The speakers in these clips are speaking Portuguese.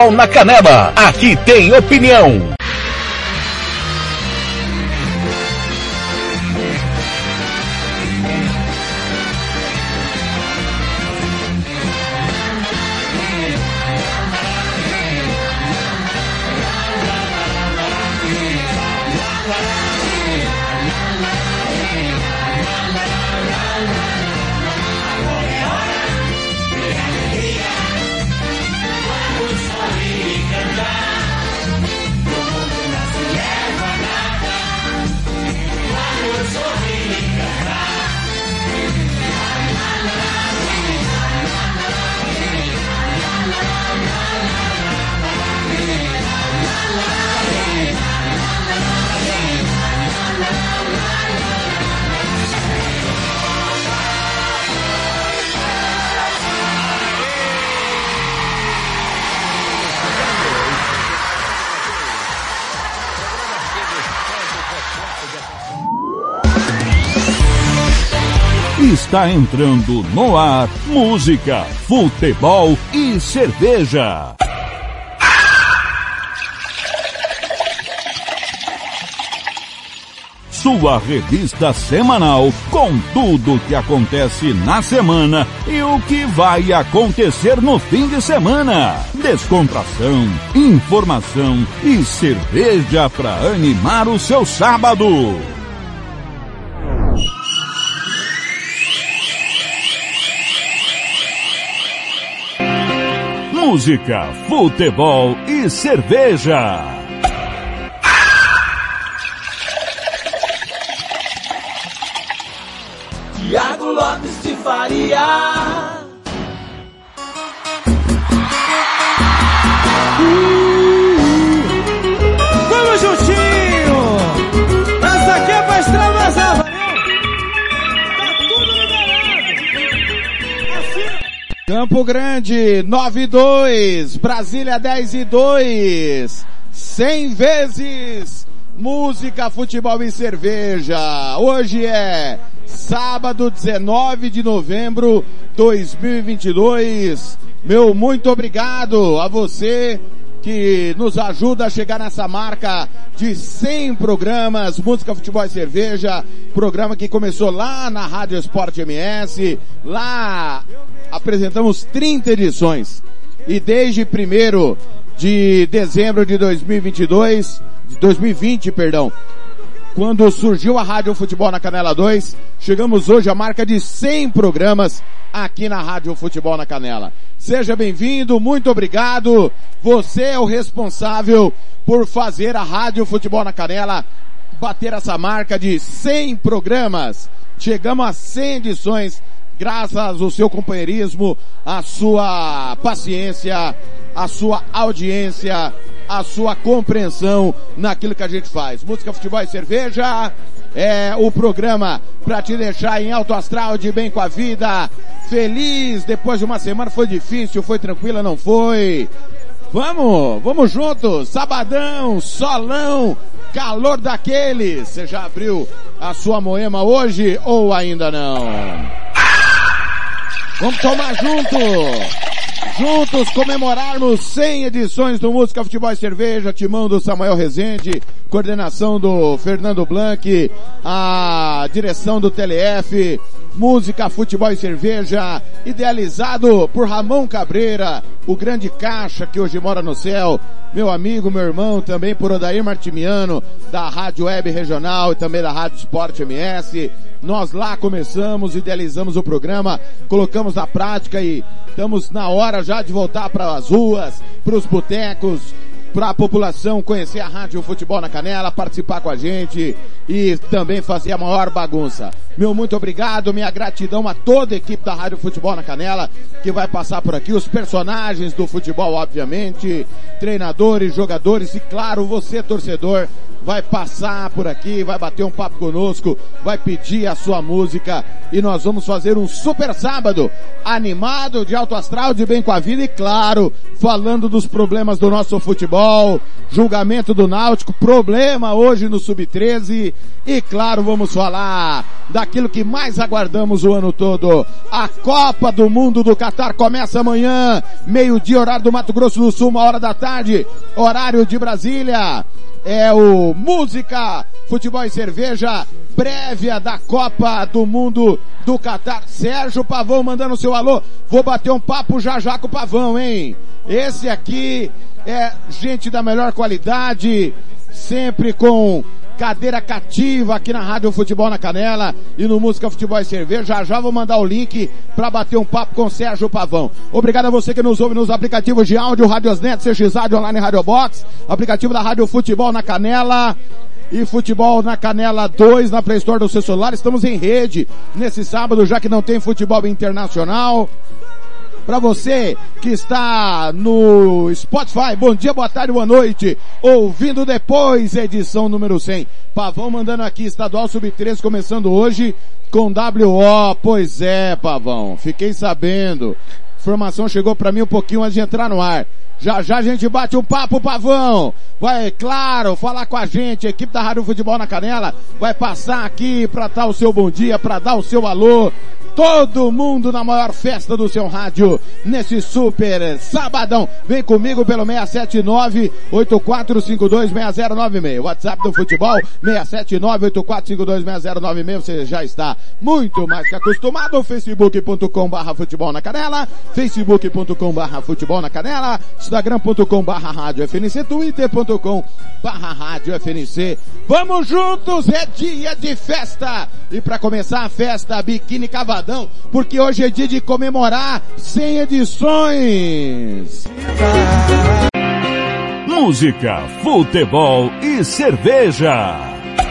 Na Canela, aqui tem opinião. Está entrando no ar música, futebol e cerveja. Sua revista semanal com tudo o que acontece na semana e o que vai acontecer no fim de semana. Descontração, informação e cerveja para animar o seu sábado. Música, futebol e cerveja. Thiago Lopes de Faria. Vamos juntinho. Essa aqui é pra extravasar, valeu? Tá tudo liberado. Assim. Campo Grande, 9-2, Brasília 10-2, 100 vezes, música, futebol e cerveja. Hoje é sábado, 19 de novembro, 2022. Meu muito obrigado a você que nos ajuda a chegar nessa marca de 100 programas, música, futebol e cerveja, programa que começou lá na Rádio Esporte MS, lá apresentamos 30 edições. E desde 1º de dezembro de 2020, quando surgiu a Rádio Futebol na Canela 2, chegamos hoje à marca de 100 programas aqui na Rádio Futebol na Canela. Seja bem-vindo, muito obrigado. Você é o responsável por fazer a Rádio Futebol na Canela bater essa marca de 100 programas. Chegamos a 100 edições graças ao seu companheirismo, à sua paciência, à sua audiência, à sua compreensão naquilo que a gente faz. Música, futebol e cerveja é o programa para te deixar em alto astral, de bem com a vida, feliz. Depois de uma semana foi difícil, foi tranquila, não foi? Vamos juntos, sabadão, solão, calor daqueles. Você já abriu a sua moema hoje ou ainda não? Vamos tomar juntos comemorarmos 100 edições do Música, Futebol e Cerveja, timão do Samuel Rezende, coordenação do Fernando Blanc, a direção do TLF, Música, Futebol e Cerveja, idealizado por Ramon Cabreira, o grande caixa que hoje mora no céu, meu amigo, meu irmão, também por Odair Martimiano, da Rádio Web Regional e também da Rádio Esporte MS. Nós lá começamos, idealizamos o programa, colocamos na prática e estamos na hora já de voltar para as ruas, para os botecos, para a população conhecer a Rádio Futebol na Canela, participar com a gente e também fazer a maior bagunça. Meu muito obrigado, minha gratidão a toda a equipe da Rádio Futebol na Canela que vai passar por aqui, os personagens do futebol, obviamente, treinadores, jogadores e claro, você torcedor, vai passar por aqui, vai bater um papo conosco, vai pedir a sua música e nós vamos fazer um super sábado, animado, de alto astral, de bem com a vida e claro, falando dos problemas do nosso futebol, julgamento do Náutico, problema hoje no Sub-13 e claro, vamos falar da daquilo que mais aguardamos o ano todo. A Copa do Mundo do Catar começa amanhã, meio-dia, horário do Mato Grosso do Sul, 13h, horário de Brasília. É o Música, Futebol e Cerveja, prévia da Copa do Mundo do Catar. Sérgio Pavão mandando seu alô. Vou bater um papo já com o Pavão, hein? Esse aqui é gente da melhor qualidade, sempre com cadeira cativa aqui na Rádio Futebol na Canela e no Música, Futebol e Cerveja. Já vou mandar o link para bater um papo com o Sérgio Pavão. Obrigado a você que nos ouve nos aplicativos de áudio, Radiosnet, CX Rádio Online, Rádio Box, aplicativo da Rádio Futebol na Canela e Futebol na Canela 2 na Play Store do seu celular. Estamos em rede nesse sábado, já que não tem futebol internacional. Para você que está no Spotify, bom dia, boa tarde, boa noite. Ouvindo depois, edição número 100. Pavão mandando aqui, Estadual Sub-13 começando hoje com WO. Pois é, Pavão, fiquei sabendo. Informação chegou para mim um pouquinho antes de entrar no ar. Já a gente bate um papo, Pavão. Vai, claro, falar com a gente. A equipe da Rádio Futebol na Canela vai passar aqui para dar o seu bom dia, para dar o seu alô. Todo mundo na maior festa do seu rádio, nesse super sabadão. Vem comigo pelo 679-8452-6096. WhatsApp do futebol, 679-8452-6096. Você já está muito mais que acostumado. Facebook.com/futebol na canela, Facebook.com/futebol na canela, Instagram.com/rádio FNC, Twitter.com/rádio FNC. Vamos juntos, é dia de festa. E para começar a festa, Biquíni Cavadão, porque hoje é dia de comemorar 100 edições. Música, futebol e cerveja.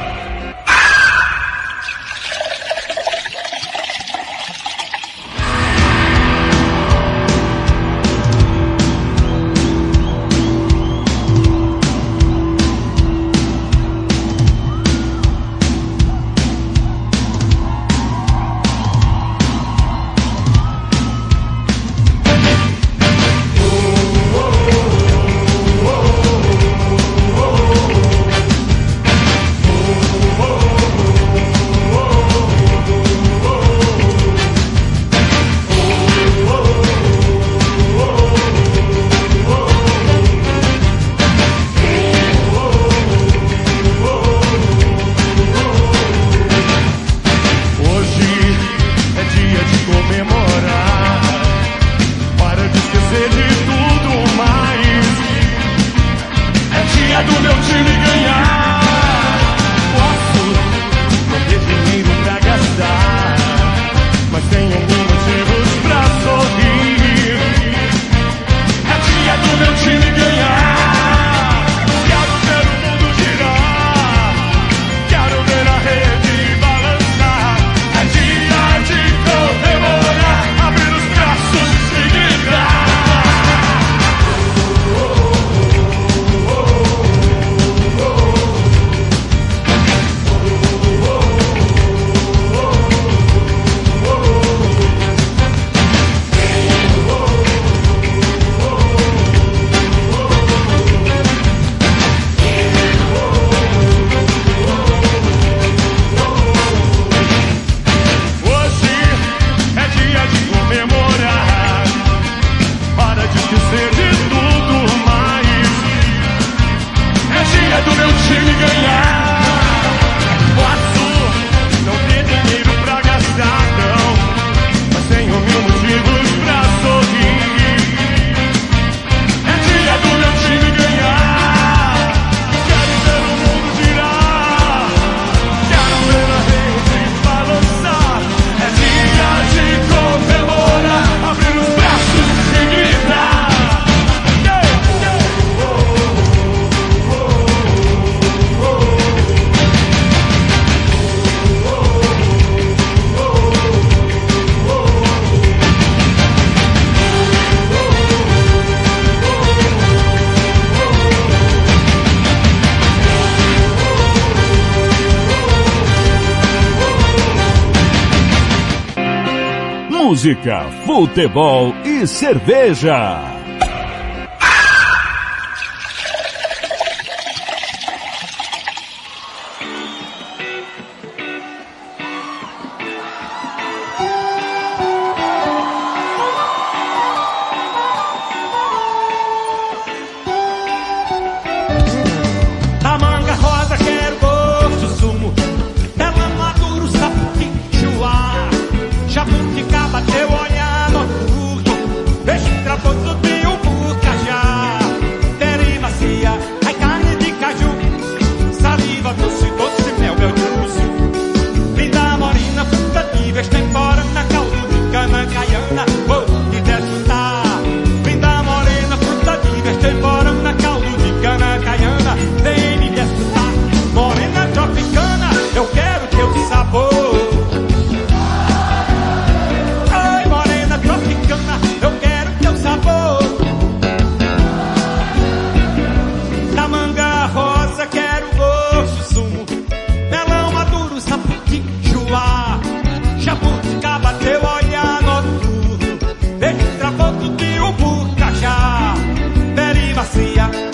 Música, futebol e cerveja.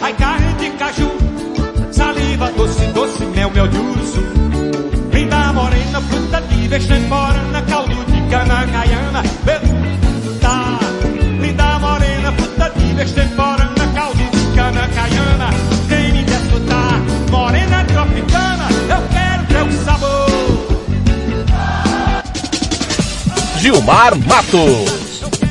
ai carne de caju, saliva doce, doce, mel, mel de urso. Linda morena, fruta de vextemporana, caldo de cana caiana, tá. Linda morena, fruta de vextemporana, caldo de cana caiana, vem me desfrutar. Morena tropicana, eu quero teu sabor. Gilmar Matos.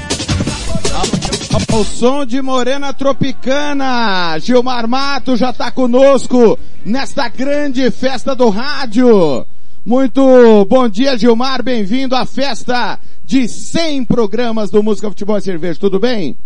O som de Morena Tropicana. Gilmar Matos já está conosco nesta grande festa do rádio. Muito bom dia, Gilmar. Bem-vindo à festa de 100 programas do Música, Futebol e Cerveja. Tudo bem?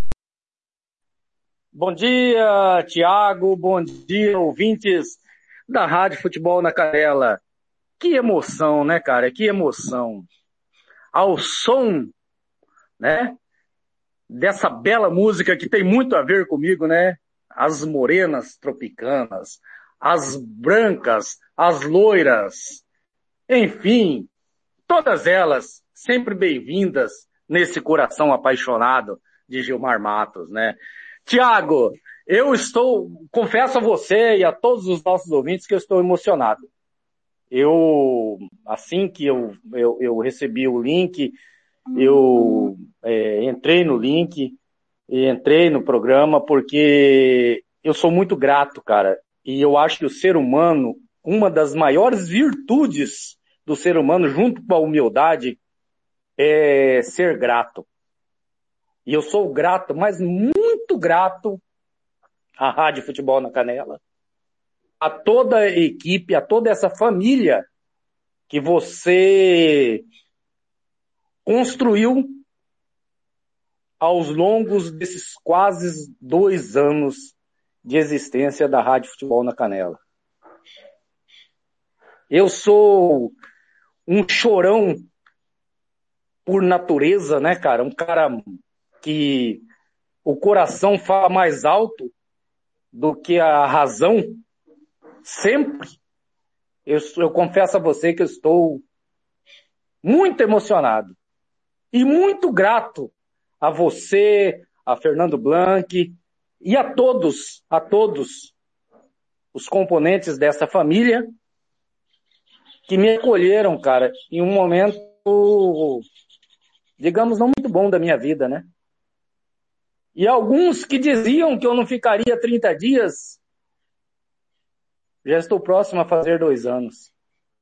Bom dia, Thiago. Bom dia, ouvintes da Rádio Futebol na Canela. Que emoção, né, cara? Que emoção. Ao som, né, dessa bela música que tem muito a ver comigo, né? As morenas tropicanas, as brancas, as loiras, enfim, todas elas sempre bem-vindas nesse coração apaixonado de Gilmar Matos, né? Tiago, confesso a você e a todos os nossos ouvintes que eu estou emocionado. Assim que eu recebi o link, eu entrei no link e entrei no programa porque eu sou muito grato, cara. E eu acho que o ser humano, uma das maiores virtudes do ser humano, junto com a humildade, é ser grato. E eu sou grato, mas muito grato à Rádio Futebol na Canela, a toda a equipe, a toda essa família que você construiu aos longos desses quase 2 anos de existência da Rádio Futebol na Canela. Eu sou um chorão por natureza, né, cara? Um cara que o coração fala mais alto do que a razão. Sempre. Eu confesso a você que eu estou muito emocionado e muito grato a você, a Fernando Blanc e a todos os componentes dessa família que me acolheram, cara, em um momento, digamos, não muito bom da minha vida, né? E alguns que diziam que eu não ficaria 30 dias, já estou próximo a fazer 2 anos.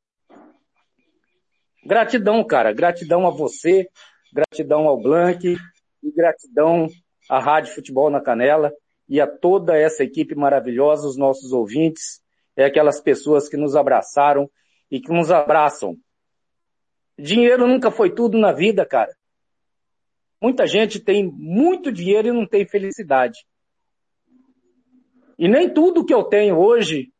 Gratidão, cara. Gratidão a você, gratidão ao Blanc e gratidão à Rádio Futebol na Canela e a toda essa equipe maravilhosa, os nossos ouvintes, aquelas pessoas que nos abraçaram e que nos abraçam. Dinheiro nunca foi tudo na vida, cara. Muita gente tem muito dinheiro e não tem felicidade. E nem tudo que eu tenho hoje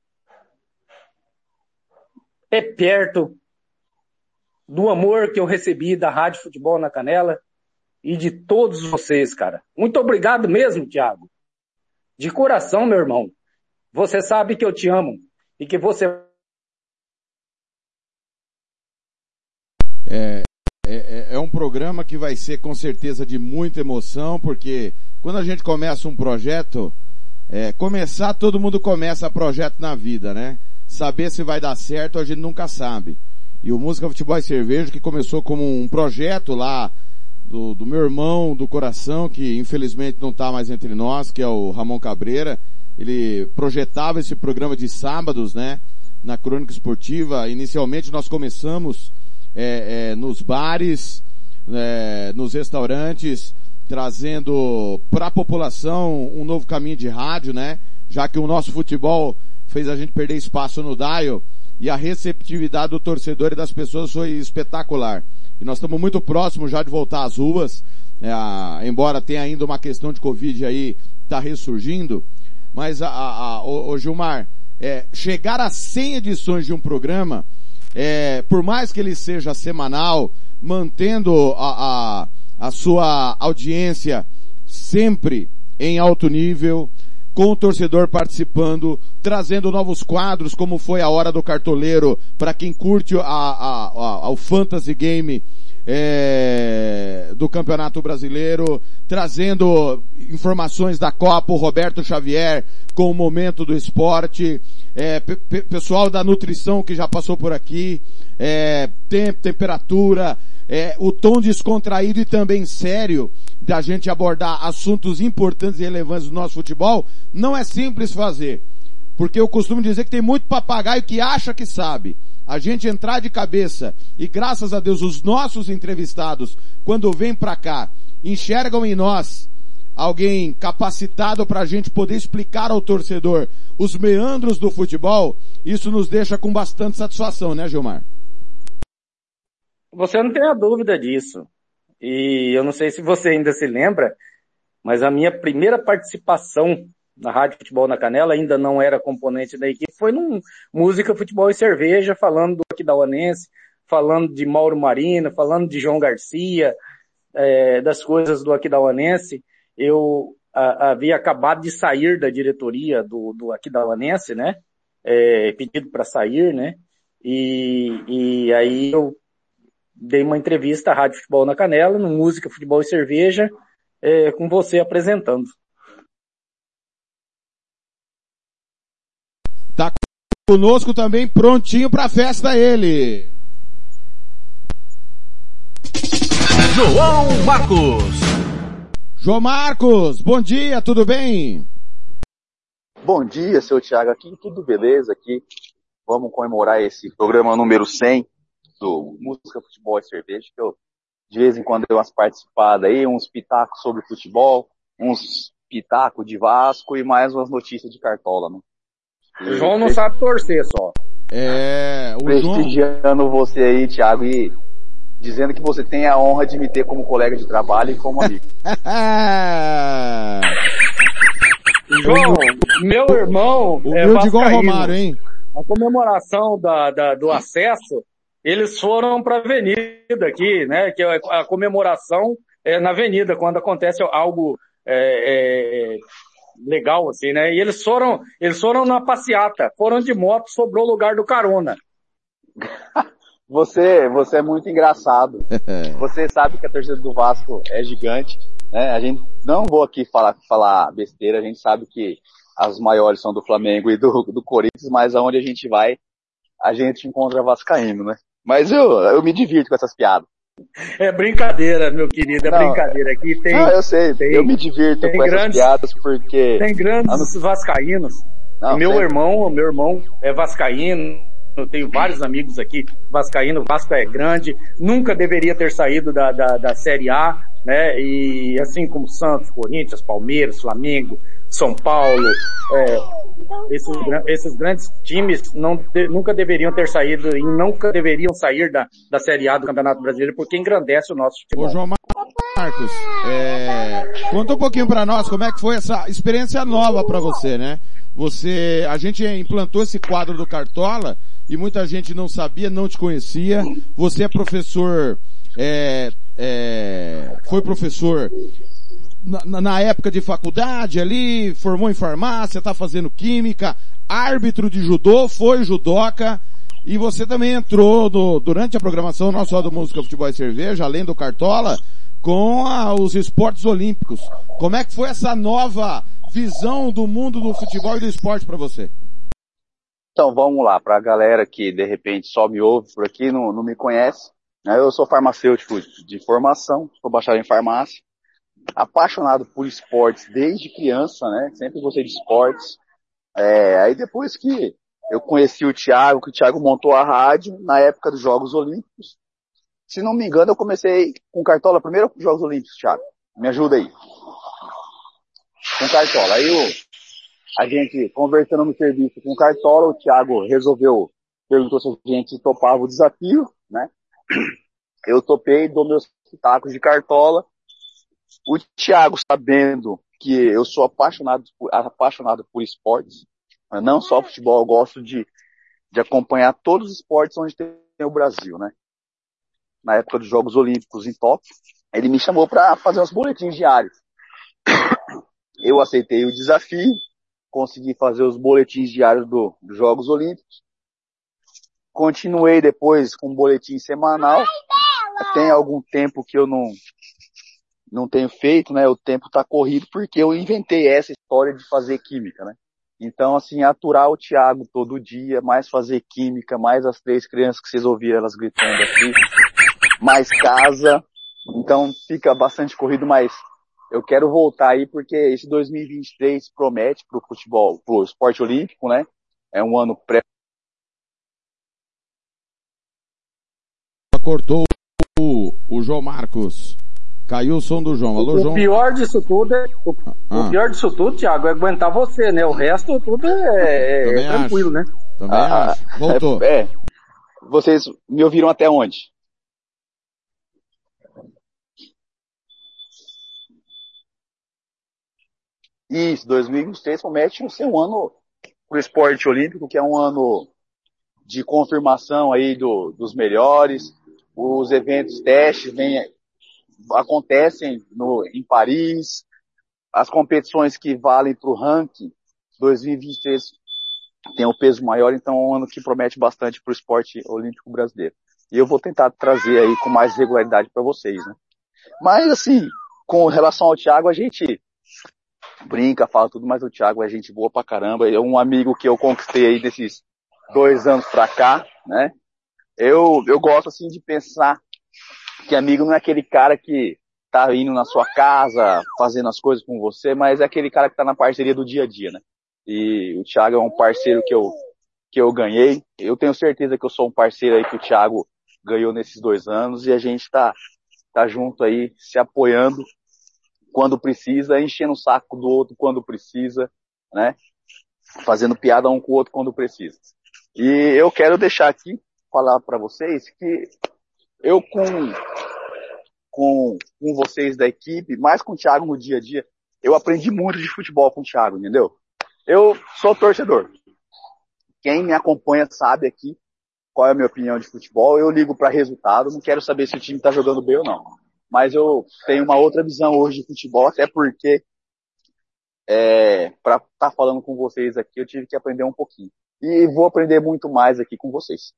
é perto do amor que eu recebi da Rádio Futebol na Canela e de todos vocês, cara. Muito obrigado mesmo, Thiago. De coração, meu irmão. Você sabe que eu te amo e que você... É um programa que vai ser com certeza de muita emoção, porque quando a gente começa um projeto, todo mundo começa projeto na vida, né? Saber se vai dar certo a gente nunca sabe. E o Música, Futebol e Cerveja, que começou como um projeto lá do meu irmão do coração, que infelizmente não está mais entre nós, que é o Ramon Cabreira. Ele projetava esse programa de sábados, né? Na Crônica Esportiva. Inicialmente nós começamos nos bares, nos restaurantes, trazendo para a população um novo caminho de rádio, né? Já que o nosso futebol fez a gente perder espaço no dial e a receptividade do torcedor e das pessoas foi espetacular. E nós estamos muito próximos já de voltar às ruas, embora tenha ainda uma questão de Covid aí, tá ressurgindo. Mas, o Gilmar, chegar a 100 edições de um programa, por mais que ele seja semanal, mantendo a sua audiência sempre em alto nível, com o torcedor participando, trazendo novos quadros, como foi a Hora do Cartoleiro, para quem curte o Fantasy Game do Campeonato Brasileiro, trazendo informações da Copa, o Roberto Xavier com o Momento do Esporte, pessoal da nutrição que já passou por aqui, tempo, temperatura, o tom descontraído e também sério da gente abordar assuntos importantes e relevantes do nosso futebol, não é simples fazer. Porque eu costumo dizer que tem muito papagaio que acha que sabe. A gente entrar de cabeça e graças a Deus os nossos entrevistados, quando vêm pra cá, enxergam em nós alguém capacitado para a gente poder explicar ao torcedor os meandros do futebol, isso nos deixa com bastante satisfação, né, Gilmar? Você não tem a dúvida disso. E eu não sei se você ainda se lembra, mas a minha primeira participação na Rádio Futebol na Canela, ainda não era componente da equipe, foi num Música, Futebol e Cerveja, falando do Aquidauanense, falando de Mauro Marino, falando de João Garcia, das coisas do Aquidauanense. Eu havia acabado de sair da diretoria do Aquidauanense, né? Pedido para sair, né? E aí eu dei uma entrevista à Rádio Futebol na Canela, no Música, Futebol e Cerveja, com você apresentando. Tá conosco também, prontinho pra festa ele. João Marcos. João Marcos, bom dia, tudo bem? Bom dia, seu Thiago, aqui tudo beleza aqui. Vamos comemorar esse programa número 100 do Música, Futebol e Cerveja, que eu de vez em quando dei umas participadas aí, uns pitacos sobre futebol, uns pitacos de Vasco e mais umas notícias de Cartola, né? O João não sabe torcer só. O prestigiando João... você aí, Thiago, e dizendo que você tem a honra de me ter como colega de trabalho e como amigo. João, meu irmão é vascaíno. Igual Romário, hein? A comemoração do acesso, eles foram para a avenida aqui, né? Que a comemoração é na avenida, quando acontece algo legal, assim, né? E eles foram na passeata, foram de moto, sobrou o lugar do carona. Você é muito engraçado. Você sabe que a torcida do Vasco é gigante, né? A gente não vou aqui falar besteira, a gente sabe que as maiores são do Flamengo e do Corinthians, mas aonde a gente vai, a gente encontra vascaíno, né? Mas eu me divirto com essas piadas. É brincadeira, meu querido, brincadeira. Aqui tem... Não, eu sei, eu me divirto com essas piadas porque... Tem grandes vascaínos. Meu irmão é vascaíno, eu tenho vários amigos aqui vascaíno, o Vasco é grande, nunca deveria ter saído da Série A, né? E assim como Santos, Corinthians, Palmeiras, Flamengo, São Paulo, esses grandes times nunca deveriam ter saído e nunca deveriam sair da Série A do Campeonato Brasileiro porque engrandece o nosso futebol. Ô João Marcos, conta um pouquinho pra nós como é que foi essa experiência nova pra você, né? A gente implantou esse quadro do Cartola e muita gente não sabia, não te conhecia. Você é professor, foi professor na época de faculdade ali, formou em farmácia, tá fazendo química, árbitro de judô, foi judoca, e você também entrou durante a programação não só do Música, Futebol e Cerveja, além do Cartola, com os esportes olímpicos. Como é que foi essa nova visão do mundo do futebol e do esporte para você? Então vamos lá, pra galera que de repente só me ouve por aqui, não me conhece, né? Eu sou farmacêutico de formação, sou bacharel em farmácia, apaixonado por esportes desde criança, né? Sempre gostei de esportes. Aí depois que eu conheci o Thiago, que o Thiago montou a rádio na época dos Jogos Olímpicos. Se não me engano, eu comecei com Cartola primeiro com os Jogos Olímpicos, Thiago. Me ajuda aí. Com Cartola. Aí a gente conversando no serviço com Cartola, o Thiago perguntou se a gente topava o desafio, né? Eu topei, dou meus pitacos de Cartola. O Thiago, sabendo que eu sou apaixonado por esportes, não só futebol, eu gosto de acompanhar todos os esportes onde tem o Brasil, né? Na época dos Jogos Olímpicos em Tóquio, ele me chamou para fazer uns boletins diários. Eu aceitei o desafio, consegui fazer os boletins diários dos Jogos Olímpicos. Continuei depois com um boletim semanal. Tem algum tempo que eu não tenho feito, né? O tempo tá corrido porque eu inventei essa história de fazer química, né? Então, assim, aturar o Thiago todo dia, mais fazer química, mais as 3 crianças que vocês ouviram elas gritando aqui, mais casa. Então, fica bastante corrido, mas eu quero voltar aí porque esse 2023 promete pro futebol, pro esporte olímpico, né? É um ano pré... Cortou o João Marcos. Caiu o som do João. Alô, João. O pior disso tudo o pior disso tudo, Thiago, é aguentar você, né? O resto tudo é tranquilo, né? Também acho. Voltou. Vocês me ouviram até onde? Isso, 2023 promete ser um ano pro esporte olímpico, que é um ano de confirmação aí dos melhores. Os eventos testes acontecem em Paris. As competições que valem para o ranking 2023 tem um peso maior, então é um ano que promete bastante para o esporte olímpico brasileiro. E eu vou tentar trazer aí com mais regularidade para vocês, né? Mas assim, com relação ao Thiago, a gente brinca, fala tudo, mas o Thiago é gente boa pra caramba. É um amigo que eu conquistei aí desses 2 anos pra cá, né? Eu gosto assim de pensar que amigo não é aquele cara que tá indo na sua casa, fazendo as coisas com você, mas é aquele cara que tá na parceria do dia a dia, né? E o Thiago é um parceiro que eu ganhei. Eu tenho certeza que eu sou um parceiro aí que o Thiago ganhou nesses 2 anos e a gente tá junto aí, se apoiando quando precisa, enchendo o saco do outro quando precisa, né? Fazendo piada um com o outro quando precisa. E eu quero deixar aqui, falar para vocês que eu com vocês da equipe, mais com o Thiago no dia a dia, eu aprendi muito de futebol com o Thiago, entendeu? Eu sou torcedor. Quem me acompanha sabe aqui qual é a minha opinião de futebol. Eu ligo para resultado, não quero saber se o time tá jogando bem ou não. Mas eu tenho uma outra visão hoje de futebol, até porque para estar falando com vocês aqui eu tive que aprender um pouquinho. E vou aprender muito mais aqui com vocês.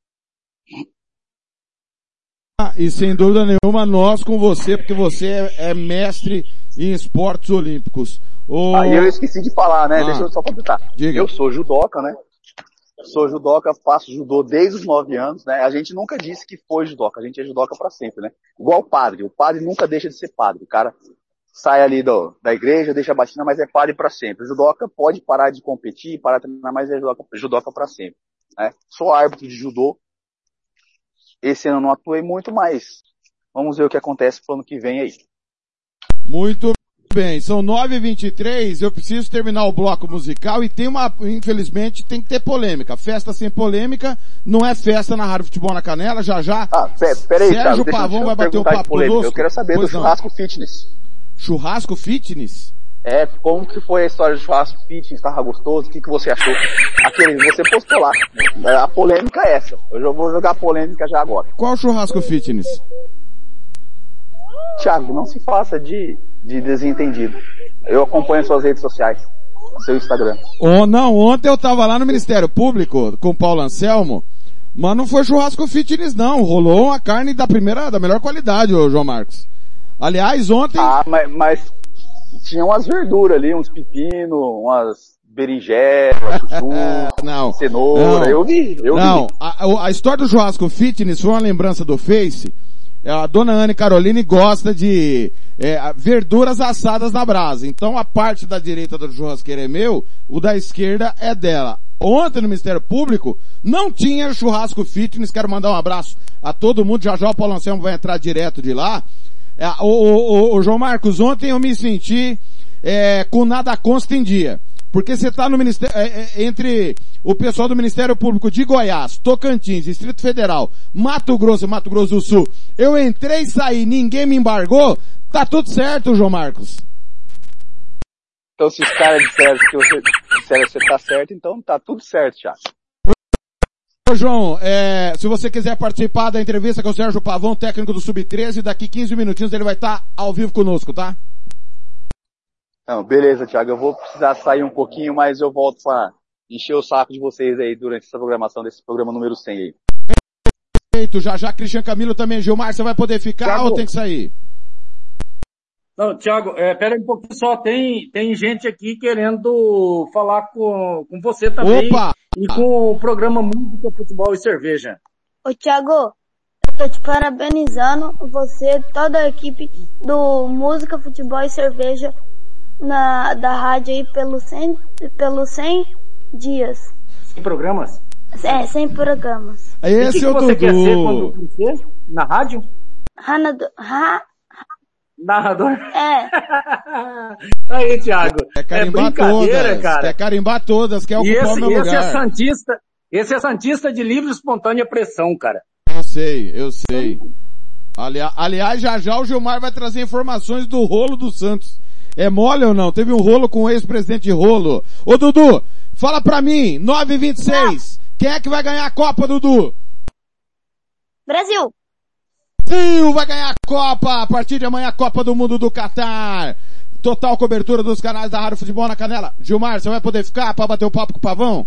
E sem dúvida nenhuma, nós com você, porque você é mestre em esportes olímpicos. E eu esqueci de falar, né? Deixa eu só completar. Diga. Eu sou judoca, né? Sou judoca, faço judô desde os 9 anos, né? A gente nunca disse que foi judoca, a gente é judoca pra sempre, né? Igual o padre nunca deixa de ser padre. O cara sai ali da igreja, deixa a batina, mas é padre pra sempre. O judoca pode parar de competir, parar de treinar, mas é judoca pra sempre, né? Sou árbitro de judô. Esse ano não atuei muito, mas vamos ver o que acontece pro ano que vem aí. Muito bem, são 9h23, eu preciso terminar o bloco musical e infelizmente tem que ter polêmica. Festa sem polêmica não é festa na Rádio Futebol na Canela, já. Peraí, Sérgio Pavão vai bater um papo conosco. Eu quero saber do churrasco fitness. Churrasco fitness? Como que foi a história do churrasco fitness? Tava gostoso? O que você achou? Você postou lá. A polêmica é essa. Eu vou jogar a polêmica já agora. Qual churrasco fitness? Thiago, não se faça de desentendido. Eu acompanho suas redes sociais, seu Instagram. Ontem eu tava lá no Ministério Público com o Paulo Anselmo, mas não foi churrasco fitness não, rolou uma carne da melhor qualidade, ô João Marcos. Aliás, ontem... mas tinha umas verduras ali, uns pepinos, umas berinjela, chuchu, cenoura, eu vi. A história do churrasco fitness foi uma lembrança do Face. A dona Anne Caroline gosta de verduras assadas na brasa. Então a parte da direita do churrasqueiro é meu, o da esquerda é dela. Ontem no Ministério Público não tinha churrasco fitness. Quero mandar um abraço a todo mundo. Já o Paulo Anselmo vai entrar direto de lá. O João Marcos, ontem eu me senti com nada consta em dia. Porque você está no Ministério, entre o pessoal do Ministério Público de Goiás, Tocantins, Distrito Federal, Mato Grosso e Mato Grosso do Sul. Eu entrei e saí, ninguém me embargou, tá tudo certo, João Marcos. Então se os caras disseram que você tá certo, então tá tudo certo, Thiago. Ô João, se você quiser participar da entrevista com o Sérgio Pavão, técnico do Sub-13, daqui 15 minutinhos ele vai estar ao vivo conosco, tá? Não, beleza, Thiago, eu vou precisar sair um pouquinho, mas eu volto pra encher o saco de vocês aí durante essa programação desse programa número 100 aí. Perfeito, já Cristian Camilo também. Gilmar, você vai poder ficar Thiago, ou tem que sair? Não, Thiago, pera aí um pouquinho só, tem gente aqui querendo falar com você também. Opa! E com o programa Música, Futebol e Cerveja. Ô Thiago, eu tô te parabenizando, você, toda a equipe do Música, Futebol e Cerveja da rádio aí pelos 100 dias. 100 programas? 100 programas. Esse é o Dudu. O que você quer ser quando crescer? Na rádio? Narrador? É. Aí, Thiago. É carimbar brincadeira, cara. É carimbar todas, quer ocupar o meu lugar. Esse é santista de livre e espontânea pressão, cara. Eu sei. Aliás, já o Gilmar vai trazer informações do rolo do Santos. É mole ou não? Teve um rolo com o ex-presidente Rolo. Ô Dudu, fala pra mim, 9h26. Quem é que vai ganhar a Copa, Dudu? Brasil Vai ganhar a Copa, a partir de amanhã a Copa do Mundo do Catar. Total cobertura dos canais da Rádio Futebol na Canela. Gilmar, você vai poder ficar pra bater um papo com o Pavão?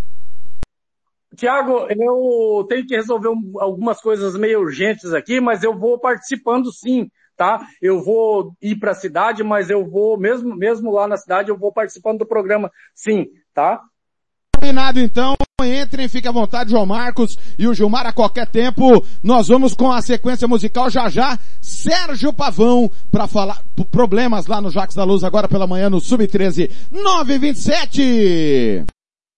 Tiago, eu tenho que resolver algumas coisas meio urgentes aqui, mas eu vou participando sim, tá? Eu vou ir pra cidade, mas eu vou, mesmo lá na cidade, eu vou participando do programa sim, tá? Combinado então, entrem, fiquem à vontade, João Marcos e o Gilmar a qualquer tempo. Nós vamos com a sequência musical já, Sérgio Pavão, para falar problemas lá no Jacques da Luz agora pela manhã no Sub-13, 9h27.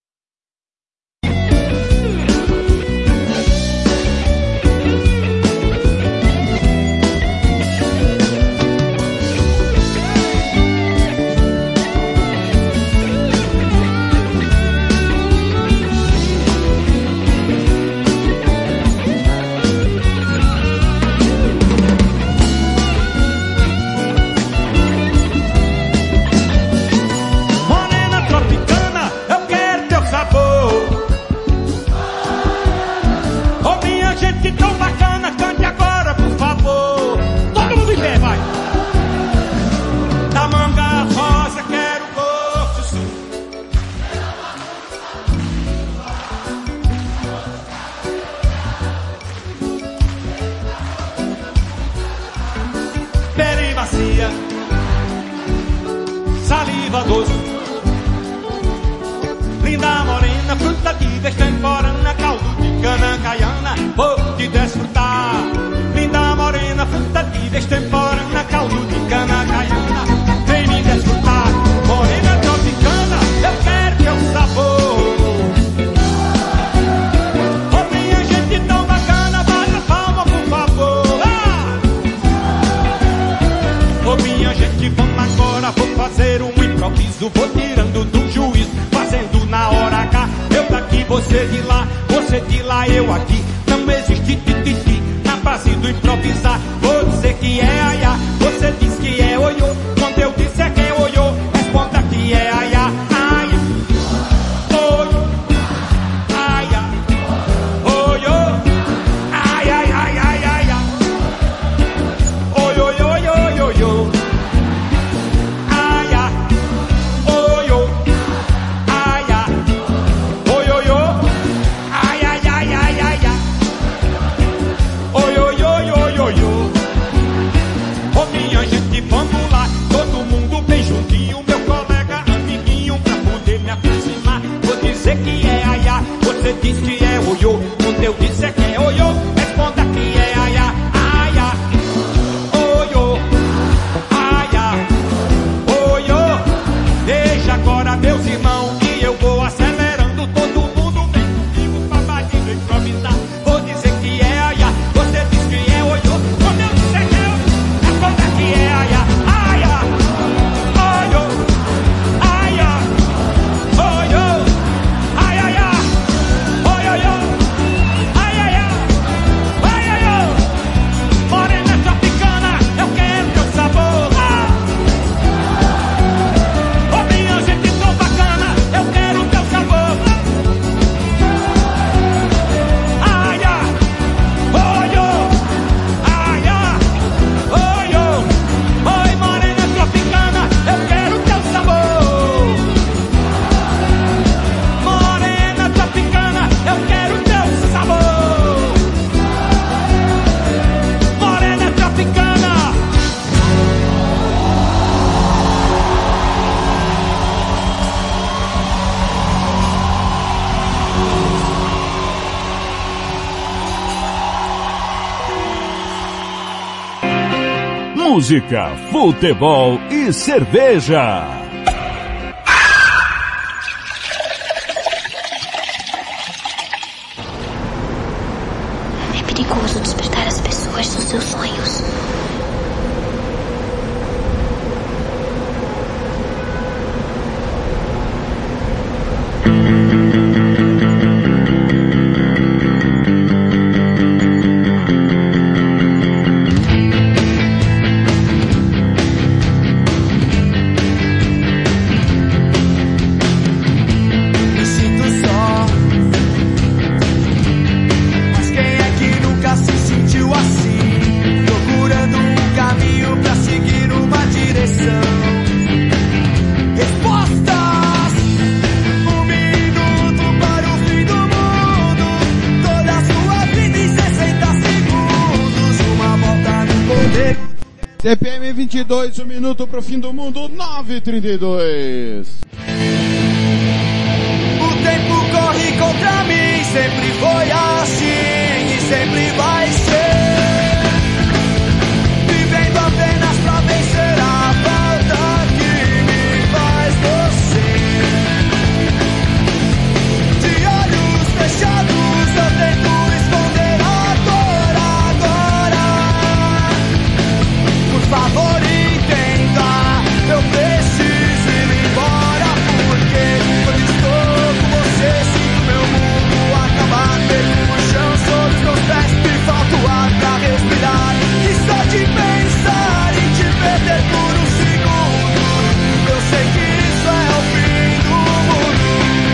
Saliva doce, linda morena, fruta de destemporana, caldo de cana caiana, vou te desfrutar. Linda morena, fruta de destemporana, caldo de cana caiana, vem me desfrutar. Morena tropicana, eu quero teu sabor. Oh, minha gente tão bacana, bata palma por favor. Oh, minha gente, vamos agora, vou fazer um improviso, vou tirando do juízo, fazendo na hora H. Eu daqui, você de lá, eu aqui. Não existe tititi na base do improvisar. Vou dizer que é aiá, você diz que é oiô. Quando eu disser que é oiô, responda que é aiá. Aiá, oiô, aiá, oiô, ai, ai, ai, ai, ai, ai. Oiô, oiô, oiô, oiô. Você diz que é oiô, quando eu disser que é oiô, responda que é aiá, aiá, oiô, aiá, oiô. Deixa agora, meus irmãos, que eu vou acelerando, todo mundo vem comigo pra batida improvisar. Vou dizer que é aiá, você diz que é oiô, quando eu disser que é oiô, responda que é aiá, aiá, oiô, aiá, oiô. Ai, ai, ai. Música, futebol e cerveja. É perigoso despertar as pessoas dos seus sonhos. CPM 22, 1 minuto pro fim do mundo, 9h32. O tempo corre contra mim, sempre foi assim e sempre vai ser. Vivendo apenas pra vencer a falta que me faz você. De olhos fechados eu tento esconder a dor agora. Por favor, entenda, eu preciso ir embora, porque quando estou com você sinto meu mundo acabar. Perco o chão sobre os meus pés, me falta o ar pra respirar. E só de pensar em te perder por um segundo, eu sei que isso é o fim do mundo.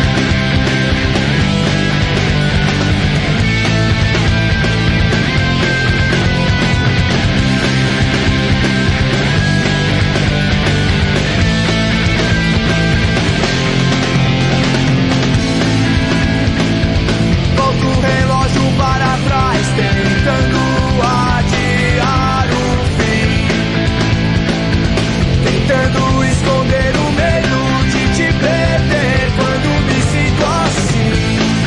Volto o relógio para trás, tentando adiar o fim, tentando esconder o medo de te perder quando me sinto assim.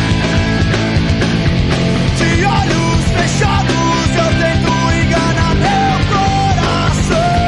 De olhos fechados eu tento enganar meu coração,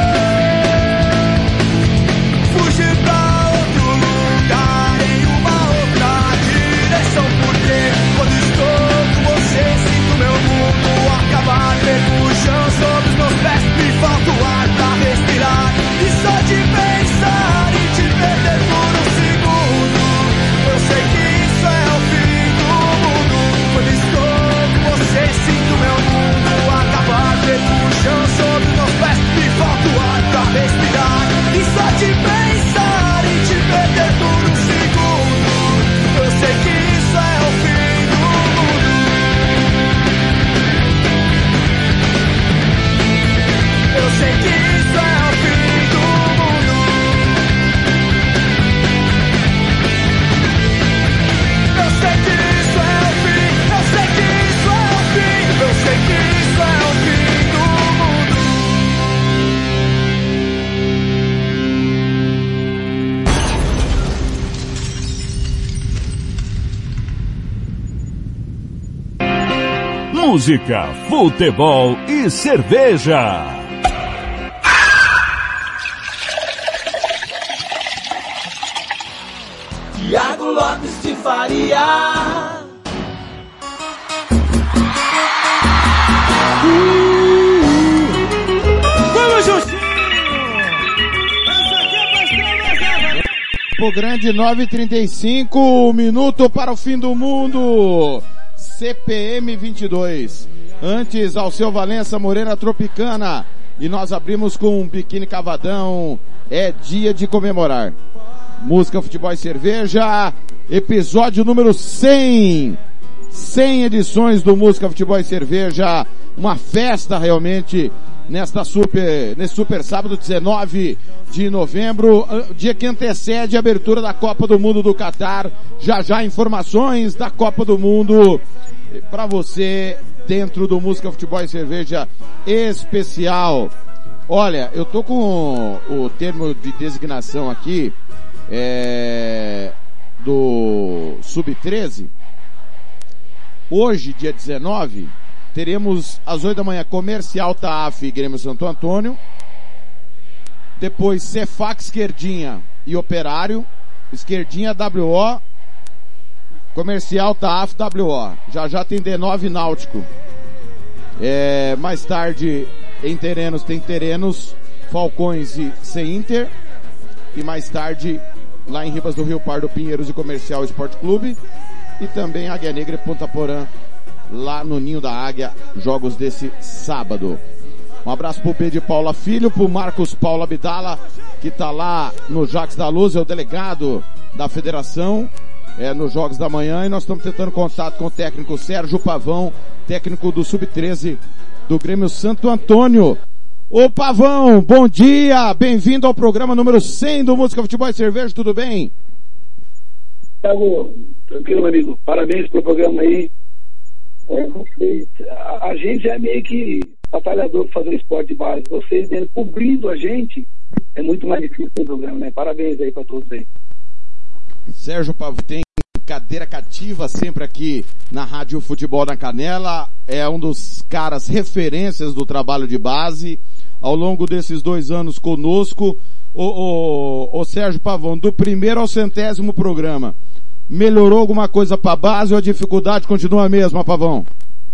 fugir pra outro lugar em uma outra direção, porque quando estou com você sinto meu mundo acabar. Perco o chão sobre os meus pés, me falta o ar pra respirar. E só de pensar em te perder por um segundo, eu sei que isso é o fim do mundo. Quando estou com você sinto meu mundo acabar. Perco o chão sobre os meus pés, me falta o ar pra respirar. E só de pensar em te perder por um segundo, eu sei que isso é o fim do mundo. Eu sei que isso é o fim do mundo. Eu sei que isso é o fim. Eu sei que isso é o fim. Eu sei que isso é o fim do mundo. Música, futebol e cerveja. Thiago Lopes de Faria. Vamos, Justinho! Essa aqui é pra extravasar. Campo Grande, 9h35, minuto para o fim do mundo. CPM 22. Antes, Alceu Valença, Moreira Tropicana. E nós abrimos com um biquíni cavadão. É dia de comemorar. Música, futebol e cerveja. Episódio número 100. 100 edições do Música, Futebol e Cerveja. Uma festa realmente nesse super sábado, 19 de novembro, dia que antecede a abertura da Copa do Mundo do Catar. Já informações da Copa do Mundo para você dentro do Música, Futebol e Cerveja especial. Olha, eu tô com o termo de designação aqui do Sub-13. Hoje, dia 19, teremos às 8 da manhã Comercial TAF Grêmio Santo Antônio, depois Cefac, Esquerdinha e Operário, Esquerdinha, WO, Comercial, TAF, WO. Já tem D9 Náutico. Mais tarde, em Terenos, tem Terenos, Falcões e C-Inter. E mais tarde, lá em Ribas do Rio Pardo, Pinheiros e Comercial Esporte Clube. E também Águia Negra e Ponta Porã, lá no Ninho da Águia, jogos desse sábado. Um abraço pro B de Paula Filho, pro Marcos Paulo Abdala, que tá lá no Jacques da Luz, é o delegado da federação, nos Jogos da Manhã, e nós estamos tentando contato com o técnico Sérgio Pavão, técnico do Sub-13 do Grêmio Santo Antônio. Ô Pavão, bom dia, bem-vindo ao programa número 100 do Música, Futebol e Cerveja, tudo bem? Thiago, tranquilo, amigo, parabéns pelo programa aí. A gente é meio que batalhador para fazer esporte de base, vocês cobrindo a gente, é muito mais difícil o programa, né? Parabéns aí para todos aí. Sérgio Pavão tem cadeira cativa sempre aqui na Rádio Futebol na Canela, é um dos caras referências do trabalho de base ao longo desses 2 anos conosco. O Sérgio Pavão, do primeiro ao 100º programa, melhorou alguma coisa para a base ou a dificuldade continua a mesma, Pavão?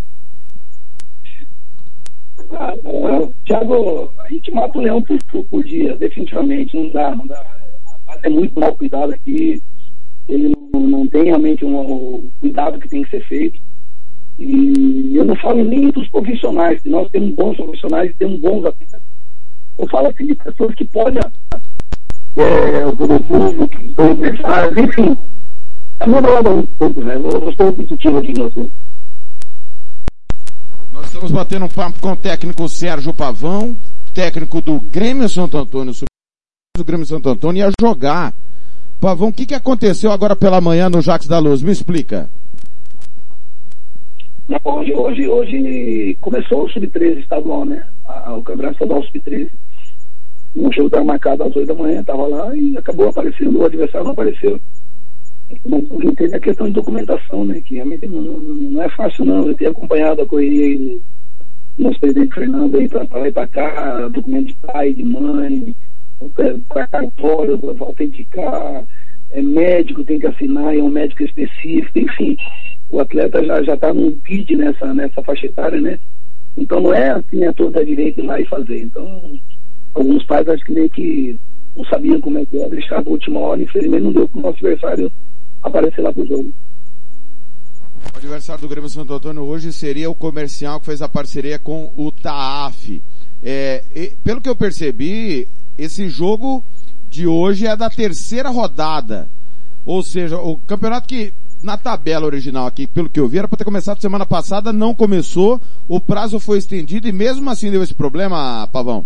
Thiago, a gente mata o leão por dia, definitivamente, não dá. A base é muito mal cuidado aqui, ele não tem realmente o cuidado que tem que ser feito. E eu não falo nem dos profissionais, que nós temos bons profissionais e temos bons atletas. Eu falo assim de pessoas que podem, enfim, é melhorado um pouco, né? Eu estou competitivo aqui no Sul. Nós estamos batendo um papo com o técnico Sérgio Pavão, técnico do Grêmio Santo Antônio, do Grêmio Santo Antônio, ia jogar. Pavão, o que aconteceu agora pela manhã no Jacques da Luz? Me explica. Hoje começou o Sub-13 estadual, né? O Campeonato Estadual Sub-13. O jogo estava marcado às 8 da manhã, estava lá e acabou aparecendo, o adversário não apareceu. Não tem a questão de documentação, né? Que realmente não é fácil, não. Eu tenho acompanhado a correria aí do nosso presidente Fernando aí para lá e para cá, documento de pai, de mãe, para cartório, para autenticar, médico tem que assinar, é um médico específico, enfim. O atleta já está num bid nessa faixa etária, né? Então não é assim a toda direito ir lá e fazer. Então, alguns pais acho que meio que não sabiam como é que era, deixaram a última hora, infelizmente não deu para o nosso adversário aparecer lá pro jogo. O adversário do Grêmio Santo Antônio hoje seria o Comercial, que fez a parceria com o TAF. Pelo que eu percebi, esse jogo de hoje é da 3ª rodada. Ou seja, o campeonato que na tabela original aqui, pelo que eu vi, era para ter começado semana passada, não começou, o prazo foi estendido e mesmo assim deu esse problema, Pavão?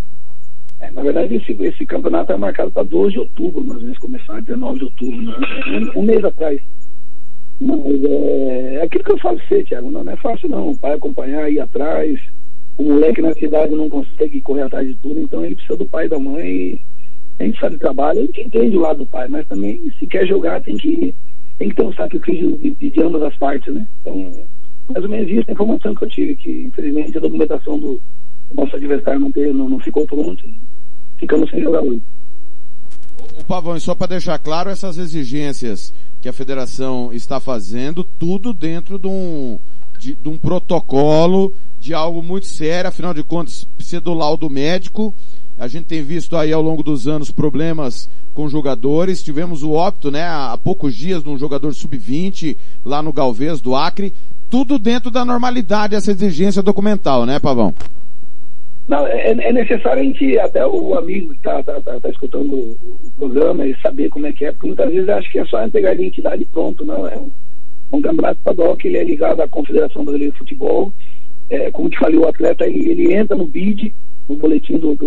Na verdade, esse campeonato é marcado para 12 de outubro, nós vamos começar 19 de outubro, né? Um mês atrás. Mas é aquilo que eu falo pra você, Thiago, não é fácil não. O pai acompanhar, ir atrás, o moleque na cidade não consegue correr atrás de tudo, então ele precisa do pai e da mãe. A gente sabe do trabalho, a gente entende o lado do pai, mas também, se quer jogar, tem que ter um sacrifício de ambas as partes, né? Então, mais ou menos isso é a informação que eu tive, que infelizmente a documentação do nosso adversário não ficou pronto, ficamos sem jogar hoje. O Pavão, e só para deixar claro, essas exigências que a federação está fazendo, tudo dentro de um protocolo, de algo muito sério, afinal de contas, precisa do laudo médico. A gente tem visto aí ao longo dos anos problemas com jogadores, tivemos o óbito, né, há poucos dias de um jogador sub-20 lá no Galvez do Acre, tudo dentro da normalidade, essa exigência documental, né, Pavão? Não, é necessário a gente, até o amigo que tá escutando o programa e saber como é que é, porque muitas vezes acho que é só entregar a identidade pronto, não, é um campeonato estadual que ele é ligado à Confederação Brasileira de Futebol, como te falei, o atleta ele entra no BID, no boletim do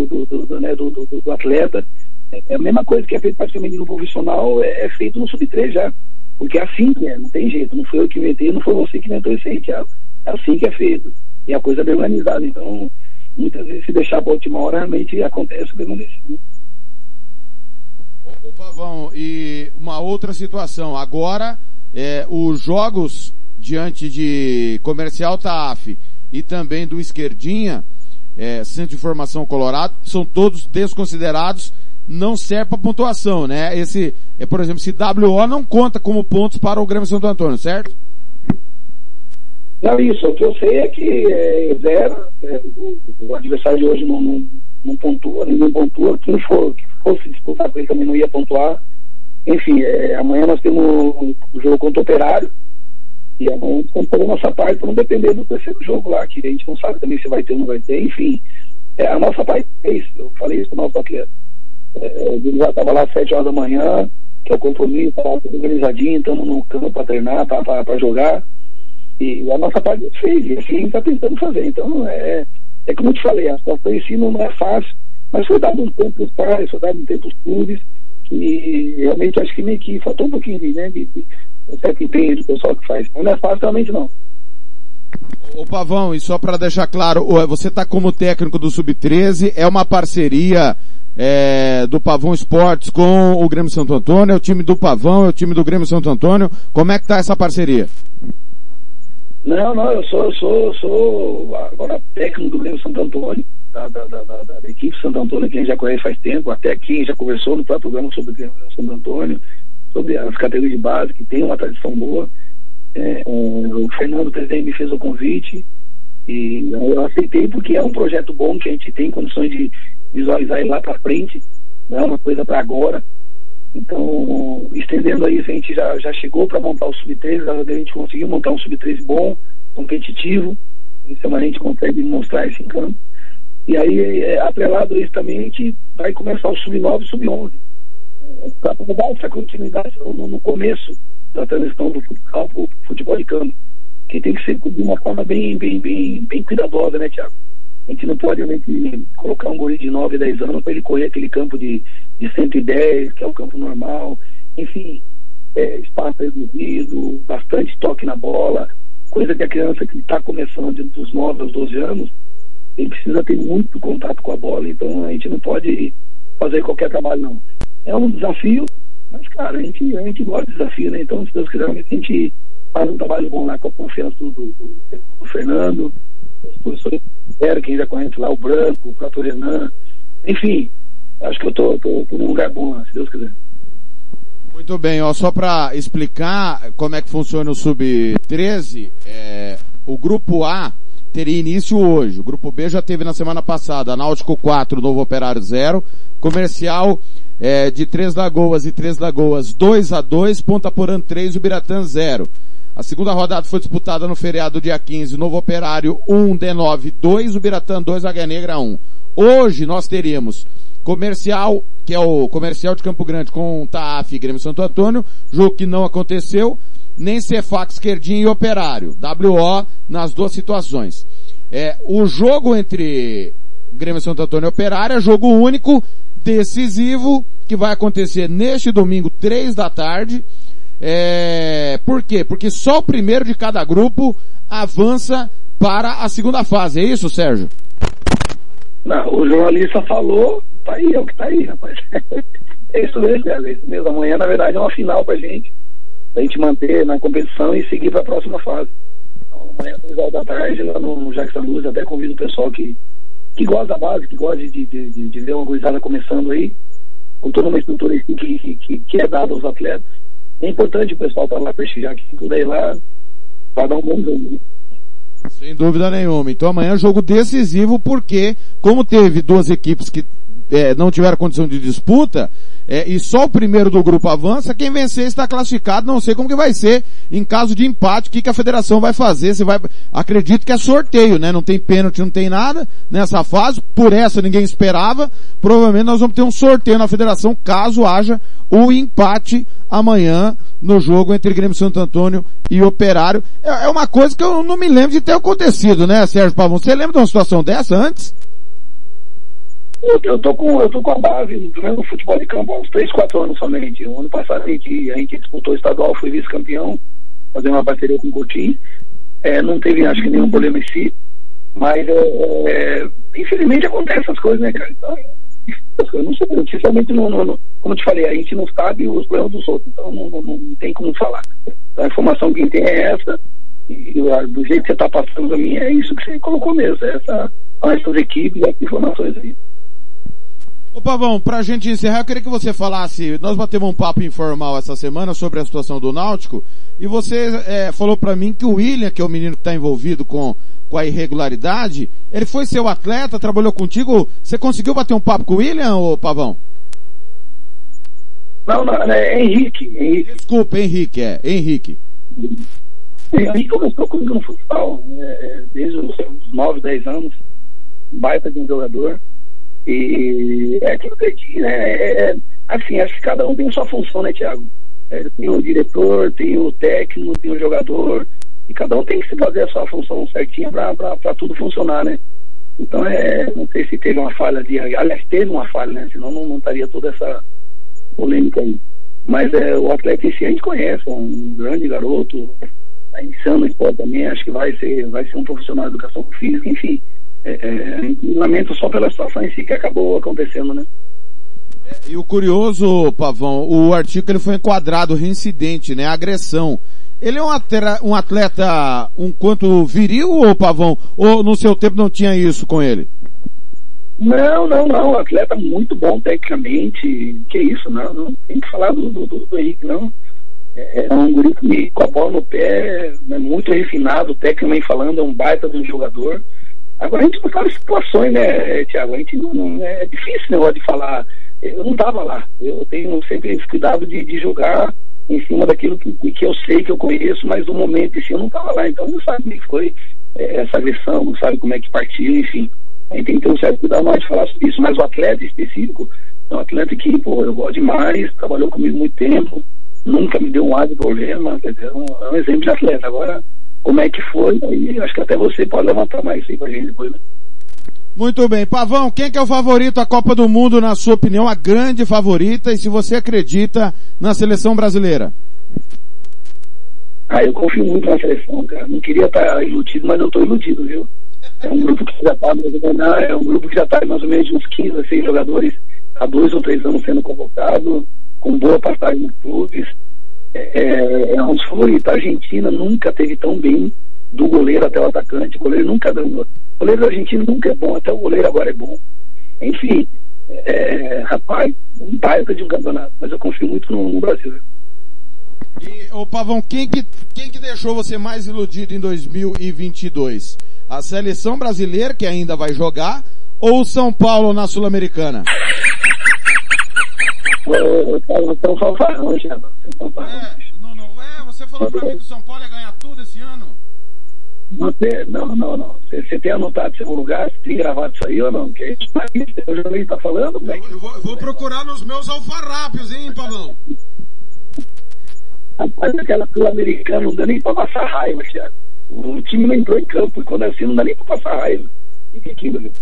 atleta, é a mesma coisa que é feito praticamente no profissional, é feito no Sub-13 já, porque é assim que é, não tem jeito, não foi eu que inventei, não foi você que inventou isso aí, Thiago, é assim que é feito, e a coisa é bem organizada, então muitas vezes se deixar para a última hora realmente acontece o que acontece, né? Ô Pavão, e uma outra situação, agora os jogos diante de Comercial TAF e também do Esquerdinha, Centro de Informação Colorado, são todos desconsiderados, não serve para pontuação, né? Por exemplo, esse WO não conta como pontos para o Grêmio Santo Antônio, certo? Não, isso, o que eu sei é que zero, o adversário de hoje não pontua, ninguém pontua, quem fosse disputar com ele também não ia pontuar. Enfim, amanhã nós temos o jogo contra o Operário, e vamos fazer a nossa parte para não depender do terceiro jogo lá, que a gente não sabe também se vai ter ou não vai ter. Enfim, a nossa parte é isso, eu falei isso para o nosso atleta. Ele já estava lá às 7 horas da manhã, que é o compromisso, estava tudo organizadinho, estamos no campo para treinar, para jogar, e a nossa parte fez, e assim a gente está tentando fazer. Então, como eu te falei, a situação em si não é fácil, mas foi dado um tempo para os pais, foi dado um tempo para os clubes, e realmente acho que meio que faltou um pouquinho de certo empenho do pessoal que faz. Não é fácil realmente não. Ô Pavão, e só para deixar claro, você está como técnico do Sub-13, é uma parceria do Pavão Esportes com o Grêmio Santo Antônio, é o time do Pavão, é o time do Grêmio Santo Antônio, como é que tá essa parceria? Não, eu sou agora técnico do Grêmio Santo Antônio, da equipe Santo Antônio, que a gente já conhece faz tempo, até aqui a gente já conversou no próprio programa sobre o Grêmio Santo Antônio, sobre as categorias de base, que tem uma tradição boa. O Fernando, presidente, me fez o convite e eu aceitei porque é um projeto bom que a gente tem condições de visualizar ele lá para frente, não é uma coisa para agora. Então, estendendo aí, a gente já chegou para montar o Sub-13, a gente conseguiu montar um Sub-13 bom, competitivo, então a gente consegue mostrar isso em campo. E aí, atrelado a isso também, a gente vai começar o Sub-9 e Sub-11. Para dar essa continuidade no começo da transição do futsal para o futebol de campo, que tem que ser de uma forma bem cuidadosa, né, Thiago? A gente não pode realmente colocar um guri de 9, 10 anos para ele correr aquele campo de 110, que é o campo normal. Enfim, espaço reduzido, bastante toque na bola, coisa que a criança que está começando dos 9 aos 12 anos, ele precisa ter muito contato com a bola, então a gente não pode fazer qualquer trabalho, não. É um desafio, mas, cara, a gente gosta de desafio, né? Então, se Deus quiser, a gente faz um trabalho bom lá com a confiança do Fernando, os professores que ainda conhece lá, o Branco, o próprio Renan. Enfim, acho que eu tô num lugar bom lá, se Deus quiser. Muito bem, só para explicar como é que funciona o Sub-13, o Grupo A teria início hoje, o Grupo B já teve na semana passada, Náutico 4, Novo Operário 0, Comercial de Três Lagoas e Três Lagoas 2-2, Ponta Porã 3, Ubiratã 0. A segunda rodada foi disputada no feriado dia 15, Novo Operário 1, D9 2, Ubiratã 2, Águia Negra 1. Hoje nós teríamos Comercial, que é o Comercial de Campo Grande com TAF e Grêmio Santo Antônio, jogo que não aconteceu, nem Cefac, Esquerdinho e Operário, WO nas duas situações. O jogo entre Grêmio Santo Antônio e Operário é jogo único, decisivo, que vai acontecer neste domingo, 3 da tarde. Por quê? Porque só o primeiro de cada grupo avança para a segunda fase. É isso, Sérgio? Não, o jornalista falou, tá aí, é o que tá aí, rapaz. É isso mesmo. Amanhã, na verdade, é uma final pra gente manter na competição e seguir para a próxima fase. Então, amanhã, 3 horas da tarde, lá no Jackson Luz, até convido o pessoal que gosta da base, que gosta de ver uma gurizada começando aí, com toda uma estrutura que é dada aos atletas. É importante o pessoal estar lá prestigiar, que puder ir lá, para dar um bom jogo. Sem dúvida nenhuma. Então amanhã é jogo decisivo, porque como teve duas equipes que não tiveram condição de disputa, e só o primeiro do grupo avança, quem vencer está classificado. Não sei como que vai ser em caso de empate, o que a federação vai fazer, acredito que é sorteio, né? Não tem pênalti, não tem nada nessa fase, por essa ninguém esperava. Provavelmente nós vamos ter um sorteio na federação caso haja o empate amanhã no jogo entre Grêmio Santo Antônio e Operário. É uma coisa que eu não me lembro de ter acontecido, né, Sérgio Pavão? Você lembra de uma situação dessa antes? Eu tô com a base no futebol de campo há uns 3, 4 anos somente. O ano passado a gente disputou o estadual, fui vice-campeão, fazendo uma parceria com o Coutinho. Não teve, acho que, nenhum problema em si, mas infelizmente acontecem essas coisas, né, cara? Então, eu não sei, sinceramente, como eu te falei, a gente não sabe os problemas dos outros, então não tem como falar. Então, a informação que tem é essa, do jeito que você está passando pra mim, é isso que você colocou mesmo, essas equipes, essas informações aí. Ô Pavão, pra gente encerrar, eu queria que você falasse, nós batemos um papo informal essa semana sobre a situação do Náutico, e você falou pra mim que o William, que é o menino que está envolvido com a irregularidade, ele foi seu atleta, trabalhou contigo, você conseguiu bater um papo com o William, ô Pavão? Não, é Henrique. Desculpa, Henrique. Henrique começou comigo no futsal, desde os 9, 10 anos, baita de um jogador. E é aquilo que eu disse, né? Assim, acho que cada um tem a sua função, né, Thiago? Tem o diretor, tem o técnico, tem o jogador, e cada um tem que se fazer a sua função certinha pra tudo funcionar, né? Então, não sei se teve uma falha aliás, teve uma falha, né? Senão não estaria toda essa polêmica aí. Mas o atleta em si a gente conhece, é um grande garoto, tá iniciando o esporte também, acho que vai ser um profissional de educação física, enfim. Lamento só pela situação em si que acabou acontecendo, né? E o curioso, Pavão, o artigo ele foi enquadrado reincidente, né? Agressão. Ele é um atleta um quanto viril, ou Pavão? Ou no seu tempo não tinha isso com ele? Não, um atleta muito bom tecnicamente, que isso, não tem que falar do Henrique, não. É um grupo com a bola no pé, muito refinado, tecnicamente falando, é um baita de um jogador. Agora a gente não sabe situações, né, Thiago? A gente não é difícil o negócio de falar. Eu não estava lá. Eu tenho sempre esse cuidado de jogar em cima daquilo que eu sei, que eu conheço, mas no momento em si eu não estava lá. Então não sabe como é que foi essa agressão, não sabe como é que partiu, enfim. A gente tem que ter um certo cuidado na hora de falar sobre isso. Mas o atleta específico é um atleta que, eu gosto demais, trabalhou comigo muito tempo, nunca me deu um ar de problema, quer dizer, é um exemplo de atleta. Agora, como é que foi, aí acho que até você pode levantar mais isso aí pra gente depois, né? Muito bem. Pavão, quem que é o favorito à Copa do Mundo, na sua opinião, a grande favorita, e se você acredita na seleção brasileira? Eu confio muito na seleção, cara. Não queria estar iludido, mas eu estou iludido, viu? É um grupo que já está mais ou menos de uns 15 a 6 jogadores, há 2 ou 3 anos sendo convocado, com boa passagem nos clubes. É um dos favoritos. A Argentina nunca teve tão bem, do goleiro até o atacante. O goleiro nunca ganhou. O goleiro argentino nunca é bom, até o goleiro agora é bom. Enfim, rapaz, um baita de um campeonato, mas eu confio muito no Brasil. E, ô Pavão, quem que deixou você mais iludido em 2022? A seleção brasileira, que ainda vai jogar, ou o São Paulo na Sul-Americana? São fanfarrão, já. Você falou pra mim que o São Paulo ia ganhar tudo esse ano? Não. Você tem anotado em segundo lugar? Você tem gravado isso aí ou não? Que o jornalista tá falando, velho? Eu vou procurar nos meus alfarrápios, hein, Pavão? Rapaz, aquela Sul-Americana não dá nem pra passar raiva, Thiago. O time não entrou em campo, e quando é assim não dá nem pra passar raiva. Que aquilo, meu?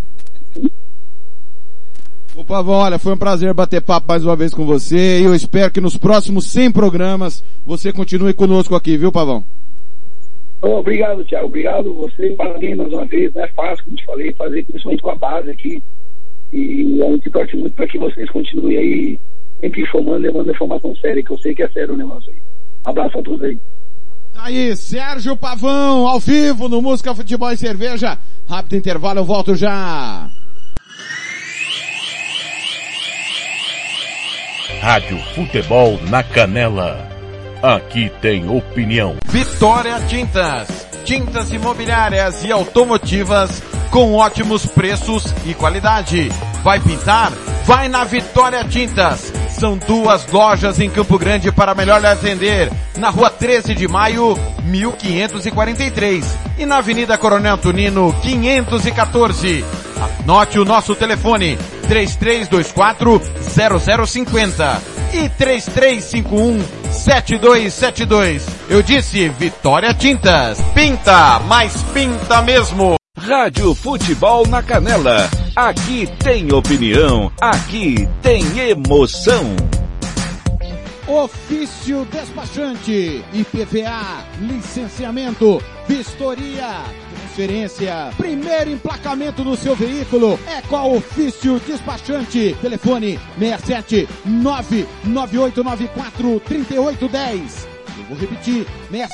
Ô Pavão, olha, foi um prazer bater papo mais uma vez com você, e eu espero que nos próximos 100 programas você continue conosco aqui, viu, Pavão? Obrigado, Thiago. Obrigado você. Parabéns mais uma vez. Não é fácil, como te falei, fazer principalmente com a base aqui. E a gente torce muito para que vocês continuem aí sempre informando, levando a informação séria, que eu sei que é sério o negócio aí. Abraço a todos aí. Tá aí, Sérgio Pavão, ao vivo no Música, Futebol e Cerveja. Rápido intervalo, eu volto já. Rádio Futebol na Canela. Aqui tem opinião. Vitória Tintas. Tintas imobiliárias e automotivas com ótimos preços e qualidade. Vai pintar? Vai na Vitória Tintas. São 2 lojas em Campo Grande para melhor lhe atender. Na Rua 13 de Maio, 1543. E na Avenida Coronel Antonino, 514. Anote o nosso telefone, 3324-0050 e 3351-7272. Eu disse Vitória Tintas. Pinta, mas pinta mesmo. Rádio Futebol na Canela. Aqui tem opinião, aqui tem emoção. Ofício despachante, IPVA, licenciamento, vistoria, transferência, primeiro emplacamento do seu veículo é com a Ofício Despachante. Telefone 67 99894 3810. Eu vou repetir,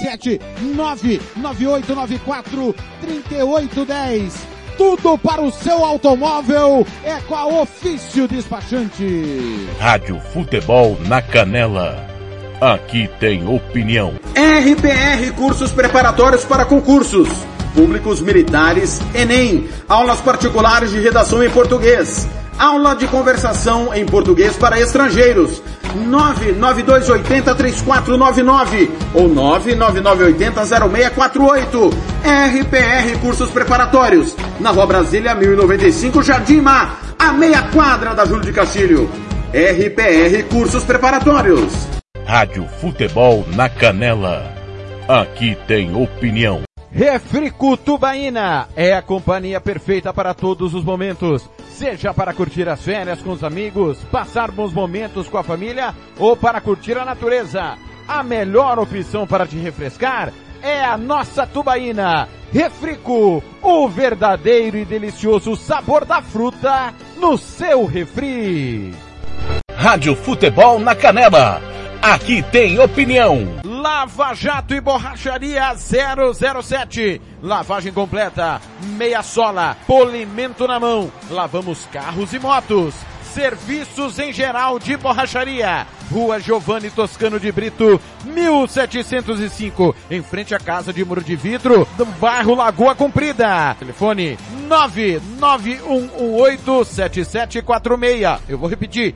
67998943810. Tudo para o seu automóvel é com a Ofício Despachante. Rádio Futebol na Canela. Aqui tem opinião. RPR Cursos Preparatórios para Concursos Públicos Militares, Enem. Aulas particulares de redação em português. Aula de conversação em português para estrangeiros. 99280-3499 ou 99980-0648. RPR Cursos Preparatórios. Na Rua Brasília, 1095, Jardim Mar, a meia quadra da Júlio de Castilho. RPR Cursos Preparatórios. Rádio Futebol na Canela. Aqui tem opinião. Refrico Tubaína é a companhia perfeita para todos os momentos. Seja para curtir as férias com os amigos, passar bons momentos com a família ou para curtir a natureza. A melhor opção para te refrescar é a nossa Tubaína. Refrico, o verdadeiro e delicioso sabor da fruta no seu refri. Rádio Futebol na Canela. Aqui tem opinião. Lava Jato e Borracharia 007. Lavagem completa, meia sola, polimento na mão. Lavamos carros e motos. Serviços em geral de borracharia. Rua Giovanni Toscano de Brito, 1705, em frente à Casa de Muro de Vidro, do bairro Lagoa Comprida. Telefone 991187746. Eu vou repetir,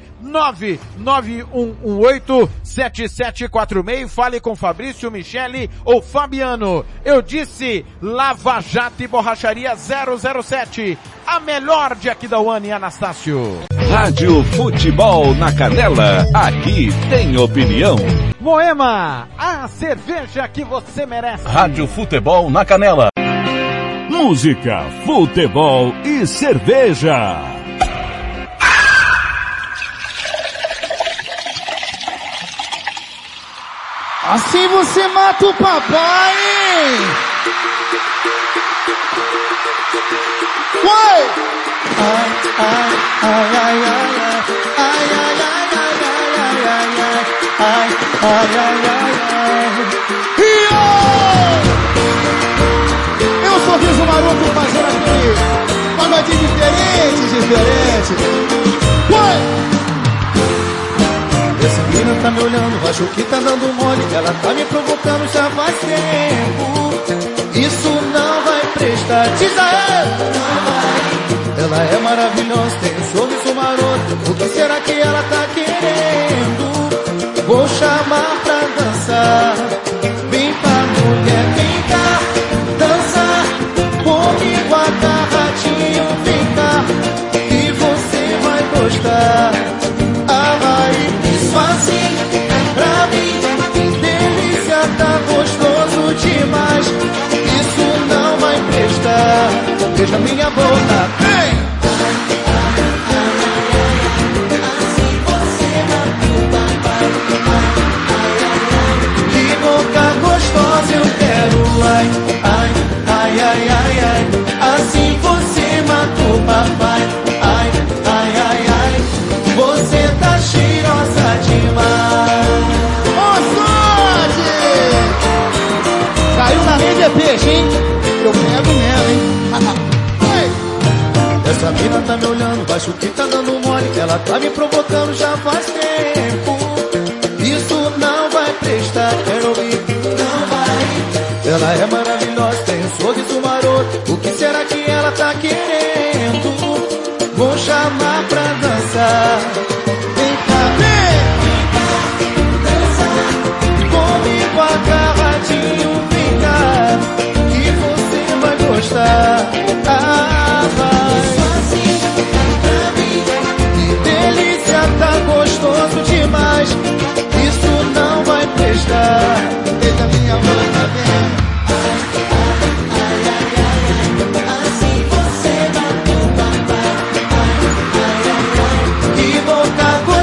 991187746. Fale com Fabrício, Michele ou Fabiano. Eu disse Lava Jato e Borracharia 007. A melhor de Aquidauana e Anastácio. Rádio Futebol na Canela. Aqui tem opinião. Moema, a cerveja que você merece. Rádio Futebol na Canela. Música, futebol e cerveja. Assim você mata o papai. Ué! Ai, ai, ai, ai, ai, ai, ai, ai, ai, ai, ai, ai. E o sorriso maroto fazendo aquele pagodinho diferente. Ué! Essa menina tá me olhando, acho que tá dando mole. Ela tá me provocando já faz tempo. Isso não vai prestar, diz a ela. Não vai. Ela é maravilhosa, tem um sorriso maroto. O que será que ela tá querendo? Vou chamar pra dançar. Vem pra mulher, vem cá dançar comigo agarradinho. Vem cá e você vai gostar. Isso assim é pra mim. Delícia, tá gostoso demais. Isso não vai prestar. Beija minha boca. Vem! Que boca gostosa eu quero. Ai, ai, ai, ai, ai, ai. Assim você matou o papai. Ai, ai, ai, ai. Você tá cheirosa demais. Ô, sorte! Caiu na rede é peixe, hein? Eu pego mesmo, hein? Essa mina tá me olhando, acho que tá dando mole. Ela tá me provocando já faz tempo. Isso não vai prestar, quero ouvir. Não vai. Ela é maravilhosa, tem um sorriso maroto. O que será que ela tá querendo? Vou chamar pra dançar. Vem cá, vem cá dançar comigo agarradinho. Vem cá que você vai gostar. Tá gostoso demais. Isso não vai prestar. Beija minha boca, vem. Assim você matou o papai. Que boca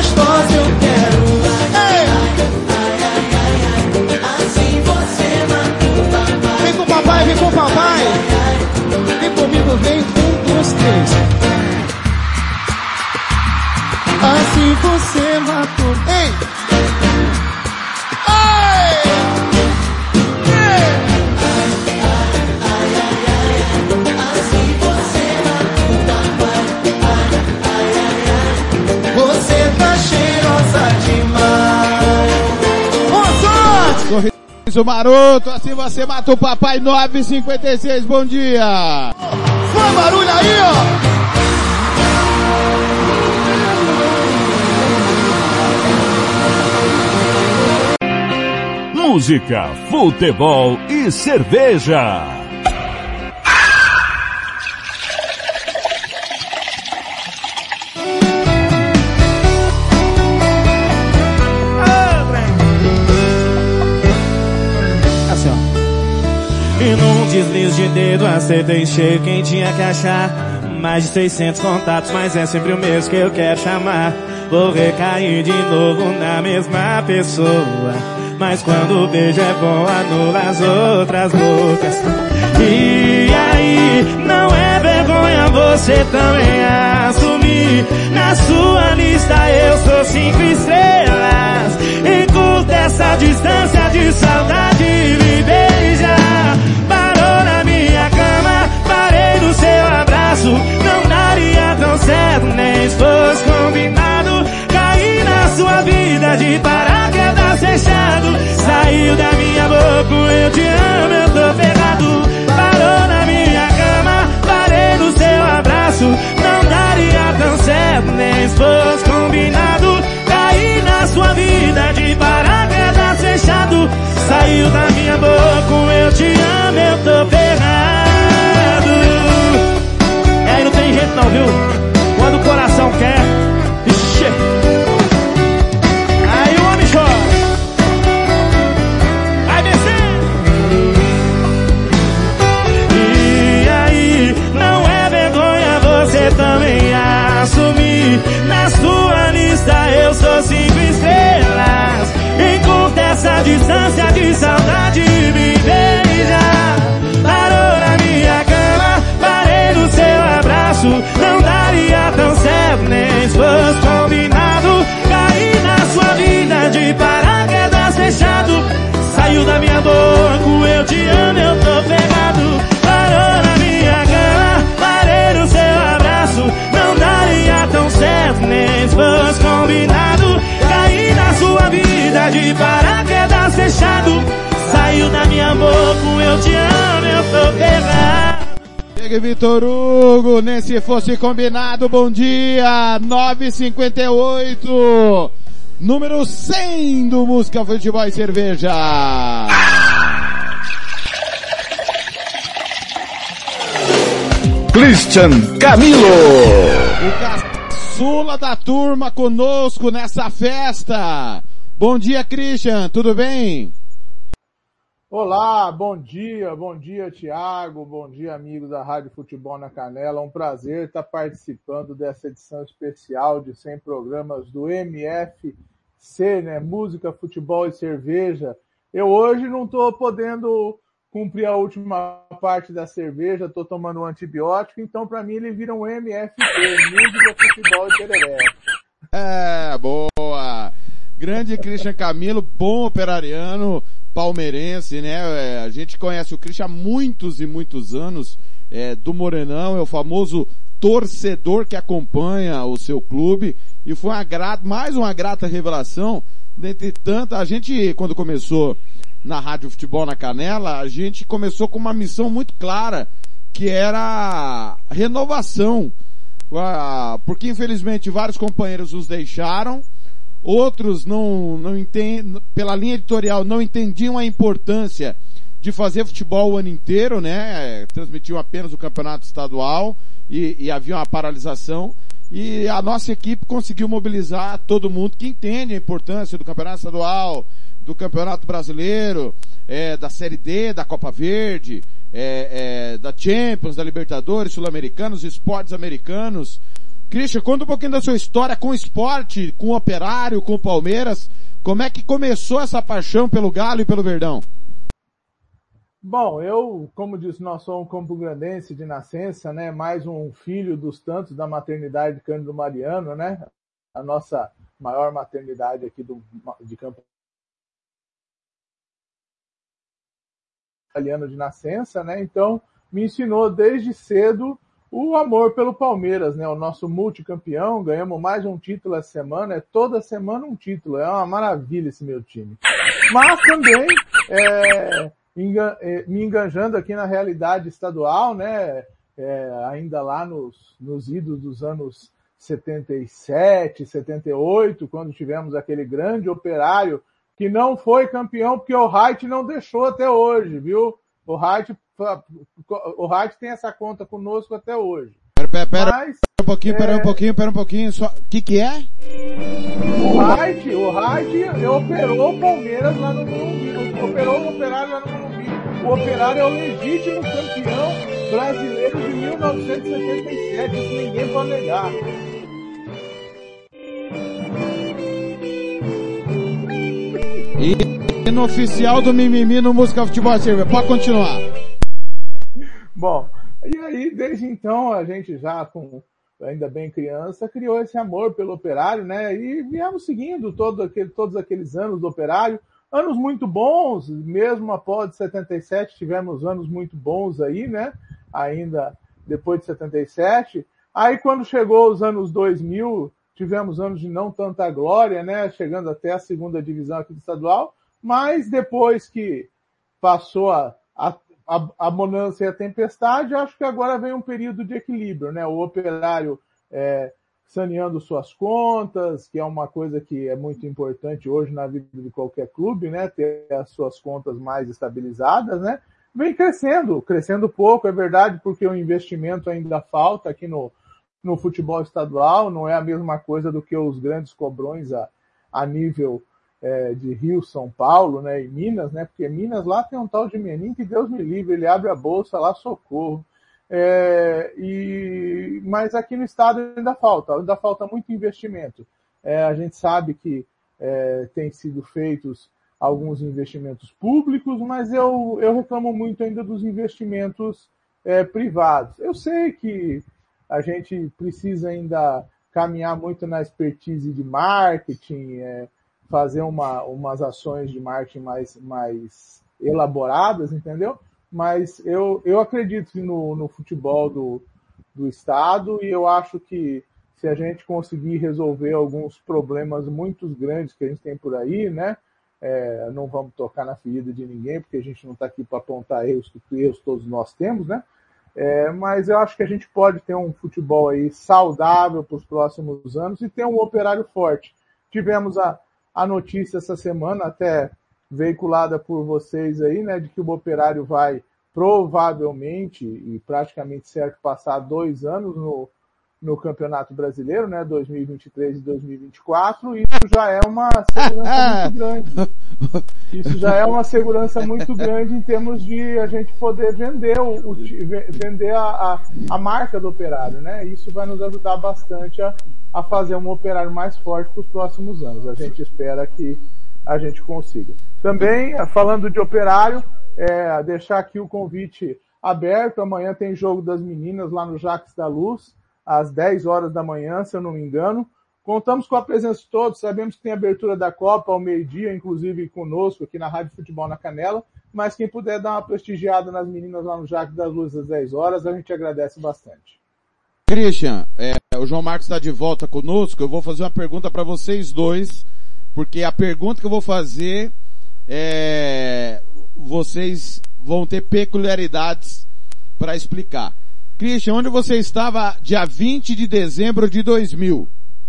Sorriso maroto, assim você mata o papai. 9h56, bom dia. Foi barulho aí, ó. Música, futebol e cerveja. Assim, ó. E num deslize de dedo acertei cheio quem tinha que achar. Mais de 600 contatos, mas é sempre o mesmo que eu quero chamar. Vou recair de novo na mesma pessoa, mas quando o beijo é bom anula as outras bocas. E aí, não é vergonha você também assumir. Na sua lista eu sou 5 estrelas. Encurta essa distância de saudade e me beija. Parou na minha cama, parei no seu abraço. Não daria tão certo, nem se fosse combinado. Caí na sua vida de paraquedas fechado. Saiu da minha boca, eu te amo, eu tô ferrado. Parou na minha cama, parei no seu abraço. Não daria tão certo, nem se fosse combinado. Caí na sua vida de paraquedas fechado. Saiu da minha boca, eu te amo, eu tô ferrado. Aí não tem jeito não, viu? Quando o coração quer, ixi, aí o homem chora. Vai descer. E aí, não é vergonha você também assumir. Na sua lista eu sou 5 estrelas. Encurta essa distância de saudade e me beija. Parou na minha cama, parei no seu abraço. Não daria tão certo, nem se fosse combinado. Caí na sua vida de paraquedas fechado. Saiu da minha boca, eu te amo, eu tô ferrado. Parou na minha cama, parei no seu abraço. Não daria tão certo, nem se fosse combinado. Caí na sua vida de paraquedas fechado. Saiu da minha boca, eu te amo, eu tô ferrado. Chega Vitor Hugo, nem se fosse combinado, bom dia, 9h58, número 100 do Música, Futebol e Cerveja. Christian Camilo. O caçula da turma conosco nessa festa. Bom dia, Christian, tudo bem? Olá, bom dia Thiago, bom dia amigos da Rádio Futebol na Canela, um prazer estar participando dessa edição especial de 100 programas do MFC, né, Música, Futebol e Cerveja. Eu hoje não estou podendo cumprir a última parte da cerveja, estou tomando um antibiótico, então para mim ele vira um MFC, Música, Futebol e Tereré. É, boa! Grande Christian Camilo, bom operariano, palmeirense, né? A gente conhece o Christian há muitos e muitos anos, do Morenão, é o famoso torcedor que acompanha o seu clube, e foi mais uma grata revelação, dentre tanto, a gente, quando começou na Rádio Futebol na Canela, a gente começou com uma missão muito clara, que era a renovação, porque infelizmente vários companheiros nos deixaram, outros não entendem, pela linha editorial, não entendiam a importância de fazer futebol o ano inteiro, né? Transmitiam apenas o campeonato estadual e havia uma paralisação. E a nossa equipe conseguiu mobilizar todo mundo que entende a importância do campeonato estadual, do campeonato brasileiro, da Série D, da Copa Verde, da Champions, da Libertadores, Sul-Americanos, esportes americanos. Christian, conta um pouquinho da sua história com o esporte, com o Operário, com o Palmeiras. Como é que começou essa paixão pelo Galo e pelo Verdão? Bom, eu, como disse, nós somos um campograndense de nascença, né? Mais um filho dos tantos da maternidade de Cândido Mariano, né? A nossa maior maternidade aqui de Campo Mariano de nascença, né? Então, me ensinou desde cedo o amor pelo Palmeiras, né? O nosso multicampeão, ganhamos mais um título essa semana, toda semana um título, é uma maravilha esse meu time. Mas também, me enganjando aqui na realidade estadual, né? Ainda lá nos idos dos anos 77, 78, quando tivemos aquele grande Operário que não foi campeão porque o Wright não deixou até hoje, viu? O Wright tem essa conta conosco até hoje. Pera um pouquinho. O que é? O Wright operou o Palmeiras lá no Morumbi, operou o Operário lá no Morumbi. O Operário é o legítimo campeão brasileiro de 1977, isso ninguém pode negar. E no oficial do Mimimi no Música Futebol Cerveja, pode continuar. Bom, e aí desde então a gente já ainda bem criança, criou esse amor pelo Operário, né? E viemos seguindo todos aqueles anos do Operário, anos muito bons, mesmo após 77 tivemos anos muito bons aí, né? Ainda depois de 77. Aí quando chegou os anos 2000, tivemos anos de não tanta glória, né? Chegando até a segunda divisão aqui do estadual, mas depois que passou a bonança e a tempestade, acho que agora vem um período de equilíbrio, né? O Operário saneando suas contas, que é uma coisa que é muito importante hoje na vida de qualquer clube, né? Ter as suas contas mais estabilizadas, né? Vem crescendo pouco, é verdade, porque o investimento ainda falta aqui no futebol estadual, não é a mesma coisa do que os grandes cobrões a nível de Rio, São Paulo, né, e Minas, né, porque Minas lá tem um tal de Menin que Deus me livre, ele abre a bolsa lá, socorro. Mas aqui no estado ainda falta muito investimento. A gente sabe que tem sido feitos alguns investimentos públicos, mas eu reclamo muito ainda dos investimentos privados. Eu sei que a gente precisa ainda caminhar muito na expertise de marketing, fazer umas ações de marketing mais elaboradas, entendeu? Mas eu acredito no futebol do estado e eu acho que se a gente conseguir resolver alguns problemas muito grandes que a gente tem por aí, né? Não vamos tocar na ferida de ninguém, porque a gente não está aqui para apontar erros que erros todos nós temos, né? Mas eu acho que a gente pode ter um futebol aí saudável para os próximos anos e ter um Operário forte. Tivemos a notícia essa semana, até veiculada por vocês aí, né, de que o Operário vai provavelmente e praticamente certo passar 2 anos no Campeonato Brasileiro, né, 2023 e 2024, e isso já é uma segurança muito grande. Isso já é uma segurança muito grande em termos de a gente poder vender vender a marca do Operário, né? Isso vai nos ajudar bastante a fazer um Operário mais forte para os próximos anos. A gente espera que a gente consiga. Também, falando de Operário, deixar aqui o convite aberto. Amanhã tem jogo das meninas lá no Jacques da Luz, às 10 horas da manhã, se eu não me engano. Contamos com a presença de todos, sabemos que tem abertura da Copa ao meio-dia, inclusive conosco aqui na Rádio Futebol na Canela, mas quem puder dar uma prestigiada nas meninas lá no Jacques da Luz às 10 horas, a gente agradece bastante. Christian, o João Marcos está de volta conosco, eu vou fazer uma pergunta para vocês dois, porque a pergunta que eu vou fazer vocês vão ter peculiaridades para explicar. Christian, onde você estava dia 20 de dezembro de 2000?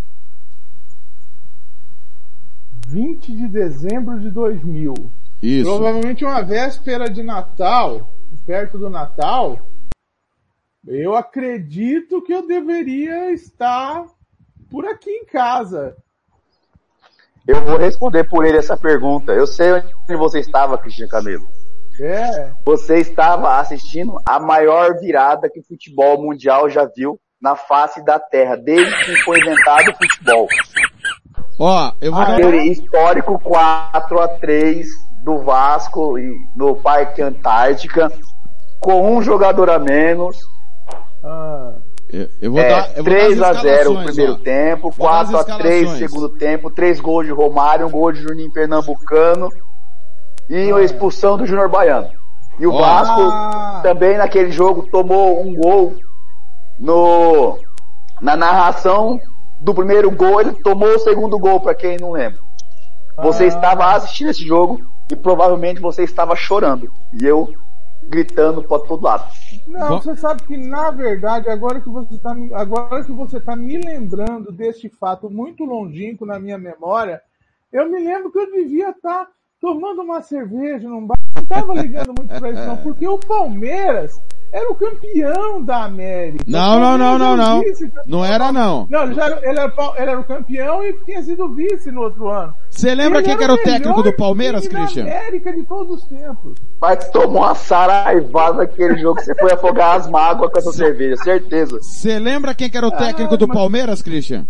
20 de dezembro de 2000. Isso. Provavelmente uma véspera de Natal, perto do Natal. Eu acredito que eu deveria estar por aqui em casa. Eu vou responder por ele essa pergunta. Eu sei onde você estava, Cristian Camelo. Você estava assistindo a maior virada que o futebol mundial já viu na face da Terra, desde que foi inventado o futebol. Eu vou aquele histórico 4-3 do Vasco no Parque Antártica, com um jogador a menos. Eu vou dar 3-0 o primeiro tempo, 4-3 o segundo tempo, 3 gols de Romário, um gol de Juninho Pernambucano e a expulsão do Júnior Baiano. E o Vasco também naquele jogo tomou um gol na narração do primeiro gol, ele tomou o segundo gol, pra quem não lembra. Você estava assistindo esse jogo e provavelmente você estava chorando. E eu gritando pra todo lado. Não, você sabe que na verdade, agora que você tá me lembrando deste fato muito longínquo na minha memória, eu me lembro que eu devia estar tomando uma cerveja num bar, não estava ligando muito pra isso não, porque o Palmeiras era o campeão da América. Não. Não era não. Não, ele era o campeão e tinha sido vice no outro ano. Você lembra quem era o técnico do Palmeiras, Christian? América de todos os tempos. Mas tomou uma saraivada naquele jogo que você foi afogar as mágoas com essa cerveja, certeza. Você lembra quem que era o técnico do Palmeiras, Christian?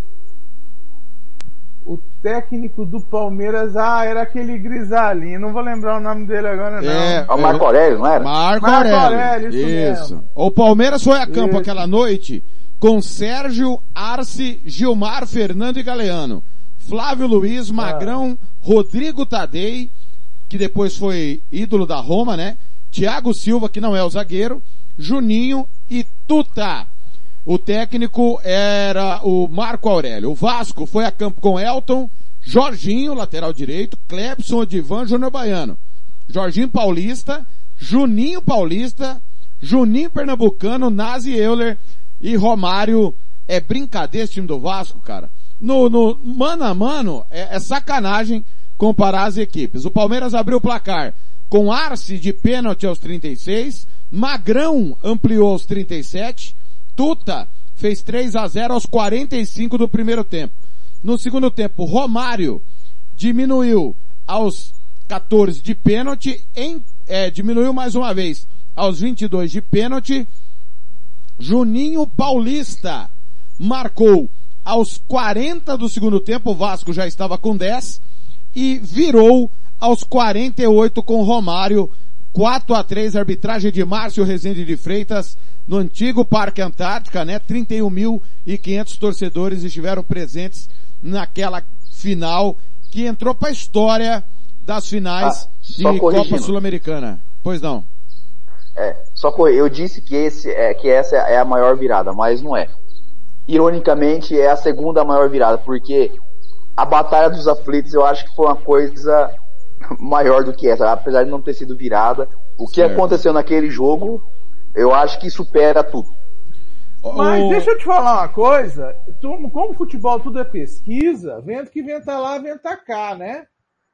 O técnico do Palmeiras, era aquele grisalinho, não vou lembrar o nome dele agora não. É o Marco Aurélio, não era? Marco Aurélio, isso. O Palmeiras foi a campo aquela noite com Sérgio, Arce, Gilmar, Fernando e Galeano. Flávio Luiz, Magrão, Rodrigo Tadei, que depois foi ídolo da Roma, né? Thiago Silva, que não é o zagueiro, Juninho e Tuta. O técnico era o Marco Aurélio. O Vasco foi a campo com Elton, Jorginho, lateral direito, Clepson, Odivan, Júnior Baiano. Jorginho Paulista, Juninho Paulista, Juninho Pernambucano, Nazi Euler e Romário. É brincadeira esse time do Vasco, cara. No mano a mano, é sacanagem comparar as equipes. O Palmeiras abriu o placar com Arce de pênalti aos 36, Magrão ampliou aos 37, Tuta fez 3-0 aos 45 do primeiro tempo. No segundo tempo, Romário diminuiu aos 14 de pênalti, diminuiu mais uma vez aos 22 de pênalti. Juninho Paulista marcou aos 40 do segundo tempo, o Vasco já estava com 10, e virou aos 48 com Romário, 4-3, arbitragem de Márcio Rezende de Freitas, no antigo Parque Antártica, né? 31.500 torcedores estiveram presentes naquela final que entrou para a história das finais de Copa Sul-Americana. Pois não? Eu disse que essa é a maior virada, mas não é. Ironicamente, é a segunda maior virada, porque a Batalha dos Aflitos eu acho que foi uma coisa maior do que essa, apesar de não ter sido virada. O que aconteceu naquele jogo, eu acho que supera tudo. Mas deixa eu te falar uma coisa, como futebol tudo é pesquisa, vento que venta lá, venta cá, né?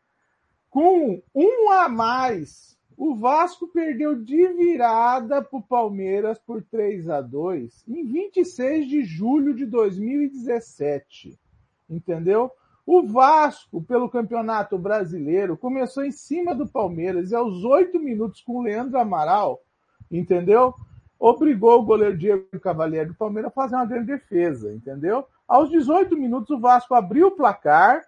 Com um a mais, o Vasco perdeu de virada pro Palmeiras por 3-2 em 26 de julho de 2017, entendeu? O Vasco, pelo Campeonato Brasileiro, começou em cima do Palmeiras e aos 8 minutos com o Leandro Amaral, entendeu? Obrigou o goleiro Diego Cavalieri do Palmeiras a fazer uma grande defesa, entendeu? Aos 18 minutos o Vasco abriu o placar,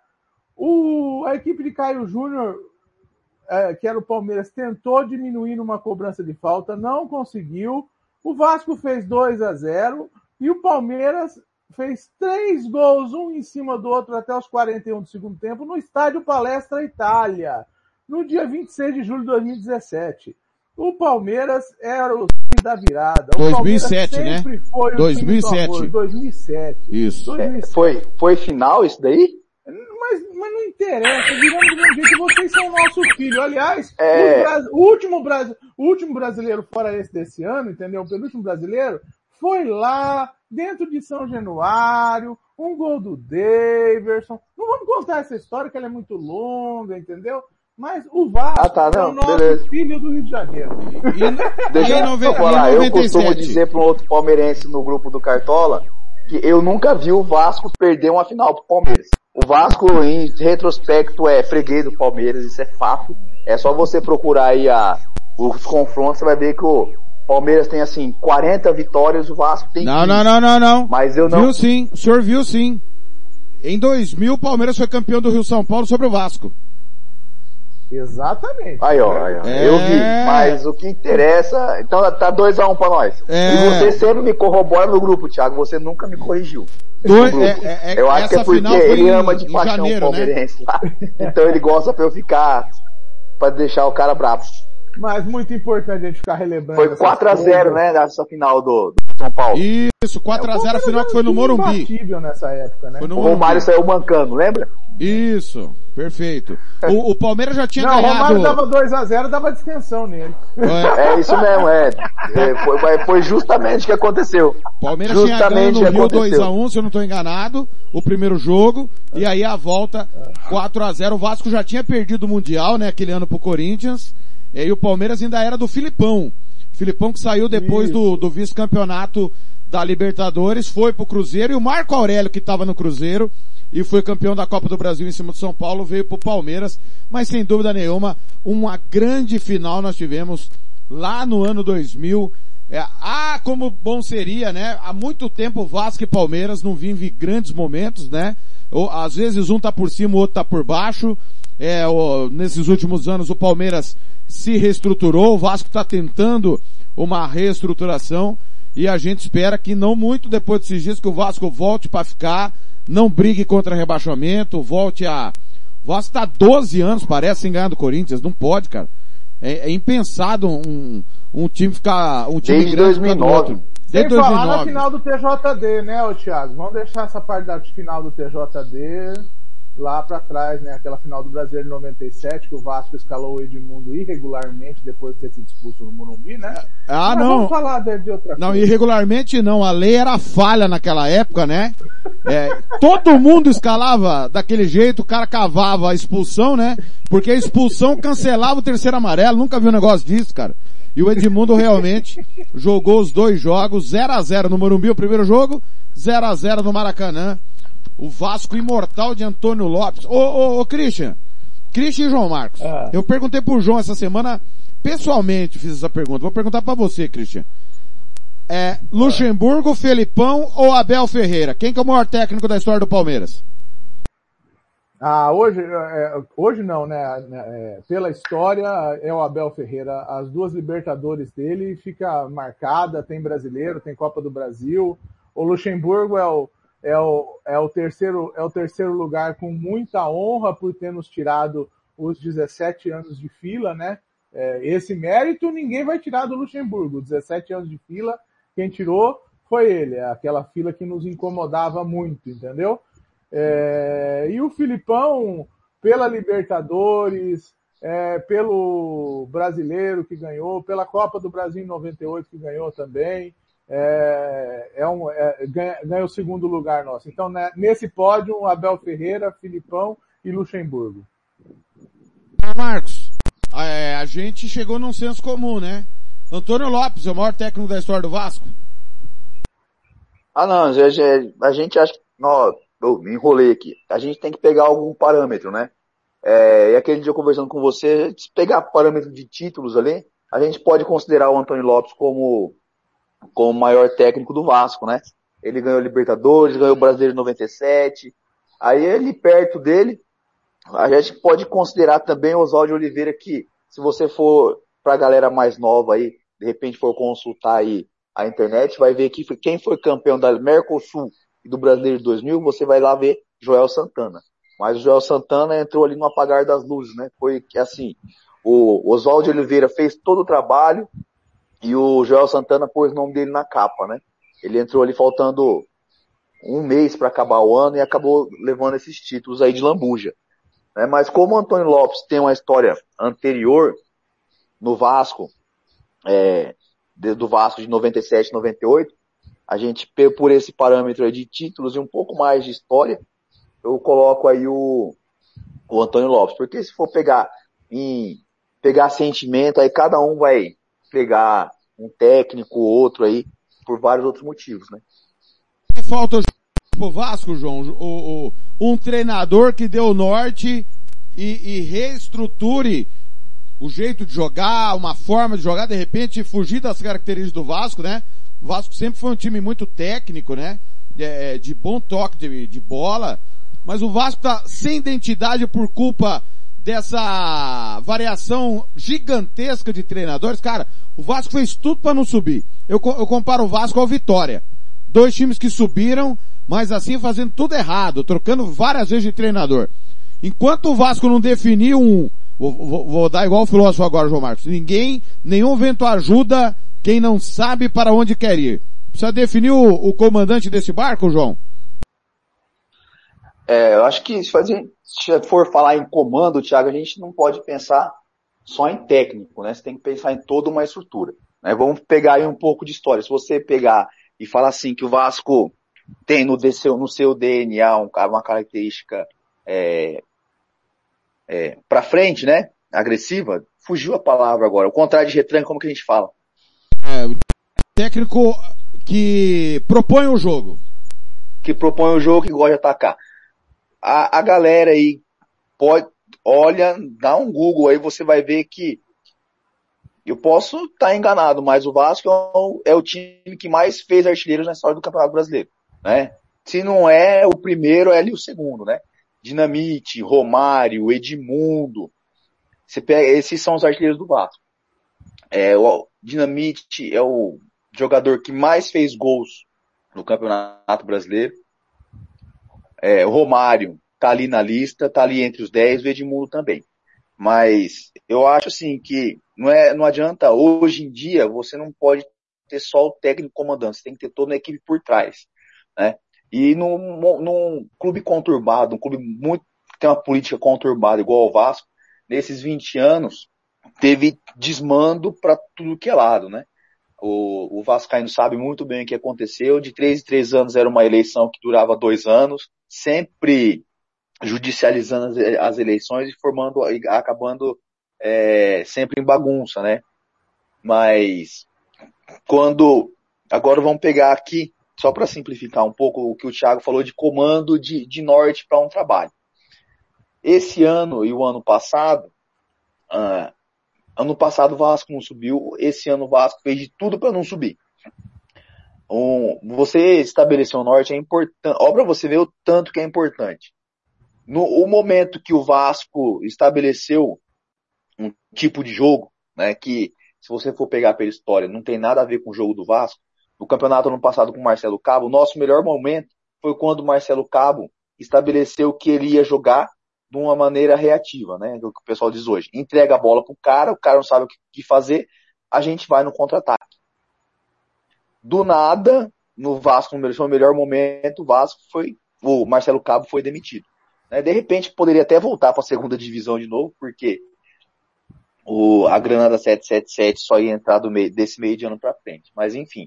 a equipe de Caio Júnior, que era o Palmeiras, tentou diminuir numa cobrança de falta, não conseguiu, o Vasco fez 2-0 e o Palmeiras fez 3 gols, um em cima do outro até os 41 do segundo tempo, no estádio Palestra Itália, no dia 26 de julho de 2017. O Palmeiras era o time da virada. 2007, né? Foi 2007. 2007. Isso. 2007. Foi final isso daí? Mas não interessa, viramos do mesmo jeito, vocês são nosso filho. Aliás, o último brasileiro fora esse desse ano, entendeu? O penúltimo brasileiro, foi lá, dentro de São Januário, um gol do Daverson. Não vamos contar essa história, que ela é muito longa, entendeu? Mas o Vasco é o nosso filho do Rio de Janeiro. Deixa eu falar, eu costumo dizer para um outro palmeirense no grupo do Cartola que eu nunca vi o Vasco perder uma final pro Palmeiras. O Vasco, em retrospecto, é freguês do Palmeiras, isso é fato. É só você procurar aí os confrontos, você vai ver que o Palmeiras tem, assim, 40 vitórias, o Vasco tem 15. Não. Mas eu não... Viu sim, o senhor viu sim. Em 2000, o Palmeiras foi campeão do Rio São Paulo sobre o Vasco. Exatamente. Aí, ó. Eu vi. Mas o que interessa... Então tá 2-1 pra nós. E você sempre me corrobora no grupo, Thiago. Você nunca me corrigiu. Eu acho que é porque ele ama de paixão o palmeirense, né? Lá. Então ele gosta pra eu ficar... Pra deixar o cara bravo. Mas muito importante a gente ficar relembrando. Foi 4-0, né, nessa final do São Paulo. Isso, 4-0 a final que foi no Morumbi. Nessa época, né? O Romário saiu mancando, lembra? Isso, perfeito. O Palmeiras já tinha ganhado... Não, o Romário dava 2-0, dava distensão nele. É isso mesmo, foi justamente o que aconteceu. Palmeiras tinha ganho no Rio 2-1, se eu não estou enganado, o primeiro jogo, e aí a volta 4-0. O Vasco já tinha perdido o Mundial, né, aquele ano pro Corinthians, e aí o Palmeiras ainda era do Filipão. Filipão que saiu depois do vice-campeonato da Libertadores, foi pro Cruzeiro, e o Marco Aurélio, que estava no Cruzeiro, e foi campeão da Copa do Brasil em cima do São Paulo, veio pro Palmeiras, mas sem dúvida nenhuma, uma grande final nós tivemos lá no ano 2000. Como bom seria, né? Há muito tempo Vasco e Palmeiras não vivem grandes momentos, né? Às vezes um tá por cima, o outro tá por baixo. Nesses últimos anos o Palmeiras se reestruturou, o Vasco tá tentando uma reestruturação, e a gente espera que não muito depois desses dias que o Vasco volte para ficar, não brigue contra rebaixamento, O Vasco tá 12 anos, parece, sem ganhar do Corinthians. Não pode, cara. É impensado um time ficar... Desde 2009. Sem falar na final do TJD, né, ô Thiago? Vamos deixar essa parte da final do TJD lá pra trás, né? Aquela final do Brasileiro de 97, que o Vasco escalou o Edmundo irregularmente depois de ter sido expulso no Morumbi, né? Mas não. Vamos falar de outra coisa. Não, irregularmente não. A lei era falha naquela época, né? Todo mundo escalava daquele jeito, o cara cavava a expulsão, né? Porque a expulsão cancelava o terceiro amarelo. Nunca vi um negócio disso, cara. E o Edmundo realmente jogou os 2 jogos, 0-0 no Morumbi, o primeiro jogo, 0-0 no Maracanã. O Vasco imortal de Antônio Lopes. Ô Christian e João Marcos. Eu perguntei pro João essa semana, pessoalmente fiz essa pergunta. Vou perguntar pra você, Christian. Luxemburgo, Felipão ou Abel Ferreira? Quem que é o maior técnico da história do Palmeiras? Hoje não, né? Pela história é o Abel Ferreira. As 2 Libertadores dele fica marcada, tem brasileiro, tem Copa do Brasil. O Luxemburgo é o terceiro lugar com muita honra por ter nos tirado os 17 anos de fila, né? Esse mérito ninguém vai tirar do Luxemburgo. 17 anos de fila, quem tirou foi ele. Aquela fila que nos incomodava muito, entendeu? E o Filipão, pela Libertadores, pelo Brasileiro que ganhou, pela Copa do Brasil em 98 que ganhou também, ganha o segundo lugar nosso. Então, né, nesse pódio, Abel Ferreira, Filipão e Luxemburgo. Marcos, a gente chegou num senso comum, né? Antônio Lopes é o maior técnico da história do Vasco? Não, a gente acha que... Eu me enrolei aqui. A gente tem que pegar algum parâmetro, né? E aquele dia conversando com você, se pegar parâmetro de títulos ali, a gente pode considerar o Antônio Lopes como o maior técnico do Vasco, né? Ele ganhou o Libertadores, ganhou o Brasileiro de 97. Aí ele, perto dele, a gente pode considerar também o Oswaldo Oliveira, que se você for pra galera mais nova aí, de repente for consultar aí a internet, vai ver que quem foi campeão da Mercosul e do Brasileiro de 2000, você vai lá ver Joel Santana. Mas o Joel Santana entrou ali no apagar das luzes, né? Foi assim, o Oswaldo Oliveira fez todo o trabalho e o Joel Santana pôs o nome dele na capa, né? Ele entrou ali faltando um mês para acabar o ano e acabou levando esses títulos aí de lambuja, né? Mas como o Antônio Lopes tem uma história anterior no Vasco, do Vasco de 97, 98, a gente, por esse parâmetro aí de títulos e um pouco mais de história, eu coloco aí o Antônio Lopes. Porque se for pegar sentimento, aí cada um vai pegar um técnico ou outro aí, por vários outros motivos, né? Falta pro Vasco, João, um treinador que dê o norte e reestruture o jeito de jogar, uma forma de jogar, de repente fugir das características do Vasco, né? O Vasco sempre foi um time muito técnico, né? De bom toque de bola, mas o Vasco tá sem identidade por culpa dessa variação gigantesca de treinadores. Cara, o Vasco fez tudo para não subir. Eu comparo o Vasco ao Vitória. 2 times que subiram, mas assim fazendo tudo errado, trocando várias vezes de treinador. Enquanto o Vasco não definir Vou dar igual o filósofo agora, João Marcos. Nenhum vento ajuda quem não sabe para onde quer ir. Precisa definir o comandante desse barco, João? Eu acho que se for falar em comando, Thiago, a gente não pode pensar só em técnico, né? Você tem que pensar em toda uma estrutura, né? Vamos pegar aí um pouco de história. Se você pegar e falar assim que o Vasco tem no seu DNA uma característica pra frente, né? Agressiva, fugiu a palavra agora. O contrário de retranca, como que a gente fala? Técnico que propõe o jogo. Que propõe o jogo, que gosta de atacar. A galera aí dá um Google aí, você vai ver que eu posso estar enganado, mas o Vasco é o time que mais fez artilheiros na história do Campeonato Brasileiro, né? Se não é o primeiro, é ali o segundo, né? Dinamite, Romário, Edmundo. Esses são os artilheiros do Vasco. O Dinamite é o jogador que mais fez gols no Campeonato Brasileiro. O Romário tá ali na lista, tá ali entre os 10, o Edmundo também. Mas eu acho assim que não adianta, hoje em dia, você não pode ter só o técnico comandante, você tem que ter toda a equipe por trás, né? E num clube conturbado, um clube que tem uma política conturbada igual ao Vasco, nesses 20 anos, teve desmando para tudo que é lado, né? O Vascaíno sabe muito bem o que aconteceu, de 3 em 3 anos era uma eleição que durava 2 anos, sempre judicializando as eleições e acabando sempre em bagunça, né? Mas agora vamos pegar aqui, só para simplificar um pouco o que o Thiago falou de comando de norte para um trabalho. Esse ano e o ano passado o Vasco não subiu, esse ano o Vasco fez de tudo para não subir. Você estabelecer o norte é importante, ó, para você ver o tanto que é importante. O momento que o Vasco estabeleceu um tipo de jogo, né, que se você for pegar pela história, não tem nada a ver com o jogo do Vasco. No campeonato ano passado com o Marcelo Cabo, o nosso melhor momento foi quando o Marcelo Cabo estabeleceu que ele ia jogar de uma maneira reativa, né, que o pessoal diz hoje. Entrega a bola pro cara, o cara não sabe o que fazer, a gente vai no contra-ataque. Do nada, no Vasco, no seu melhor momento, o Marcelo Cabo foi demitido. De repente, poderia até voltar para a segunda divisão de novo, porque a grana da 777 só ia entrar desse meio de ano para frente. Mas, enfim,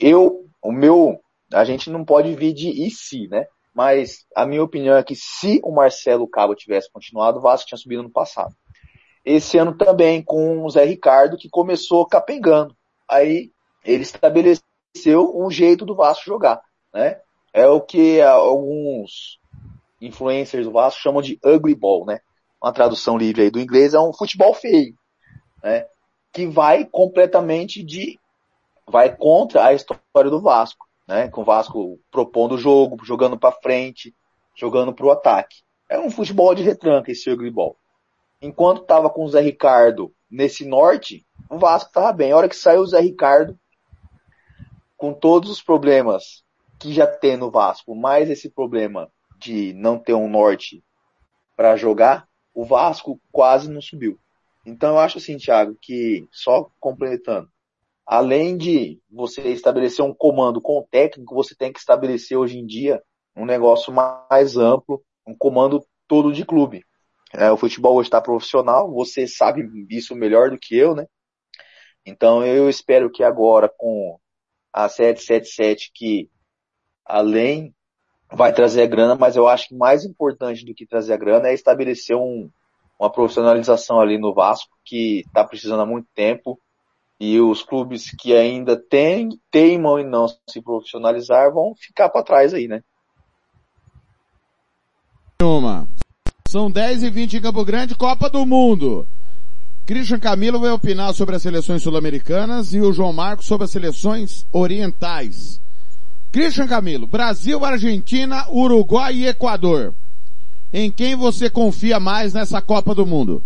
a gente não pode vir de e se, né? Mas a minha opinião é que se o Marcelo Cabo tivesse continuado, o Vasco tinha subido no passado. Esse ano também com o Zé Ricardo, que começou capengando. Aí ele estabeleceu um jeito do Vasco jogar, né? É o que alguns influencers do Vasco chamam de ugly ball, né? Uma tradução livre aí do inglês, é um futebol feio, né? Que vai contra a história do Vasco, né? Com o Vasco propondo o jogo, jogando para frente, jogando pro ataque. É um futebol de retranca esse ugly ball. Enquanto tava com o Zé Ricardo nesse norte, o Vasco tava bem. A hora que saiu o Zé Ricardo, com todos os problemas que já tem no Vasco, mais esse problema de não ter um norte para jogar, o Vasco quase não subiu. Então eu acho assim, Thiago, que só completando, além de você estabelecer um comando com o técnico, você tem que estabelecer hoje em dia um negócio mais amplo, um comando todo de clube. O futebol hoje está profissional, você sabe isso melhor do que eu, né? Então eu espero que agora com a 777, que além vai trazer a grana, mas eu acho que mais importante do que trazer a grana é estabelecer uma profissionalização ali no Vasco, que está precisando há muito tempo, e os clubes que ainda teimam em não se profissionalizar vão ficar para trás aí, né? São 10h20 em Campo Grande, Copa do Mundo. Christian Camilo vai opinar sobre as seleções sul-americanas e o João Marcos sobre as seleções orientais. Christian Camilo, Brasil, Argentina, Uruguai e Equador. Em quem você confia mais nessa Copa do Mundo?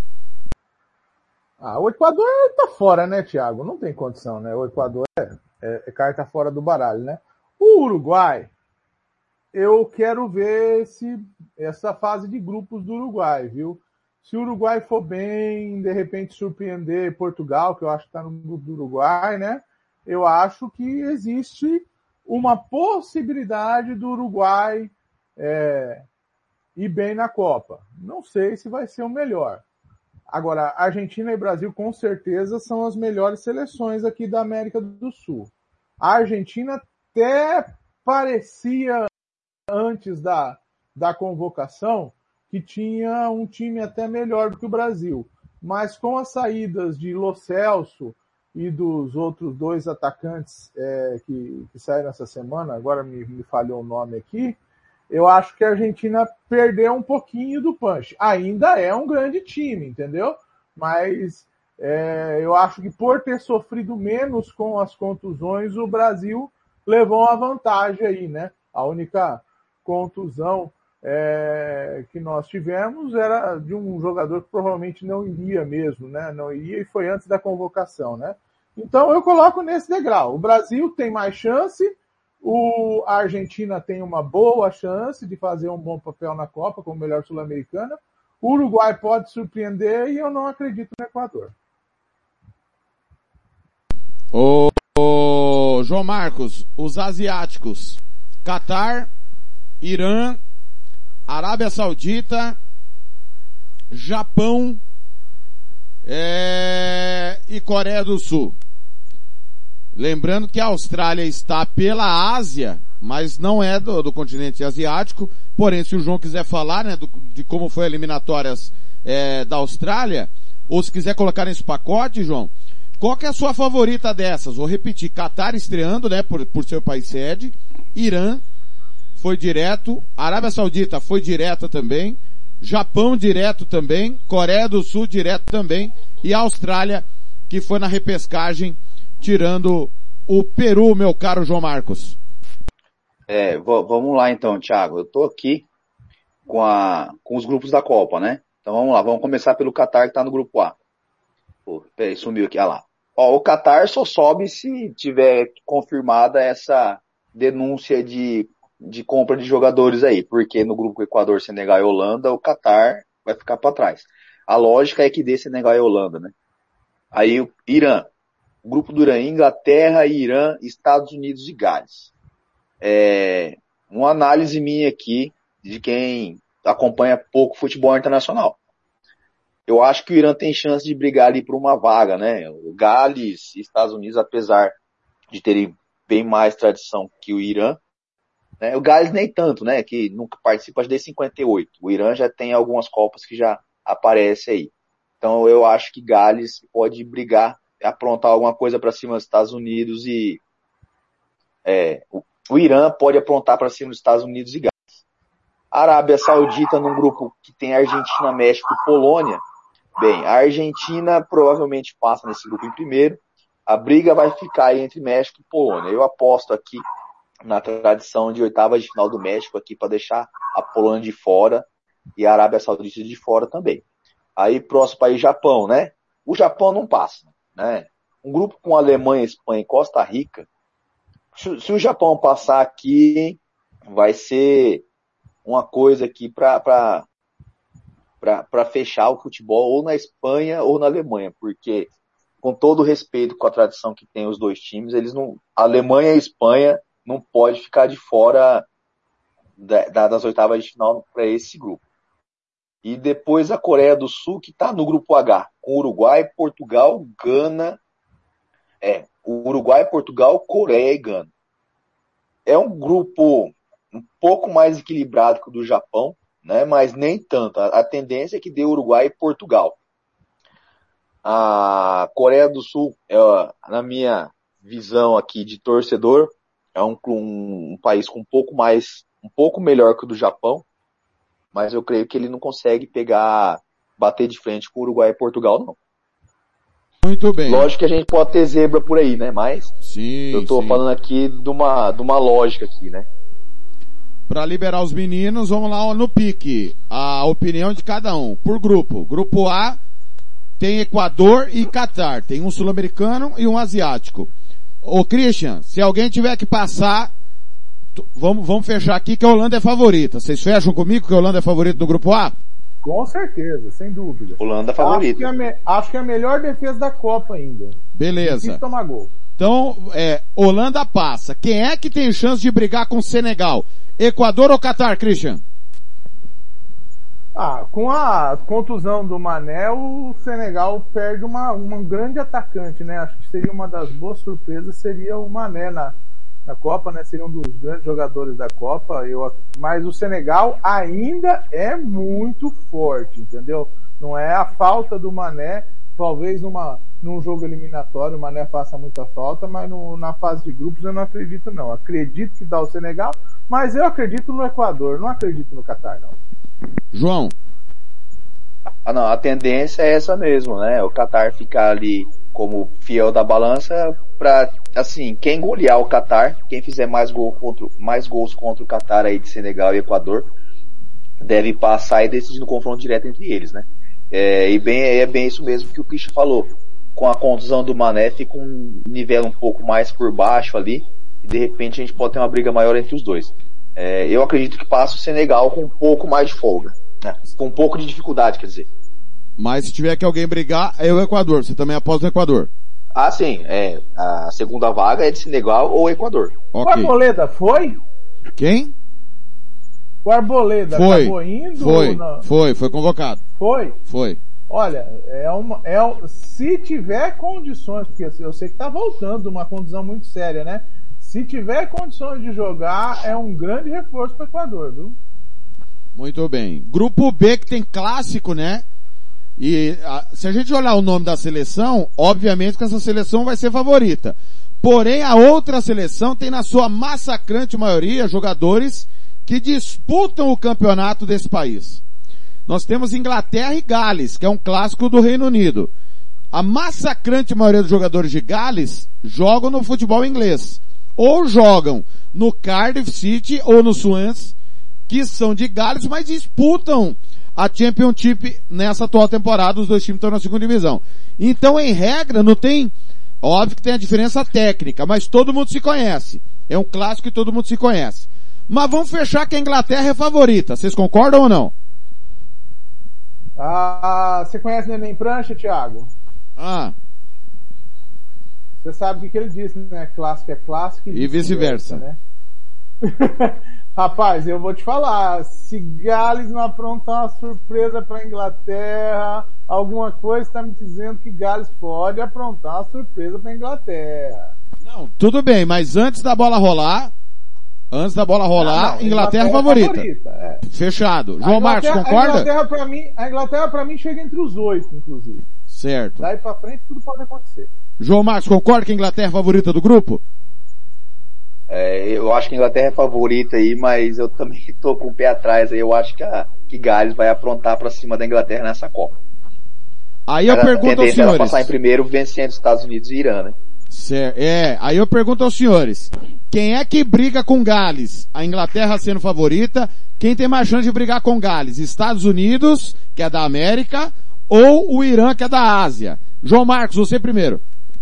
O Equador tá fora, né, Thiago? Não tem condição, né? O Equador é carta fora do baralho, né? O Uruguai, eu quero ver essa fase de grupos do Uruguai, viu? Se o Uruguai for bem, de repente surpreender Portugal, que eu acho que está no grupo do Uruguai, né? Eu acho que existe uma possibilidade do Uruguai ir bem na Copa. Não sei se vai ser o melhor. Agora, Argentina e Brasil com certeza são as melhores seleções aqui da América do Sul. A Argentina até parecia, antes da convocação, que tinha um time até melhor do que o Brasil. Mas com as saídas de Lo Celso e dos outros 2 atacantes que saíram essa semana, agora me falhou o nome aqui, eu acho que a Argentina perdeu um pouquinho do punch. Ainda é um grande time, entendeu? Mas eu acho que por ter sofrido menos com as contusões, o Brasil levou uma vantagem aí, né? A única contusão que nós tivemos era de um jogador que provavelmente não iria mesmo, né? Não iria, e foi antes da convocação, né? Então eu coloco nesse degrau. O Brasil tem mais chance, a Argentina tem uma boa chance de fazer um bom papel na Copa como melhor sul-americana. O Uruguai pode surpreender e eu não acredito no Equador. Ô João Marcos, os asiáticos, Catar, Irã, Arábia Saudita, Japão e Coreia do Sul. Lembrando que a Austrália está pela Ásia, mas não é do continente asiático. Porém, se o João quiser falar, né, de como foi as eliminatórias da Austrália, ou se quiser colocar nesse pacote, João, qual que é a sua favorita dessas? Vou repetir, Catar estreando, né, por ser o país sede, Irã foi direto, Arábia Saudita foi direta também, Japão direto também, Coreia do Sul direto também, e a Austrália, que foi na repescagem, tirando o Peru, meu caro João Marcos. Vamos lá então, Thiago. Eu tô aqui com os grupos da Copa, né? Então vamos lá, vamos começar pelo Catar, que tá no grupo A. Peraí, sumiu aqui, olha lá. O Catar só sobe se tiver confirmada essa denúncia de compra de jogadores aí, porque no grupo Equador, Senegal e Holanda, o Catar vai ficar para trás. A lógica é que dê Senegal e Holanda, né? Aí o Irã, o grupo do Irã, Inglaterra, Irã, Estados Unidos e Gales. Uma análise minha aqui, de quem acompanha pouco futebol internacional. Eu acho que o Irã tem chance de brigar ali por uma vaga, né? O Gales e Estados Unidos, apesar de terem bem mais tradição que o Irã, né? O Gales nem tanto, né? Que nunca participa desde 58. O Irã já tem algumas Copas que já aparece aí. Então eu acho que Gales pode brigar, aprontar alguma coisa para cima dos Estados Unidos e o Irã pode aprontar para cima dos Estados Unidos e Gales. A Arábia Saudita num grupo que tem Argentina, México e Polônia. Bem, a Argentina provavelmente passa nesse grupo em primeiro. A briga vai ficar aí entre México e Polônia. Eu aposto aqui na tradição de oitavas de final do México aqui para deixar a Polônia de fora e a Arábia Saudita de fora também. Aí próximo país, Japão, né? O Japão não passa, né? Um grupo com Alemanha, Espanha e Costa Rica. Se o Japão passar aqui, vai ser uma coisa aqui para fechar o futebol ou na Espanha ou na Alemanha, porque com todo o respeito com a tradição que tem os dois times, a Alemanha e a Espanha não pode ficar de fora das oitavas de final para esse grupo. E depois a Coreia do Sul, que está no grupo H, com Uruguai, Portugal, Gana. O Uruguai, Portugal, Coreia e Gana. É um grupo um pouco mais equilibrado que o do Japão, né? Mas nem tanto. A tendência é que dê Uruguai e Portugal. A Coreia do Sul, na minha visão aqui de torcedor, é um país com um pouco melhor que o do Japão, mas eu creio que ele não consegue bater de frente com o Uruguai e Portugal, não. Muito bem. Lógico que a gente pode ter zebra por aí, né? Mas sim, eu tô falando aqui de uma lógica aqui, né? Para liberar os meninos, vamos lá no pique. A opinião de cada um, por grupo. Grupo A tem Equador e Catar. Tem um sul-americano e um asiático. Ô Christian, se alguém tiver que passar, vamos fechar aqui que a Holanda é favorita. Vocês fecham comigo que a Holanda é favorita do grupo A? Com certeza, sem dúvida. Holanda favorito. Acho que é a melhor defesa da Copa ainda. Beleza. Difícil tomar gol. Então, Holanda passa. Quem é que tem chance de brigar com o Senegal? Equador ou Catar, Christian? Com a contusão do Mané, o Senegal perde um grande atacante, né? Acho que seria uma das boas surpresas, seria o Mané na Copa, né? Seria um dos grandes jogadores da Copa. Mas o Senegal ainda é muito forte, entendeu? Não é a falta do Mané, talvez num jogo eliminatório o Mané faça muita falta, mas na fase de grupos eu não acredito não. Acredito que dá o Senegal, mas eu acredito no Equador, não acredito no Catar não. João? Não, a tendência é essa mesmo, né? O Catar ficar ali como fiel da balança pra, assim, quem golear o Catar, quem fizer mais gols contra o Catar aí de Senegal e Equador, deve passar e decidir no confronto direto entre eles, né? É bem isso mesmo que o Christian falou. Com a contusão do Mané fica um nível um pouco mais por baixo ali, e de repente a gente pode ter uma briga maior entre os dois. Eu acredito que passa o Senegal com um pouco mais de folga, né? Com um pouco de dificuldade, quer dizer. Mas se tiver que alguém brigar, é o Equador. Você também aposta no Equador? Sim. A segunda vaga é de Senegal ou Equador. Okay. O Arboleda foi? Quem? O Arboleda acabou indo? Foi convocado. Foi. Olha, se tiver condições, porque eu sei que tá voltando uma condição muito séria, né? Se tiver condições de jogar, é um grande reforço para o Equador, viu? Muito bem. Grupo B que tem clássico, né? E se a gente olhar o nome da seleção, obviamente que essa seleção vai ser favorita. Porém, a outra seleção tem na sua massacrante maioria jogadores que disputam o campeonato desse país. Nós temos Inglaterra e Gales, que é um clássico do Reino Unido. A massacrante maioria dos jogadores de Gales jogam no futebol inglês. Ou jogam no Cardiff City ou no Swans, que são de Gales, mas disputam a Championship nessa atual temporada. Os dois times estão na segunda divisão. Então, em regra, não tem... Óbvio que tem a diferença técnica, mas todo mundo se conhece. É um clássico e todo mundo se conhece. Mas vamos fechar que a Inglaterra é favorita. Vocês concordam ou não? Você conhece Neném Prancha, Thiago? Você sabe o que ele disse, né? Clássico é clássico e vice-versa, né? Rapaz, eu vou te falar, se Gales não aprontar uma surpresa para a Inglaterra, alguma coisa está me dizendo que Gales pode aprontar uma surpresa para a Inglaterra. Não, tudo bem, mas antes da bola rolar, Inglaterra é favorita. Fechado. João Marcos, concorda? A Inglaterra para mim chega entre os 8, inclusive. Certo. Daí para frente tudo pode acontecer. João Marcos, concorda que a Inglaterra é favorita do grupo? Eu acho que a Inglaterra é favorita aí, mas eu também tô com o pé atrás aí. Eu acho que Gales vai aprontar pra cima da Inglaterra nessa Copa. Aí eu pergunto aos senhores. Ela passar em primeiro vencendo os Estados Unidos e Irã, né? Certo. Aí eu pergunto aos senhores. Quem é que briga com Gales? A Inglaterra sendo favorita. Quem tem mais chance de brigar com Gales? Estados Unidos, que é da América, ou o Irã, que é da Ásia? João Marcos, você primeiro.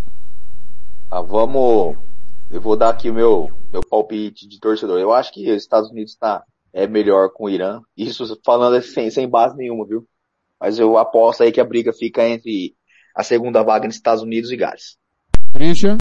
Eu vou dar aqui o meu palpite de torcedor. Eu acho que os Estados Unidos é melhor com o Irã. Isso falando sem base nenhuma, viu? Mas eu aposto aí que a briga fica entre a segunda vaga nos Estados Unidos e Gales. Christian?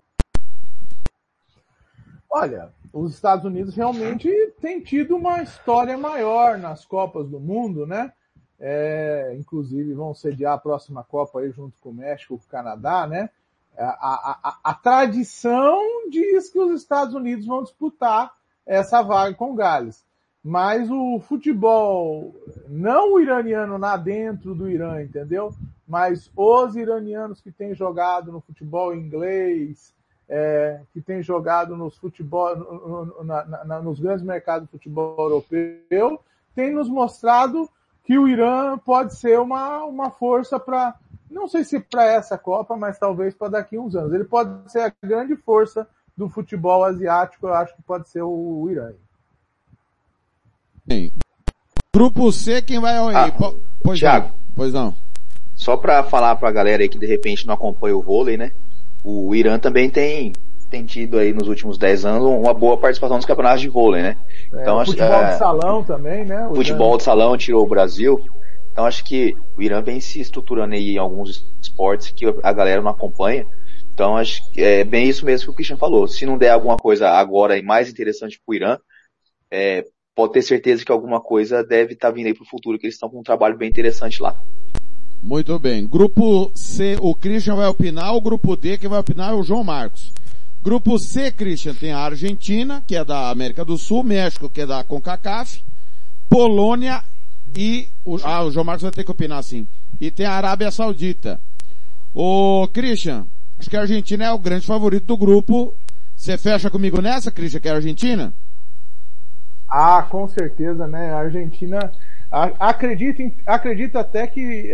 Olha, os Estados Unidos realmente têm tido uma história maior nas Copas do Mundo, né? Inclusive vão sediar a próxima Copa aí junto com o México, com o Canadá, né? A tradição diz que os Estados Unidos vão disputar essa vaga com Gales. Mas o futebol, não o iraniano lá dentro do Irã, entendeu? Mas os iranianos que têm jogado no futebol inglês, que têm jogado nos grandes mercados de futebol europeu, têm nos mostrado que o Irã pode ser uma força para, não sei se para essa Copa, mas talvez para daqui a uns anos. Ele pode ser a grande força do futebol asiático, eu acho que pode ser o Irã. Bem, Grupo C, quem vai ao Pois Thiago, não. Pois não. Só para falar para a galera aí que de repente não acompanha o vôlei, né? O Irã também tem tido aí nos últimos 10 anos uma boa participação nos campeonatos de vôlei, né? Então, futebol de salão também, né? Futebol de salão tirou o Brasil. Então acho que o Irã vem se estruturando aí em alguns esportes que a galera não acompanha. Então acho que é bem isso mesmo que o Christian falou. Se não der alguma coisa agora mais interessante pro Irã, pode ter certeza que alguma coisa deve estar vindo aí pro futuro, que eles estão com um trabalho bem interessante lá. Muito bem. Grupo C, o Christian vai opinar, o grupo D que vai opinar é o João Marcos. Grupo C, Christian, tem a Argentina, que é da América do Sul, México, que é da CONCACAF, Polônia e o João Marcos vai ter que opinar sim. E tem a Arábia Saudita. Ô, Christian, acho que a Argentina é o grande favorito do grupo. Você fecha comigo nessa, Christian, que é a Argentina? Ah, com certeza, né? A Argentina, acredito até que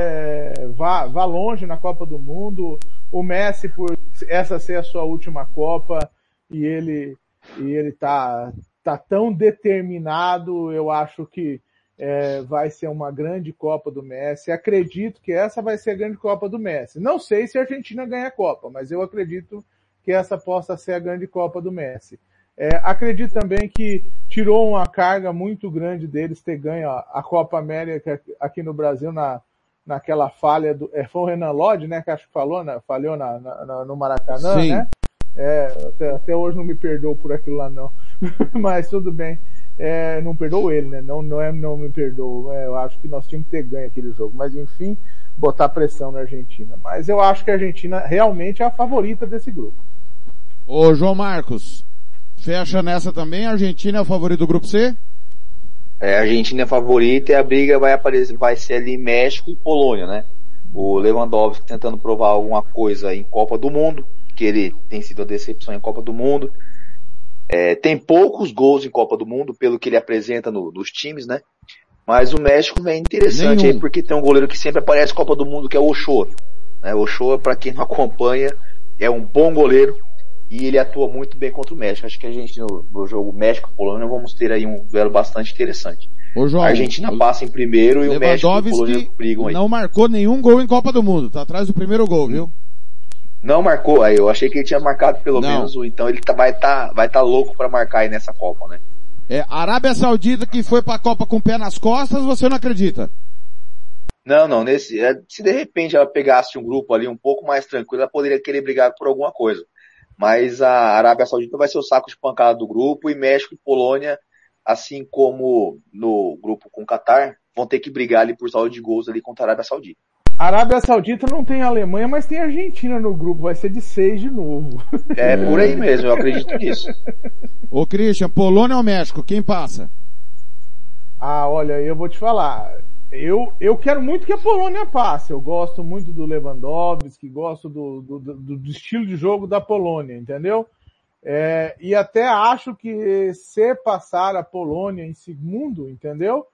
vá longe na Copa do Mundo. O Messi, por essa ser a sua última Copa, e ele tá tão determinado, eu acho que vai ser uma grande Copa do Messi. Acredito que essa vai ser a grande Copa do Messi. Não sei se a Argentina ganha a Copa, mas eu acredito que essa possa ser a grande Copa do Messi. Acredito também que tirou uma carga muito grande deles ter ganho a Copa América aqui no Brasil naquela falha foi o Renan Lodge, né, que acho que falhou no Maracanã, sim, né? Até hoje não me perdoou por aquilo lá não. Mas tudo bem. Não perdoou ele, né? Não me perdoou. Eu acho que nós tínhamos que ter ganho aquele jogo. Mas enfim, botar pressão na Argentina. Mas eu acho que a Argentina realmente é a favorita desse grupo. Ô João Marcos, fecha nessa também, a Argentina é o favorito do grupo C? A Argentina é a favorita e a briga vai ser ali México e Polônia, né? O Lewandowski tentando provar alguma coisa em Copa do Mundo, que ele tem sido a decepção em Copa do Mundo. Tem poucos gols em Copa do Mundo, pelo que ele apresenta nos times, né? Mas o México vem interessante aí, porque tem um goleiro que sempre aparece em Copa do Mundo, que é o Ochoa. O Ochoa, pra quem não acompanha, é um bom goleiro. E ele atua muito bem contra o México. Acho que a gente, no jogo México-Polônia, vamos ter aí um duelo bastante interessante. Ô, João, a Argentina passa em primeiro e o México e o Polônia brigam aí. Não marcou nenhum gol em Copa do Mundo. Tá atrás do primeiro gol, viu? Não marcou. Aí eu achei que ele tinha marcado pelo menos. Então ele vai tá louco pra marcar aí nessa Copa, né? Arábia Saudita que foi pra Copa com o pé nas costas, você não acredita? Não. Se de repente ela pegasse um grupo ali um pouco mais tranquilo, ela poderia querer brigar por alguma coisa. Mas a Arábia Saudita vai ser o saco de pancada do grupo e México e Polônia, assim como no grupo com o Catar, vão ter que brigar ali por saldo de gols ali contra a Arábia Saudita. A Arábia Saudita não tem a Alemanha, mas tem a Argentina no grupo, vai ser de 6 de novo. Por aí mesmo, eu acredito nisso. Ô Christian, Polônia ou México, quem passa? Olha, eu vou te falar. Eu quero muito que a Polônia passe. Eu gosto muito do Lewandowski, gosto do estilo de jogo da Polônia, entendeu? E até acho que se passar a Polônia em segundo, entendeu?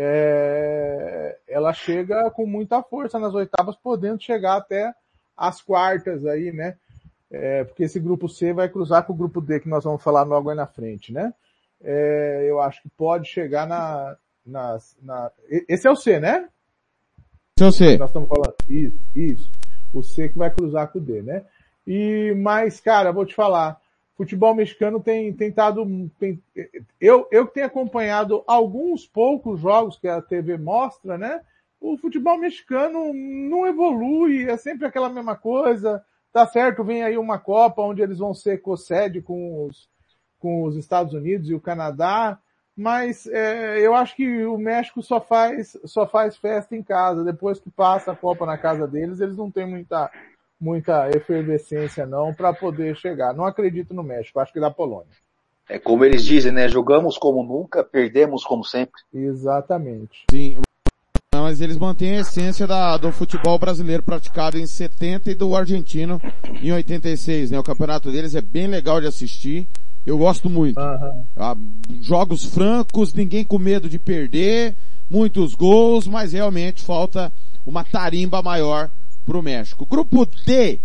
Ela chega com muita força nas oitavas, podendo chegar até as quartas aí, né? Porque esse grupo C vai cruzar com o grupo D, que nós vamos falar logo aí na frente, né? Eu acho que pode chegar esse é o C, né? Esse é o C. Nós estamos falando. Isso. O C que vai cruzar com o D, né? Mas, cara, vou te falar. Futebol mexicano tem tentado... Eu que tenho acompanhado alguns poucos jogos que a TV mostra, né? O futebol mexicano não evolui, é sempre aquela mesma coisa. Tá certo, vem aí uma Copa onde eles vão ser co-sede com os Estados Unidos e o Canadá. Mas eu acho que o México só faz festa em casa. Depois que passa a Copa na casa deles, eles não têm muita efervescência não para poder chegar. Não acredito no México, acho que da Polônia. Como eles dizem, né? Jogamos como nunca, perdemos como sempre. Exatamente. Sim, mas eles mantêm a essência do futebol brasileiro praticado em 70 e do argentino em 86, né? O campeonato deles é bem legal de assistir. Eu gosto muito. Jogos francos, ninguém com medo de perder, muitos gols, mas realmente falta uma tarimba maior pro México. Grupo D,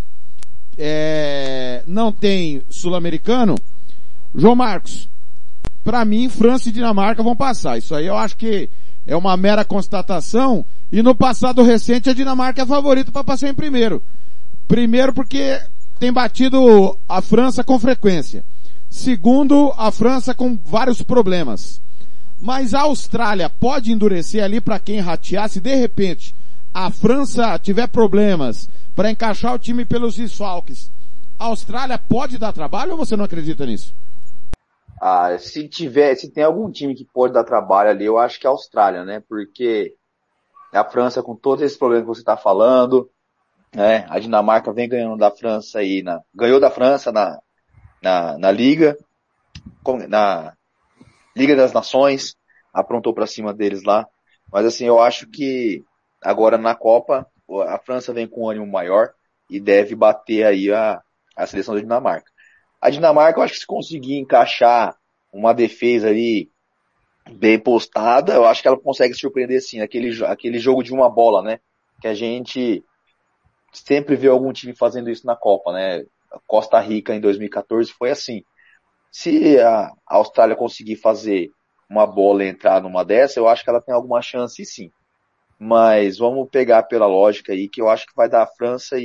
não tem sul-americano. João Marcos, pra mim, França e Dinamarca vão passar. Isso aí eu acho que é uma mera constatação. E no passado recente a Dinamarca é a favorita para passar em primeiro. Primeiro porque tem batido a França com frequência. Segundo, a França com vários problemas. Mas a Austrália pode endurecer ali para quem ratear, se de repente a França tiver problemas para encaixar o time pelos desfalques. A Austrália pode dar trabalho ou você não acredita nisso? Se tem algum time que pode dar trabalho ali, eu acho que é a Austrália, né? Porque a França, com todos esses problemas que você está falando, né? A Dinamarca vem ganhando da França aí, ganhou da França na Liga, na Liga das Nações, aprontou pra cima deles lá. Mas assim, eu acho que agora na Copa, a França vem com um ânimo maior e deve bater aí a seleção da Dinamarca. A Dinamarca, eu acho que se conseguir encaixar uma defesa ali bem postada, eu acho que ela consegue surpreender sim, aquele jogo de uma bola, né? Que a gente sempre vê algum time fazendo isso na Copa, né? Costa Rica em 2014 foi assim. Se a Austrália conseguir fazer uma bola entrar numa dessa, eu acho que ela tem alguma chance sim. Mas vamos pegar pela lógica aí, que eu acho que vai dar França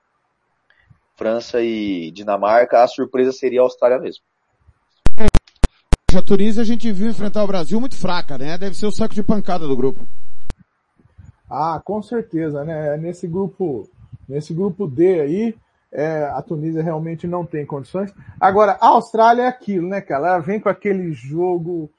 e Dinamarca, a surpresa seria a Austrália mesmo. A Tunísia a gente viu enfrentar o Brasil muito fraca, né? Deve ser o saco de pancada do grupo. Com certeza, né? Nesse grupo D aí, a Tunísia realmente não tem condições. Agora, a Austrália é aquilo, né, cara? Ela vem com aquele jogo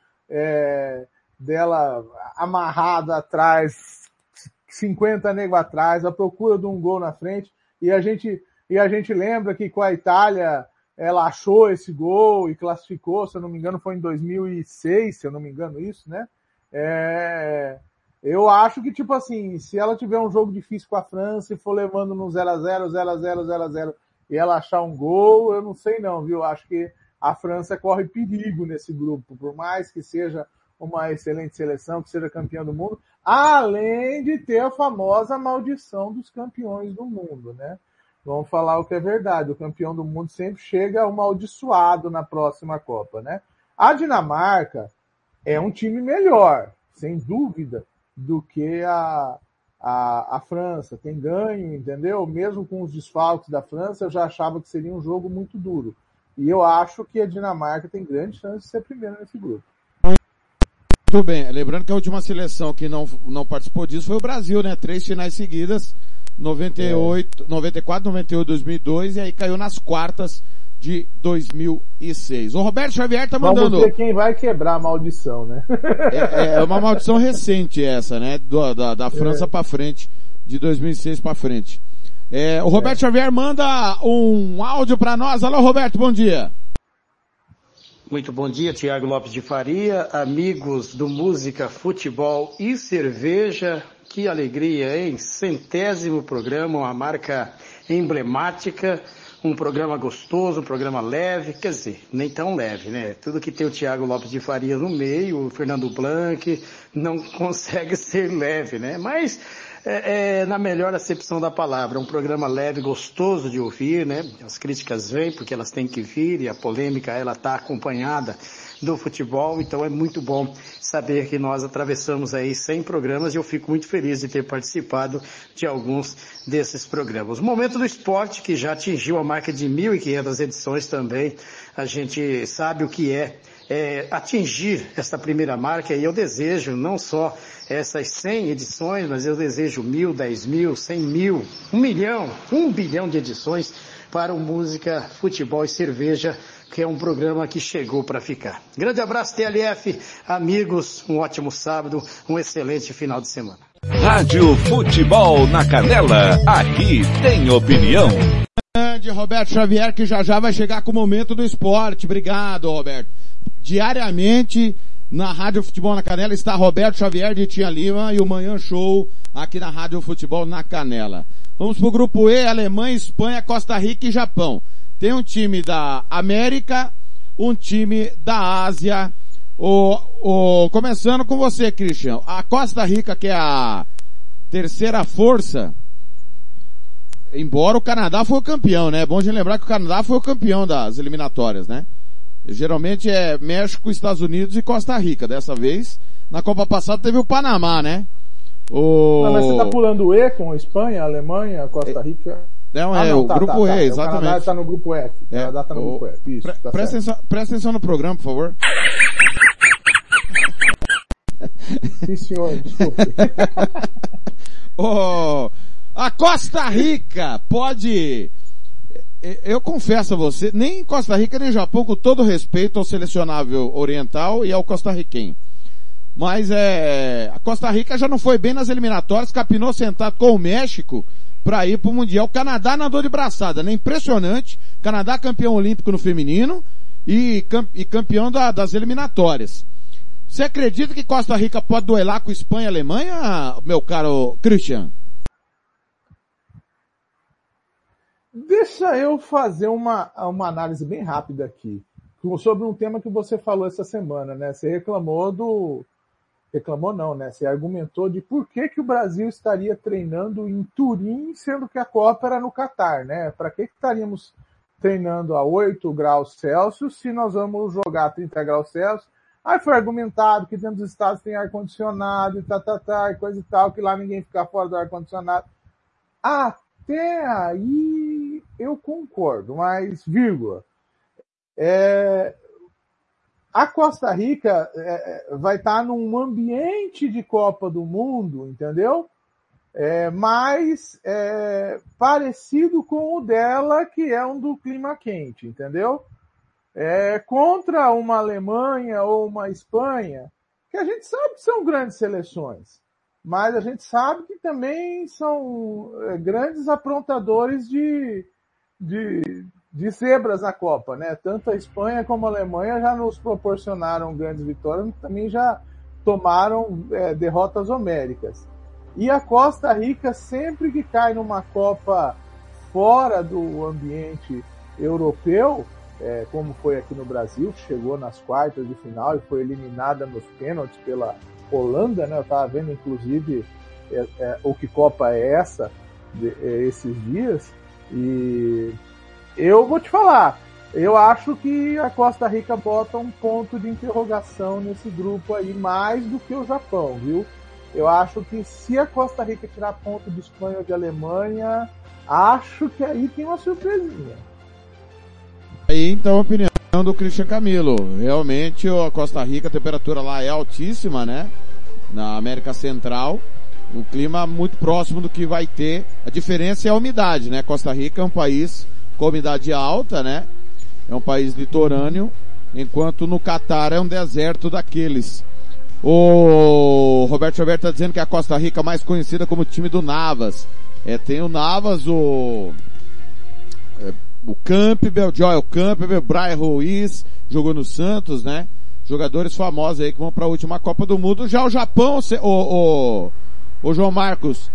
dela amarrado atrás, 50 nego atrás, à procura de um gol na frente, e a gente lembra que com a Itália ela achou esse gol e classificou, se eu não me engano foi em 2006, se eu não me engano isso, né? Eu acho que, tipo assim, se ela tiver um jogo difícil com a França e for levando no 0x0, 0x0, 0x0 e ela achar um gol, eu não sei não, viu? Acho que a França corre perigo nesse grupo, por mais que seja uma excelente seleção, que seja campeã do mundo, além de ter a famosa maldição dos campeões do mundo, né? Vamos falar o que é verdade, o campeão do mundo sempre chega amaldiçoado na próxima Copa, né? A Dinamarca é um time melhor, sem dúvida, do que a França. Tem ganho, entendeu? Mesmo com os desfalques da França, eu já achava que seria um jogo muito duro. E eu acho que a Dinamarca tem grande chance de ser primeira nesse grupo. Muito bem. Lembrando que a última seleção que não participou disso foi o Brasil, né? 3 finais seguidas, 98, 94, 98, 2002, e aí caiu nas quartas de 2006. O Roberto Xavier tá mandando... Vamos ver quem vai quebrar a maldição, né? É uma maldição recente essa, né? Da França pra frente, de 2006 pra frente. O Roberto Xavier manda um áudio pra nós. Alô, Roberto, bom dia. Muito bom dia, Tiago Lopes de Faria, amigos do Música, Futebol e Cerveja. Que alegria, hein? 100º programa, uma marca emblemática, um programa gostoso, um programa leve, quer dizer, nem tão leve, né? Tudo que tem o Tiago Lopes de Faria no meio, o Fernando Blanc, não consegue ser leve, né? Mas, na melhor acepção da palavra, um programa leve, gostoso de ouvir, né? As críticas vêm porque elas têm que vir e a polêmica, ela está acompanhada do futebol, então é muito bom saber que nós atravessamos aí 100 programas e eu fico muito feliz de ter participado de alguns desses programas. O Momento do Esporte, que já atingiu a marca de 1.500 edições também, a gente sabe o que é atingir essa primeira marca e eu desejo não só essas 100 edições, mas eu desejo 1.000, 10.000, 100.000, 1 milhão, 1 bilhão de edições para o Música, Futebol e Cerveja, que é um programa que chegou para ficar. Grande abraço, TLF, amigos, um ótimo sábado, um excelente final de semana. Rádio Futebol na Canela, aqui tem opinião. De Roberto Xavier, que já vai chegar com o Momento do Esporte. Obrigado, Roberto. Diariamente, na Rádio Futebol na Canela, está Roberto Xavier de Tia Lima e o Manhã Show aqui na Rádio Futebol na Canela. Vamos pro grupo E, Alemanha, Espanha, Costa Rica e Japão. Tem um time da América, um time da Ásia. Começando com você, Christian. A Costa Rica, que é a terceira força, embora o Canadá foi o campeão, né? É bom de lembrar que o Canadá foi o campeão das eliminatórias, né? Geralmente é México, Estados Unidos e Costa Rica. Dessa vez, na Copa passada teve o Panamá, né? Não, mas você tá pulando o E com a Espanha, a Alemanha, a Costa Rica? Não, o grupo E, exatamente. O Canadá tá no grupo F. O Canadá tá no grupo F. Isso, presta atenção no programa, por favor. Sim, senhor, desculpe. A Costa Rica pode... Eu confesso a você, nem Costa Rica nem Japão, com todo respeito ao selecionável oriental e ao costarriquenho. Mas a Costa Rica já não foi bem nas eliminatórias, capinou sentado com o México para ir pro Mundial. O Canadá nadou de braçada, né? Impressionante. Canadá campeão olímpico no feminino e campeão das eliminatórias. Você acredita que Costa Rica pode duelar com Espanha e Alemanha, meu caro Christian? Deixa eu fazer uma análise bem rápida aqui, sobre um tema que você falou essa semana, né? Você reclamou não, né? Você argumentou de por que o Brasil estaria treinando em Turim, sendo que a Copa era no Catar, né? Para que estaríamos treinando a 8 graus Celsius se nós vamos jogar a 30 graus Celsius? Aí foi argumentado que dentro dos estados tem ar-condicionado e coisa e tal, que lá ninguém fica fora do ar-condicionado. Até aí eu concordo, mas, vírgula, a Costa Rica vai estar num ambiente de Copa do Mundo, entendeu? Mais parecido com o dela, que é um do clima quente, entendeu? Contra uma Alemanha ou uma Espanha, que a gente sabe que são grandes seleções, mas a gente sabe que também são grandes aprontadores de zebras na Copa, né? Tanto a Espanha como a Alemanha já nos proporcionaram grandes vitórias, mas também já tomaram derrotas homéricas. E a Costa Rica, sempre que cai numa Copa fora do ambiente europeu, como foi aqui no Brasil, que chegou nas quartas de final e foi eliminada nos pênaltis pela Holanda, né? Eu estava vendo, inclusive, o que Copa é essa, esses dias, e eu vou te falar, eu acho que a Costa Rica bota um ponto de interrogação nesse grupo aí, mais do que o Japão, viu? Eu acho que se a Costa Rica tirar ponto de Espanha ou de Alemanha, acho que aí tem uma surpresinha. Aí então a opinião do Christian Camilo. Realmente a Costa Rica, a temperatura lá é altíssima, né? Na América Central. Um clima muito próximo do que vai ter. A diferença é a umidade, né? Costa Rica é um país com umidade alta, né? É um país litorâneo, enquanto no Catar é um deserto daqueles. O Roberto Xavier está dizendo que a Costa Rica é mais conhecida como o time do Navas. Tem o Navas, o Campbell, Joel Campbell, Brian Ruiz, jogou no Santos, né? Jogadores famosos aí que vão para a última Copa do Mundo. Já o Japão, o João Marcos,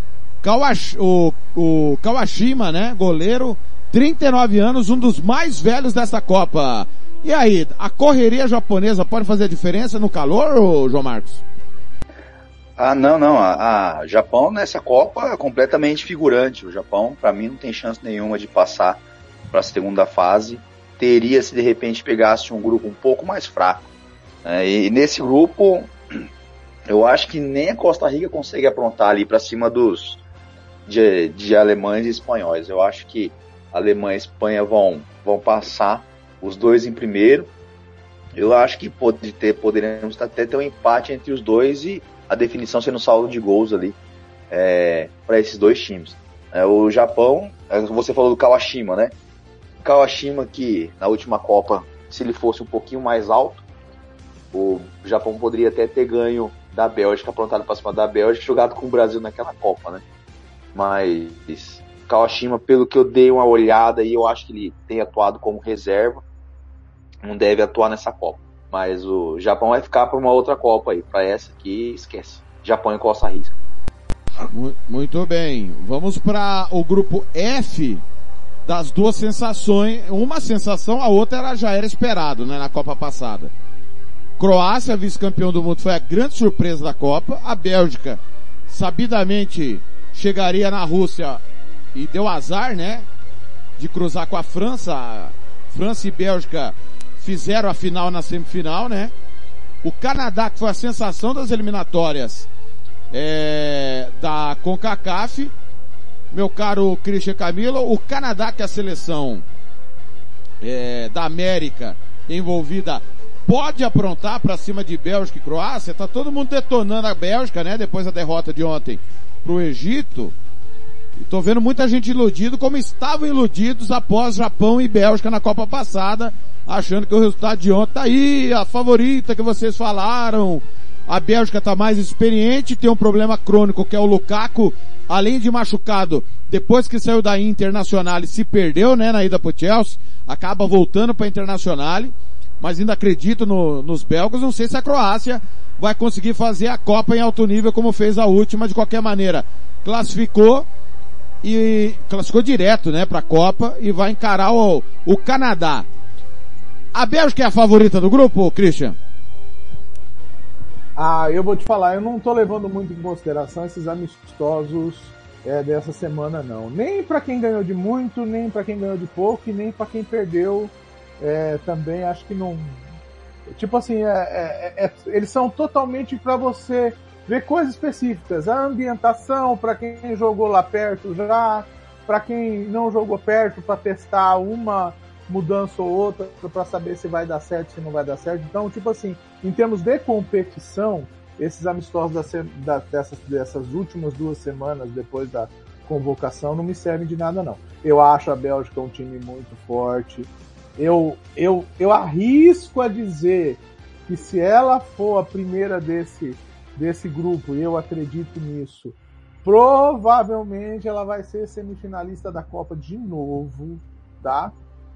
o Kawashima, né? Goleiro, 39 anos, um dos mais velhos dessa Copa. E aí, a correria japonesa pode fazer diferença no calor, João Marcos? Não. A Japão nessa Copa é completamente figurante. O Japão, para mim, não tem chance nenhuma de passar para a segunda fase. Teria se de repente pegasse um grupo um pouco mais fraco. E nesse grupo, eu acho que nem a Costa Rica consegue aprontar ali para cima de alemães e espanhóis. Eu acho que a Alemanha e a Espanha vão passar os dois em primeiro. Eu acho que poderemos até ter um empate entre os dois e a definição sendo saldo de gols ali para esses dois times. O Japão, você falou do Kawashima, né? Kawashima, que na última Copa, se ele fosse um pouquinho mais alto, o Japão poderia até ter ganho da Bélgica, aprontado para cima da Bélgica, jogado com o Brasil naquela Copa, né? Mas Kawashima, pelo que eu dei uma olhada, e eu acho que ele tem atuado como reserva, não deve atuar nessa Copa. Mas o Japão vai ficar para uma outra Copa aí, para essa aqui, esquece. Japão e Costa Rica. Muito bem, vamos para o grupo F. Das duas sensações, uma sensação, a outra já era esperado, né, na Copa passada. Croácia, vice-campeão do mundo, foi a grande surpresa da Copa. A Bélgica, sabidamente, chegaria na Rússia e deu azar, né, de cruzar com a França. França e Bélgica fizeram a final na semifinal, né. O Canadá, que foi a sensação das eliminatórias da CONCACAF. Meu caro Christian Camilo, o Canadá, que é a seleção da América envolvida pode aprontar pra cima de Bélgica e Croácia. Tá todo mundo detonando a Bélgica, né? Depois da derrota de ontem pro Egito. E tô vendo muita gente iludido, como estavam iludidos após Japão e Bélgica na Copa passada, achando que o resultado de ontem tá aí, a favorita que vocês falaram. A Bélgica tá mais experiente, tem um problema crônico que é o Lukaku, além de machucado, depois que saiu da Internazionale se perdeu, né, na ida pro Chelsea, acaba voltando pra Internazionale, mas ainda acredito nos belgas. Não sei se a Croácia vai conseguir fazer a Copa em alto nível como fez a última. De qualquer maneira, classificou direto, né, pra Copa e vai encarar o Canadá. A Bélgica é a favorita do grupo, Christian? Eu vou te falar, eu não tô levando muito em consideração esses amistosos dessa semana, não. Nem pra quem ganhou de muito, nem pra quem ganhou de pouco, e nem pra quem perdeu também. Acho que não... Tipo assim, eles são totalmente pra você ver coisas específicas. A ambientação, para quem jogou lá perto já, para quem não jogou perto, para testar uma mudança ou outra, para saber se vai dar certo, se não vai dar certo. Então, tipo assim, em termos de competição, esses amistosos dessas últimas 2 semanas depois da convocação não me servem de nada, não. Eu acho a Bélgica um time muito forte. Eu arrisco a dizer que se ela for a primeira desse grupo, e eu acredito nisso, provavelmente ela vai ser semifinalista da Copa de novo, tá?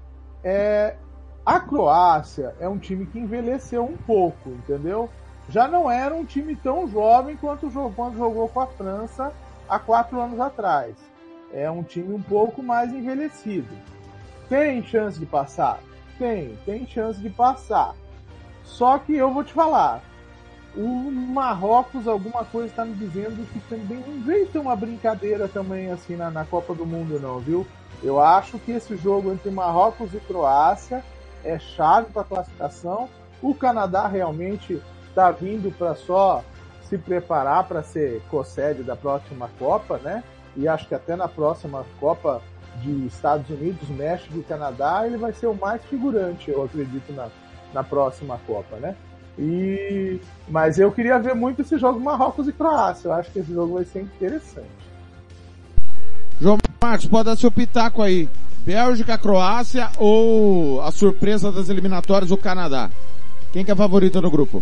A Croácia é um time que envelheceu um pouco, entendeu? Já não era um time tão jovem quando jogou com a França há 4 anos atrás. É um time um pouco mais envelhecido. Tem chance de passar? Tem chance de passar. Só que eu vou te falar, o Marrocos, alguma coisa está me dizendo que também não vem ter uma brincadeira também assim na Copa do Mundo, não, viu? Eu acho que esse jogo entre Marrocos e Croácia é chave para a classificação. O Canadá realmente está vindo para só se preparar para ser co-sede da próxima Copa, né? E acho que até na próxima Copa de Estados Unidos, México e Canadá, ele vai ser o mais figurante, eu acredito, na próxima Copa, né? Mas eu queria ver muito esse jogo Marrocos e Croácia. Eu acho que esse jogo vai ser interessante. João Marcos, pode dar seu pitaco aí. Bélgica, Croácia ou a surpresa das eliminatórias, o Canadá? Quem que é a favorita no grupo?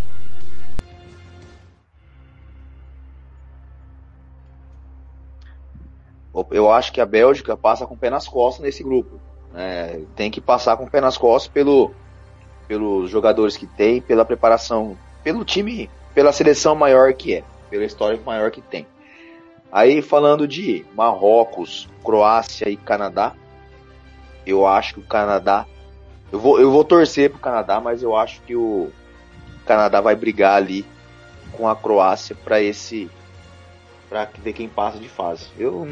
Eu acho que a Bélgica passa com o pé nas costas nesse grupo. Tem que passar com o pé nas costas pelos jogadores que tem, pela preparação, pelo time, pela seleção maior que é, pela história maior que tem. Aí falando de Marrocos, Croácia e Canadá, eu acho que o Canadá, eu vou torcer pro Canadá, mas eu acho que o Canadá vai brigar ali com a Croácia para ver quem passa de fase. Eu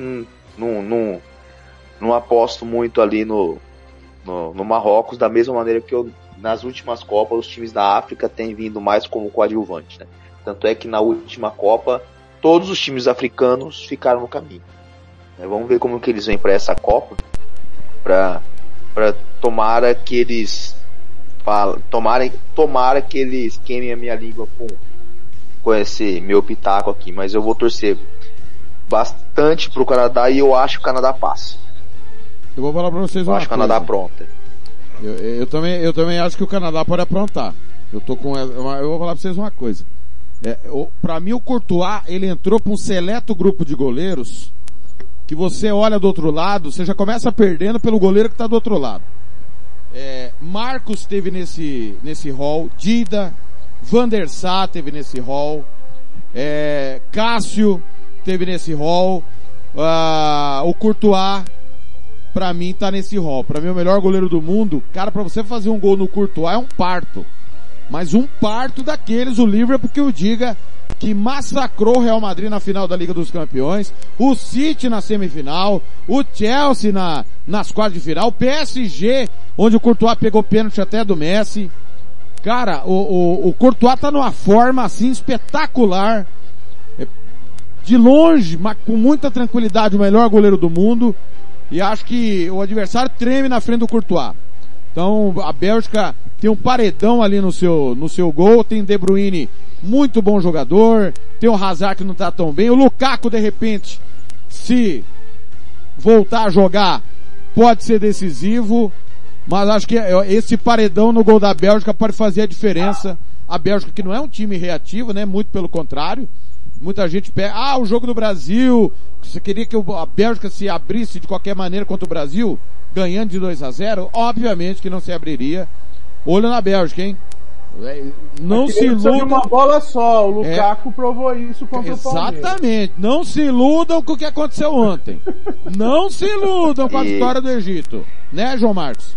não aposto muito ali no Marrocos, da mesma maneira que nas últimas Copas os times da África têm vindo mais como coadjuvante, né? Tanto é que na última Copa todos os times africanos ficaram no caminho. Vamos ver como que eles vêm para essa Copa, para tomara que eles queimem a minha língua com esse meu pitaco aqui, mas eu vou torcer bastante pro Canadá e eu acho que o Canadá passa. Eu vou falar para vocês uma coisa. Eu acho que o Canadá apronta. Eu também acho que o Canadá pode aprontar. Eu vou falar para vocês uma coisa. Para mim o Courtois, ele entrou para um seleto grupo de goleiros que você olha do outro lado, você já começa perdendo pelo goleiro que está do outro lado. Marcos esteve nesse hall, Dida, Van der Sar teve nesse hall, Cássio teve nesse hall, o Courtois pra mim tá nesse hall. Pra mim o melhor goleiro do mundo. Cara, pra você fazer um gol no Courtois é um parto. Mas um parto daqueles, o Liverpool que o diga, que massacrou o Real Madrid na final da Liga dos Campeões, o City na semifinal, o Chelsea nas quartas de final, o PSG, onde o Courtois pegou pênalti até do Messi. Cara, o Courtois tá numa forma assim espetacular. De longe, mas com muita tranquilidade, o melhor goleiro do mundo. E acho que o adversário treme na frente do Courtois. Então a Bélgica tem um paredão ali no seu gol, tem De Bruyne, muito bom jogador, tem o Hazard que não tá tão bem, o Lukaku de repente, se voltar a jogar, pode ser decisivo, mas acho que esse paredão no gol da Bélgica pode fazer a diferença. A Bélgica que não é um time reativo, né? Muito pelo contrário. Muita gente pega, o jogo do Brasil, você queria que a Bélgica se abrisse de qualquer maneira contra o Brasil, ganhando de 2-0? Obviamente que não se abriria. Olho na Bélgica, hein? Não se iludam. De uma bola só, o Lukaku provou isso contra o Palmeiras. Exatamente. Não se iludam com o que aconteceu ontem. Não se iludam com a vitória do Egito. Né, João Marcos?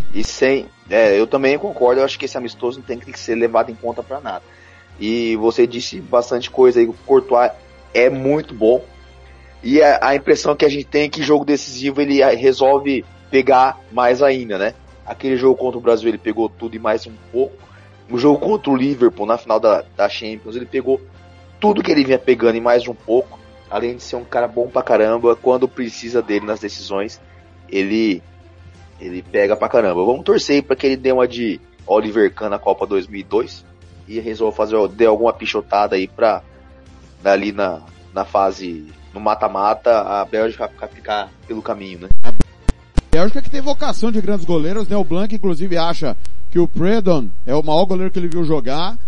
Eu também concordo, eu acho que esse amistoso não tem que ser levado em conta pra nada. E você disse bastante coisa aí, o Courtois é muito bom. E a impressão que a gente tem é que jogo decisivo ele resolve pegar mais ainda, né? Aquele jogo contra o Brasil ele pegou tudo e mais um pouco. O jogo contra o Liverpool na final da Champions ele pegou tudo que ele vinha pegando e mais um pouco. Além de ser um cara bom pra caramba, quando precisa dele nas decisões, ele pega pra caramba. Vamos torcer pra que ele dê uma de Oliver Kahn na Copa 2002 e resolva dê alguma pichotada aí pra dali na fase, no mata-mata, a Bélgica ficar pelo caminho, né? A Bélgica que tem vocação de grandes goleiros, né? O Blanc inclusive acha que o Predon é o maior goleiro que ele viu jogar.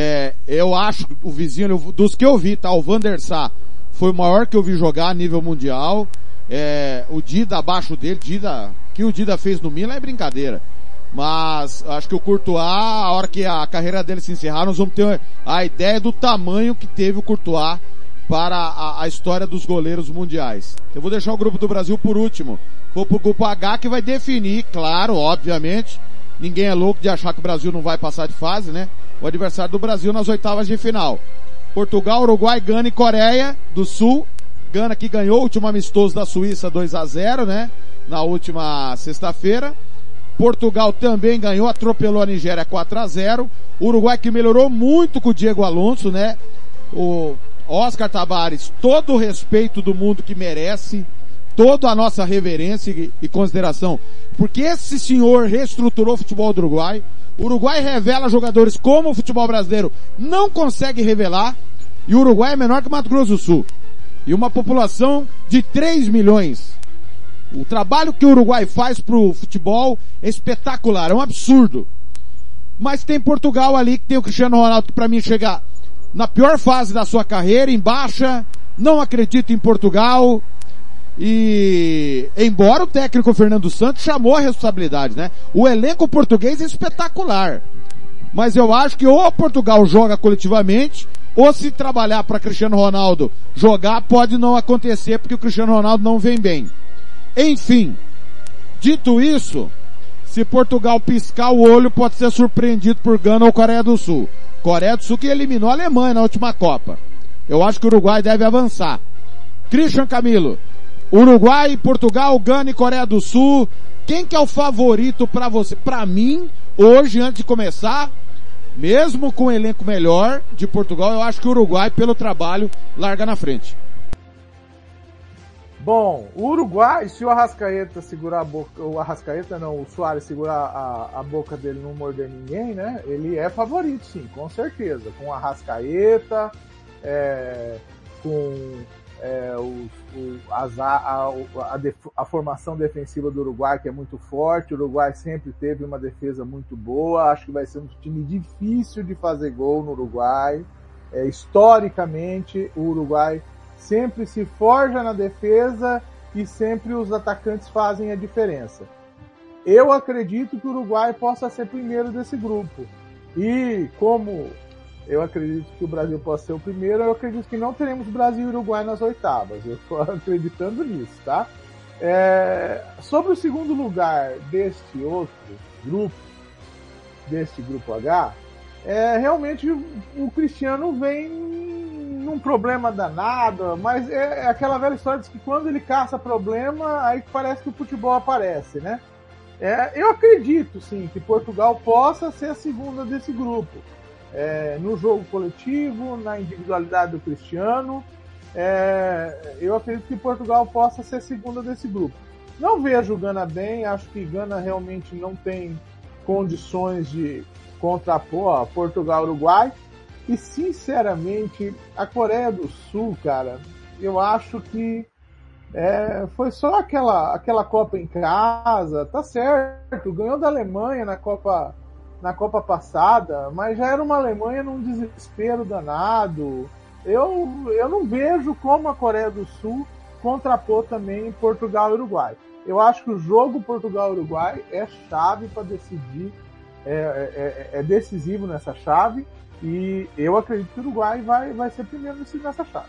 Eu acho, o vizinho, dos que eu vi, tá? O Van der Sar foi o maior que eu vi jogar a nível mundial. O Dida abaixo dele, que o Dida fez no Milan é brincadeira. Mas acho que o Courtois, a hora que a carreira dele se encerrar, nós vamos ter a ideia do tamanho que teve o Courtois para a história dos goleiros mundiais. Eu vou deixar o grupo do Brasil por último. Vou pro grupo H, que vai definir, claro, obviamente, ninguém é louco de achar que o Brasil não vai passar de fase, né? O adversário do Brasil nas oitavas de final. Portugal, Uruguai, Gana e Coreia do Sul. Gana que ganhou o último amistoso da Suíça 2-0, né? Na última sexta-feira. Portugal também ganhou, atropelou a Nigéria 4-0. Uruguai que melhorou muito com o Diego Alonso, né? O Oscar Tabares, todo o respeito do mundo que merece, toda a nossa reverência e consideração, porque esse senhor reestruturou o futebol do Uruguai. O Uruguai revela jogadores como o futebol brasileiro não consegue revelar, e o Uruguai é menor que o Mato Grosso do Sul. E uma população de 3 milhões. O trabalho que o Uruguai faz pro futebol é espetacular, é um absurdo. Mas tem Portugal ali, que tem o Cristiano Ronaldo, que pra mim chega na pior fase da sua carreira, em baixa, não acredito em Portugal. E, embora o técnico Fernando Santos chamou a responsabilidade, né? O elenco português é espetacular. Mas eu acho que ou Portugal joga coletivamente, ou se trabalhar para Cristiano Ronaldo jogar, pode não acontecer, porque o Cristiano Ronaldo não vem bem. Enfim, dito isso, se Portugal piscar o olho, pode ser surpreendido por Gana ou Coreia do Sul. Coreia do Sul que eliminou a Alemanha na última Copa. Eu acho que o Uruguai deve avançar. Christian Camilo, Uruguai, Portugal, Gana e Coreia do Sul, quem que é o favorito para você? Para mim, hoje, antes de começar, mesmo com o elenco melhor de Portugal, eu acho que o Uruguai, pelo trabalho, larga na frente. Bom, o Uruguai, se o Arrascaeta segurar a boca, o Suárez segurar a boca dele e não morder ninguém, né? Ele é favorito, sim, com certeza. Com o Arrascaeta, com a formação defensiva do Uruguai, que é muito forte. O Uruguai sempre teve uma defesa muito boa. Acho que vai ser um time difícil de fazer gol no Uruguai. Historicamente, o Uruguai sempre se forja na defesa e sempre os atacantes fazem a diferença. Eu acredito que o Uruguai possa ser primeiro desse grupo. E como eu acredito que o Brasil possa ser o primeiro, eu acredito que não teremos Brasil e Uruguai nas oitavas. Eu estou acreditando nisso, tá? Sobre o segundo lugar deste outro grupo, deste grupo H, realmente o Cristiano vem num problema danado, mas é aquela velha história de que quando ele caça problema, aí parece que o futebol aparece, né? Eu acredito, sim, que Portugal possa ser a segunda desse grupo. No jogo coletivo, na individualidade do Cristiano, eu acredito que Portugal possa ser a segunda desse grupo. Não vejo o Gana bem, acho que Gana realmente não tem condições de contrapor Portugal e Uruguai. E, sinceramente, a Coreia do Sul, cara, eu acho que foi só aquela Copa em casa, tá certo, ganhou da Alemanha na Copa passada, mas já era uma Alemanha num desespero danado. Eu não vejo como a Coreia do Sul contrapor também Portugal e Uruguai. Eu acho que o jogo Portugal-Uruguai é chave para decidir, é decisivo nessa chave, e eu acredito que o Uruguai vai ser primeiro nessa chave.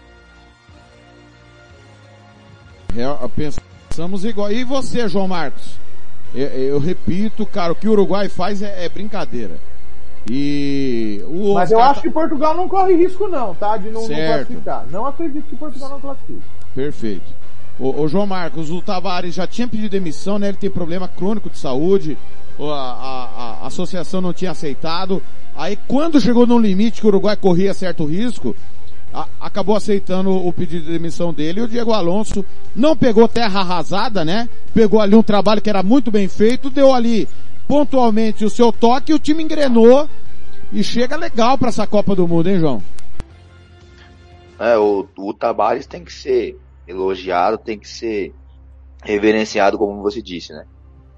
Pensamos igual. E você, João Marcos? Eu repito, cara, o que o Uruguai faz é brincadeira. Mas eu acho que Portugal não corre risco não, tá? De não classificar. Não acredito que Portugal não classifique. Perfeito. O João Marcos, o Tavares já tinha pedido demissão, né? Ele tem problema crônico de saúde. A associação não tinha aceitado. Aí quando chegou no limite que o Uruguai corria certo risco, acabou aceitando o pedido de demissão dele. E o Diego Alonso não pegou terra arrasada, né? Pegou ali um trabalho que era muito bem feito, deu ali pontualmente o seu toque e o time engrenou e chega legal para essa Copa do Mundo, hein, João? O Tavares tem que ser elogiado, tem que ser reverenciado, como você disse, né?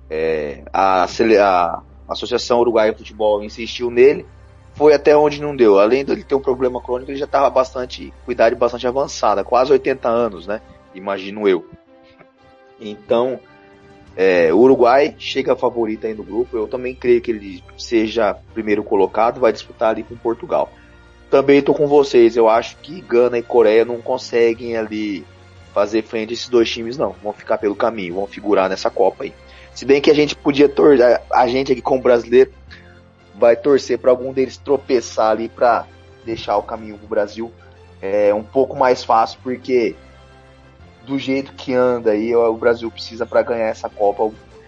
A Associação Uruguaia de Futebol insistiu nele, foi até onde não deu. Além de ele ter um problema crônico, ele já estava com idade bastante avançada, quase 80 anos, né? Imagino eu. Então, o Uruguai chega favorito aí no grupo. Eu também creio que ele seja primeiro colocado, vai disputar ali com Portugal. Também estou com vocês, eu acho que Gana e Coreia não conseguem ali fazer frente a esses dois times, não. Vão ficar pelo caminho, vão figurar nessa Copa aí. Se bem que a gente podia a gente aqui como brasileiro vai torcer para algum deles tropeçar ali para deixar o caminho pro Brasil um pouco mais fácil, porque do jeito que anda aí, o Brasil precisa para ganhar essa Copa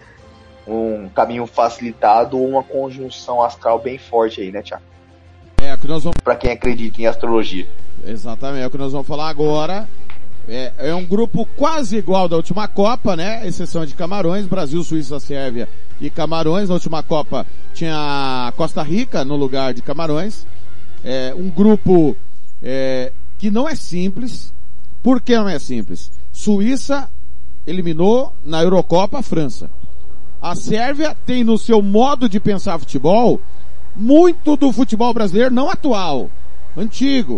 um caminho facilitado ou uma conjunção astral bem forte aí, né, Thiago? Para quem acredita em astrologia. Exatamente, é o que nós vamos falar agora. É um grupo quase igual da última Copa, né? Exceção de Camarões, Brasil, Suíça, Sérvia e Camarões. Na última Copa tinha Costa Rica no lugar de Camarões. Um grupo que não é simples. Por que não é simples? Suíça eliminou na Eurocopa a França. A Sérvia tem no seu modo de pensar futebol muito do futebol brasileiro, não atual, antigo.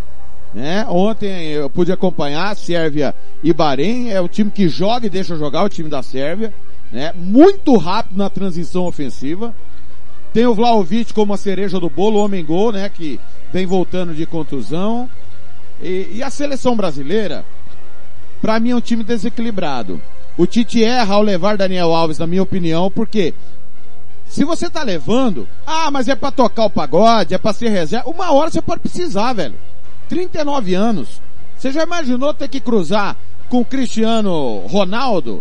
Ontem eu pude acompanhar Sérvia e Bahrein, é o time que joga e deixa jogar, o time da Sérvia, né? Muito rápido na transição ofensiva. Tem o Vlahovic como a cereja do bolo, o homem-gol, né? Que vem voltando de contusão. E a seleção brasileira, pra mim é um time desequilibrado. O Tite erra ao levar Daniel Alves, na minha opinião, porque se você tá levando, mas é pra tocar o pagode, é pra ser reserva, uma hora você pode precisar, velho. 39 anos. Você já imaginou ter que cruzar com o Cristiano Ronaldo?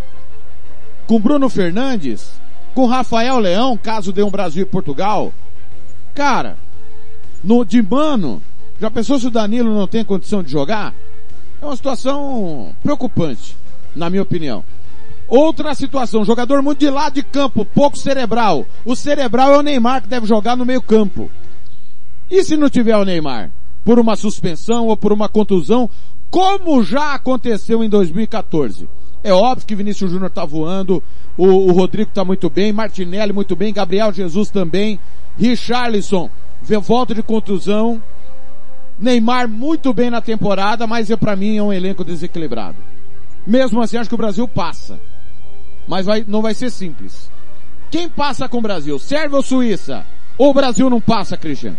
Com Bruno Fernandes? Com Rafael Leão, caso dê um Brasil e Portugal? Cara, de mano, já pensou se o Danilo não tem condição de jogar? É uma situação preocupante, na minha opinião. Outra situação, jogador muito de lado de campo, pouco cerebral. O cerebral é o Neymar, que deve jogar no meio campo. E se não tiver o Neymar? Por uma suspensão ou por uma contusão, como já aconteceu em 2014. É óbvio que Vinícius Júnior tá voando, o Rodrigo tá muito bem, Martinelli muito bem, Gabriel Jesus também, Richarlison, volta de contusão, Neymar muito bem na temporada, mas pra mim é um elenco desequilibrado. Mesmo assim, acho que o Brasil passa. Mas não vai ser simples. Quem passa com o Brasil? Sérvia ou Suíça? Ou o Brasil não passa, Cristiano?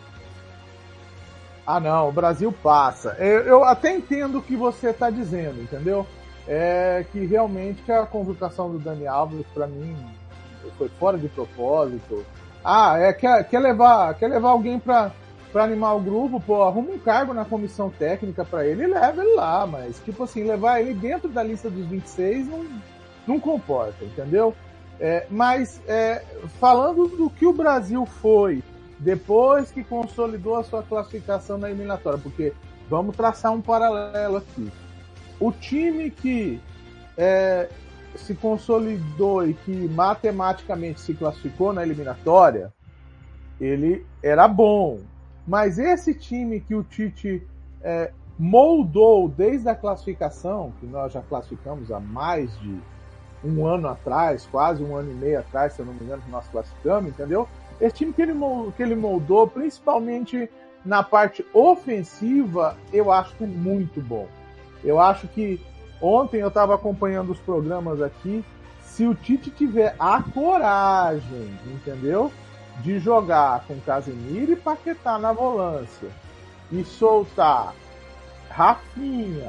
Não, o Brasil passa. Eu até entendo o que você está dizendo, entendeu? Que realmente a convocação do Dani Alves, para mim, foi fora de propósito. Quer levar alguém para animar o grupo, arruma um cargo na comissão técnica para ele e leva ele lá, mas, tipo assim, levar ele dentro da lista dos 26 não comporta, entendeu? Mas, falando do que o Brasil foi depois que consolidou a sua classificação na eliminatória, porque vamos traçar um paralelo aqui. O time que se consolidou e que matematicamente se classificou na eliminatória, ele era bom. Mas esse time que o Tite moldou desde a classificação, que nós já classificamos há mais de um ano atrás, quase um ano e meio atrás, se eu não me engano, que nós classificamos, entendeu? Esse time que ele moldou, principalmente na parte ofensiva, eu acho que é muito bom. Eu acho que ontem eu estava acompanhando os programas aqui, se o Tite tiver a coragem, entendeu? De jogar com Casemiro e Paquetá na volância e soltar Rafinha,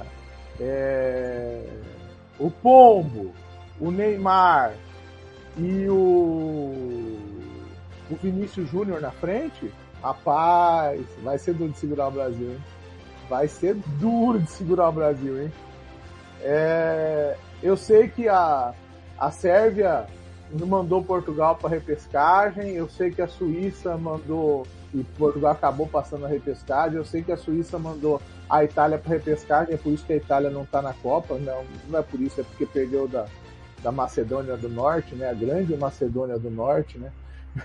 o Pombo, o Neymar e o Vinícius Júnior na frente, rapaz, vai ser duro de segurar o Brasil, hein? Vai ser duro de segurar o Brasil, hein? Eu sei que a Sérvia mandou Portugal para repescagem, eu sei que a Suíça mandou, e Portugal acabou passando a repescagem, eu sei que a Suíça mandou a Itália para repescagem, é por isso que a Itália não está na Copa, não é por isso, é porque perdeu da Macedônia do Norte, né, a grande Macedônia do Norte, né?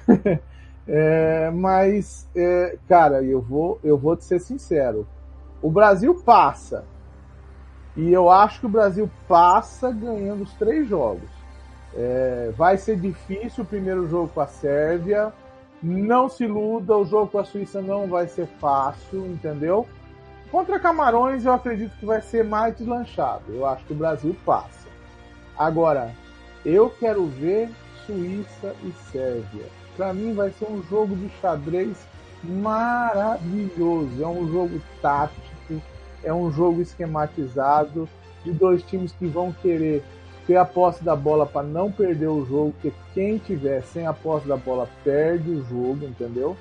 Mas, cara, eu vou te ser sincero, o Brasil passa, e eu acho que o Brasil passa ganhando os 3 jogos. Vai ser difícil o primeiro jogo com a Sérvia, não se iluda, o jogo com a Suíça não vai ser fácil, entendeu? Contra Camarões eu acredito que vai ser mais deslanchado, eu acho que o Brasil passa. Agora, eu quero ver Suíça e Sérvia. Para mim vai ser um jogo de xadrez maravilhoso, é um jogo tático, é um jogo esquematizado, de 2 times que vão querer ter a posse da bola para não perder o jogo, porque quem tiver sem a posse da bola perde o jogo, entendeu?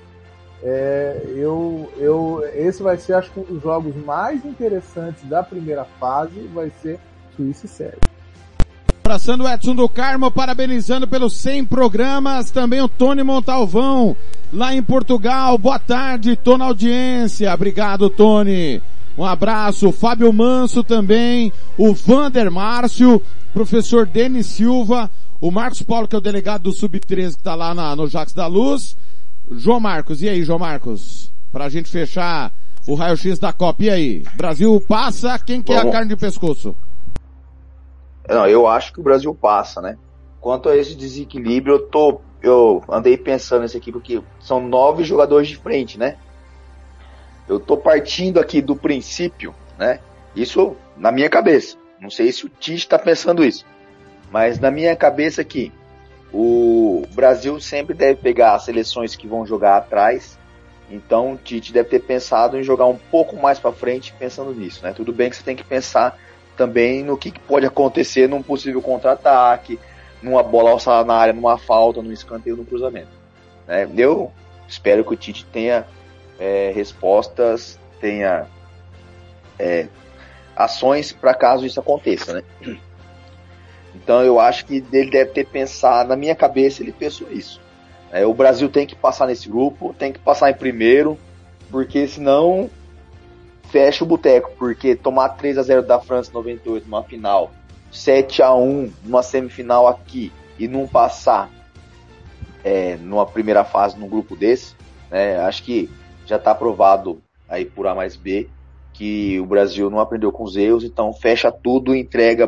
Esse vai ser, acho que um dos jogos mais interessantes da primeira fase, vai ser Suíça e Sérvia. Abraçando o Edson do Carmo, parabenizando pelos 100 programas, também o Tony Montalvão, lá em Portugal, boa tarde, tô na audiência, obrigado Tony. Um abraço, Fábio Manso também, o Vander Márcio, professor Denis Silva, o Marcos Paulo, que é o delegado do Sub-13, que tá lá no Jacques da Luz. João Marcos, e aí, João Marcos? Pra gente fechar o raio-x da Copa, e aí? Brasil passa, quem quer a carne de pescoço? Não, eu acho que o Brasil passa, né? Quanto a esse desequilíbrio, eu andei pensando nesse aqui, porque são 9 jogadores de frente, né? Eu tô partindo aqui do princípio, né? Isso na minha cabeça. Não sei se o Tite tá pensando isso. Mas na minha cabeça aqui, o Brasil sempre deve pegar as seleções que vão jogar atrás. Então o Tite deve ter pensado em jogar um pouco mais para frente pensando nisso, né? Tudo bem que você tem que pensar também no que pode acontecer num possível contra-ataque, numa bola alçada na área, numa falta, num escanteio, num cruzamento. Né? Eu espero que o Tite tenha respostas, tenha ações para caso isso aconteça, né? Então eu acho que ele deve ter pensado, na minha cabeça ele pensou isso. O Brasil tem que passar nesse grupo, tem que passar em primeiro, porque senão fecha o boteco, porque tomar 3-0 da França em 98 numa final, 7-1 numa semifinal aqui e não passar numa primeira fase num grupo desse, né, acho que já está provado aí por A mais B que o Brasil não aprendeu com os erros, então fecha tudo e entrega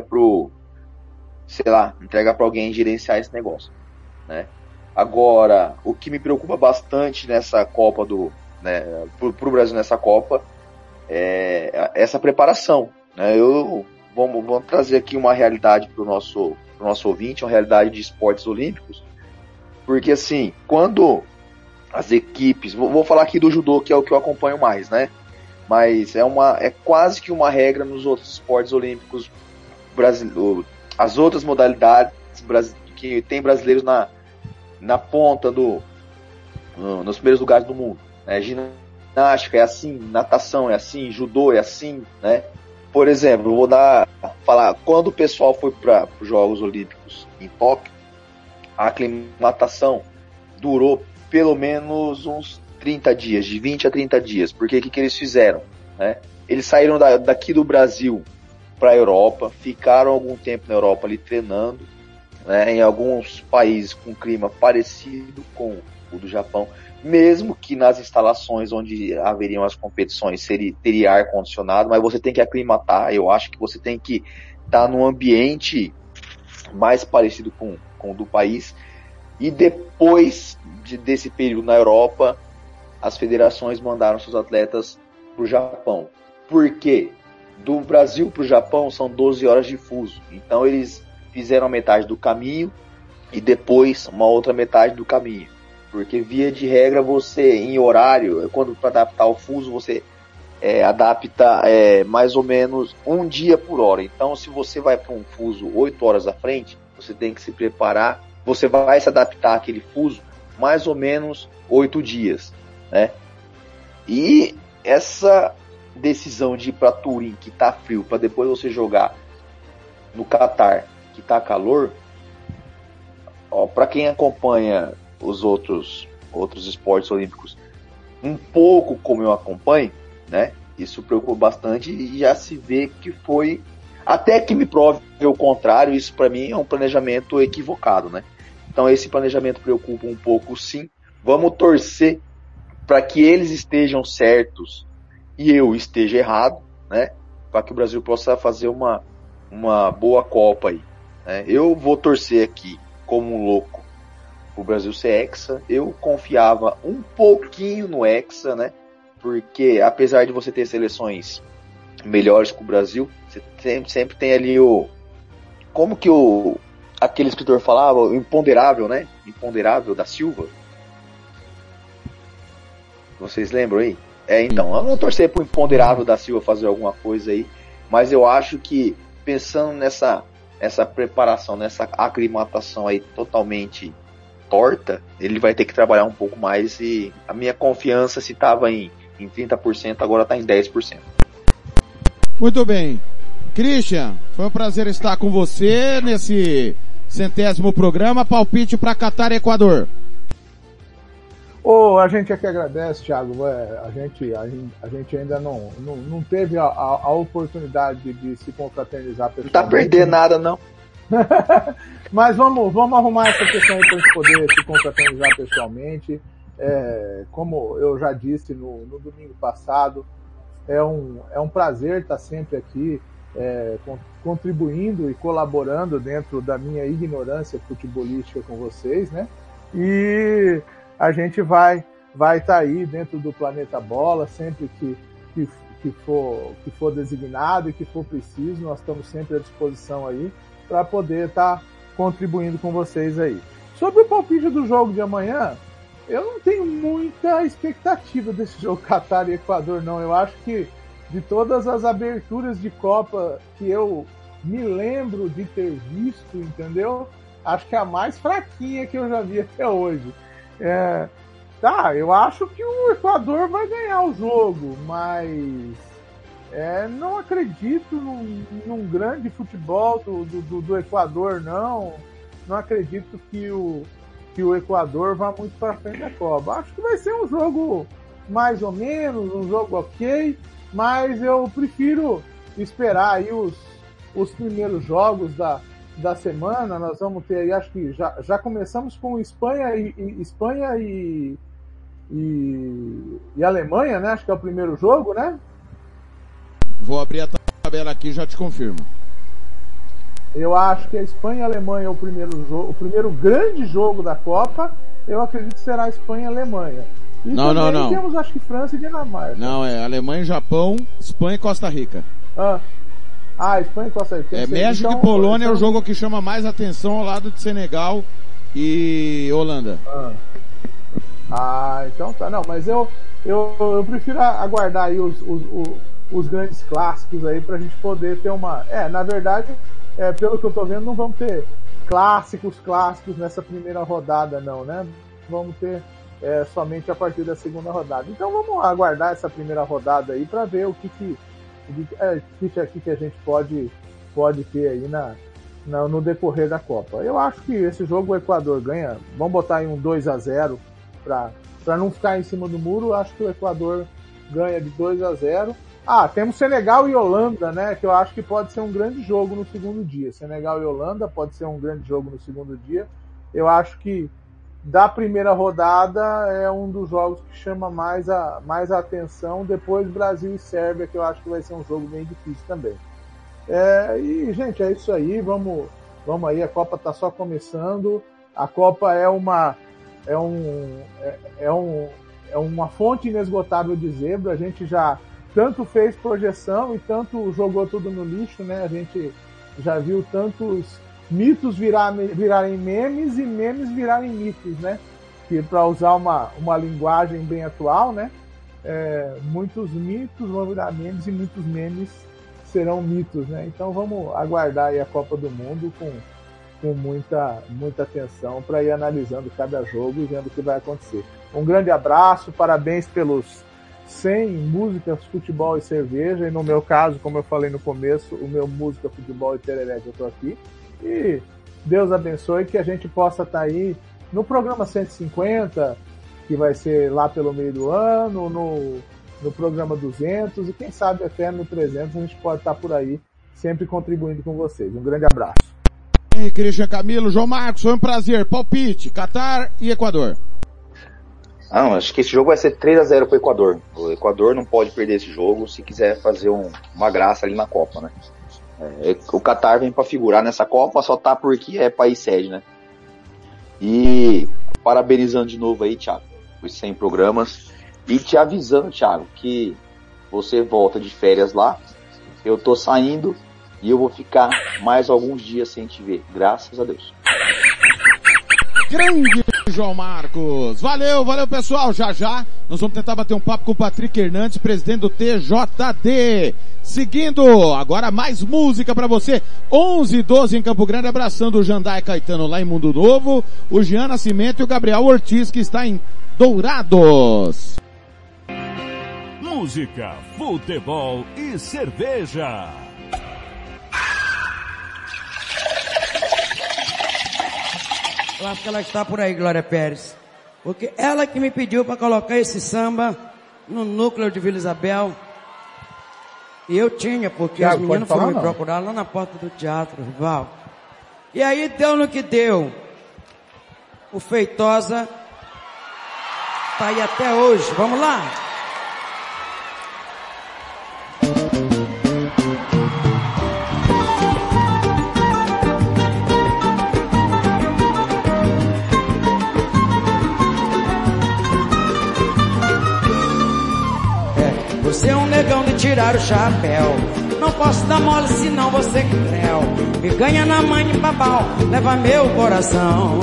para alguém gerenciar esse negócio, né? Agora, o que me preocupa bastante nessa Copa pro Brasil nessa Copa é essa preparação, né? Vamos trazer aqui uma realidade pro nosso ouvinte, uma realidade de esportes olímpicos, porque assim, quando as equipes, vou falar aqui do judô, que é o que eu acompanho mais, né? Mas é quase que uma regra nos outros esportes olímpicos brasileiros, as outras modalidades que tem brasileiros na ponta nos primeiros lugares do mundo, né? Ginástica é assim, natação é assim, judô é assim, né? Por exemplo, eu vou falar, quando o pessoal foi para os Jogos Olímpicos em Tóquio, a aclimatação durou pelo menos uns 30 dias, de 20 a 30 dias, porque o que eles fizeram, né? Eles saíram daqui do Brasil para a Europa, ficaram algum tempo na Europa ali treinando, né, em alguns países com clima parecido com o do Japão, mesmo que nas instalações onde haveriam as competições teria ar-condicionado, mas você tem que aclimatar. Eu acho que você tem que estar num ambiente mais parecido com o do país. E depois desse período na Europa, as federações mandaram seus atletas para o Japão. Por quê? Do Brasil para o Japão são 12 horas de fuso. Então eles fizeram metade do caminho e depois uma outra metade do caminho. Porque via de regra você, em horário, quando para adaptar o fuso, você adapta mais ou menos um dia por hora. Então se você vai para um fuso 8 horas à frente, você tem que se preparar, você vai se adaptar àquele fuso mais ou menos 8 dias, né? E essa decisão de ir para Turim, que tá frio, para depois você jogar no Catar, que tá calor, para quem acompanha os outros esportes olímpicos um pouco como eu acompanho, né? Isso preocupa bastante e já se vê que foi, até que me prove o contrário, isso para mim é um planejamento equivocado, né? Então esse planejamento preocupa um pouco, sim. Vamos torcer para que eles estejam certos e eu esteja errado, né? Para que o Brasil possa fazer uma boa Copa aí, né? Eu vou torcer aqui como um louco o Brasil ser hexa. Eu confiava um pouquinho no hexa, né? Porque apesar de você ter seleções melhores que o Brasil, você sempre tem ali como que aquele escritor falava, o imponderável, né? Imponderável da Silva. Vocês lembram aí? Então, eu não torcer pro imponderável da Silva fazer alguma coisa aí, mas eu acho que pensando nessa preparação, nessa aclimatação aí totalmente torta, ele vai ter que trabalhar um pouco mais e a minha confiança, se estava em 30%, agora está em 10%. Muito bem. Christian, foi um prazer estar com você nesse 100º programa. Palpite para Catar e Equador. A gente é que agradece, Thiago. A gente ainda não teve a oportunidade de se confraternizar pessoalmente. Não tá perdendo nada, não. Mas vamos arrumar essa questão aí para a gente poder se confraternizar pessoalmente. Como eu já disse no domingo passado, é um prazer estar sempre aqui contribuindo e colaborando dentro da minha ignorância futebolística com vocês, né? E a gente vai estar aí dentro do Planeta Bola sempre que for designado e que for preciso. Nós estamos sempre à disposição aí para poder estar contribuindo com vocês aí. Sobre o palpite do jogo de amanhã, eu não tenho muita expectativa desse jogo Catar e Equador, não. Eu acho que de todas as aberturas de Copa que eu me lembro de ter visto, entendeu? Acho que é a mais fraquinha que eu já vi até hoje. Eu acho que o Equador vai ganhar o jogo, mas não acredito num grande futebol do Equador, não. Não acredito que o Equador vá muito para frente da Copa. Acho que vai ser um jogo mais ou menos, um jogo ok, mas eu prefiro esperar aí os primeiros jogos da semana. Nós vamos ter aí, acho que já começamos com Espanha e Alemanha, né? Acho que é o primeiro jogo, né? Vou abrir a tabela aqui e já te confirmo. Eu acho que a Espanha e a Alemanha é o primeiro jogo, o primeiro grande jogo da Copa. Eu acredito que será a Espanha e a Alemanha. E não. Temos, acho que, França e Dinamarca. Não, é Alemanha e Japão, Espanha e Costa Rica. Espanha e Costa Rica. México e Polônia é o jogo que chama mais atenção ao lado de Senegal e Holanda. Então tá. Não, mas eu prefiro aguardar aí os grandes clássicos aí pra gente poder ter uma... na verdade, pelo que eu tô vendo, não vamos ter clássicos nessa primeira rodada, não, né? Vamos ter somente a partir da segunda rodada. Então vamos aguardar essa primeira rodada aí pra ver o que a gente pode ter aí no decorrer da Copa. Eu acho que esse jogo o Equador ganha. Vamos botar aí um 2-0 para não ficar em cima do muro. Acho que o Equador ganha de 2-0 Temos Senegal e Holanda, né? Que eu acho que pode ser um grande jogo no segundo dia. Senegal e Holanda pode ser um grande jogo no segundo dia. Eu acho que da primeira rodada é um dos jogos que chama mais a atenção. Depois Brasil e Sérvia, que eu acho que vai ser um jogo bem difícil também. E, gente, é isso aí. Vamos aí, a Copa tá só começando. A Copa é uma fonte inesgotável de zebra. A gente já tanto fez projeção e tanto jogou tudo no lixo, né? A gente já viu tantos mitos virarem memes e memes virarem mitos, né? Que, para usar uma linguagem bem atual, né? Muitos mitos vão virar memes e muitos memes serão mitos, né? Então vamos aguardar aí a Copa do Mundo com muita atenção para ir analisando cada jogo e vendo o que vai acontecer. Um grande abraço, parabéns pelos 100 músicas, futebol e cerveja, e no meu caso, como eu falei no começo, o meu música, futebol e tereré, que eu tô aqui. E Deus abençoe que a gente possa estar aí no programa 150, que vai ser lá pelo meio do ano, no programa 200 e quem sabe até no 300 a gente pode estar por aí, sempre contribuindo com vocês. Um grande abraço. E Christian Camilo, João Marcos, foi um prazer. Palpite, Catar e Equador. Acho que esse jogo vai ser 3-0 pro Equador. O Equador não pode perder esse jogo se quiser fazer uma graça ali na Copa, né? O Catar vem para figurar nessa Copa, só tá porque é país sede, né? E parabenizando de novo aí, Thiago, os 100 programas, e te avisando, Thiago, que você volta de férias lá, eu tô saindo e eu vou ficar mais alguns dias sem te ver, graças a Deus. Grande João Marcos. Valeu pessoal. Já nós vamos tentar bater um papo com o Patrick Hernandes, presidente do TJD. Seguindo, agora mais música pra você. 11h12 em Campo Grande, abraçando o Jandai Caetano lá em Mundo Novo, o Jean Nascimento e o Gabriel Ortiz, que está em Dourados. Música, futebol e cerveja. Eu acho que ela está por aí, Glória Pérez. Porque ela que me pediu para colocar esse samba no núcleo de Vila Isabel. E eu tinha, porque Thiago, os meninos foram me procurar lá na porta do teatro, rival. E aí deu no que deu. O Feitosa tá aí até hoje. Vamos lá? Você é um negão de tirar o chapéu. Não posso dar mole senão você que creu. Me ganha na mãe de babau, leva meu coração.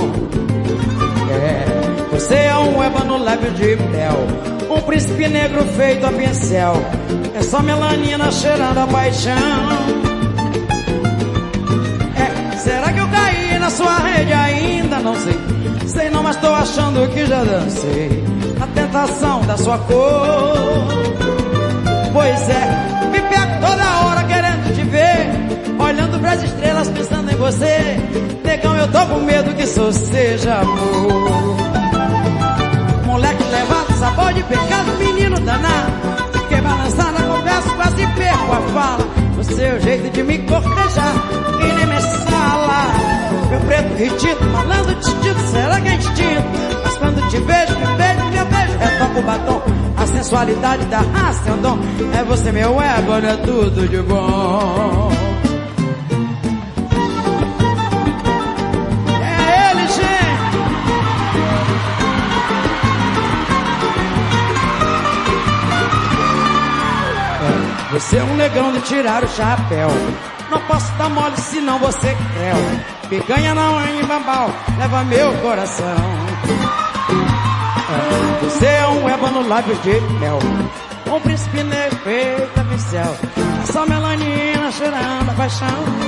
Você é um ébano lábio de mel, um príncipe negro feito a pincel. É só melanina cheirando a paixão. Será que eu caí na sua rede ainda? Não sei. Sei não, mas tô achando que já dancei a tentação da sua cor. Pois me pego toda hora querendo te ver, olhando pras estrelas pensando em você. Negão, eu tô com medo que isso seja amor. Moleque levado, sabor de pecado, menino danado. Fiquei balançado na conversa, quase perco a fala. O seu jeito de me cortejar, que nem me sala. Meu preto retido, malandro distinto, será que é instinto? Mas quando te vejo, meu beijo, retoca o batom. A sensualidade da raça é um dom. É você meu ego, é tudo de bom. É ele, gente. Você é um negão de tirar o chapéu. Não posso dar mole senão você creu. Picanha não é em bambal, leva meu coração. Você é um ébano lábio de mel, um príncipe negro feito a pincel. Só melanina cheirando a paixão.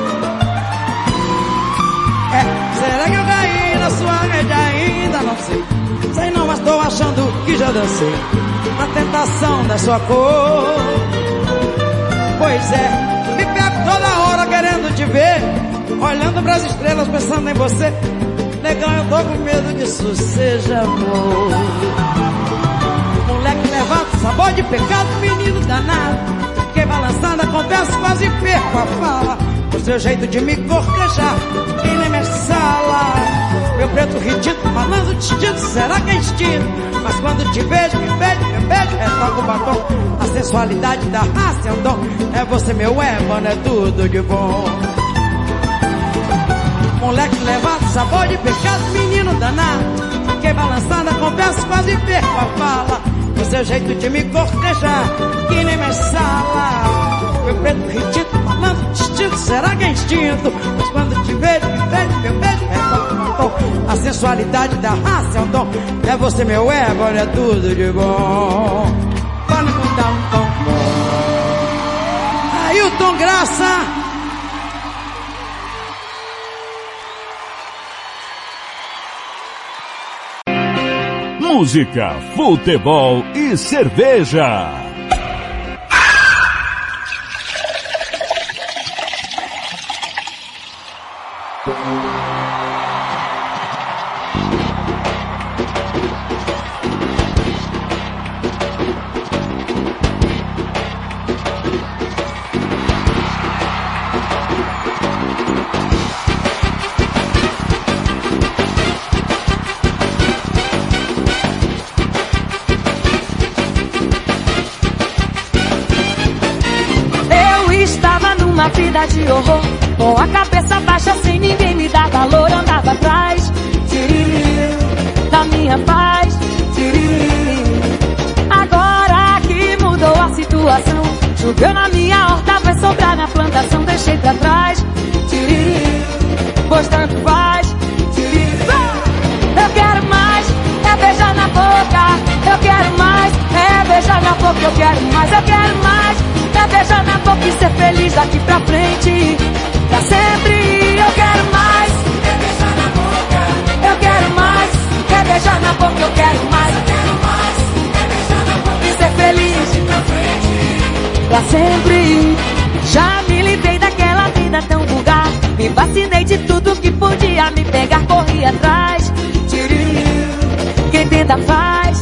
Será que eu caí na sua rede ainda? Não sei. Sei não, mas tô achando que já dancei a tentação da sua cor. Pois me pego toda hora querendo te ver, olhando pras estrelas pensando em você. Negão, eu tô com medo que isso seja amor. Moleque levado, sabor de pecado, menino danado. Fiquei balançando, confesso, quase perco a fala. O seu jeito de me cortejar, e nem me sala. Meu preto ridículo, falando distinto, será que é instinto? Mas quando te vejo, me beijo, retoco o batom. A sensualidade da raça é um dom. É você, meu ébano, é tudo de bom. Moleque levado, sabor de pecado, menino danado. Fiquei balançando, confesso, quase perco a fala. O seu jeito de me cortejar, que nem me sala. Meu preto ridículo, falando distinto, será que é instinto? Mas quando te vejo, me beijo, retoco o batom. A sensualidade da raça é um dom. É você, meu ébano, é tudo de bom. Ailton Graça. Música, futebol e cerveja. Uma vida de horror, com a cabeça baixa, sem ninguém me dar valor, andava atrás, da minha paz, agora que mudou a situação, choveu na minha horta, vai sobrar na plantação, deixei pra trás, pois tanto faz, eu quero mais, é beijar na boca, eu quero mais, é beijar na boca, eu quero mais, eu quero mais. É beijar na boca e ser feliz daqui pra frente, pra sempre. Eu quero mais, é beijar na boca. Eu quero mais, é beijar na boca. Eu quero mais, é beijar na boca e ser feliz daqui pra frente, pra sempre. Já me livrei daquela vida tão vulgar, me vacinei de tudo que podia me pegar, corri atrás. Quem tenta faz.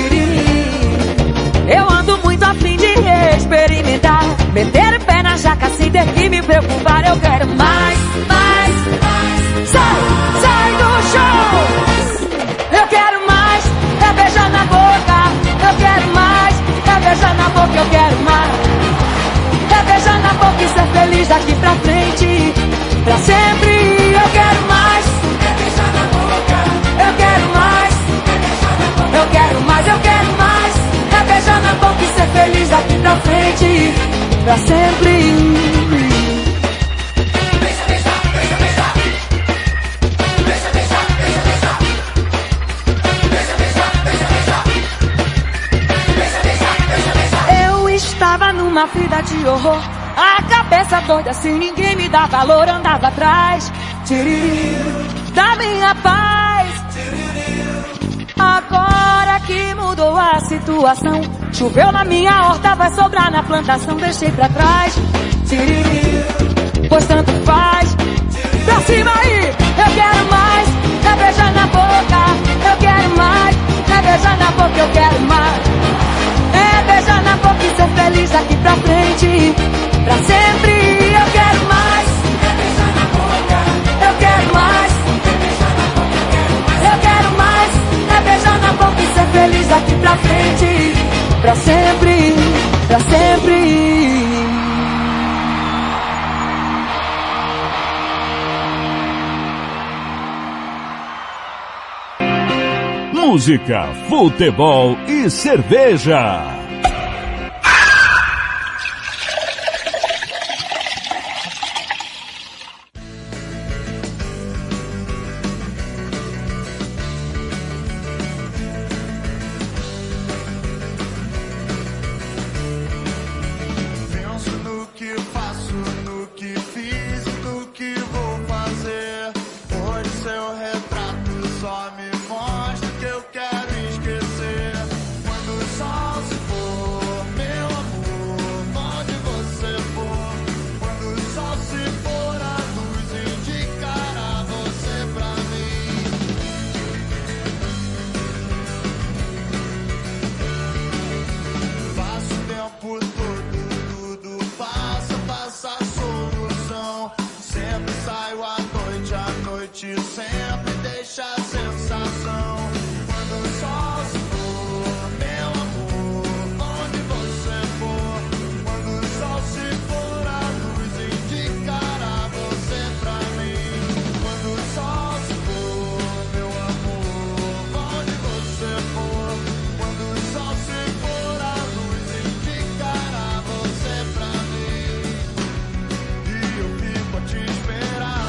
Eu ando muito a fim de experimentar, meter o pé na jaca sem ter que me preocupar. Eu quero mais. Sai do show. Eu quero mais, é beijar na boca. Eu quero mais, é beijar na boca. Eu quero mais, é beijar na boca e ser feliz daqui pra frente, pra sempre. Eu quero mais, é beijar na boca. Eu quero mais, é beijar na boca. Eu quero mais, eu quero mais. É beijar na boca e ser feliz daqui pra frente, pra sempre. Beija, beija, beija, beija. Beija, beija, beija, beija. Beija, beija, beija, beija. Beija, beija, beija, beija. Eu estava numa vida de horror, a cabeça doida, sem ninguém me dar valor, andava atrás da minha paz. Agora que mudou a situação, choveu na minha horta, vai sobrar na plantação, deixei pra trás, pois tanto faz. Pra cima aí, eu quero mais, é beijar na boca. Eu quero mais, é beijar na boca. Eu quero mais, é beijar na boca e ser feliz daqui pra frente, pra sempre. Eu quero mais, é beijar na boca. Eu quero mais, é beijar na boca. Eu quero mais, é beijar na boca e ser feliz daqui pra frente, pra sempre, pra sempre. Música, futebol e cerveja. Só me mostra que eu quero esquecer. Quando o sol se for noite sempre deixa a sensação. Quando o sol se for, meu amor, onde você for. Quando o sol se for, a luz indicará você pra mim. Quando o sol se for, meu amor, onde você for. Quando o sol se for, a luz indicará você pra mim. E eu fico a te esperar.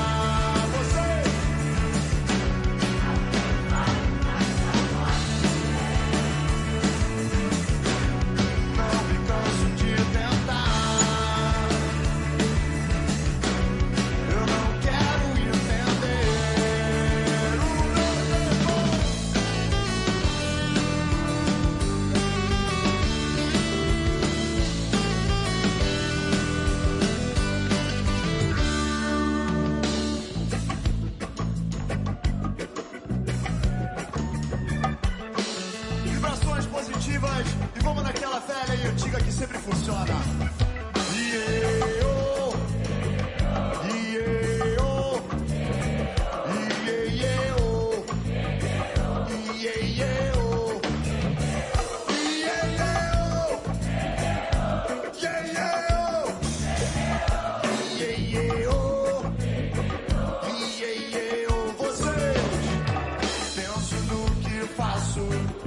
Vibrações positivas e vamos naquela velha e antiga que sempre funciona. Penso no que faço.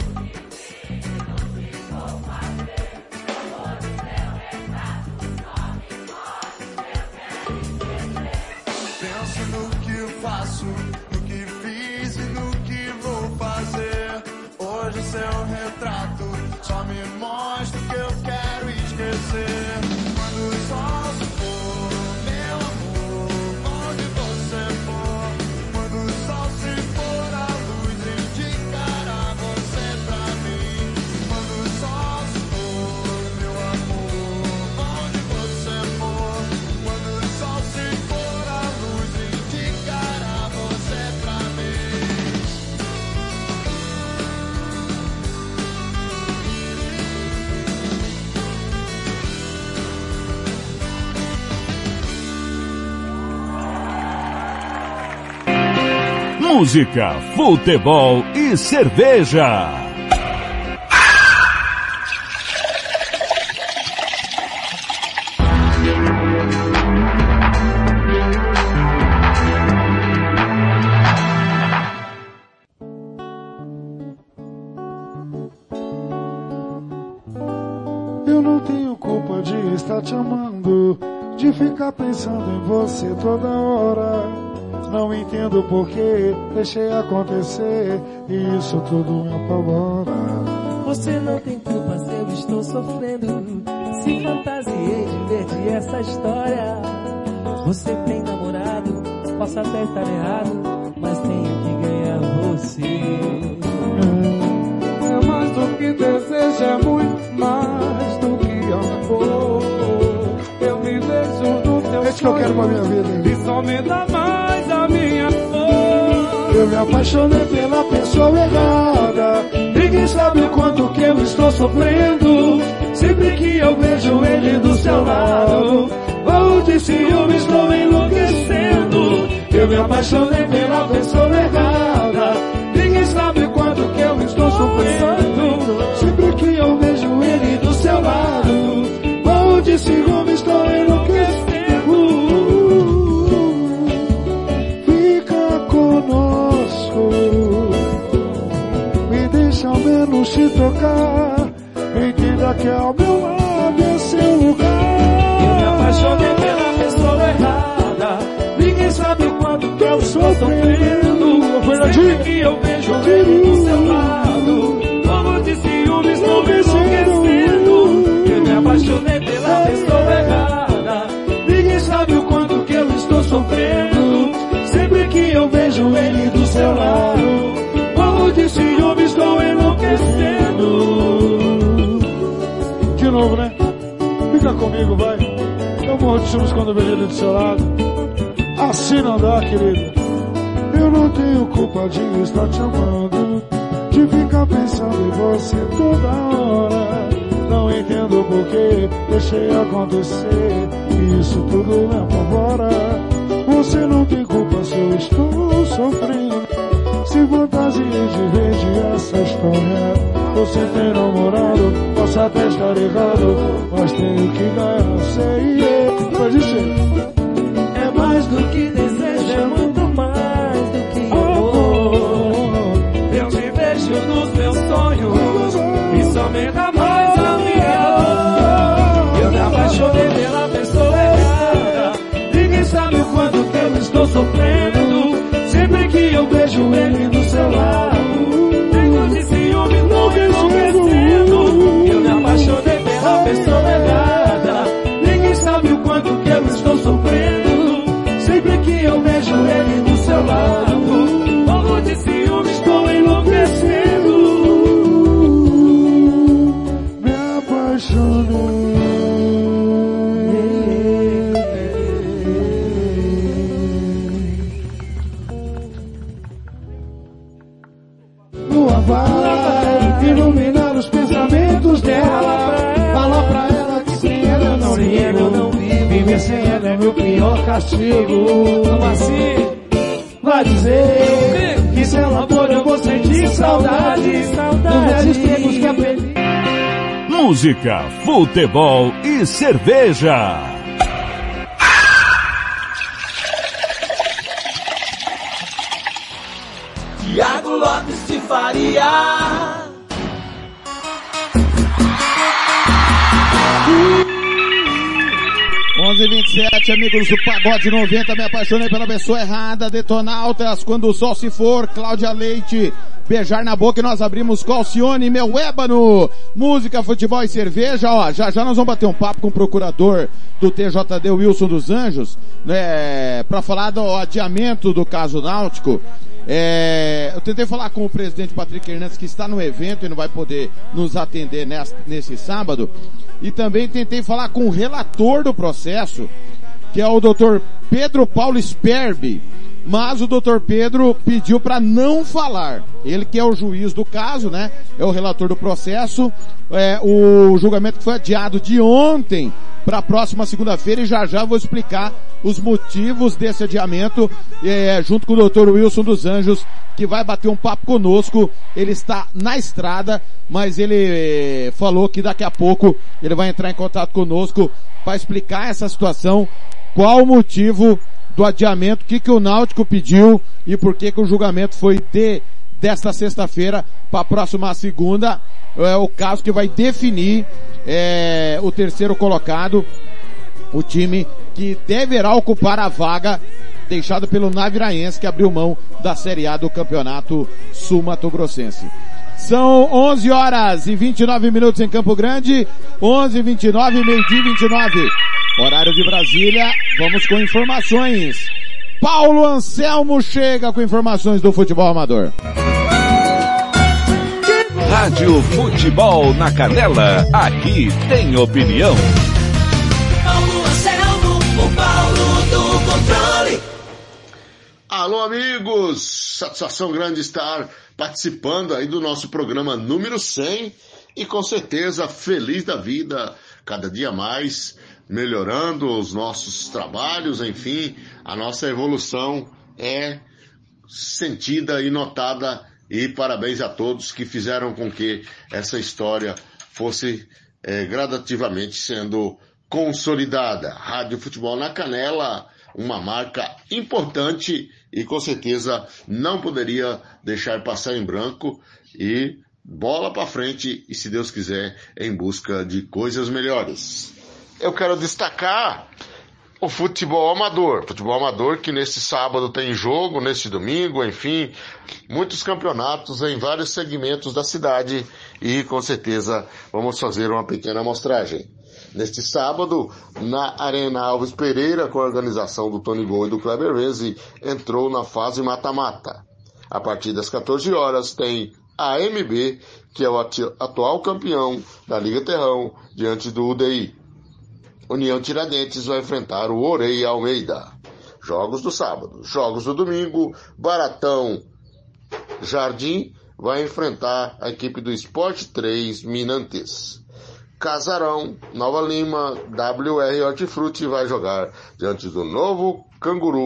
Penso no que faço, no que fiz e no que vou fazer. Hoje seu retrato só me mostra o que eu quero esquecer. Quando o sol se for, meu amor, onde você for. Quando o sol se for, a luz indicará você pra mim. Quando o sol se for, meu amor, onde você for. Quando o sol se for, a luz indicará você pra mim. Música, futebol e cerveja. Eu não tenho culpa de estar te amando, de ficar pensando em você toda hora. Não entendo porquê, deixei acontecer e isso tudo me apavora. Você não tem culpa se eu estou sofrendo, se fantasiei de ver de essa história. Você tem namorado, posso até estar errado, mas tenho que ganhar você. É mais do que desejo, é muito mais do que amor. Eu me vejo no teu sonho, que eu quero pra minha vida, e só me dá mais a minha dor. Eu me apaixonei pela pessoa errada, ninguém sabe o quanto que eu estou sofrendo. Sempre que eu vejo ele do seu lado, ou de ciúme estou enlouquecendo. Eu me apaixonei pela pessoa errada, ninguém sabe o quanto que eu estou sofrendo. Sempre que eu vejo ele do seu lado, ou de ciúme estou enlouquecendo. Fica conosco, me deixa ao menos te tocar, entenda que ao meu lado é seu lugar. Eu me apaixonei pela pessoa errada, ninguém sabe o quanto que eu estou sofrendo. Sempre que eu vejo ele do seu lado, como de ciúme estou me enlouquecendo. Eu me apaixonei pela pessoa errada, ninguém sabe o quanto que eu estou sofrendo. Sempre que eu vejo ele do seu lado, como de ciúme estou enlouquecendo. De novo, né? Fica comigo, vai. Eu morro de ciúmes quando vejo ele do seu lado. Assim não dá, querida. Eu não tenho culpa de estar te amando, de ficar pensando em você toda hora. Não entendo porquê, deixei acontecer, e isso tudo me apavora. Você não tem culpa se eu estou sofrendo. Se fantasia de verde essa história. Você tem namorado, posso até estar errado, mas tenho que ganhar, sei eu. Pode ser. É mais do que desejo, é muito mais do que amor. Eu te vejo nos meus sonhos, isso aumenta mais a minha dor. Eu me apaixonei pela pessoa errada, ninguém sabe o quanto que eu estou sofrendo. Sempre que eu vejo ele do seu lado, tenho de ciúme, tô enlouquecendo. Eu me apaixonei pela pessoa errada, ninguém sabe o quanto que eu estou sofrendo. Sempre que eu vejo ele do seu lado, morro de ciúme, estou enlouquecendo. Me apaixonei. Lua vai iluminar os pensamentos dela. Fala pra ela que sem ela eu não ligo. Viver sem ela é meu pior castigo. Como assim? Vai dizer que se ela for eu vou sentir saudade. Dos velhos tempos que aprendi. Música, futebol e cerveja. Thiago Lopes de Faria. h amigos do Pagode 90, me apaixonei pela pessoa errada, Detonautas, quando o sol se for, Cláudia Leite, beijar na boca e nós abrimos com Alcione, meu ébano, música, futebol e cerveja, ó, já nós vamos bater um papo com o procurador do TJD, Wilson dos Anjos, né, pra falar do adiamento do caso náutico. Eu tentei falar com o presidente Patrick Hernandes, que está no evento e não vai poder nos atender nesse sábado. E também tentei falar com o relator do processo, que é o Dr. Pedro Paulo Sperbi. Mas o Dr. Pedro pediu para não falar. Ele que é o juiz do caso, né? É o relator do processo. O julgamento foi adiado de ontem para a próxima segunda-feira e já vou explicar os motivos desse adiamento, junto com o Dr. Wilson dos Anjos, que vai bater um papo conosco. Ele está na estrada, mas ele falou que daqui a pouco ele vai entrar em contato conosco para explicar essa situação, qual o motivo do adiamento, o que o Náutico pediu e por que o julgamento foi desta sexta-feira para a próxima segunda. É o caso que vai definir o terceiro colocado, o time que deverá ocupar a vaga deixada pelo Naviraense, que abriu mão da Série A do Campeonato Sul-Mato-Grossense. São 11 horas e 29 minutos em Campo Grande, 11h29, meio-dia 29. Horário de Brasília, vamos com informações. Paulo Anselmo chega com informações do futebol amador. Rádio Futebol na Canela, aqui tem opinião. Paulo Anselmo, o Paulo do controle. Alô amigos, satisfação grande estar participando aí do nosso programa número 100 e com certeza feliz da vida, cada dia mais melhorando os nossos trabalhos, enfim, a nossa evolução é sentida e notada e parabéns a todos que fizeram com que essa história fosse gradativamente sendo consolidada. Rádio Futebol na Canela, uma marca importante e com certeza não poderia deixar passar em branco e bola para frente e, se Deus quiser, em busca de coisas melhores. Eu quero destacar o futebol amador. Futebol amador que nesse sábado tem jogo, nesse domingo, enfim, muitos campeonatos em vários segmentos da cidade e com certeza vamos fazer uma pequena amostragem. Neste sábado, na Arena Alves Pereira, com a organização do Tony Gol e do Kleber Reze, entrou na fase mata-mata. A partir das 14 horas tem a AMB, que é o atual campeão da Liga Terrão, diante do UDI. União Tiradentes vai enfrentar o Orei Almeida. Jogos do sábado. Jogos do domingo, Baratão Jardim vai enfrentar a equipe do Sport 3 Minantes. Casarão, Nova Lima, WR Hortifruti vai jogar diante do Novo Canguru